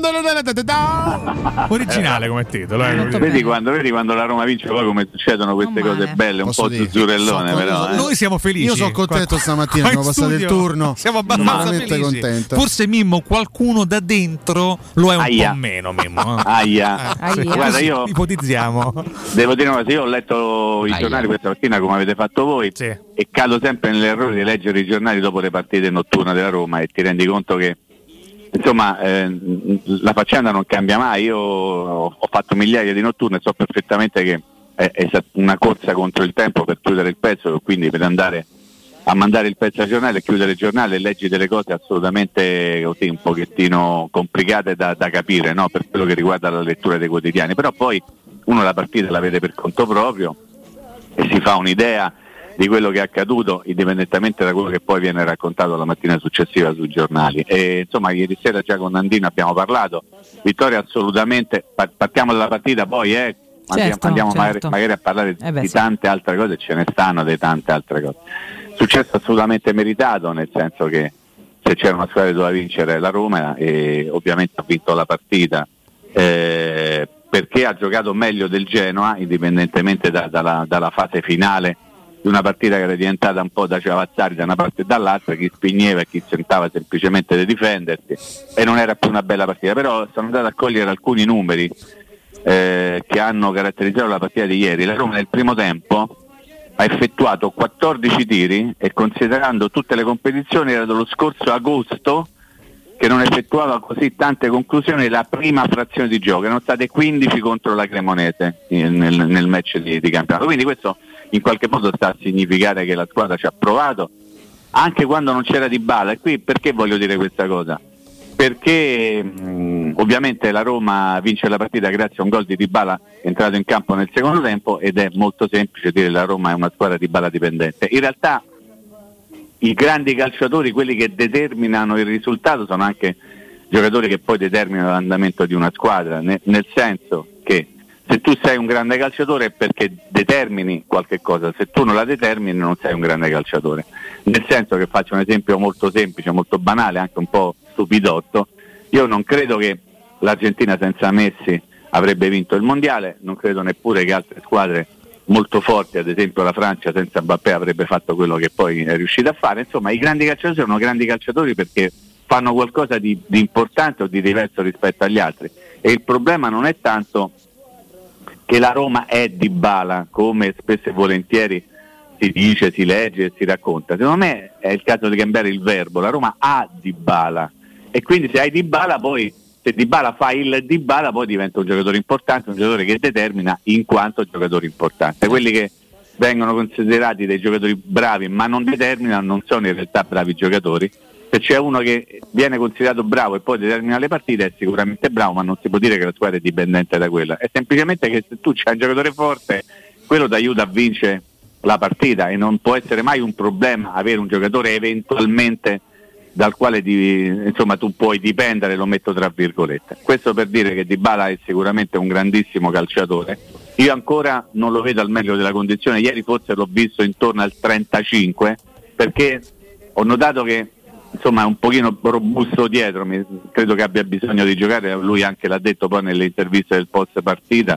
[SPEAKER 19] Originale come titolo. Eh,
[SPEAKER 18] Molto
[SPEAKER 8] Vedi
[SPEAKER 18] bene.
[SPEAKER 8] quando, vedi quando la Roma vince poi come succedono queste
[SPEAKER 18] Non
[SPEAKER 8] cose
[SPEAKER 18] male.
[SPEAKER 8] belle, un
[SPEAKER 2] Posso
[SPEAKER 8] po'
[SPEAKER 2] dire,
[SPEAKER 8] zuzzurellone
[SPEAKER 2] sono
[SPEAKER 8] però.
[SPEAKER 2] cose-
[SPEAKER 8] eh.
[SPEAKER 19] Noi siamo felici.
[SPEAKER 2] Io sono contento
[SPEAKER 19] Qua-
[SPEAKER 2] stamattina,
[SPEAKER 19] qua in
[SPEAKER 2] abbiamo passato il
[SPEAKER 19] studio
[SPEAKER 2] turno.
[SPEAKER 19] Siamo abbastanza
[SPEAKER 2] veramente
[SPEAKER 19] felici.
[SPEAKER 2] contento.
[SPEAKER 19] Forse Mimmo, qualcuno da dentro lo è un
[SPEAKER 8] Aia.
[SPEAKER 19] po' meno, Mimmo. eh.
[SPEAKER 8] Aia.
[SPEAKER 19] Eh, sì,
[SPEAKER 18] Aia.
[SPEAKER 8] Guarda, io
[SPEAKER 19] ipotizziamo.
[SPEAKER 8] devo dire una cosa, io ho letto i
[SPEAKER 5] Aia.
[SPEAKER 8] giornali questa mattina come avete fatto voi
[SPEAKER 19] Sì.
[SPEAKER 8] e cado sempre nell'errore di leggere i giornali dopo le partite notturne della Roma e ti rendi conto che insomma eh, la faccenda non cambia mai. Io ho ho fatto migliaia di notturne e so perfettamente che è, è stata una corsa contro il tempo per chiudere il pezzo, quindi per andare a mandare il pezzo al giornale e chiudere il giornale e leggi delle cose assolutamente così un pochettino complicate da, da capire, no? Per quello che riguarda la lettura dei quotidiani, però poi uno la partita la vede per conto proprio e si fa un'idea di quello che è accaduto indipendentemente da quello che poi viene raccontato la mattina successiva sui giornali. E insomma ieri sera già con Nandino abbiamo parlato, vittoria assolutamente, pa- partiamo dalla partita poi eh, andiamo,
[SPEAKER 18] Certo,
[SPEAKER 8] andiamo
[SPEAKER 18] certo.
[SPEAKER 8] Magari, magari a parlare
[SPEAKER 18] Eh beh,
[SPEAKER 8] di
[SPEAKER 18] sì.
[SPEAKER 8] tante altre cose, ce ne stanno di tante altre cose. Successo assolutamente meritato, nel senso che se c'era una squadra che doveva vincere la Roma e ovviamente ha vinto la partita eh, perché ha giocato meglio del Genoa indipendentemente da- dalla, dalla fase finale di una partita che era diventata un po' da ciavazzari da una parte e dall'altra, chi spigneva e chi tentava semplicemente di difendersi e non era più una bella partita. Però sono andato a cogliere alcuni numeri eh, che hanno caratterizzato la partita di ieri. La Roma nel primo tempo ha effettuato quattordici tiri e considerando tutte le competizioni era dello scorso agosto che non effettuava così tante conclusioni la prima frazione di gioco, erano state quindici contro la Cremonese nel, nel match di, di campionato, quindi questo in qualche modo sta a significare che la squadra ci ha provato anche quando non c'era Dybala. E qui perché voglio dire questa cosa? Perché mh, ovviamente la Roma vince la partita grazie a un gol di Dybala entrato in campo nel secondo tempo ed è molto semplice dire che la Roma è una squadra Dybala dipendente. In realtà i grandi calciatori, quelli che determinano il risultato, sono anche giocatori che poi determinano l'andamento di una squadra, ne- nel senso che se tu sei un grande calciatore è perché determini qualche cosa, se tu non la determini non sei un grande calciatore. Nel senso che, faccio un esempio molto semplice, molto banale, anche un po' stupidotto, io non credo che l'Argentina senza Messi avrebbe vinto il mondiale, non credo neppure che altre squadre molto forti, ad esempio la Francia senza Mbappé avrebbe fatto quello che poi è riuscita a fare. Insomma, i grandi calciatori sono grandi calciatori perché fanno qualcosa di, di importante o di diverso rispetto agli altri, e il problema non è tanto che la Roma è Dybala come spesso e volentieri si dice, si legge e si racconta. Secondo me è il caso di cambiare il verbo. La Roma ha Dybala e quindi se hai Dybala, poi se Dybala fa il Dybala poi diventa un giocatore importante, un giocatore che determina in quanto giocatore importante. Quelli che vengono considerati dei giocatori bravi ma non determinano non sono in realtà bravi giocatori, se c'è uno che viene considerato bravo e poi determina le partite è sicuramente bravo, ma non si può dire che la squadra è dipendente da quella, è semplicemente che se tu c'hai un giocatore forte quello ti aiuta a vincere la partita e non può essere mai un problema avere un giocatore eventualmente dal quale di, insomma tu puoi dipendere, lo metto tra virgolette. Questo per dire che Dybala è sicuramente un grandissimo calciatore. Io ancora non lo vedo al meglio della condizione, ieri forse l'ho visto intorno al trentacinque, perché ho notato che insomma è un pochino robusto dietro, mi, credo che abbia bisogno di giocare, lui anche l'ha detto poi nelle interviste del post partita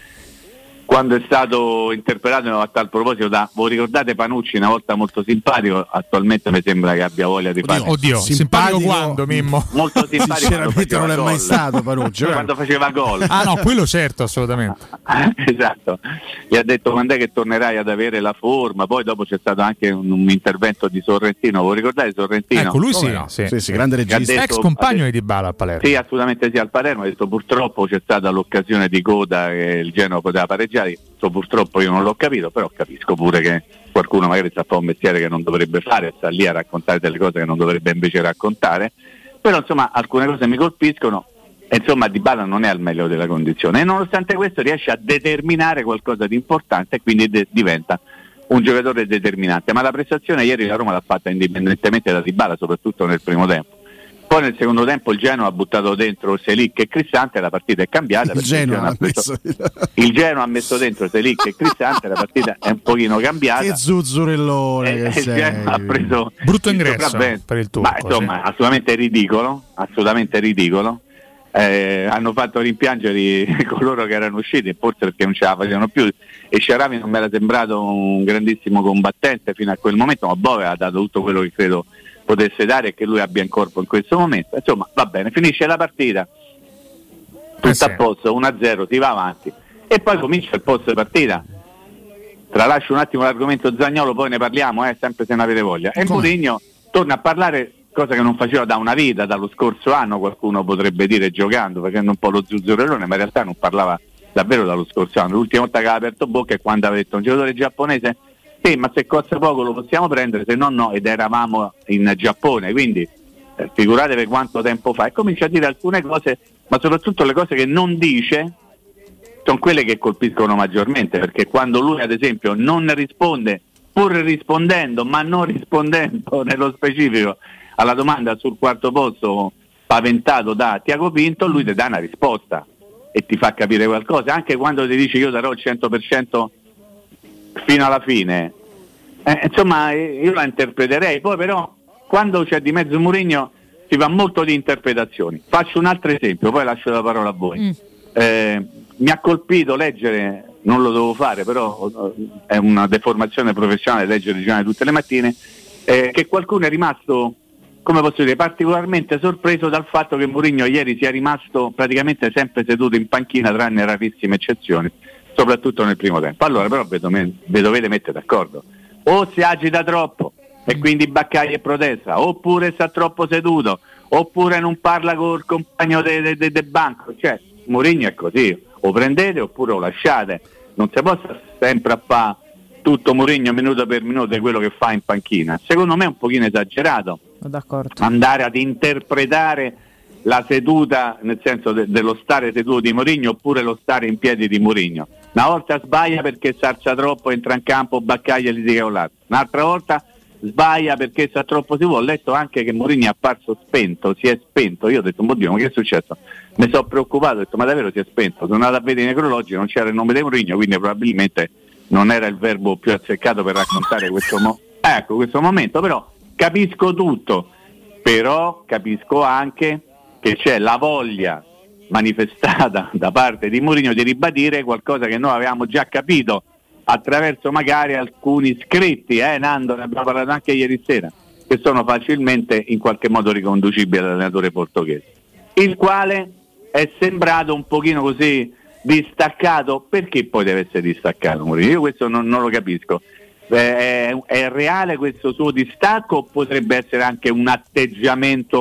[SPEAKER 8] quando è stato interpretato a tal proposito da, voi ricordate Panucci, una volta molto simpatico, attualmente mi sembra che abbia voglia di fare.
[SPEAKER 19] Oddio, simpatico, simpatico quando Mimmo?
[SPEAKER 8] Molto simpatico.
[SPEAKER 2] Sinceramente non è mai stato Panucci.
[SPEAKER 8] Quando faceva gol.
[SPEAKER 19] Ah no, quello certo, assolutamente.
[SPEAKER 8] Esatto. Gli ha detto quando è che tornerai ad avere la forma, poi dopo c'è stato anche un, un intervento di Sorrentino, voi ricordate Sorrentino?
[SPEAKER 19] Ecco, lui sì,
[SPEAKER 2] no?
[SPEAKER 19] sì.
[SPEAKER 2] sì, sì, grande regista.
[SPEAKER 8] Detto,
[SPEAKER 19] ex compagno di Dybala a Palermo.
[SPEAKER 8] Sì, assolutamente sì, al Palermo, ha detto purtroppo c'è stata l'occasione di coda che il Genoa poteva pareggiare. Purtroppo io non l'ho capito, però capisco pure che qualcuno magari sta a fare un mestiere che non dovrebbe fare, sta lì a raccontare delle cose che non dovrebbe invece raccontare, però insomma alcune cose mi colpiscono e insomma Dybala non è al meglio della condizione e nonostante questo riesce a determinare qualcosa di importante e quindi de- diventa un giocatore determinante, ma la prestazione ieri la Roma l'ha fatta indipendentemente da Dybala, soprattutto nel primo tempo. Poi nel secondo tempo il Genoa ha buttato dentro Selic e Cristante e la partita è cambiata.
[SPEAKER 2] Il Genoa,
[SPEAKER 8] il Genoa,
[SPEAKER 2] ha messo...
[SPEAKER 8] il Genoa ha messo dentro Selic e Cristante e la partita è un pochino cambiata.
[SPEAKER 2] Che zuzzurellone
[SPEAKER 8] e,
[SPEAKER 2] che
[SPEAKER 8] il Genoa ha preso
[SPEAKER 19] brutto ingresso per il turco.
[SPEAKER 8] Ma insomma, sì. assolutamente ridicolo, assolutamente ridicolo. Eh, hanno fatto rimpiangere coloro che erano usciti, forse perché non ce la facevano più. E Sharawi non mi era sembrato un grandissimo combattente fino a quel momento, ma Bove ha dato tutto quello che credo potesse dare e che lui abbia in corpo in questo momento. Insomma, va bene, finisce la partita, tutto eh sì. a posto, uno a zero, si va avanti e poi comincia il post partita. Tralascio un attimo l'argomento Zaniolo, poi ne parliamo, eh, sempre se ne avete voglia. E Mourinho torna a parlare, cosa che non faceva da una vita, dallo scorso anno, qualcuno potrebbe dire giocando, facendo un po' lo zuzzurellone, ma in realtà non parlava davvero dallo scorso anno. L'ultima volta che aveva aperto bocca è quando aveva detto un giocatore giapponese, sì, ma se costa poco lo possiamo prendere, se no no, ed eravamo in Giappone, quindi eh, figuratevi quanto tempo fa, e comincia a dire alcune cose, ma soprattutto le cose che non dice sono quelle che colpiscono maggiormente, perché quando lui ad esempio non risponde, pur rispondendo, ma non rispondendo nello specifico alla domanda sul quarto posto paventato da Tiago Pinto, lui ti dà una risposta e ti fa capire qualcosa, anche quando ti dice io darò il cento per cento fino alla fine, eh, insomma io la interpreterei. Poi però quando c'è di mezzo Mourinho si fa molto di interpretazioni. Faccio un altro esempio, poi lascio la parola a voi. mm. eh, mi ha colpito leggere, non lo devo fare, però è una deformazione professionale leggere il giornale tutte le mattine, eh, che qualcuno è rimasto, come posso dire, particolarmente sorpreso dal fatto che Mourinho ieri sia rimasto praticamente sempre seduto in panchina, tranne rarissime eccezioni, soprattutto nel primo tempo. Allora però vi dovete mettere d'accordo, o si agita troppo e quindi Baccaglia è protesta, oppure sta troppo seduto, oppure non parla col compagno del de, de, de banco. Cioè Mourinho è così, o prendete oppure lo lasciate, non si può sempre a fare tutto Mourinho minuto per minuto di quello che fa in panchina. Secondo me è un pochino esagerato
[SPEAKER 18] d'accordo.
[SPEAKER 8] andare ad interpretare la seduta, nel senso de- dello stare seduto di Mourinho oppure lo stare in piedi di Mourinho. Una volta sbaglia perché s'alza troppo, entra in campo, Baccaglia li dica un lato. Un'altra volta sbaglia perché sta troppo sicuro. Ho letto anche che Mourinho è apparso spento, si è spento. Io ho detto, oddio, ma che è successo? Mi sono preoccupato, ho detto, ma davvero si è spento? Sono andato a vedere i necrologi, non c'era il nome di Mourinho, quindi probabilmente non era il verbo più azzeccato per raccontare questo, mo- ecco, questo momento. Però capisco tutto, però capisco anche che c'è la voglia manifestata da parte di Mourinho di ribadire qualcosa che noi avevamo già capito attraverso magari alcuni scritti, eh Nando, ne abbiamo parlato anche ieri sera, che sono facilmente in qualche modo riconducibili all'allenatore portoghese, il quale è sembrato un pochino così distaccato. Perché poi deve essere distaccato Mourinho? Io questo non, non lo capisco. È, è reale questo suo distacco o potrebbe essere anche un atteggiamento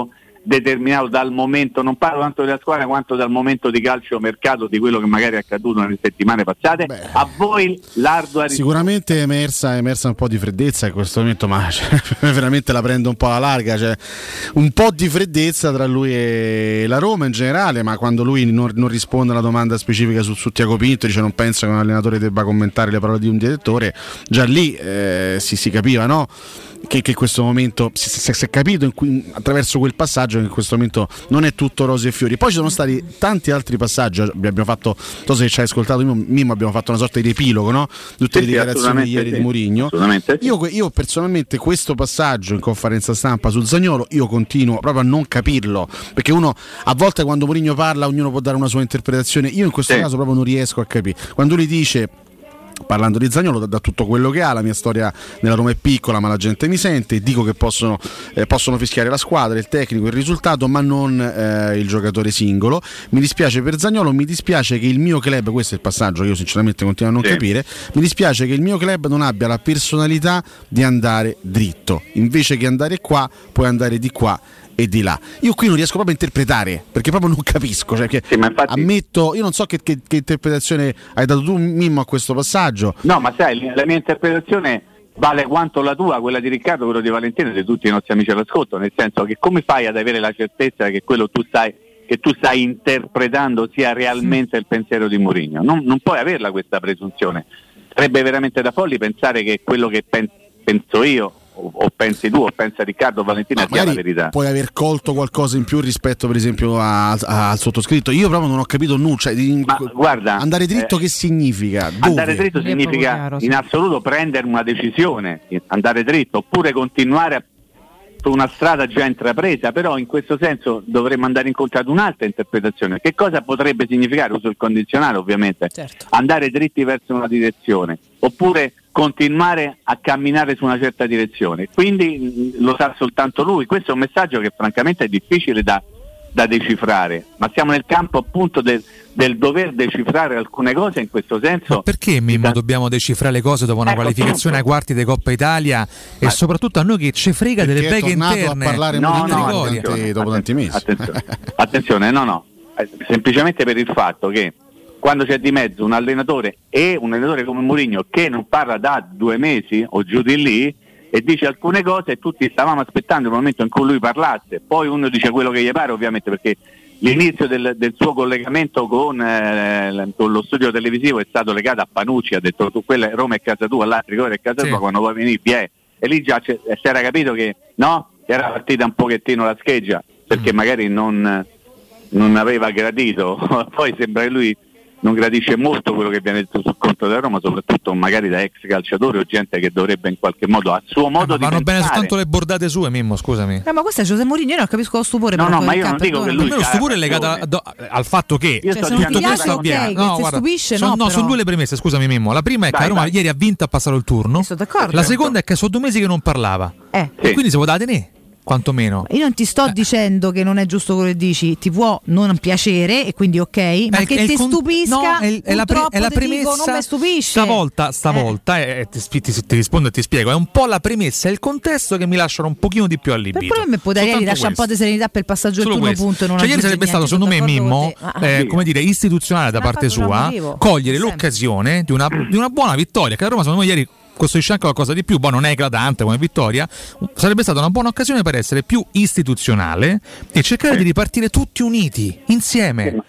[SPEAKER 8] determinato dal momento, non parlo tanto della squadra quanto dal momento di calcio mercato, di quello che magari è accaduto nelle settimane passate. Beh, a voi l'ardua
[SPEAKER 2] sicuramente è emersa, è emersa un po' di freddezza in questo momento, ma cioè, veramente la prendo un po' alla larga, cioè, un po' di freddezza tra lui e la Roma in generale, ma quando lui non, non risponde alla domanda specifica su, su Tiago Pinto, dice non pensa che un allenatore debba commentare le parole di un direttore, già lì eh, si, si capiva, no? Che, che in questo momento si, si, si è capito in cui, attraverso quel passaggio che in questo momento non è tutto rose e fiori. Poi ci sono stati tanti altri passaggi, abbiamo fatto, non so se ci hai ascoltato Mimmo, abbiamo fatto una sorta di riepilogo, no? Tutte sì, le dichiarazioni di ieri sì. di Mourinho. Io, io personalmente questo passaggio in conferenza stampa sul Zaniolo io continuo proprio a non capirlo, perché uno a volte quando Mourinho parla ognuno può dare una sua interpretazione, io in questo sì. caso proprio non riesco a capire. Quando lui dice, parlando di Zaniolo, da, da tutto quello che ha, la mia storia nella Roma è piccola ma la gente mi sente, dico che possono, eh, possono fischiare la squadra, il tecnico, il risultato, ma non eh, il giocatore singolo. Mi dispiace per Zaniolo, mi dispiace che il mio club, questo è il passaggio che io sinceramente continuo a non sì. capire, mi dispiace che il mio club non abbia la personalità di andare dritto, invece che andare qua puoi andare di qua e di là. Io qui non riesco proprio a interpretare, perché proprio non capisco, cioè che sì, ma infatti... ammetto, io non so che, che, che interpretazione hai dato tu Mimmo a questo passaggio.
[SPEAKER 8] No, ma sai, la mia interpretazione vale quanto la tua, quella di Riccardo, quello di Valentino e di tutti i nostri amici all'ascolto, nel senso che come fai ad avere la certezza che quello tu stai che tu stai interpretando sia realmente il pensiero di Mourinho? Non, non puoi averla questa presunzione. Sarebbe veramente da folli pensare che quello che pen- penso io o pensi tu o pensa Riccardo o Valentina sia la verità.
[SPEAKER 2] Puoi aver colto qualcosa in più rispetto per esempio a, a, al sottoscritto. Io proprio non ho capito nulla, cioè, in,
[SPEAKER 8] ma guarda,
[SPEAKER 2] andare dritto eh, che significa? Dove?
[SPEAKER 8] Andare dritto significa chiaro, sì. in assoluto prendere una decisione, andare dritto, oppure continuare a, su una strada già intrapresa, però in questo senso dovremmo andare incontro ad un'altra interpretazione. Che cosa potrebbe significare? Uso il condizionale ovviamente, certo. Andare dritti verso una direzione, oppure continuare a camminare su una certa direzione, quindi lo sa soltanto lui. Questo è un messaggio che francamente è difficile da, da decifrare, ma siamo nel campo appunto del, del dover decifrare alcune cose in questo senso.
[SPEAKER 19] Ma perché Mimmo da... dobbiamo decifrare le cose dopo una ecco, qualificazione ai quarti di Coppa Italia e ma... soprattutto a noi che ci frega delle beghe interne
[SPEAKER 2] a parlare
[SPEAKER 8] no, no,
[SPEAKER 2] attenzione, dopo tanti mesi
[SPEAKER 8] attenzione, attenzione no no semplicemente per il fatto che quando c'è di mezzo un allenatore e un allenatore come Mourinho che non parla da due mesi o giù di lì e dice alcune cose e tutti stavamo aspettando il momento in cui lui parlasse, poi uno dice quello che gli pare ovviamente, perché l'inizio del, del suo collegamento con, eh, con lo studio televisivo è stato legato a Panucci, ha detto tu quella Roma è casa tua, l'altro Rigore è casa sì. tua, quando vuoi venire vieni, e lì già si era capito che no, era partita un pochettino la scheggia perché mm. magari non, non aveva gradito poi sembra che lui non gradisce molto quello che viene detto sul conto della Roma, soprattutto magari da ex calciatori o gente che dovrebbe in qualche modo a suo modo eh,
[SPEAKER 19] ma
[SPEAKER 8] di
[SPEAKER 19] vanno
[SPEAKER 8] pensare.
[SPEAKER 19] Bene soltanto le bordate sue, Mimmo, scusami.
[SPEAKER 18] Eh, ma questo è José Mourinho, io non capisco lo stupore.
[SPEAKER 8] No, no, ma io non dico che lui.
[SPEAKER 19] Lo stupore è legato a, do, al fatto che
[SPEAKER 18] cioè, sono tutto questo
[SPEAKER 19] avviene.
[SPEAKER 18] Okay, no, guarda, stupisce,
[SPEAKER 19] sono,
[SPEAKER 18] no,
[SPEAKER 19] no sono due le premesse, scusami Mimmo. La prima è dai, che la Roma dai. ieri ha vinto, ha passato il turno.
[SPEAKER 18] Sono d'accordo.
[SPEAKER 19] La seconda è che sono due mesi che non parlava.
[SPEAKER 18] Eh.
[SPEAKER 19] E quindi si può dare tenere. Quantomeno.
[SPEAKER 18] Io non ti sto eh. dicendo che non è giusto quello che dici, ti può non piacere e quindi ok, ma è, che è ti con... stupisca no, è, è la, pre- è la premessa. Dico, non mi stupisce.
[SPEAKER 19] Stavolta, stavolta eh. Eh, ti, ti, ti rispondo e ti spiego, è un po' la premessa e il contesto che mi lasciano un pochino di più allibito.
[SPEAKER 18] Per me potrei lasciare un po' di serenità per il passaggio del turno punto. Non
[SPEAKER 19] cioè ieri sarebbe stato secondo me Mimmo, eh, come dire, istituzionale da parte sua, cogliere l'occasione di una, di una buona vittoria, che la Roma secondo me ieri costruisce anche qualcosa di più, poi non è eclatante come vittoria, sarebbe stata una buona occasione per essere più istituzionale e cercare di ripartire tutti uniti, insieme.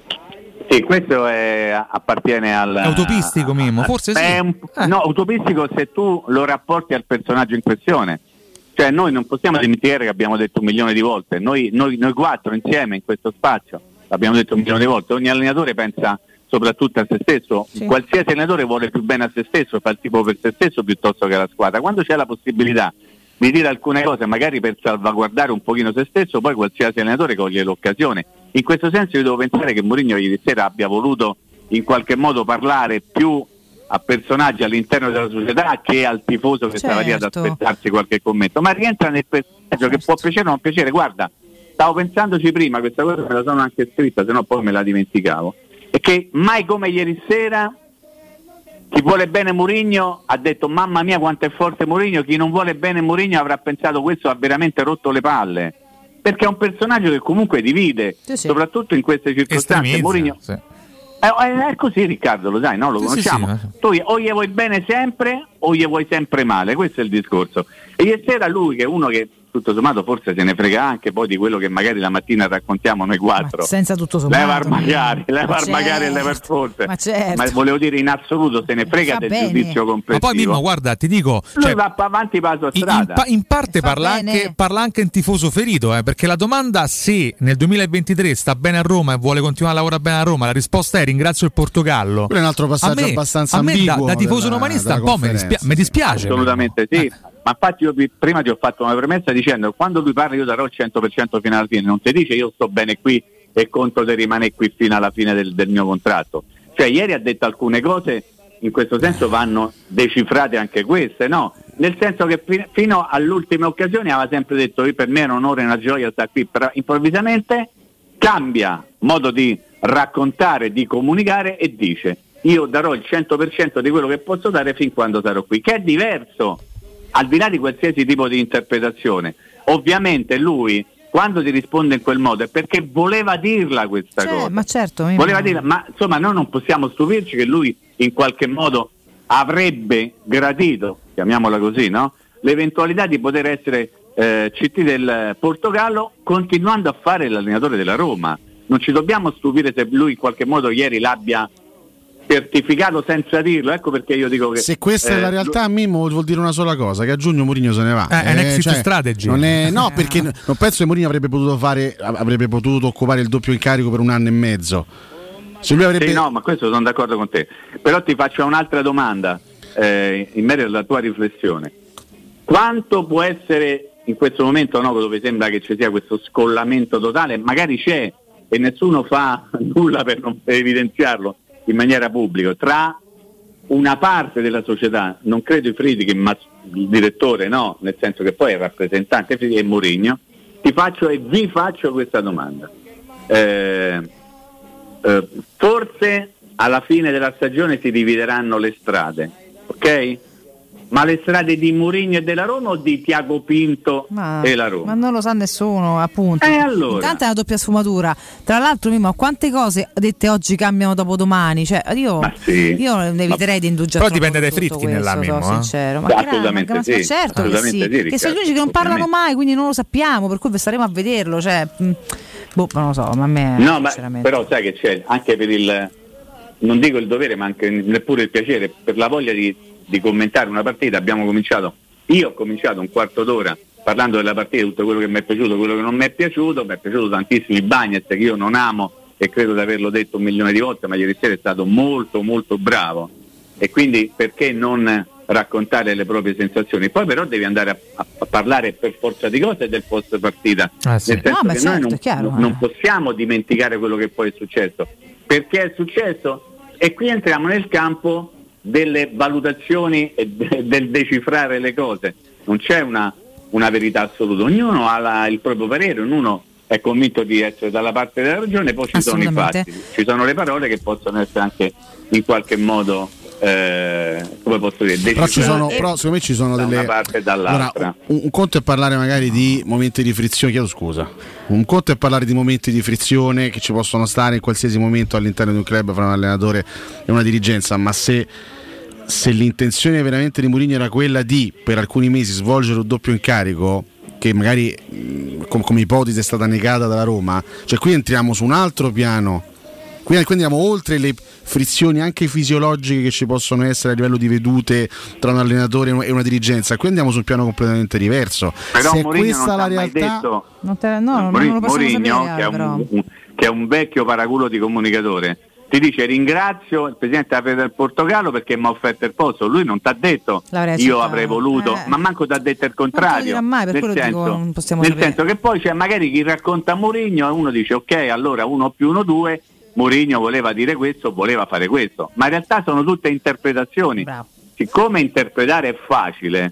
[SPEAKER 8] Sì, questo è, appartiene al...
[SPEAKER 19] È utopistico Mimmo, forse sì.
[SPEAKER 8] È un, eh. No, utopistico se tu lo rapporti al personaggio in questione. Cioè noi non possiamo dimenticare che abbiamo detto un milione di volte, noi, noi, noi quattro insieme in questo spazio, l'abbiamo detto un milione di volte, ogni allenatore pensa soprattutto a se stesso, sì. Qualsiasi allenatore vuole più bene a se stesso, fa il tipo per se stesso piuttosto che alla squadra. Quando c'è la possibilità di dire alcune cose magari per salvaguardare un pochino se stesso, poi qualsiasi allenatore coglie l'occasione. In questo senso io devo pensare che Mourinho ieri sera abbia voluto in qualche modo parlare più a personaggi all'interno della società che al tifoso che certo. stava lì ad aspettarsi qualche commento, ma rientra nel personaggio certo. che può piacere o non piacere. Guarda, stavo pensandoci prima, questa cosa me la sono anche scritta, se no poi me la dimenticavo. E che mai come ieri sera chi vuole bene Mourinho ha detto mamma mia quanto è forte Mourinho, chi non vuole bene Mourinho avrà pensato questo ha veramente rotto le palle, perché è un personaggio che comunque divide,
[SPEAKER 18] sì, sì.
[SPEAKER 8] soprattutto in queste circostanze. Mourinho
[SPEAKER 19] sì.
[SPEAKER 8] è, è così, Riccardo, lo sai, no? Lo
[SPEAKER 19] sì,
[SPEAKER 8] conosciamo.
[SPEAKER 19] sì, sì,
[SPEAKER 8] tu o gli vuoi bene sempre o gli vuoi sempre male, questo è il discorso. E ieri sera lui, che è uno che tutto sommato forse se ne frega anche poi di quello che magari la mattina raccontiamo noi quattro,
[SPEAKER 18] ma senza tutto sommato,
[SPEAKER 8] leva Armagari, leva
[SPEAKER 18] certo,
[SPEAKER 8] Armagari e leva forte,
[SPEAKER 18] ma, certo.
[SPEAKER 8] ma volevo dire in assoluto se ne frega
[SPEAKER 18] Fa
[SPEAKER 8] del
[SPEAKER 18] bene.
[SPEAKER 8] giudizio complessivo.
[SPEAKER 19] Ma poi Mimmo, guarda, ti dico,
[SPEAKER 8] lui
[SPEAKER 19] cioè,
[SPEAKER 8] va avanti passo a
[SPEAKER 19] in,
[SPEAKER 8] strada.
[SPEAKER 19] in, pa- in parte
[SPEAKER 18] Fa
[SPEAKER 19] parla
[SPEAKER 18] bene.
[SPEAKER 19] anche, parla anche un tifoso ferito, eh, perché la domanda se nel duemilaventitré sta bene a Roma e vuole continuare a lavorare bene a Roma, la risposta è ringrazio il Portogallo.
[SPEAKER 2] Quello è un altro passaggio
[SPEAKER 19] a me,
[SPEAKER 2] abbastanza
[SPEAKER 19] a me
[SPEAKER 2] ambiguo
[SPEAKER 19] da, da tifoso
[SPEAKER 2] della-
[SPEAKER 19] romanista
[SPEAKER 2] della
[SPEAKER 19] un po' mi,
[SPEAKER 2] conferenza.
[SPEAKER 19] dispia- mi dispiace.
[SPEAKER 8] Assolutamente sì,
[SPEAKER 19] Eh.
[SPEAKER 8] ma infatti io vi- prima ti ho fatto una premessa dicendo quando lui parla io darò il cento per cento fino alla fine, non ti dice io sto bene qui e conto di rimanere qui fino alla fine del, del mio contratto. Cioè ieri ha detto alcune cose, in questo senso vanno decifrate anche queste, no? Nel senso che fi- fino all'ultima occasione aveva sempre detto io per me è un onore e una gioia stare qui, però improvvisamente cambia modo di raccontare, di comunicare e dice io darò il cento per cento di quello che posso dare fin quando sarò qui, che è diverso al di là di qualsiasi tipo di interpretazione. Ovviamente lui quando ti risponde in quel modo è perché voleva dirla questa
[SPEAKER 18] Cioè,
[SPEAKER 8] cosa,
[SPEAKER 18] ma certo, mi-
[SPEAKER 8] voleva dirla, ma insomma noi non possiamo stupirci che lui in qualche modo avrebbe gradito, chiamiamola così, no? L'eventualità di poter essere eh, C T del Portogallo continuando a fare l'allenatore della Roma. Non ci dobbiamo stupire se lui in qualche modo ieri l'abbia certificato senza dirlo, ecco perché io dico che
[SPEAKER 2] Se questa è
[SPEAKER 8] eh,
[SPEAKER 2] la realtà, Mimmo, vuol dire una sola cosa: che a giugno Mourinho se ne va.
[SPEAKER 19] Eh, è un exit strategy.
[SPEAKER 2] Non è, no, perché non penso che Mourinho avrebbe potuto fare, avrebbe potuto occupare il doppio incarico per un anno e mezzo. Se lui avrebbe...
[SPEAKER 8] Sì, no, ma questo sono d'accordo con te. Però ti faccio un'altra domanda eh, in merito alla tua riflessione. Quanto può essere in questo momento, no, dove sembra che ci sia questo scollamento totale, magari c'è e nessuno fa nulla per non per evidenziarlo in maniera pubblica, tra una parte della società, non credo i Friedrich, ma il direttore, no, nel senso che poi è il rappresentante Friedrich e Mourinho, ti faccio e vi faccio questa domanda. Eh, eh, forse alla fine della stagione si divideranno le strade, ok? Ma le strade di Mourinho e della Roma o di Tiago Pinto
[SPEAKER 18] Ma,
[SPEAKER 8] e la Roma?
[SPEAKER 18] ma non lo sa nessuno, appunto.
[SPEAKER 8] Eh, allora.
[SPEAKER 18] Intanto è una doppia sfumatura. Tra l'altro, Mimmo, quante cose dette oggi cambiano dopo domani? Cioè, io,
[SPEAKER 8] Ma sì.
[SPEAKER 18] io eviterei di indugiare.
[SPEAKER 19] Però dipende dai
[SPEAKER 18] troppo su
[SPEAKER 19] fritti
[SPEAKER 18] tutto
[SPEAKER 19] nella
[SPEAKER 18] questo,
[SPEAKER 19] Mimmo,
[SPEAKER 18] sono
[SPEAKER 19] eh.
[SPEAKER 18] sincero. Ma
[SPEAKER 8] Beh,
[SPEAKER 18] che ra-
[SPEAKER 8] assolutamente
[SPEAKER 18] ma-
[SPEAKER 8] sì,
[SPEAKER 18] ma certo che
[SPEAKER 8] assolutamente
[SPEAKER 18] sì.
[SPEAKER 8] sì,
[SPEAKER 18] Che
[SPEAKER 8] Riccardo,
[SPEAKER 18] sono gli unici che non parlano
[SPEAKER 8] ovviamente.
[SPEAKER 18] mai, quindi non lo sappiamo, per cui staremo a vederlo. Cioè, mh, boh, non lo so, ma a me
[SPEAKER 8] No, ma
[SPEAKER 18] sinceramente.
[SPEAKER 8] però sai che c'è anche per il, non dico il dovere, ma anche neppure il piacere, per la voglia di, di commentare una partita. Abbiamo cominciato, io ho cominciato un quarto d'ora parlando della partita, tutto quello che mi è piaciuto, quello che non mi è piaciuto. Mi è piaciuto tantissimo Bagnez, che io non amo e credo di averlo detto un milione di volte, ma ieri sera è stato molto molto bravo, e quindi perché non raccontare le proprie sensazioni? Poi però devi andare a, a, a parlare per forza di cose del post partita,
[SPEAKER 19] Ah, sì.
[SPEAKER 8] nel senso
[SPEAKER 18] No, ma
[SPEAKER 8] che
[SPEAKER 18] certo,
[SPEAKER 8] noi non,
[SPEAKER 18] è chiaro,
[SPEAKER 8] non- non
[SPEAKER 18] eh.
[SPEAKER 8] possiamo dimenticare quello che poi è successo, perché è successo, e qui entriamo nel campo delle valutazioni e de- del decifrare le cose. Non c'è una, una verità assoluta, ognuno ha la- il proprio parere, ognuno è convinto di essere dalla parte della ragione, poi ci sono i
[SPEAKER 18] Assolutamente.
[SPEAKER 8] fatti, ci sono le parole che possono essere anche in qualche modo eh, come posso dire,
[SPEAKER 2] Però, ci sono,
[SPEAKER 8] decifrate
[SPEAKER 2] però secondo me ci sono
[SPEAKER 8] da
[SPEAKER 2] delle...
[SPEAKER 8] una parte e dall'altra.
[SPEAKER 2] Allora, un, un conto è parlare magari di momenti di frizione, chiedo scusa. Un conto è parlare di momenti di frizione che ci possono stare in qualsiasi momento all'interno di un club fra un allenatore e una dirigenza, ma se, se l'intenzione veramente di Mourinho era quella di per alcuni mesi svolgere un doppio incarico, che magari mh, com- come ipotesi è stata negata dalla Roma, cioè qui entriamo su un altro piano. Quindi, quindi andiamo oltre le frizioni anche fisiologiche che ci possono essere a livello di vedute tra un allenatore e una dirigenza. Qui andiamo su un piano completamente diverso.
[SPEAKER 8] Però
[SPEAKER 2] Se è
[SPEAKER 8] Mourinho
[SPEAKER 2] questa
[SPEAKER 8] non
[SPEAKER 2] la
[SPEAKER 8] t'ha mai
[SPEAKER 2] realtà,
[SPEAKER 8] detto,
[SPEAKER 18] Non te- no, non,
[SPEAKER 8] Mourinho,
[SPEAKER 18] non lo possiamo
[SPEAKER 8] Mourinho,
[SPEAKER 18] sapere,
[SPEAKER 8] che, è
[SPEAKER 18] però.
[SPEAKER 8] un, un- che è un vecchio paraculo di comunicatore, ti dice ringrazio il presidente della Fede del Portogallo perché mi ha offerto il posto. Lui non ti ha detto
[SPEAKER 18] L'avrei
[SPEAKER 8] io
[SPEAKER 18] accettato.
[SPEAKER 8] avrei voluto,
[SPEAKER 18] Eh.
[SPEAKER 8] ma manco ti ha detto il
[SPEAKER 18] Non te lo
[SPEAKER 8] contrario.
[SPEAKER 18] dirà mai, per
[SPEAKER 8] nel
[SPEAKER 18] quello
[SPEAKER 8] senso,
[SPEAKER 18] dico, non possiamo
[SPEAKER 8] nel
[SPEAKER 18] sapere.
[SPEAKER 8] senso che poi c'è magari chi racconta Mourinho e uno dice ok, allora uno più uno due, Mourinho voleva dire questo, voleva fare questo, ma in realtà sono tutte interpretazioni.
[SPEAKER 18] Bravo.
[SPEAKER 8] Siccome interpretare è facile,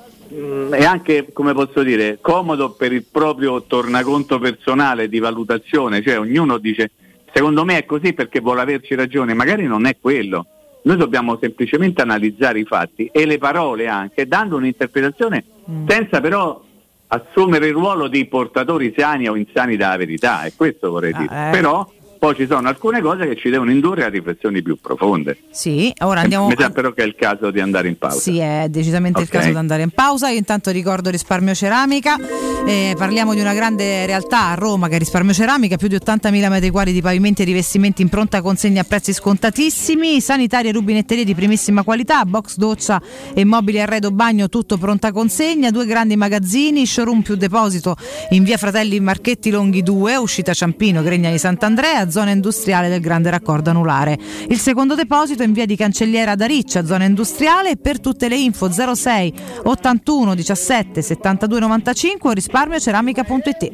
[SPEAKER 8] mh, è anche, come posso dire, comodo per il proprio tornaconto personale di valutazione, cioè ognuno dice secondo me è così perché vuole averci ragione, magari non è quello. Noi dobbiamo semplicemente analizzare i fatti e le parole anche, dando un'interpretazione
[SPEAKER 18] Mm.
[SPEAKER 8] senza però assumere il ruolo di portatori sani o insani della verità, e questo vorrei dire.
[SPEAKER 18] Ah, eh.
[SPEAKER 8] Però poi ci sono alcune cose che ci devono indurre a riflessioni più profonde.
[SPEAKER 18] Sì, ora andiamo.
[SPEAKER 8] Mi sa però che è il caso di andare in pausa.
[SPEAKER 18] Sì, è decisamente
[SPEAKER 8] Okay.
[SPEAKER 18] il caso di andare in pausa. Io intanto ricordo Risparmio Ceramica. Eh, parliamo di una grande realtà a Roma che è Risparmio Ceramica, più di ottantamila metri quadri di pavimenti e rivestimenti in pronta consegna a prezzi scontatissimi, sanitarie e rubinetterie di primissima qualità, box doccia e mobili arredo bagno, tutto pronta consegna, due grandi magazzini, showroom più deposito in via Fratelli Marchetti Longhi due, uscita Ciampino, Gregna di Sant'Andrea, zona industriale del grande raccordo anulare. Il secondo deposito in via di Cancelliera da Riccia, zona industriale. Per tutte le info zero sei ottantuno diciassette settantadue novantacinque o risparmioceramica punto it.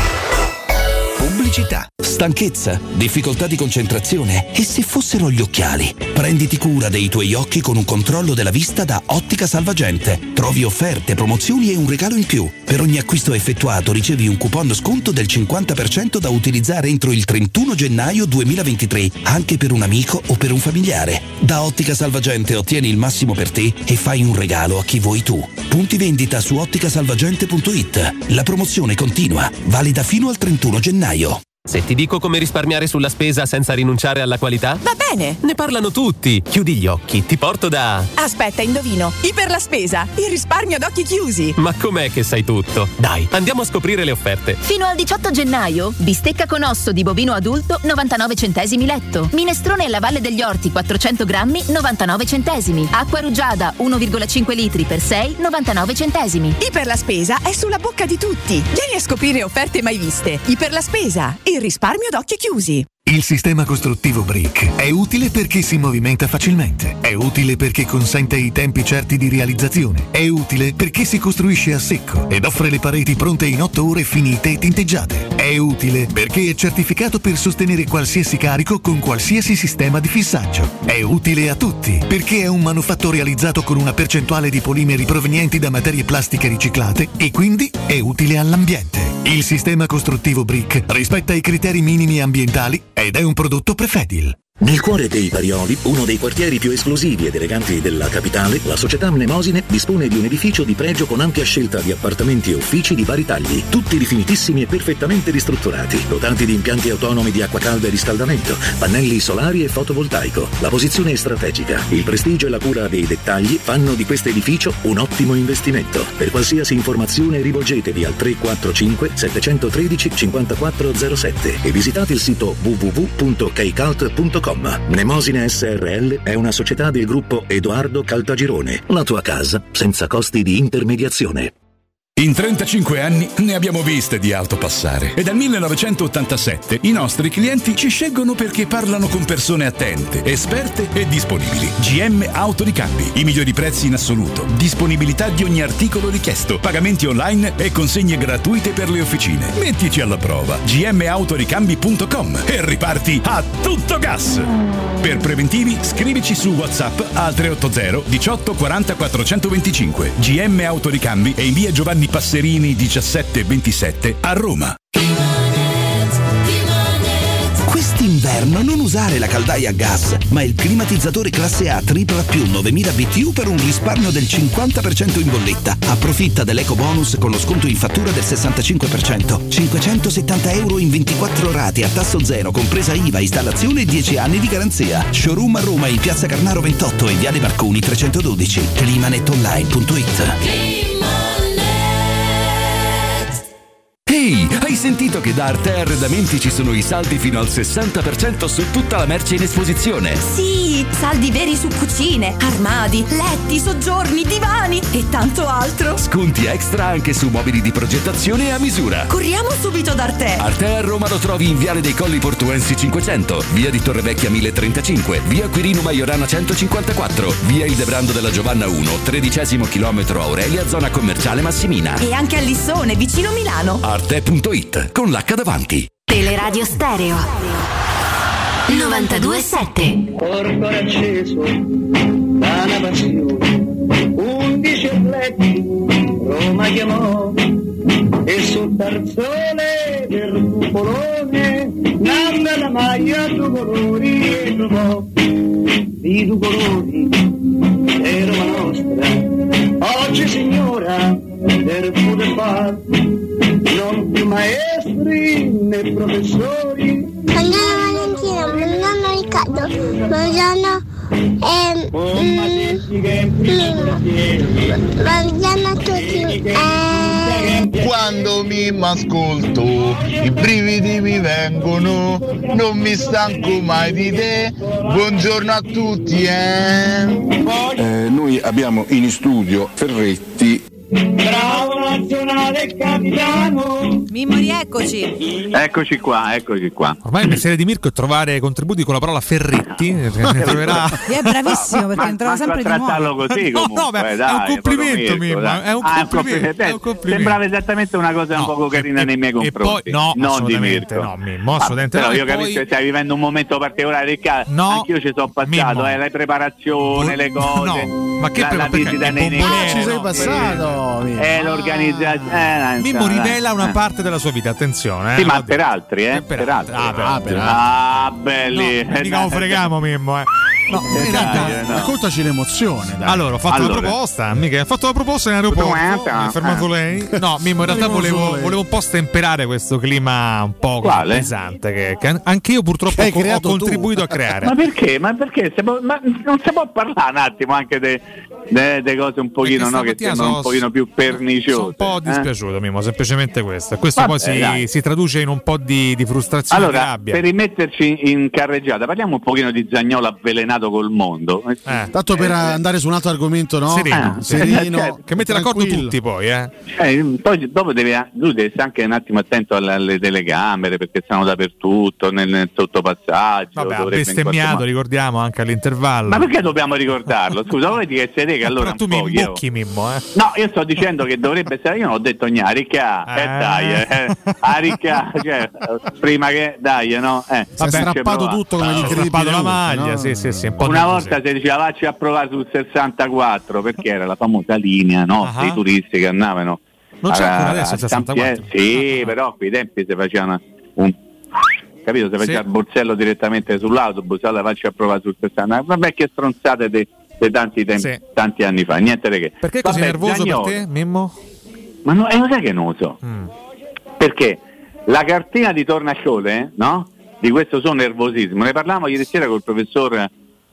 [SPEAKER 6] Pubblicità, stanchezza, difficoltà di concentrazione e se fossero gli occhiali? Prenditi cura dei tuoi occhi con un controllo della vista da Ottica Salvagente. Trovi offerte, promozioni e un regalo in più. Per ogni acquisto effettuato ricevi un coupon sconto del cinquanta per cento da utilizzare entro il trentuno gennaio duemilaventitré, anche per un amico o per un familiare. Da Ottica Salvagente ottieni il massimo per te e fai un regalo a chi vuoi tu. Punti vendita su ottica salvagente punto it. La promozione continua, valida fino al trentuno gennaio.
[SPEAKER 16] Se ti dico come risparmiare sulla spesa senza rinunciare alla qualità?
[SPEAKER 13] Va bene!
[SPEAKER 16] Ne parlano tutti! Chiudi gli occhi, ti porto da...
[SPEAKER 13] Aspetta, indovino. Iper la spesa, il risparmio ad occhi chiusi.
[SPEAKER 16] Ma com'è che sai tutto? Dai, andiamo a scoprire le offerte.
[SPEAKER 24] Fino al diciotto gennaio, bistecca con osso di bovino adulto novantanove centesimi letto. Minestrone alla Valle degli Orti quattrocento grammi novantanove centesimi. Acqua rugiada uno virgola cinque litri per sei novantanove centesimi.
[SPEAKER 13] Iper la spesa è sulla bocca di tutti. Vieni a scoprire offerte mai viste. Iper la spesa, il risparmio ad occhi chiusi.
[SPEAKER 21] Il sistema costruttivo Brick è utile perché si movimenta facilmente, è utile perché consente i tempi certi di realizzazione, è utile perché si costruisce a secco ed offre le pareti pronte in otto ore finite e tinteggiate, è utile perché è certificato per sostenere qualsiasi carico con qualsiasi sistema di fissaggio, è utile a tutti perché è un manufatto realizzato con una percentuale di polimeri provenienti da materie plastiche riciclate e quindi è utile all'ambiente. Il sistema costruttivo Brick rispetta i criteri minimi ambientali ed è un prodotto Prefedil.
[SPEAKER 4] Nel cuore dei Parioli, uno dei quartieri più esclusivi ed eleganti della capitale, la società Mnemosine dispone di un edificio di pregio con ampia scelta di appartamenti e uffici di vari tagli, tutti rifinitissimi e perfettamente ristrutturati, dotati di impianti autonomi di acqua calda e riscaldamento, pannelli solari e fotovoltaico. La posizione è strategica, il prestigio e la cura dei dettagli fanno di questo edificio un ottimo investimento. Per qualsiasi informazione rivolgetevi al tre quattro cinque sette uno tre cinque zero sette e visitate il sito w w w punto keicalt punto com. Mnemosine S R L è una società del gruppo Edoardo Caltagirone. La tua casa senza costi di intermediazione.
[SPEAKER 9] In trentacinque anni ne abbiamo viste di auto passare e dal millenovecentottantasette i nostri clienti ci scelgono perché parlano con persone attente, esperte e disponibili. G M Autoricambi, i migliori prezzi in assoluto, disponibilità di ogni articolo richiesto, pagamenti online e consegne gratuite per le officine. Mettici alla prova g m autoricambi punto com e riparti a tutto gas. Per preventivi scrivici su WhatsApp al tre otto zero diciotto quaranta quattrocentoventicinque. G M Autoricambi è in via Giovanni Passerini diciassette ventisette a Roma.
[SPEAKER 6] Quest'inverno non usare la caldaia a gas, ma il climatizzatore classe A tripla più novemila B T U per un risparmio del cinquanta per cento in bolletta. Approfitta dell'eco bonus con lo sconto in fattura del sessantacinque per cento. cinquecentosettanta euro in ventiquattro rate a tasso zero, compresa I V A, installazione e dieci anni di garanzia. Showroom a Roma in piazza Carnaro ventotto e viale Marconi trecentododici. climanetonline punto it.
[SPEAKER 1] Ehi, hai sentito che da Arte Arredamenti ci sono i saldi fino al sessanta per cento su tutta la merce in esposizione?
[SPEAKER 20] Sì, saldi veri su cucine, armadi, letti, soggiorni, divani e tanto altro.
[SPEAKER 1] Sconti extra anche su mobili di progettazione a misura.
[SPEAKER 20] Corriamo subito da Arte.
[SPEAKER 1] Arte a Roma lo trovi in Viale dei Colli Portuensi cinquecento, via di Torrevecchia mille trentacinque, via Quirino Maiorana centocinquantaquattro, via Il Debrando della Giovanna uno, tredicesimo chilometro Aurelia, zona commerciale Massimina.
[SPEAKER 20] E anche a Lissone, vicino Milano.
[SPEAKER 1] arte punto it con l'H davanti.
[SPEAKER 24] Teleradio Stereo novantadue sette.
[SPEAKER 27] Corpo acceso da una passione, undici letti Roma chiamò e sul tarzone del cupolone nanda la maglia due colori e trovò di due colori è Roma nostra oggi signora del poter far e professori.
[SPEAKER 7] Buongiorno Valentina, buongiorno Riccardo, buongiorno ehm, mm, buongiorno a tutti. Eh.
[SPEAKER 10] Quando mi ascolto i brividi mi vengono, non mi stanco mai di te. Buongiorno a tutti, eh.
[SPEAKER 14] Eh, noi abbiamo in studio Ferretti.
[SPEAKER 27] Bravo nazionale capitano.
[SPEAKER 18] Mimmo, rieccoci.
[SPEAKER 8] Eccoci qua, eccoci qua.
[SPEAKER 19] Ormai il mestiere di Mirko è trovare contributi con la parola Ferretti. Ne troverà.
[SPEAKER 18] È bravissimo perché ne trova sempre di nuovo.
[SPEAKER 8] Trattarlo così comunque,
[SPEAKER 19] no, beh,
[SPEAKER 8] dai,
[SPEAKER 19] è un complimento,
[SPEAKER 8] Mirko,
[SPEAKER 19] Mimmo, è un
[SPEAKER 8] ah,
[SPEAKER 19] complimento, è un complimento.
[SPEAKER 8] Sembrava esattamente una cosa un poco carina
[SPEAKER 19] e,
[SPEAKER 8] nei miei confronti.
[SPEAKER 19] E poi, no,
[SPEAKER 8] non di Mirko.
[SPEAKER 19] No, Mimmo, assolutamente
[SPEAKER 8] ah, però
[SPEAKER 19] no.
[SPEAKER 8] io capisco
[SPEAKER 19] poi...
[SPEAKER 8] che stai vivendo un momento particolare, Riccardo.
[SPEAKER 19] No,
[SPEAKER 8] anch'io ci sono passato, eh, la preparazione, le cose,
[SPEAKER 19] no, ma che
[SPEAKER 8] la, la visita nei
[SPEAKER 2] negozi. Ci sei passato?
[SPEAKER 8] È l'organizzazione. Eh,
[SPEAKER 19] Mimmo rivela una parte della sua vita, attenzione. Eh,
[SPEAKER 8] sì, ma per altri, eh?
[SPEAKER 19] Per,
[SPEAKER 8] per altri.
[SPEAKER 19] Ah, per altri.
[SPEAKER 8] Ah, belli.
[SPEAKER 19] No, mica lo freghiamo, Mimmo, eh.
[SPEAKER 2] No, in realtà, no. Raccontaci l'emozione. Dai.
[SPEAKER 19] Allora, ho fatto
[SPEAKER 8] allora.
[SPEAKER 19] la proposta, mica ha fatto la proposta in aeroporto, mi ha fermato lei. No, Mimmo, in realtà volevo, volevo un po' stemperare questo clima un po' pesante che, che anche io purtroppo ho, ho contribuito
[SPEAKER 8] tu.
[SPEAKER 19] a creare.
[SPEAKER 8] Ma perché? Ma perché? Se può, ma non si può parlare un attimo anche delle de, de cose un pochino, no, che sembrano so, un pochino più perniciose.
[SPEAKER 19] Sono un po' dispiaciuto, eh? Mimmo, semplicemente questo. Questo Vabbè, poi si, si traduce in un po' di, di frustrazione
[SPEAKER 8] allora,
[SPEAKER 19] e rabbia.
[SPEAKER 8] Per rimetterci in carreggiata, parliamo un pochino di Zaniolo avvelenato col mondo.
[SPEAKER 2] Eh. Tanto per eh, andare su un altro argomento, no?
[SPEAKER 19] Sereno,
[SPEAKER 2] eh, sereno
[SPEAKER 19] cioè, che mette d'accordo tutti poi, eh.
[SPEAKER 8] Cioè, poi dopo deve, lui deve stare anche un attimo attento alle, alle telecamere perché stanno dappertutto, nel, nel sottopassaggio.
[SPEAKER 19] Vabbè, ha bestemmiato, ricordiamo, anche all'intervallo.
[SPEAKER 8] Ma perché dobbiamo ricordarlo? Scusa, voi dite che siete che allora
[SPEAKER 19] però tu mi imbocchi, Mimmo, eh.
[SPEAKER 8] No, io sto dicendo che dovrebbe essere, io non ho detto niente, Ricca, eh, eh dai, eh, a Ricca, cioè, prima che dai, no? Eh,
[SPEAKER 2] si è strappato tutto come
[SPEAKER 19] si è strappato la maglia, no? Sì, sì, sì, un po'
[SPEAKER 8] una volta si diceva vacci a provare sul sessantaquattro perché era la famosa linea, no? Uh-huh. Dei turisti che andavano.
[SPEAKER 19] Non c'è ancora adesso il sessantaquattro?
[SPEAKER 8] Sì, uh-huh. Però a quei tempi si facevano un capito? Si faceva sì. il borsello direttamente sull'autobus, allora facci a provare sul sessantaquattro. Vabbè, che stronzate dei de tanti tempi, sì. tanti anni fa, niente di che.
[SPEAKER 19] Perché così Vabbè, nervoso Zaniolo, per te, Mimmo?
[SPEAKER 8] Ma no, eh, lo sai che non lo so. Mm. Perché la cartina di tornasole, no? Di questo suo nervosismo, ne parlavamo ieri sera col professor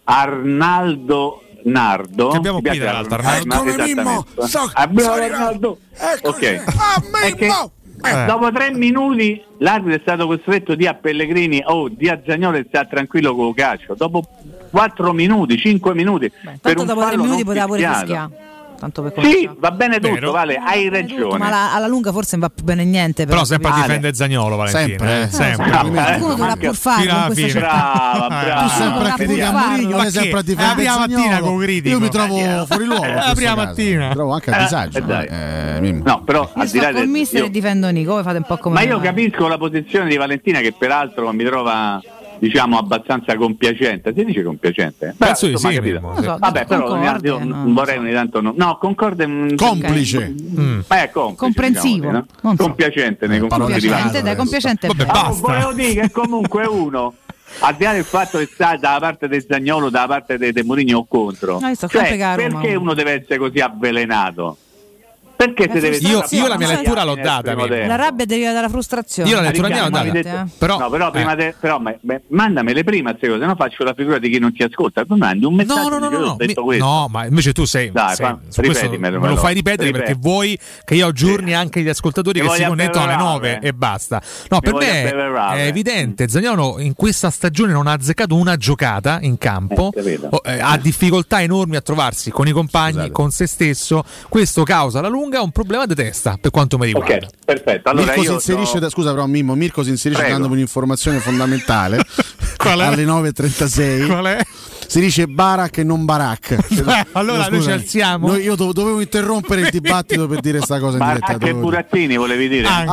[SPEAKER 8] Arnaldo Nardo.
[SPEAKER 19] Che abbiamo qui dall'altro
[SPEAKER 8] Arnaldo.
[SPEAKER 19] Come
[SPEAKER 8] Mimmo, so, abbiamo Arnaldo. Ok. Ah, Mimmo! Eh. Dopo tre minuti l'arbitro è stato costretto di a Pellegrini o oh, di a Zaniolo e sta tranquillo con il calcio. Dopo quattro minuti, cinque minuti.
[SPEAKER 18] Beh,
[SPEAKER 8] per un
[SPEAKER 18] dopo tre minuti poteva pure fischiare. Tanto per
[SPEAKER 8] sì, va bene tutto, Vero. Vale, hai ragione.
[SPEAKER 18] Tutto, ma alla, alla lunga forse non va più bene niente.
[SPEAKER 19] Però, però sempre a difendere Zaniolo, Valentina.
[SPEAKER 2] Sempre,
[SPEAKER 19] eh, sempre.
[SPEAKER 18] Qualcuno dovrà pur fare con questa
[SPEAKER 8] fine. Brava, brava.
[SPEAKER 2] Tu sempre a criticare Mourinho, non è sempre a difendere
[SPEAKER 19] Zaniolo. La prima mattina con critico.
[SPEAKER 2] Io mi trovo fuori luogo.
[SPEAKER 19] La prima mattina.
[SPEAKER 2] Mi trovo anche a disagio.
[SPEAKER 8] Eh, eh, no, però
[SPEAKER 18] io sto col mister e difendo Nico, voi fate un po' come
[SPEAKER 8] ma io capisco la posizione di Valentina che peraltro mi trova diciamo abbastanza compiacente, si dice compiacente? Beh,
[SPEAKER 19] Penso di sì,
[SPEAKER 8] capito.
[SPEAKER 18] So,
[SPEAKER 8] vabbè, però
[SPEAKER 18] concorde,
[SPEAKER 8] io
[SPEAKER 18] no,
[SPEAKER 8] vorrei ogni tanto no, no concorde
[SPEAKER 2] complice,
[SPEAKER 8] mm. eh, complice
[SPEAKER 18] comprensivo,
[SPEAKER 8] diciamo, no?
[SPEAKER 18] so.
[SPEAKER 8] compiacente nei confronti di
[SPEAKER 18] Valentina. Dai, compiacente.
[SPEAKER 19] Vabbè, basta.
[SPEAKER 8] Volevo dire che comunque uno al di là del fatto che sta dalla parte del Zaniolo, dalla parte di Mourinho o contro,
[SPEAKER 18] no,
[SPEAKER 8] cioè, perché uno deve essere così avvelenato? Perché se deve
[SPEAKER 19] io, io la mia lettura l'ho data.
[SPEAKER 18] La rabbia deriva dalla frustrazione.
[SPEAKER 19] Io la lettura mia l'ho data.
[SPEAKER 8] Detto, però, no, però, prima eh. de, però ma, beh, mandamele prima queste cose, no faccio la figura di chi non ti ascolta. Tu mandi un messaggio.
[SPEAKER 19] No, no, no, no, no.
[SPEAKER 8] Detto
[SPEAKER 19] Mi, no, ma invece tu sei.
[SPEAKER 8] Dai,
[SPEAKER 19] sei
[SPEAKER 8] fa, ripetimelo,
[SPEAKER 19] me lo fai ripetere
[SPEAKER 8] Ripeti.
[SPEAKER 19] perché vuoi che io aggiorni anche gli ascoltatori
[SPEAKER 8] mi
[SPEAKER 19] che si connettono alle nove e basta. No, mi per me è evidente. Zaniolo in questa stagione non ha azzeccato una giocata in campo.
[SPEAKER 8] Eh,
[SPEAKER 19] eh, ha difficoltà enormi a trovarsi con i compagni, Scusate. con se stesso. Questo causa alla lunga un problema di per quanto mi riguarda.
[SPEAKER 8] Ok, perfetto. Allora
[SPEAKER 2] Mirko
[SPEAKER 8] io
[SPEAKER 2] si inserisce,
[SPEAKER 8] so...
[SPEAKER 2] da, scusa però Mimmo, Mirko si inserisce
[SPEAKER 8] Prego.
[SPEAKER 2] dandomi un'informazione fondamentale.
[SPEAKER 19] Qual è?
[SPEAKER 2] Alle nove e trentasei.
[SPEAKER 19] Qual è?
[SPEAKER 2] Si dice Barak e non Barak.
[SPEAKER 19] Beh, allora no, noi ci alziamo.
[SPEAKER 2] Noi, io do, dovevo interrompere il dibattito per dire sta cosa in diretta.
[SPEAKER 8] Barak e Burattini volevi dire?
[SPEAKER 19] Anche.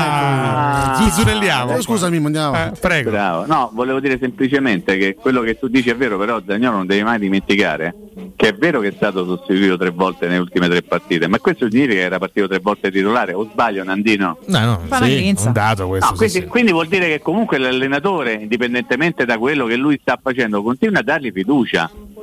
[SPEAKER 19] Ah, ah, Zuzzurelliamo.
[SPEAKER 2] Eh, scusa Mimmo, andiamo.
[SPEAKER 19] Eh, prego.
[SPEAKER 8] Bravo. No, volevo dire semplicemente che quello che tu dici è vero, però Zaniolo non devi mai dimenticare che è vero che è stato sostituito tre volte nelle ultime tre partite, ma questo significa che era partito tre volte titolare, o sbaglio Nandino?
[SPEAKER 19] No, no, sì, un dato questo.
[SPEAKER 8] No, quindi,
[SPEAKER 19] sì,
[SPEAKER 8] quindi vuol dire che comunque l'allenatore, indipendentemente da quello che lui sta facendo, continua a dargli fiducia.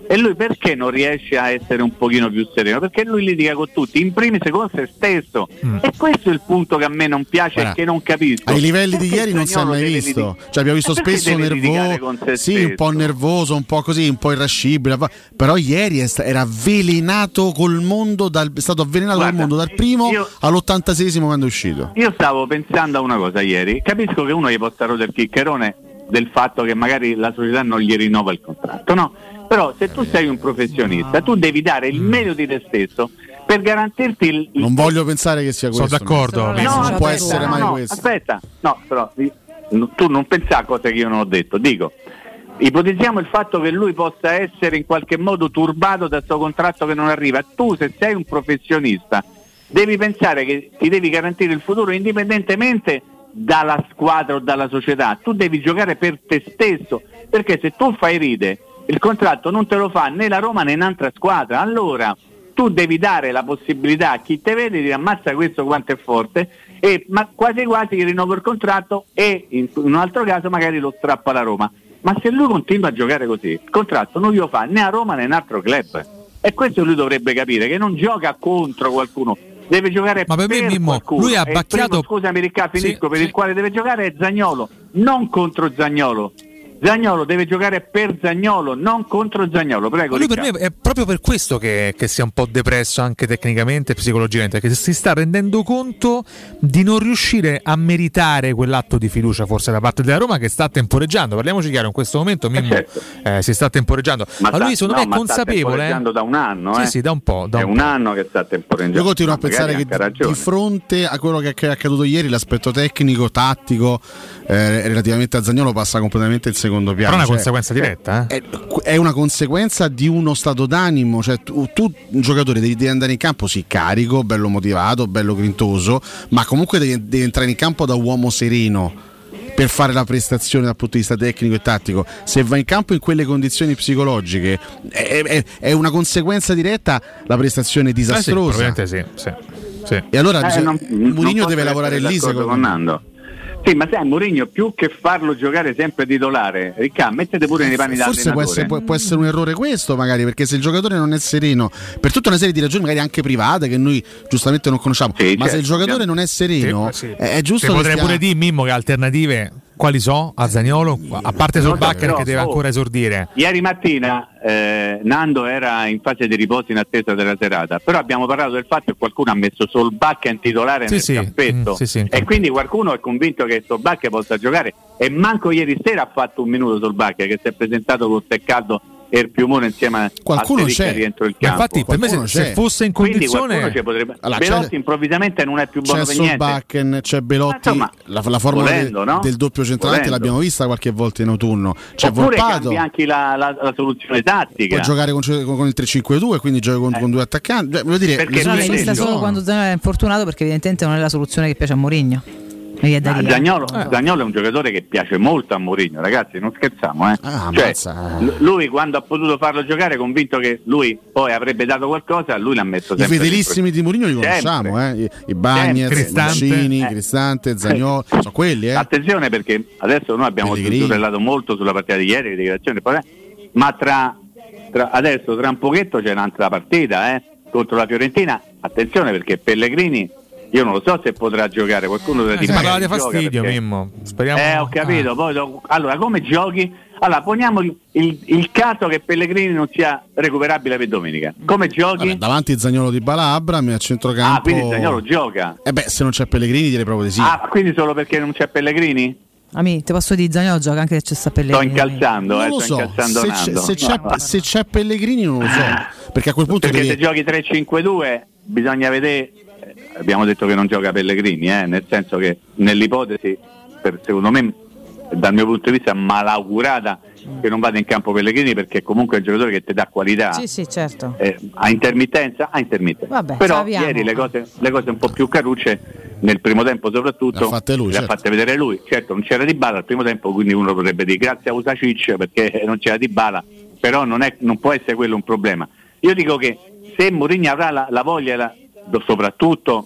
[SPEAKER 8] E lui perché non riesce a essere un pochino più sereno? Perché lui litiga con tutti, in primis con se stesso. Mm. E questo è il punto che a me non piace e che non capisco.
[SPEAKER 2] Ai livelli perché di ieri non si è mai
[SPEAKER 8] visto.
[SPEAKER 2] Litig- cioè abbiamo visto spesso nervoso, sì, stesso. un po' nervoso, un po' così, un po' irascibile. Però ieri era avvelenato col mondo, dal, è stato avvelenato Guarda, col mondo dal primo io, all'ottantaseiesimo quando è uscito.
[SPEAKER 8] Io stavo pensando a una cosa ieri. Capisco che uno gli possa rodere il chiccherone del fatto che magari la società non gli rinnova il contratto, no? Però se tu sei un professionista, tu devi dare il meglio di te stesso per garantirti il... il
[SPEAKER 2] non voglio pensare che sia questo.
[SPEAKER 19] Sono d'accordo.
[SPEAKER 2] No,
[SPEAKER 8] no,
[SPEAKER 2] non
[SPEAKER 8] aspetta,
[SPEAKER 2] può essere mai
[SPEAKER 8] no,
[SPEAKER 2] questo.
[SPEAKER 8] Aspetta, no, però tu non pensa a cose che io non ho detto. Dico, ipotizziamo il fatto che lui possa essere in qualche modo turbato dal suo contratto che non arriva. Tu, se sei un professionista, devi pensare che ti devi garantire il futuro indipendentemente dalla squadra o dalla società. Tu devi giocare per te stesso, perché se tu fai ride il contratto non te lo fa né la Roma né un'altra squadra. Allora tu devi dare la possibilità a chi te vede di ammazza questo quanto è forte e ma quasi quasi gli rinnovo il contratto e in un altro caso magari lo strappa la Roma. Ma se lui continua a giocare così, il contratto non glielo fa né a Roma né un altro club. E questo lui dovrebbe capire, che non gioca contro qualcuno, deve giocare
[SPEAKER 19] ma per,
[SPEAKER 8] per
[SPEAKER 19] me, Mimmo,
[SPEAKER 8] qualcuno.
[SPEAKER 19] Lui ha bacchiato...
[SPEAKER 8] Scusami Ricca, finisco,
[SPEAKER 19] sì,
[SPEAKER 8] per
[SPEAKER 19] sì.
[SPEAKER 8] il quale deve giocare è Zaniolo, non contro Zaniolo. Zaniolo deve giocare per Zaniolo, non contro Zaniolo. Prego.
[SPEAKER 19] Ma lui per me è proprio per questo che, che sia un po' depresso anche tecnicamente e psicologicamente, perché si sta rendendo conto di non riuscire a meritare quell'atto di fiducia forse da parte della Roma, che sta temporeggiando. Parliamoci chiaro, in questo momento Mimmo, eh certo. eh, si sta temporeggiando. Ma, ma lui secondo no, me è consapevole. Sta
[SPEAKER 8] temporeggiando
[SPEAKER 19] eh?
[SPEAKER 8] da un anno. Eh?
[SPEAKER 19] Sì, sì, da un po'. Da
[SPEAKER 8] è
[SPEAKER 19] un,
[SPEAKER 8] un
[SPEAKER 19] po'.
[SPEAKER 8] anno che sta temporeggiando.
[SPEAKER 2] Io continuo a pensare che di fronte a quello che è accaduto ieri, l'aspetto tecnico, tattico, eh, relativamente a Zaniolo passa completamente in secondo piano.
[SPEAKER 19] Però è una
[SPEAKER 2] cioè,
[SPEAKER 19] conseguenza diretta, eh?
[SPEAKER 2] è, è una conseguenza di uno stato d'animo, cioè tu, tu un giocatore devi, devi andare in campo sì carico, bello motivato, bello grintoso, ma comunque devi, devi entrare in campo da uomo sereno per fare la prestazione dal punto di vista tecnico e tattico. Se vai in campo in quelle condizioni psicologiche è, è, è una conseguenza diretta la prestazione disastrosa.
[SPEAKER 19] Eh sì, sì, sì, sì.
[SPEAKER 2] E allora
[SPEAKER 8] eh,
[SPEAKER 2] cioè, Mourinho deve lavorare lì secondo me.
[SPEAKER 8] Sì, ma sai, Mourinho più che farlo giocare sempre titolare, Ricca, mettete pure nei panni
[SPEAKER 2] dell'allenatore. Forse può essere, può, può essere un errore questo magari, perché se il giocatore non è sereno, per tutta una serie di ragioni magari anche private che noi giustamente non conosciamo, sì, ma certo, se il giocatore non è sereno, sì, sì. È, è giusto
[SPEAKER 19] che
[SPEAKER 2] potrei
[SPEAKER 19] stia... pure dire Mimmo che alternative quali so a Zaniolo, a parte Solbakken che deve ancora esordire.
[SPEAKER 8] Ieri mattina eh, Nando era in fase di riposo in attesa della serata, però abbiamo parlato del fatto che qualcuno ha messo Solbakken titolare sì, nel
[SPEAKER 19] sì,
[SPEAKER 8] campetto
[SPEAKER 19] mm, sì, sì,
[SPEAKER 8] e quindi qualcuno è convinto che Solbakken possa giocare, e manco ieri sera ha fatto un minuto Solbakken, che si è presentato con Steccato e il Piumone insieme
[SPEAKER 2] qualcuno
[SPEAKER 8] a
[SPEAKER 2] c'è
[SPEAKER 8] dentro il campo.
[SPEAKER 19] Infatti per me se, se fosse in condizione
[SPEAKER 8] potrebbe... allora, Belotti c'è... improvvisamente non è più buono per niente.
[SPEAKER 2] C'è Solbakken, c'è Belotti, insomma, la, la formula volendo, del, no? del doppio centralante volendo. L'abbiamo vista qualche volta in autunno. C'è
[SPEAKER 8] Oppure
[SPEAKER 2] Volpato,
[SPEAKER 8] cambi anche la, la, la soluzione tattica.
[SPEAKER 2] Puoi giocare con, con il tre cinque due, quindi giochi con, eh. con due attaccanti. Cioè, voglio dire,
[SPEAKER 18] perché non l'hai vista solo quando Zaniolo è infortunato, perché evidentemente non è la soluzione che piace a Mourinho.
[SPEAKER 8] Ah, Zaniolo, eh. Zaniolo è un giocatore che piace molto a Mourinho, ragazzi, non scherziamo, eh. Ah, cioè, l- lui quando ha potuto farlo giocare, convinto che lui poi avrebbe dato qualcosa, lui l'ha messo sempre.
[SPEAKER 2] I fedelissimi di Mourinho li conosciamo, eh. I, i Bagnez, Mancini, eh. Cristante, Zaniolo, eh. sono quelli, eh.
[SPEAKER 8] Attenzione, perché adesso noi abbiamo tutelato molto sulla partita di ieri, le dichiarazioni, ma tra, tra adesso tra un pochetto c'è un'altra partita, eh, contro la Fiorentina. Attenzione, perché Pellegrini io non lo so se potrà giocare, qualcuno deve dire.
[SPEAKER 19] Ma date fastidio, perché... Mimmo. Speriamo.
[SPEAKER 8] Eh, ho capito. Ah. Poi do... allora, come giochi? Allora, poniamo il, il, il caso che Pellegrini non sia recuperabile per domenica. Come giochi?
[SPEAKER 2] Vabbè, davanti Zaniolo di Bala, Abram a centrocampo.
[SPEAKER 8] Ah, quindi Zaniolo gioca.
[SPEAKER 2] Eh beh, se non c'è Pellegrini direi proprio di sì.
[SPEAKER 8] Ah, quindi solo perché non c'è Pellegrini?
[SPEAKER 18] Ami, ti posso dire, Zaniolo gioca anche se c'è sta Pellegrini.
[SPEAKER 8] Sto incalzando,
[SPEAKER 2] non
[SPEAKER 8] eh,
[SPEAKER 2] lo
[SPEAKER 8] sto
[SPEAKER 2] so.
[SPEAKER 8] incalzando
[SPEAKER 2] se, c'è, se, c'è, se c'è Pellegrini non lo so. Perché a quel punto
[SPEAKER 8] perché
[SPEAKER 2] devi...
[SPEAKER 8] se giochi tre cinque due bisogna vedere. Abbiamo detto che non gioca Pellegrini, eh, nel senso che nell'ipotesi, per, secondo me, dal mio punto di vista malaugurata, che non vada in campo Pellegrini, perché comunque è un giocatore che ti dà qualità.
[SPEAKER 18] Sì, sì, certo.
[SPEAKER 8] Eh, a intermittenza, a intermittenza.
[SPEAKER 18] Vabbè,
[SPEAKER 8] però ieri le cose, le cose un po' più carucce, nel primo tempo soprattutto, le ha fatte, lui, le certo. ha fatte vedere lui. Certo, non c'era Dybala al primo tempo, quindi uno potrebbe dire grazie a Usacic perché non c'era Dybala, però non, è, non può essere quello un problema. Io dico che se Mourinho avrà la, la voglia, la, soprattutto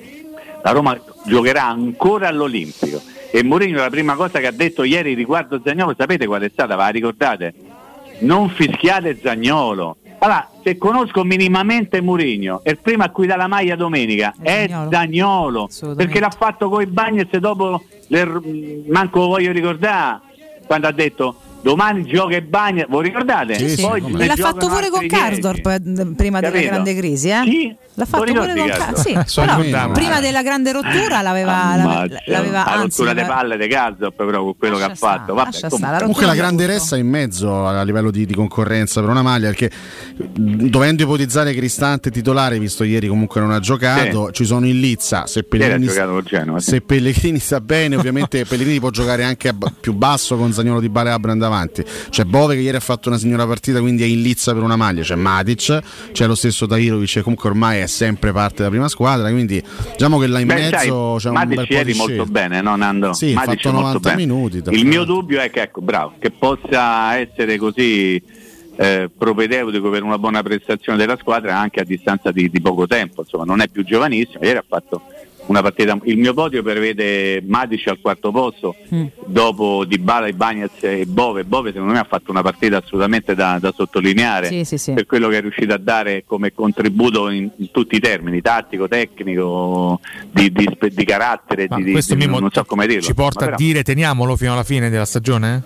[SPEAKER 8] la Roma giocherà ancora all'Olimpico, e Mourinho la prima cosa che ha detto ieri riguardo Zaniolo sapete qual è stata? Va ricordate? non fischiate Zaniolo. Allora, se conosco minimamente Mourinho, il primo a cui dà la maglia domenica è Zaniolo, perché l'ha fatto coi Bagnets dopo, le, manco voglio ricordare, quando ha detto domani gioca e Bagna, voi ricordate?
[SPEAKER 18] Sì, sì,
[SPEAKER 8] Poi
[SPEAKER 18] e l'ha fatto pure con Karsdorp prima
[SPEAKER 8] Capito?
[SPEAKER 18] della grande crisi, eh?
[SPEAKER 8] Sì?
[SPEAKER 18] L'ha fatto pure con Karsdorp, sì, però prima della grande rottura l'aveva, l'aveva, l'aveva
[SPEAKER 8] la
[SPEAKER 18] anzi,
[SPEAKER 8] rottura delle palle di Karsdorp però con quello che ha fatto. Vabbè,
[SPEAKER 18] lascia
[SPEAKER 8] comunque,
[SPEAKER 18] stare,
[SPEAKER 2] Comunque la grande ressa in mezzo a livello di, di concorrenza per una maglia, perché dovendo ipotizzare Cristante titolare, visto ieri comunque non ha giocato,
[SPEAKER 8] Sì.
[SPEAKER 2] ci sono in lizza. Se Pellegrini,
[SPEAKER 8] Ieri ha giocato con Genoa, sì.
[SPEAKER 2] se Pellegrini sta bene, ovviamente Pellegrini può giocare anche a b- più basso con Zaniolo, Dybala e Abraham davanti. C'è Bove che ieri ha fatto una signora partita, quindi è in lizza per una maglia. C'è Matic, c'è lo stesso Tahirovic che comunque ormai è sempre parte della prima squadra, quindi diciamo che là in
[SPEAKER 8] Beh,
[SPEAKER 2] mezzo
[SPEAKER 8] sai,
[SPEAKER 2] c'è un
[SPEAKER 8] Matic
[SPEAKER 2] bel po'
[SPEAKER 8] ieri
[SPEAKER 2] di
[SPEAKER 8] molto
[SPEAKER 2] scelte.
[SPEAKER 8] bene, no Nando?
[SPEAKER 2] Sì, ha
[SPEAKER 8] Matic
[SPEAKER 2] fatto
[SPEAKER 8] molto
[SPEAKER 2] novanta
[SPEAKER 8] bene.
[SPEAKER 2] minuti.
[SPEAKER 8] Il mio dubbio è che ecco, bravo, che possa essere così eh, propedeutico per una buona prestazione della squadra anche a distanza di, di poco tempo, insomma non è più giovanissimo, ieri ha fatto una partita. Il mio podio prevede Matic al quarto posto, mm. dopo Dybala, Ibañez e Bove. Bove secondo me ha fatto una partita assolutamente da, da sottolineare,
[SPEAKER 18] sì, sì, sì.
[SPEAKER 8] per quello che è riuscito a dare come contributo in, in tutti i termini, tattico, tecnico, di, di, di carattere,
[SPEAKER 19] Ma
[SPEAKER 8] di,
[SPEAKER 19] questo
[SPEAKER 8] di,
[SPEAKER 19] Mimmo
[SPEAKER 8] non so come dirlo.
[SPEAKER 19] ci porta
[SPEAKER 8] Ma
[SPEAKER 19] a
[SPEAKER 8] però,
[SPEAKER 19] dire teniamolo fino alla fine della stagione?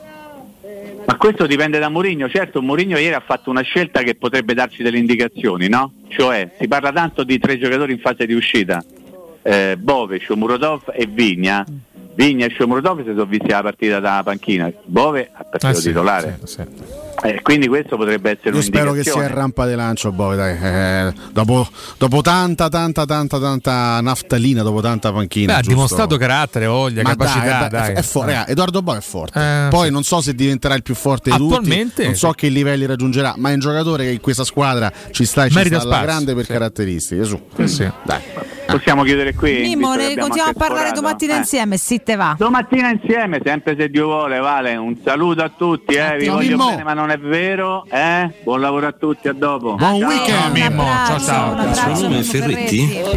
[SPEAKER 8] ma questo dipende da Mourinho. Certo, Mourinho ieri ha fatto una scelta che potrebbe darci delle indicazioni, no? Cioè si parla tanto di tre giocatori in fase di uscita, Eh, Bove, Shomurodov e Vigna. Vigna e Shomurodov si sono visti la partita da panchina, Bove ha partito
[SPEAKER 19] Ah, sì,
[SPEAKER 8] titolare,
[SPEAKER 19] sì, sì.
[SPEAKER 8] Eh, quindi questo potrebbe essere
[SPEAKER 2] Io spero che sia
[SPEAKER 8] un'indicazione.
[SPEAKER 2] il rampa di lancio Bove, dai. Eh, dopo, dopo tanta tanta tanta tanta naftalina, dopo tanta panchina,
[SPEAKER 19] Beh, ha
[SPEAKER 2] giusto?
[SPEAKER 19] dimostrato carattere, voglia,
[SPEAKER 2] Ma
[SPEAKER 19] capacità,
[SPEAKER 2] dai,
[SPEAKER 19] dai.
[SPEAKER 2] è, è for- raga, Edoardo Bove è forte.
[SPEAKER 19] Eh,
[SPEAKER 2] Poi
[SPEAKER 19] sì.
[SPEAKER 2] non so se diventerà il più forte di
[SPEAKER 19] Attualmente,
[SPEAKER 2] tutti, non so
[SPEAKER 19] sì.
[SPEAKER 2] che livelli raggiungerà, ma è un giocatore che in questa squadra ci sta e ci
[SPEAKER 19] Merita
[SPEAKER 2] sta alla
[SPEAKER 19] spazio,
[SPEAKER 2] grande per
[SPEAKER 19] sì.
[SPEAKER 2] caratteristiche. Su.
[SPEAKER 19] Sì, sì.
[SPEAKER 2] Dai.
[SPEAKER 8] Possiamo chiudere qui?
[SPEAKER 18] Mimmo,
[SPEAKER 8] visto che
[SPEAKER 18] ne
[SPEAKER 8] abbiamo
[SPEAKER 18] continuiamo a
[SPEAKER 8] anche
[SPEAKER 18] parlare
[SPEAKER 8] sforato?
[SPEAKER 18] domattina
[SPEAKER 8] Eh.
[SPEAKER 18] insieme, sì te va.
[SPEAKER 8] Domattina insieme, sempre se Dio vuole, Vale. Un saluto a tutti, eh. vi
[SPEAKER 2] Ciao,
[SPEAKER 8] voglio
[SPEAKER 2] Mimmo.
[SPEAKER 8] bene, ma non è vero, eh? Buon lavoro a tutti, a dopo.
[SPEAKER 2] Buon
[SPEAKER 8] Ciao.
[SPEAKER 2] weekend,
[SPEAKER 19] Mimmo. Ciao, ciao.
[SPEAKER 18] Un abbraccio,
[SPEAKER 6] Il suo nome è
[SPEAKER 18] Mimmo
[SPEAKER 6] Ferretti?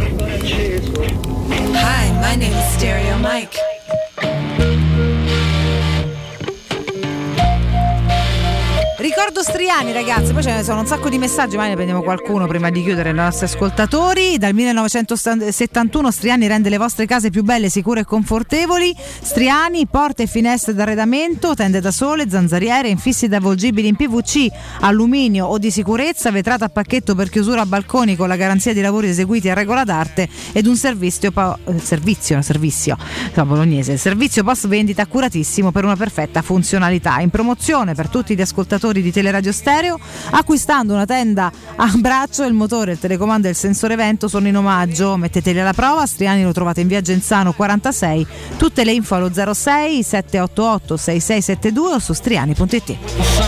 [SPEAKER 3] Hi, my name is Stereo Mike.
[SPEAKER 18] Ricordo Striani, ragazzi, poi ce ne sono un sacco di messaggi, ma ne prendiamo qualcuno prima di chiudere i nostri ascoltatori. Dal millenovecentosettantuno Striani rende le vostre case più belle, sicure e confortevoli. Striani, porte e finestre d'arredamento, tende da sole, zanzariere, infissi da avvolgibili in P V C, alluminio o di sicurezza, vetrata a pacchetto per chiusura a balconi con la garanzia di lavori eseguiti a regola d'arte ed un servizio pa- eh, servizio, servizio, no, bolognese, servizio post vendita accuratissimo per una perfetta funzionalità. In promozione per tutti gli ascoltatori di Teleradio Stereo, acquistando una tenda a braccio, il motore, il telecomando e il sensore vento sono in omaggio. Metteteli alla prova. Striani lo trovate in via Genzano quarantasei. Tutte le info allo zero sei sette otto otto sei sei sette due o su striani punto it.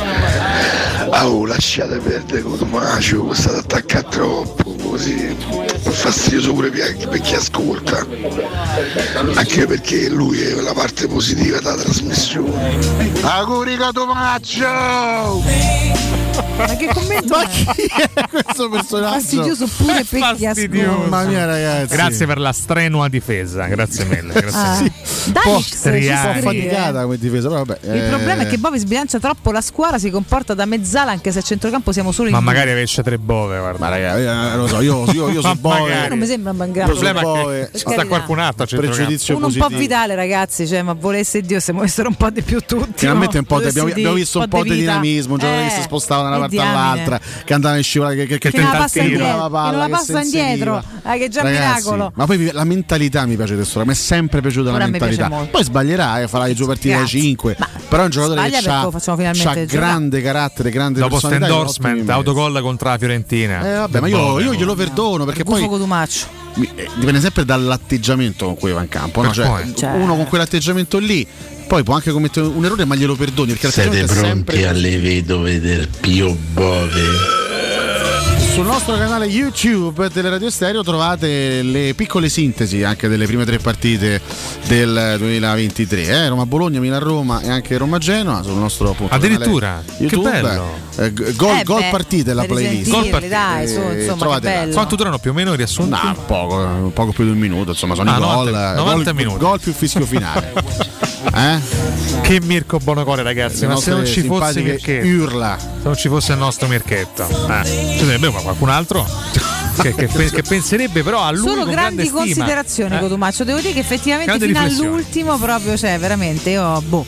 [SPEAKER 11] Oh, lasciate perdere Cotomaccio, state attaccati troppo così, è fastidioso pure per, per chi ascolta, anche perché lui è la parte positiva della trasmissione. Auguri Cotomaccio!
[SPEAKER 18] Ma che commento
[SPEAKER 2] Ma
[SPEAKER 18] è?
[SPEAKER 2] chi è questo personaggio?
[SPEAKER 18] Fastidioso pure per chi ascolta.
[SPEAKER 2] Mamma mia, ragazzi.
[SPEAKER 19] Grazie per la strenua difesa, grazie mille. Grazie
[SPEAKER 18] Ah.
[SPEAKER 19] mille.
[SPEAKER 18] Danix
[SPEAKER 2] Un
[SPEAKER 19] Striani.
[SPEAKER 2] po' faticata come difesa, però vabbè.
[SPEAKER 18] Il
[SPEAKER 2] eh,
[SPEAKER 18] problema è che Bove sbilancia troppo la squadra, si comporta da mezzala anche se a centrocampo siamo solo in
[SPEAKER 19] Ma
[SPEAKER 18] due.
[SPEAKER 19] magari avesse tre Bove, guarda.
[SPEAKER 2] Ma ragazzi, eh, lo so, io, io, io
[SPEAKER 19] Ma
[SPEAKER 2] sono Bove.
[SPEAKER 19] magari.
[SPEAKER 18] non mi sembra un
[SPEAKER 2] Io
[SPEAKER 18] bangrato.
[SPEAKER 2] sono
[SPEAKER 19] Il problema è
[SPEAKER 2] Bove.
[SPEAKER 19] che ci
[SPEAKER 18] Per
[SPEAKER 19] sta
[SPEAKER 18] carità.
[SPEAKER 19] qualcun altro a centrocampo.
[SPEAKER 2] Pregiudizio
[SPEAKER 18] Uno un po'
[SPEAKER 2] positivo.
[SPEAKER 18] vitale, ragazzi, cioè, ma volesse Dio se muovessero un po' di più tutti.
[SPEAKER 2] Finalmente
[SPEAKER 18] no?
[SPEAKER 2] un po' di, abbiamo,
[SPEAKER 18] Volessi
[SPEAKER 2] abbiamo
[SPEAKER 18] dire,
[SPEAKER 2] visto un po' di
[SPEAKER 18] vita.
[SPEAKER 2] dinamismo, un giocatore
[SPEAKER 18] Eh,
[SPEAKER 2] che si spostava da una
[SPEAKER 18] che
[SPEAKER 2] parte
[SPEAKER 18] diamine.
[SPEAKER 2] all'altra, che andava in scivola, che, che, che
[SPEAKER 18] Che non la
[SPEAKER 2] tentava
[SPEAKER 18] passa
[SPEAKER 2] il
[SPEAKER 18] indietro,
[SPEAKER 2] tiro, la palla,
[SPEAKER 18] che non la
[SPEAKER 2] che
[SPEAKER 18] passa
[SPEAKER 2] si inseriva.
[SPEAKER 18] indietro, eh, che già
[SPEAKER 2] Ragazzi,
[SPEAKER 18] miracolo.
[SPEAKER 2] ma poi la mentalità mi piace adesso, mi è sempre piaciuta
[SPEAKER 18] Ora
[SPEAKER 2] la
[SPEAKER 18] mi piace
[SPEAKER 2] mentalità.
[SPEAKER 18] molto.
[SPEAKER 2] Poi sbaglierà e farà le sue partite da
[SPEAKER 18] Grazie.
[SPEAKER 2] cinque,
[SPEAKER 18] Ma
[SPEAKER 2] però è un giocatore
[SPEAKER 18] sbaglia
[SPEAKER 2] che
[SPEAKER 18] perché
[SPEAKER 2] ha,
[SPEAKER 18] lo facciamo finalmente giocare.
[SPEAKER 2] grande carattere, grande
[SPEAKER 19] Dopo sto
[SPEAKER 2] personalità.
[SPEAKER 19] endorsement, autogol contro la Fiorentina.
[SPEAKER 2] Eh vabbè, ma io, io glielo perdono perché
[SPEAKER 18] Gufo
[SPEAKER 2] poi
[SPEAKER 18] Cotumaccio.
[SPEAKER 2] mi- eh, dipende sempre dall'atteggiamento con cui va in campo, no?
[SPEAKER 19] Per
[SPEAKER 2] Cioè,
[SPEAKER 19] poi.
[SPEAKER 18] Cioè.
[SPEAKER 2] uno con quell'atteggiamento lì poi può anche commettere un errore, ma glielo perdoni perché
[SPEAKER 11] Siete
[SPEAKER 2] l'atteggiamento è
[SPEAKER 11] pronti
[SPEAKER 2] sempre
[SPEAKER 11] alle vedove del Pio Bove?
[SPEAKER 2] sul nostro canale YouTube Teleradio Stereo trovate le piccole sintesi anche delle prime tre partite del duemilaventitré, eh? Roma-Bologna, Milan-Roma e anche Roma-Genoa sul nostro appunto
[SPEAKER 19] Addirittura?
[SPEAKER 2] canale YouTube.
[SPEAKER 19] Che bello.
[SPEAKER 2] Eh, g- gol,
[SPEAKER 18] Eh
[SPEAKER 2] gol
[SPEAKER 18] beh,
[SPEAKER 2] partite la
[SPEAKER 18] per
[SPEAKER 2] playlist.
[SPEAKER 18] risentirli,
[SPEAKER 19] Gol partite,
[SPEAKER 18] dai, su,
[SPEAKER 2] eh,
[SPEAKER 18] insomma, che
[SPEAKER 2] trovate là.
[SPEAKER 18] bello.
[SPEAKER 19] Quanto durano più o meno i riassunti?
[SPEAKER 2] No, poco, poco più di un minuto, insomma sono
[SPEAKER 19] Ah,
[SPEAKER 2] i gol,
[SPEAKER 19] novanta- novanta
[SPEAKER 2] gol,
[SPEAKER 19] minuti.
[SPEAKER 2] gol più fischio finale. eh?
[SPEAKER 19] Che Mirko Bonocore, ragazzi,
[SPEAKER 2] Le
[SPEAKER 19] ma se non ci fosse
[SPEAKER 2] simpatiche
[SPEAKER 19] Mirchetto,
[SPEAKER 2] urla.
[SPEAKER 19] se non ci fosse il nostro Mirchetto, eh, ci sarebbe qualcun altro che, che, che penserebbe però a lui
[SPEAKER 18] Sono
[SPEAKER 19] con
[SPEAKER 18] grandi
[SPEAKER 19] grande stima.
[SPEAKER 18] considerazioni,
[SPEAKER 19] Eh.
[SPEAKER 18] Cotumaccio. Devo dire che effettivamente
[SPEAKER 19] Grande
[SPEAKER 18] fino
[SPEAKER 19] riflessione.
[SPEAKER 18] all'ultimo proprio, cioè veramente io boh.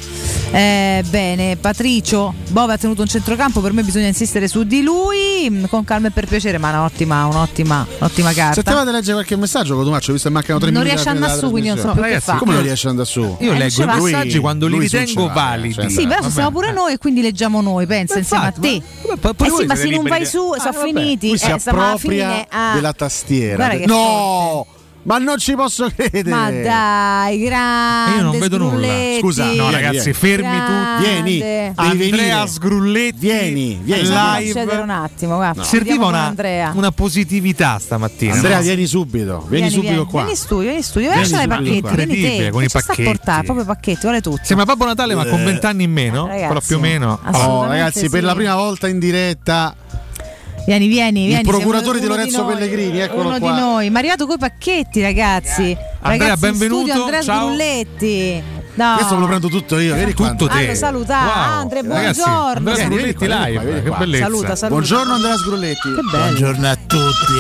[SPEAKER 18] Eh, bene, Patricio Bove ha tenuto un centrocampo, per me bisogna insistere su di lui, mh, con calma e per piacere, ma un'ottima, un'ottima, un'ottima carta.
[SPEAKER 2] Se te vado a leggere qualche messaggio, Cotumaccio, visto che mancano tre
[SPEAKER 18] Non
[SPEAKER 2] minuti.
[SPEAKER 18] riesce a
[SPEAKER 2] alla
[SPEAKER 18] andare su, quindi non so
[SPEAKER 2] trasmissione.
[SPEAKER 18] più che fa.
[SPEAKER 2] Come non riesce ad andare su?
[SPEAKER 19] Io
[SPEAKER 18] Eh,
[SPEAKER 19] leggo i
[SPEAKER 18] diceva-
[SPEAKER 19] messaggi quando li
[SPEAKER 2] lui sul
[SPEAKER 19] ritengo
[SPEAKER 2] cellulare,
[SPEAKER 19] validi.
[SPEAKER 2] cioè,
[SPEAKER 18] Sì, però siamo pure noi e quindi leggiamo noi, pensa, insieme a te.
[SPEAKER 19] pure
[SPEAKER 18] Eh sì,
[SPEAKER 19] voi
[SPEAKER 18] ma
[SPEAKER 19] siete
[SPEAKER 18] se non
[SPEAKER 19] liberi
[SPEAKER 18] vai
[SPEAKER 19] di-
[SPEAKER 18] su,
[SPEAKER 19] Ah,
[SPEAKER 18] sono
[SPEAKER 19] vabbè.
[SPEAKER 18] finiti.
[SPEAKER 2] Lui si
[SPEAKER 18] Eh, stiamo alla
[SPEAKER 2] appropria
[SPEAKER 18] fine. Ah.
[SPEAKER 2] della tastiera.
[SPEAKER 18] Guarda che
[SPEAKER 2] No! Ma non ci posso credere.
[SPEAKER 18] Ma dai, grande.
[SPEAKER 19] Io non vedo nulla.
[SPEAKER 18] Sgrulletti.
[SPEAKER 2] Scusa,
[SPEAKER 19] No,
[SPEAKER 2] Vieni,
[SPEAKER 19] ragazzi,
[SPEAKER 2] vieni.
[SPEAKER 19] fermi
[SPEAKER 18] Grande.
[SPEAKER 19] tutti.
[SPEAKER 2] Vieni, devi
[SPEAKER 19] Andrea
[SPEAKER 2] venire.
[SPEAKER 19] Sgrulletti.
[SPEAKER 2] Vieni, vieni.
[SPEAKER 19] live.
[SPEAKER 18] Cedere un attimo, guarda.
[SPEAKER 19] Serviva
[SPEAKER 18] Andiamo con
[SPEAKER 19] una,
[SPEAKER 18] Andrea.
[SPEAKER 19] una positività stamattina.
[SPEAKER 2] Andrea,
[SPEAKER 19] no?
[SPEAKER 2] vieni subito. Vieni, subito
[SPEAKER 18] vieni.
[SPEAKER 2] qua.
[SPEAKER 18] Vieni in studio, vieni in studio.
[SPEAKER 2] Vieni
[SPEAKER 18] Lascia i
[SPEAKER 2] subito
[SPEAKER 18] pacchetti,
[SPEAKER 2] qua.
[SPEAKER 18] vieni te.
[SPEAKER 19] Incredibile, con
[SPEAKER 18] Che
[SPEAKER 19] i
[SPEAKER 18] ci sta a
[SPEAKER 19] pacchetti.
[SPEAKER 18] portare, proprio pacchetti, vuole tutto.
[SPEAKER 19] Sembra Babbo Natale, ma con
[SPEAKER 2] Eh.
[SPEAKER 19] vent'anni in meno.
[SPEAKER 18] Ragazzi,
[SPEAKER 19] però più o meno.
[SPEAKER 2] Oh, ragazzi,
[SPEAKER 18] sì.
[SPEAKER 2] per la prima volta in diretta
[SPEAKER 18] Vieni, vieni, vieni.
[SPEAKER 2] procuratore
[SPEAKER 18] sei
[SPEAKER 2] di
[SPEAKER 18] uno
[SPEAKER 2] Lorenzo
[SPEAKER 18] noi,
[SPEAKER 2] Pellegrini, eccolo
[SPEAKER 18] uno
[SPEAKER 2] qua.
[SPEAKER 18] di noi. Ma è arrivato coi pacchetti, ragazzi.
[SPEAKER 19] Andrea,
[SPEAKER 18] ragazzi, in
[SPEAKER 19] benvenuto,
[SPEAKER 18] studio Andrea
[SPEAKER 19] ciao.
[SPEAKER 18] Sgrulletti. No.
[SPEAKER 2] Questo me lo prendo tutto io. Vieni qua.
[SPEAKER 19] Tutto te.
[SPEAKER 18] Ah, lo saluta.
[SPEAKER 19] Wow.
[SPEAKER 18] Andre,
[SPEAKER 19] Ragazzi,
[SPEAKER 18] buongiorno.
[SPEAKER 19] Andrea
[SPEAKER 2] Vieni,
[SPEAKER 19] Sgrulletti
[SPEAKER 2] vieni qua, vieni
[SPEAKER 19] live.
[SPEAKER 2] qua, vieni
[SPEAKER 19] Che
[SPEAKER 2] qua.
[SPEAKER 19] bellezza.
[SPEAKER 18] Saluta, saluta.
[SPEAKER 2] Buongiorno Andrea Sgrulletti.
[SPEAKER 18] Che bello.
[SPEAKER 10] Buongiorno a tutti.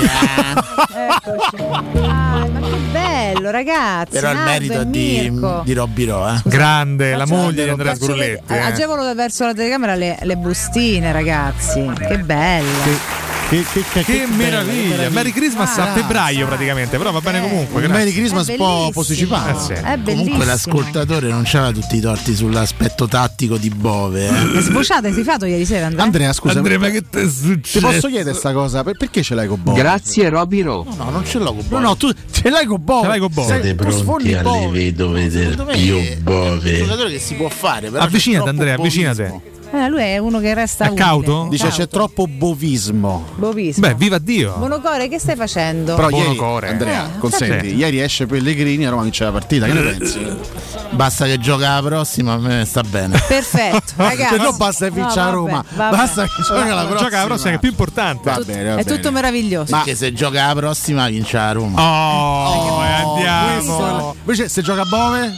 [SPEAKER 10] eh.
[SPEAKER 18] Eccoci. Dai, ma che bello, ragazzi.
[SPEAKER 10] Però il
[SPEAKER 18] Nardo
[SPEAKER 10] merito
[SPEAKER 18] e
[SPEAKER 10] di,
[SPEAKER 18] Mirko.
[SPEAKER 10] di Robbiro, eh.
[SPEAKER 19] Grande, la
[SPEAKER 18] Faccio-
[SPEAKER 19] moglie di Andrea
[SPEAKER 18] faccio
[SPEAKER 19] Sgrulletti.
[SPEAKER 18] vedere-
[SPEAKER 19] eh.
[SPEAKER 18] Agevolo verso la telecamera le, le bustine, ragazzi. Che bello.
[SPEAKER 2] Che, che, che,
[SPEAKER 19] Che meraviglia! Merry Christmas a
[SPEAKER 18] Ah,
[SPEAKER 19] febbraio praticamente, però va bene comunque.
[SPEAKER 2] Un
[SPEAKER 19] grazie.
[SPEAKER 2] Merry Christmas
[SPEAKER 18] È
[SPEAKER 2] un po'
[SPEAKER 18] bellissimo.
[SPEAKER 2] posticipato.
[SPEAKER 19] Eh sì.
[SPEAKER 18] È bellissimo.
[SPEAKER 10] Comunque l'ascoltatore non c'aveva tutti i torti sull'aspetto tattico di Bove, eh.
[SPEAKER 18] Sbocciate, sei fatto ieri sera, Andrea?
[SPEAKER 2] Andrea, scusa,
[SPEAKER 19] Andrea, ma che ti è
[SPEAKER 2] ti
[SPEAKER 19] successo?
[SPEAKER 2] posso chiedere sta cosa? Per- Perché ce l'hai con Bob?
[SPEAKER 5] Grazie Robiro.
[SPEAKER 10] No, no, non ce l'ho con
[SPEAKER 2] No,
[SPEAKER 10] Bove.
[SPEAKER 2] no, tu ce l'hai con Bob.
[SPEAKER 19] Ce l'hai con Bob.
[SPEAKER 2] Sei-
[SPEAKER 10] Siete
[SPEAKER 2] tu sfondi
[SPEAKER 10] pronti alle
[SPEAKER 2] Bob.
[SPEAKER 10] vedove del
[SPEAKER 11] Secondo me
[SPEAKER 10] Pio
[SPEAKER 11] è un
[SPEAKER 10] Bove?
[SPEAKER 11] giocatore che si può fare, però
[SPEAKER 19] Avvicinate,
[SPEAKER 11] c'è troppo
[SPEAKER 19] Andrea, avvicinate.
[SPEAKER 11] bovismo.
[SPEAKER 18] Eh, lui è uno che resta
[SPEAKER 19] È
[SPEAKER 18] umile.
[SPEAKER 19] cauto?
[SPEAKER 2] Dice
[SPEAKER 18] Cauto.
[SPEAKER 2] c'è troppo bovismo.
[SPEAKER 18] Bovismo.
[SPEAKER 19] Beh, viva Dio!
[SPEAKER 18] Monocore, che stai facendo?
[SPEAKER 2] Però
[SPEAKER 19] Buono
[SPEAKER 2] ieri,
[SPEAKER 19] core.
[SPEAKER 2] Andrea,
[SPEAKER 18] Eh,
[SPEAKER 2] consenti,
[SPEAKER 19] sì.
[SPEAKER 2] ieri esce Pellegrini a Roma vince la partita, che ne pensi?
[SPEAKER 10] Basta che gioca la prossima, a me sta bene.
[SPEAKER 18] Perfetto, ragazzi.
[SPEAKER 2] Se no basta che vince
[SPEAKER 18] No,
[SPEAKER 2] a
[SPEAKER 18] vabbè,
[SPEAKER 2] Roma,
[SPEAKER 18] vabbè.
[SPEAKER 2] basta che gioca la prossima.
[SPEAKER 19] Gioca la prossima che è più importante.
[SPEAKER 2] Va
[SPEAKER 18] Tut-
[SPEAKER 2] bene, va
[SPEAKER 18] è
[SPEAKER 2] bene.
[SPEAKER 18] tutto meraviglioso.
[SPEAKER 10] Perché se gioca la prossima vince la Roma.
[SPEAKER 19] Oh, e
[SPEAKER 2] Questo
[SPEAKER 19] andiamo!
[SPEAKER 2] è- Invece se gioca a Bove?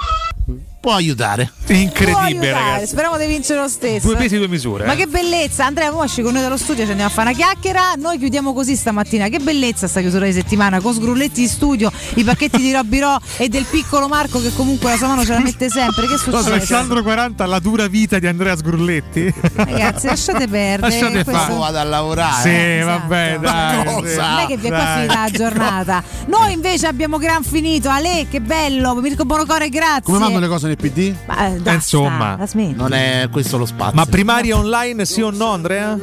[SPEAKER 10] Può aiutare.
[SPEAKER 18] Può
[SPEAKER 19] Incredibile,
[SPEAKER 18] aiutare,
[SPEAKER 19] ragazzi.
[SPEAKER 18] Speriamo di vincere lo stesso.
[SPEAKER 19] Due pesi, due misure.
[SPEAKER 18] Ma
[SPEAKER 19] eh.
[SPEAKER 18] che bellezza, Andrea, mo esci con noi dallo studio, ci andiamo a fare una chiacchiera. Noi chiudiamo così stamattina. Che bellezza sta chiusura di settimana con Sgrulletti in studio, i pacchetti di Robbirò e del piccolo Marco che comunque la sua mano ce la mette sempre. Che succede?
[SPEAKER 19] Alessandro quaranta, la dura vita di Andrea Sgrulletti.
[SPEAKER 18] Ragazzi, lasciate perdere.
[SPEAKER 19] Lasciate
[SPEAKER 18] questo-
[SPEAKER 19] fare.
[SPEAKER 10] Vado a lavorare.
[SPEAKER 19] Sì,
[SPEAKER 18] esatto.
[SPEAKER 19] vabbè, dai.
[SPEAKER 10] cosa?
[SPEAKER 19] sì.
[SPEAKER 18] Non è che vi è qua
[SPEAKER 19] Dai.
[SPEAKER 18] finita la giornata. Noi invece abbiamo gran finito. Ale, che bello. Mirko Bonocore, grazie.
[SPEAKER 2] Come vanno le cose nel P D?
[SPEAKER 18] Ma, eh, basta,
[SPEAKER 19] insomma.
[SPEAKER 18] la smetti.
[SPEAKER 10] Non è questo lo spazio.
[SPEAKER 19] Ma primaria online sì o no, Andrea?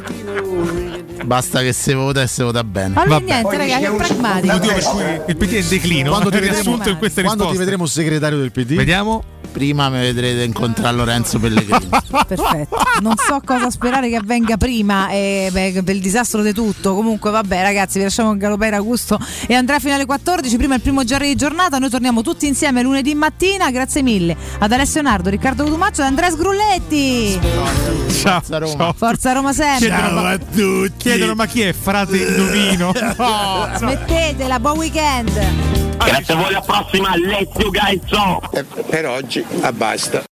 [SPEAKER 10] Basta che se vota e se vota bene.
[SPEAKER 18] Ma lui
[SPEAKER 19] Vabbè.
[SPEAKER 18] niente, ragazzi, è pragmatico.
[SPEAKER 19] Motivo per cui il P D è in declino.
[SPEAKER 2] Quando ti
[SPEAKER 19] è
[SPEAKER 2] vedremo-
[SPEAKER 19] riassunto in queste
[SPEAKER 2] Quando ti
[SPEAKER 19] risposte.
[SPEAKER 2] vedremo segretario del P D?
[SPEAKER 19] Vediamo.
[SPEAKER 10] Prima mi vedrete incontrare Lorenzo Pellegrini.
[SPEAKER 18] Perfetto. Non so cosa sperare che avvenga prima eh, beh, per il disastro di tutto. Comunque, vabbè, ragazzi, vi lasciamo con Galopera, Augusto e Andrea fino alle quattordici. Prima il primo giorno di giornata. Noi torniamo tutti insieme lunedì mattina. Grazie mille ad Alessio Nardo, Riccardo Cotumaccio e Andrea Sgrulletti.
[SPEAKER 19] Ciao.
[SPEAKER 10] Forza Roma.
[SPEAKER 19] Ciao.
[SPEAKER 18] Forza Roma sempre.
[SPEAKER 19] Chiedono, ma,
[SPEAKER 10] tutti.
[SPEAKER 19] chiedono, ma chi è frate Indovino? No, no.
[SPEAKER 18] Smettetela, buon weekend.
[SPEAKER 5] Grazie a voi, alla prossima. Let's go guys.
[SPEAKER 14] Per oggi, basta.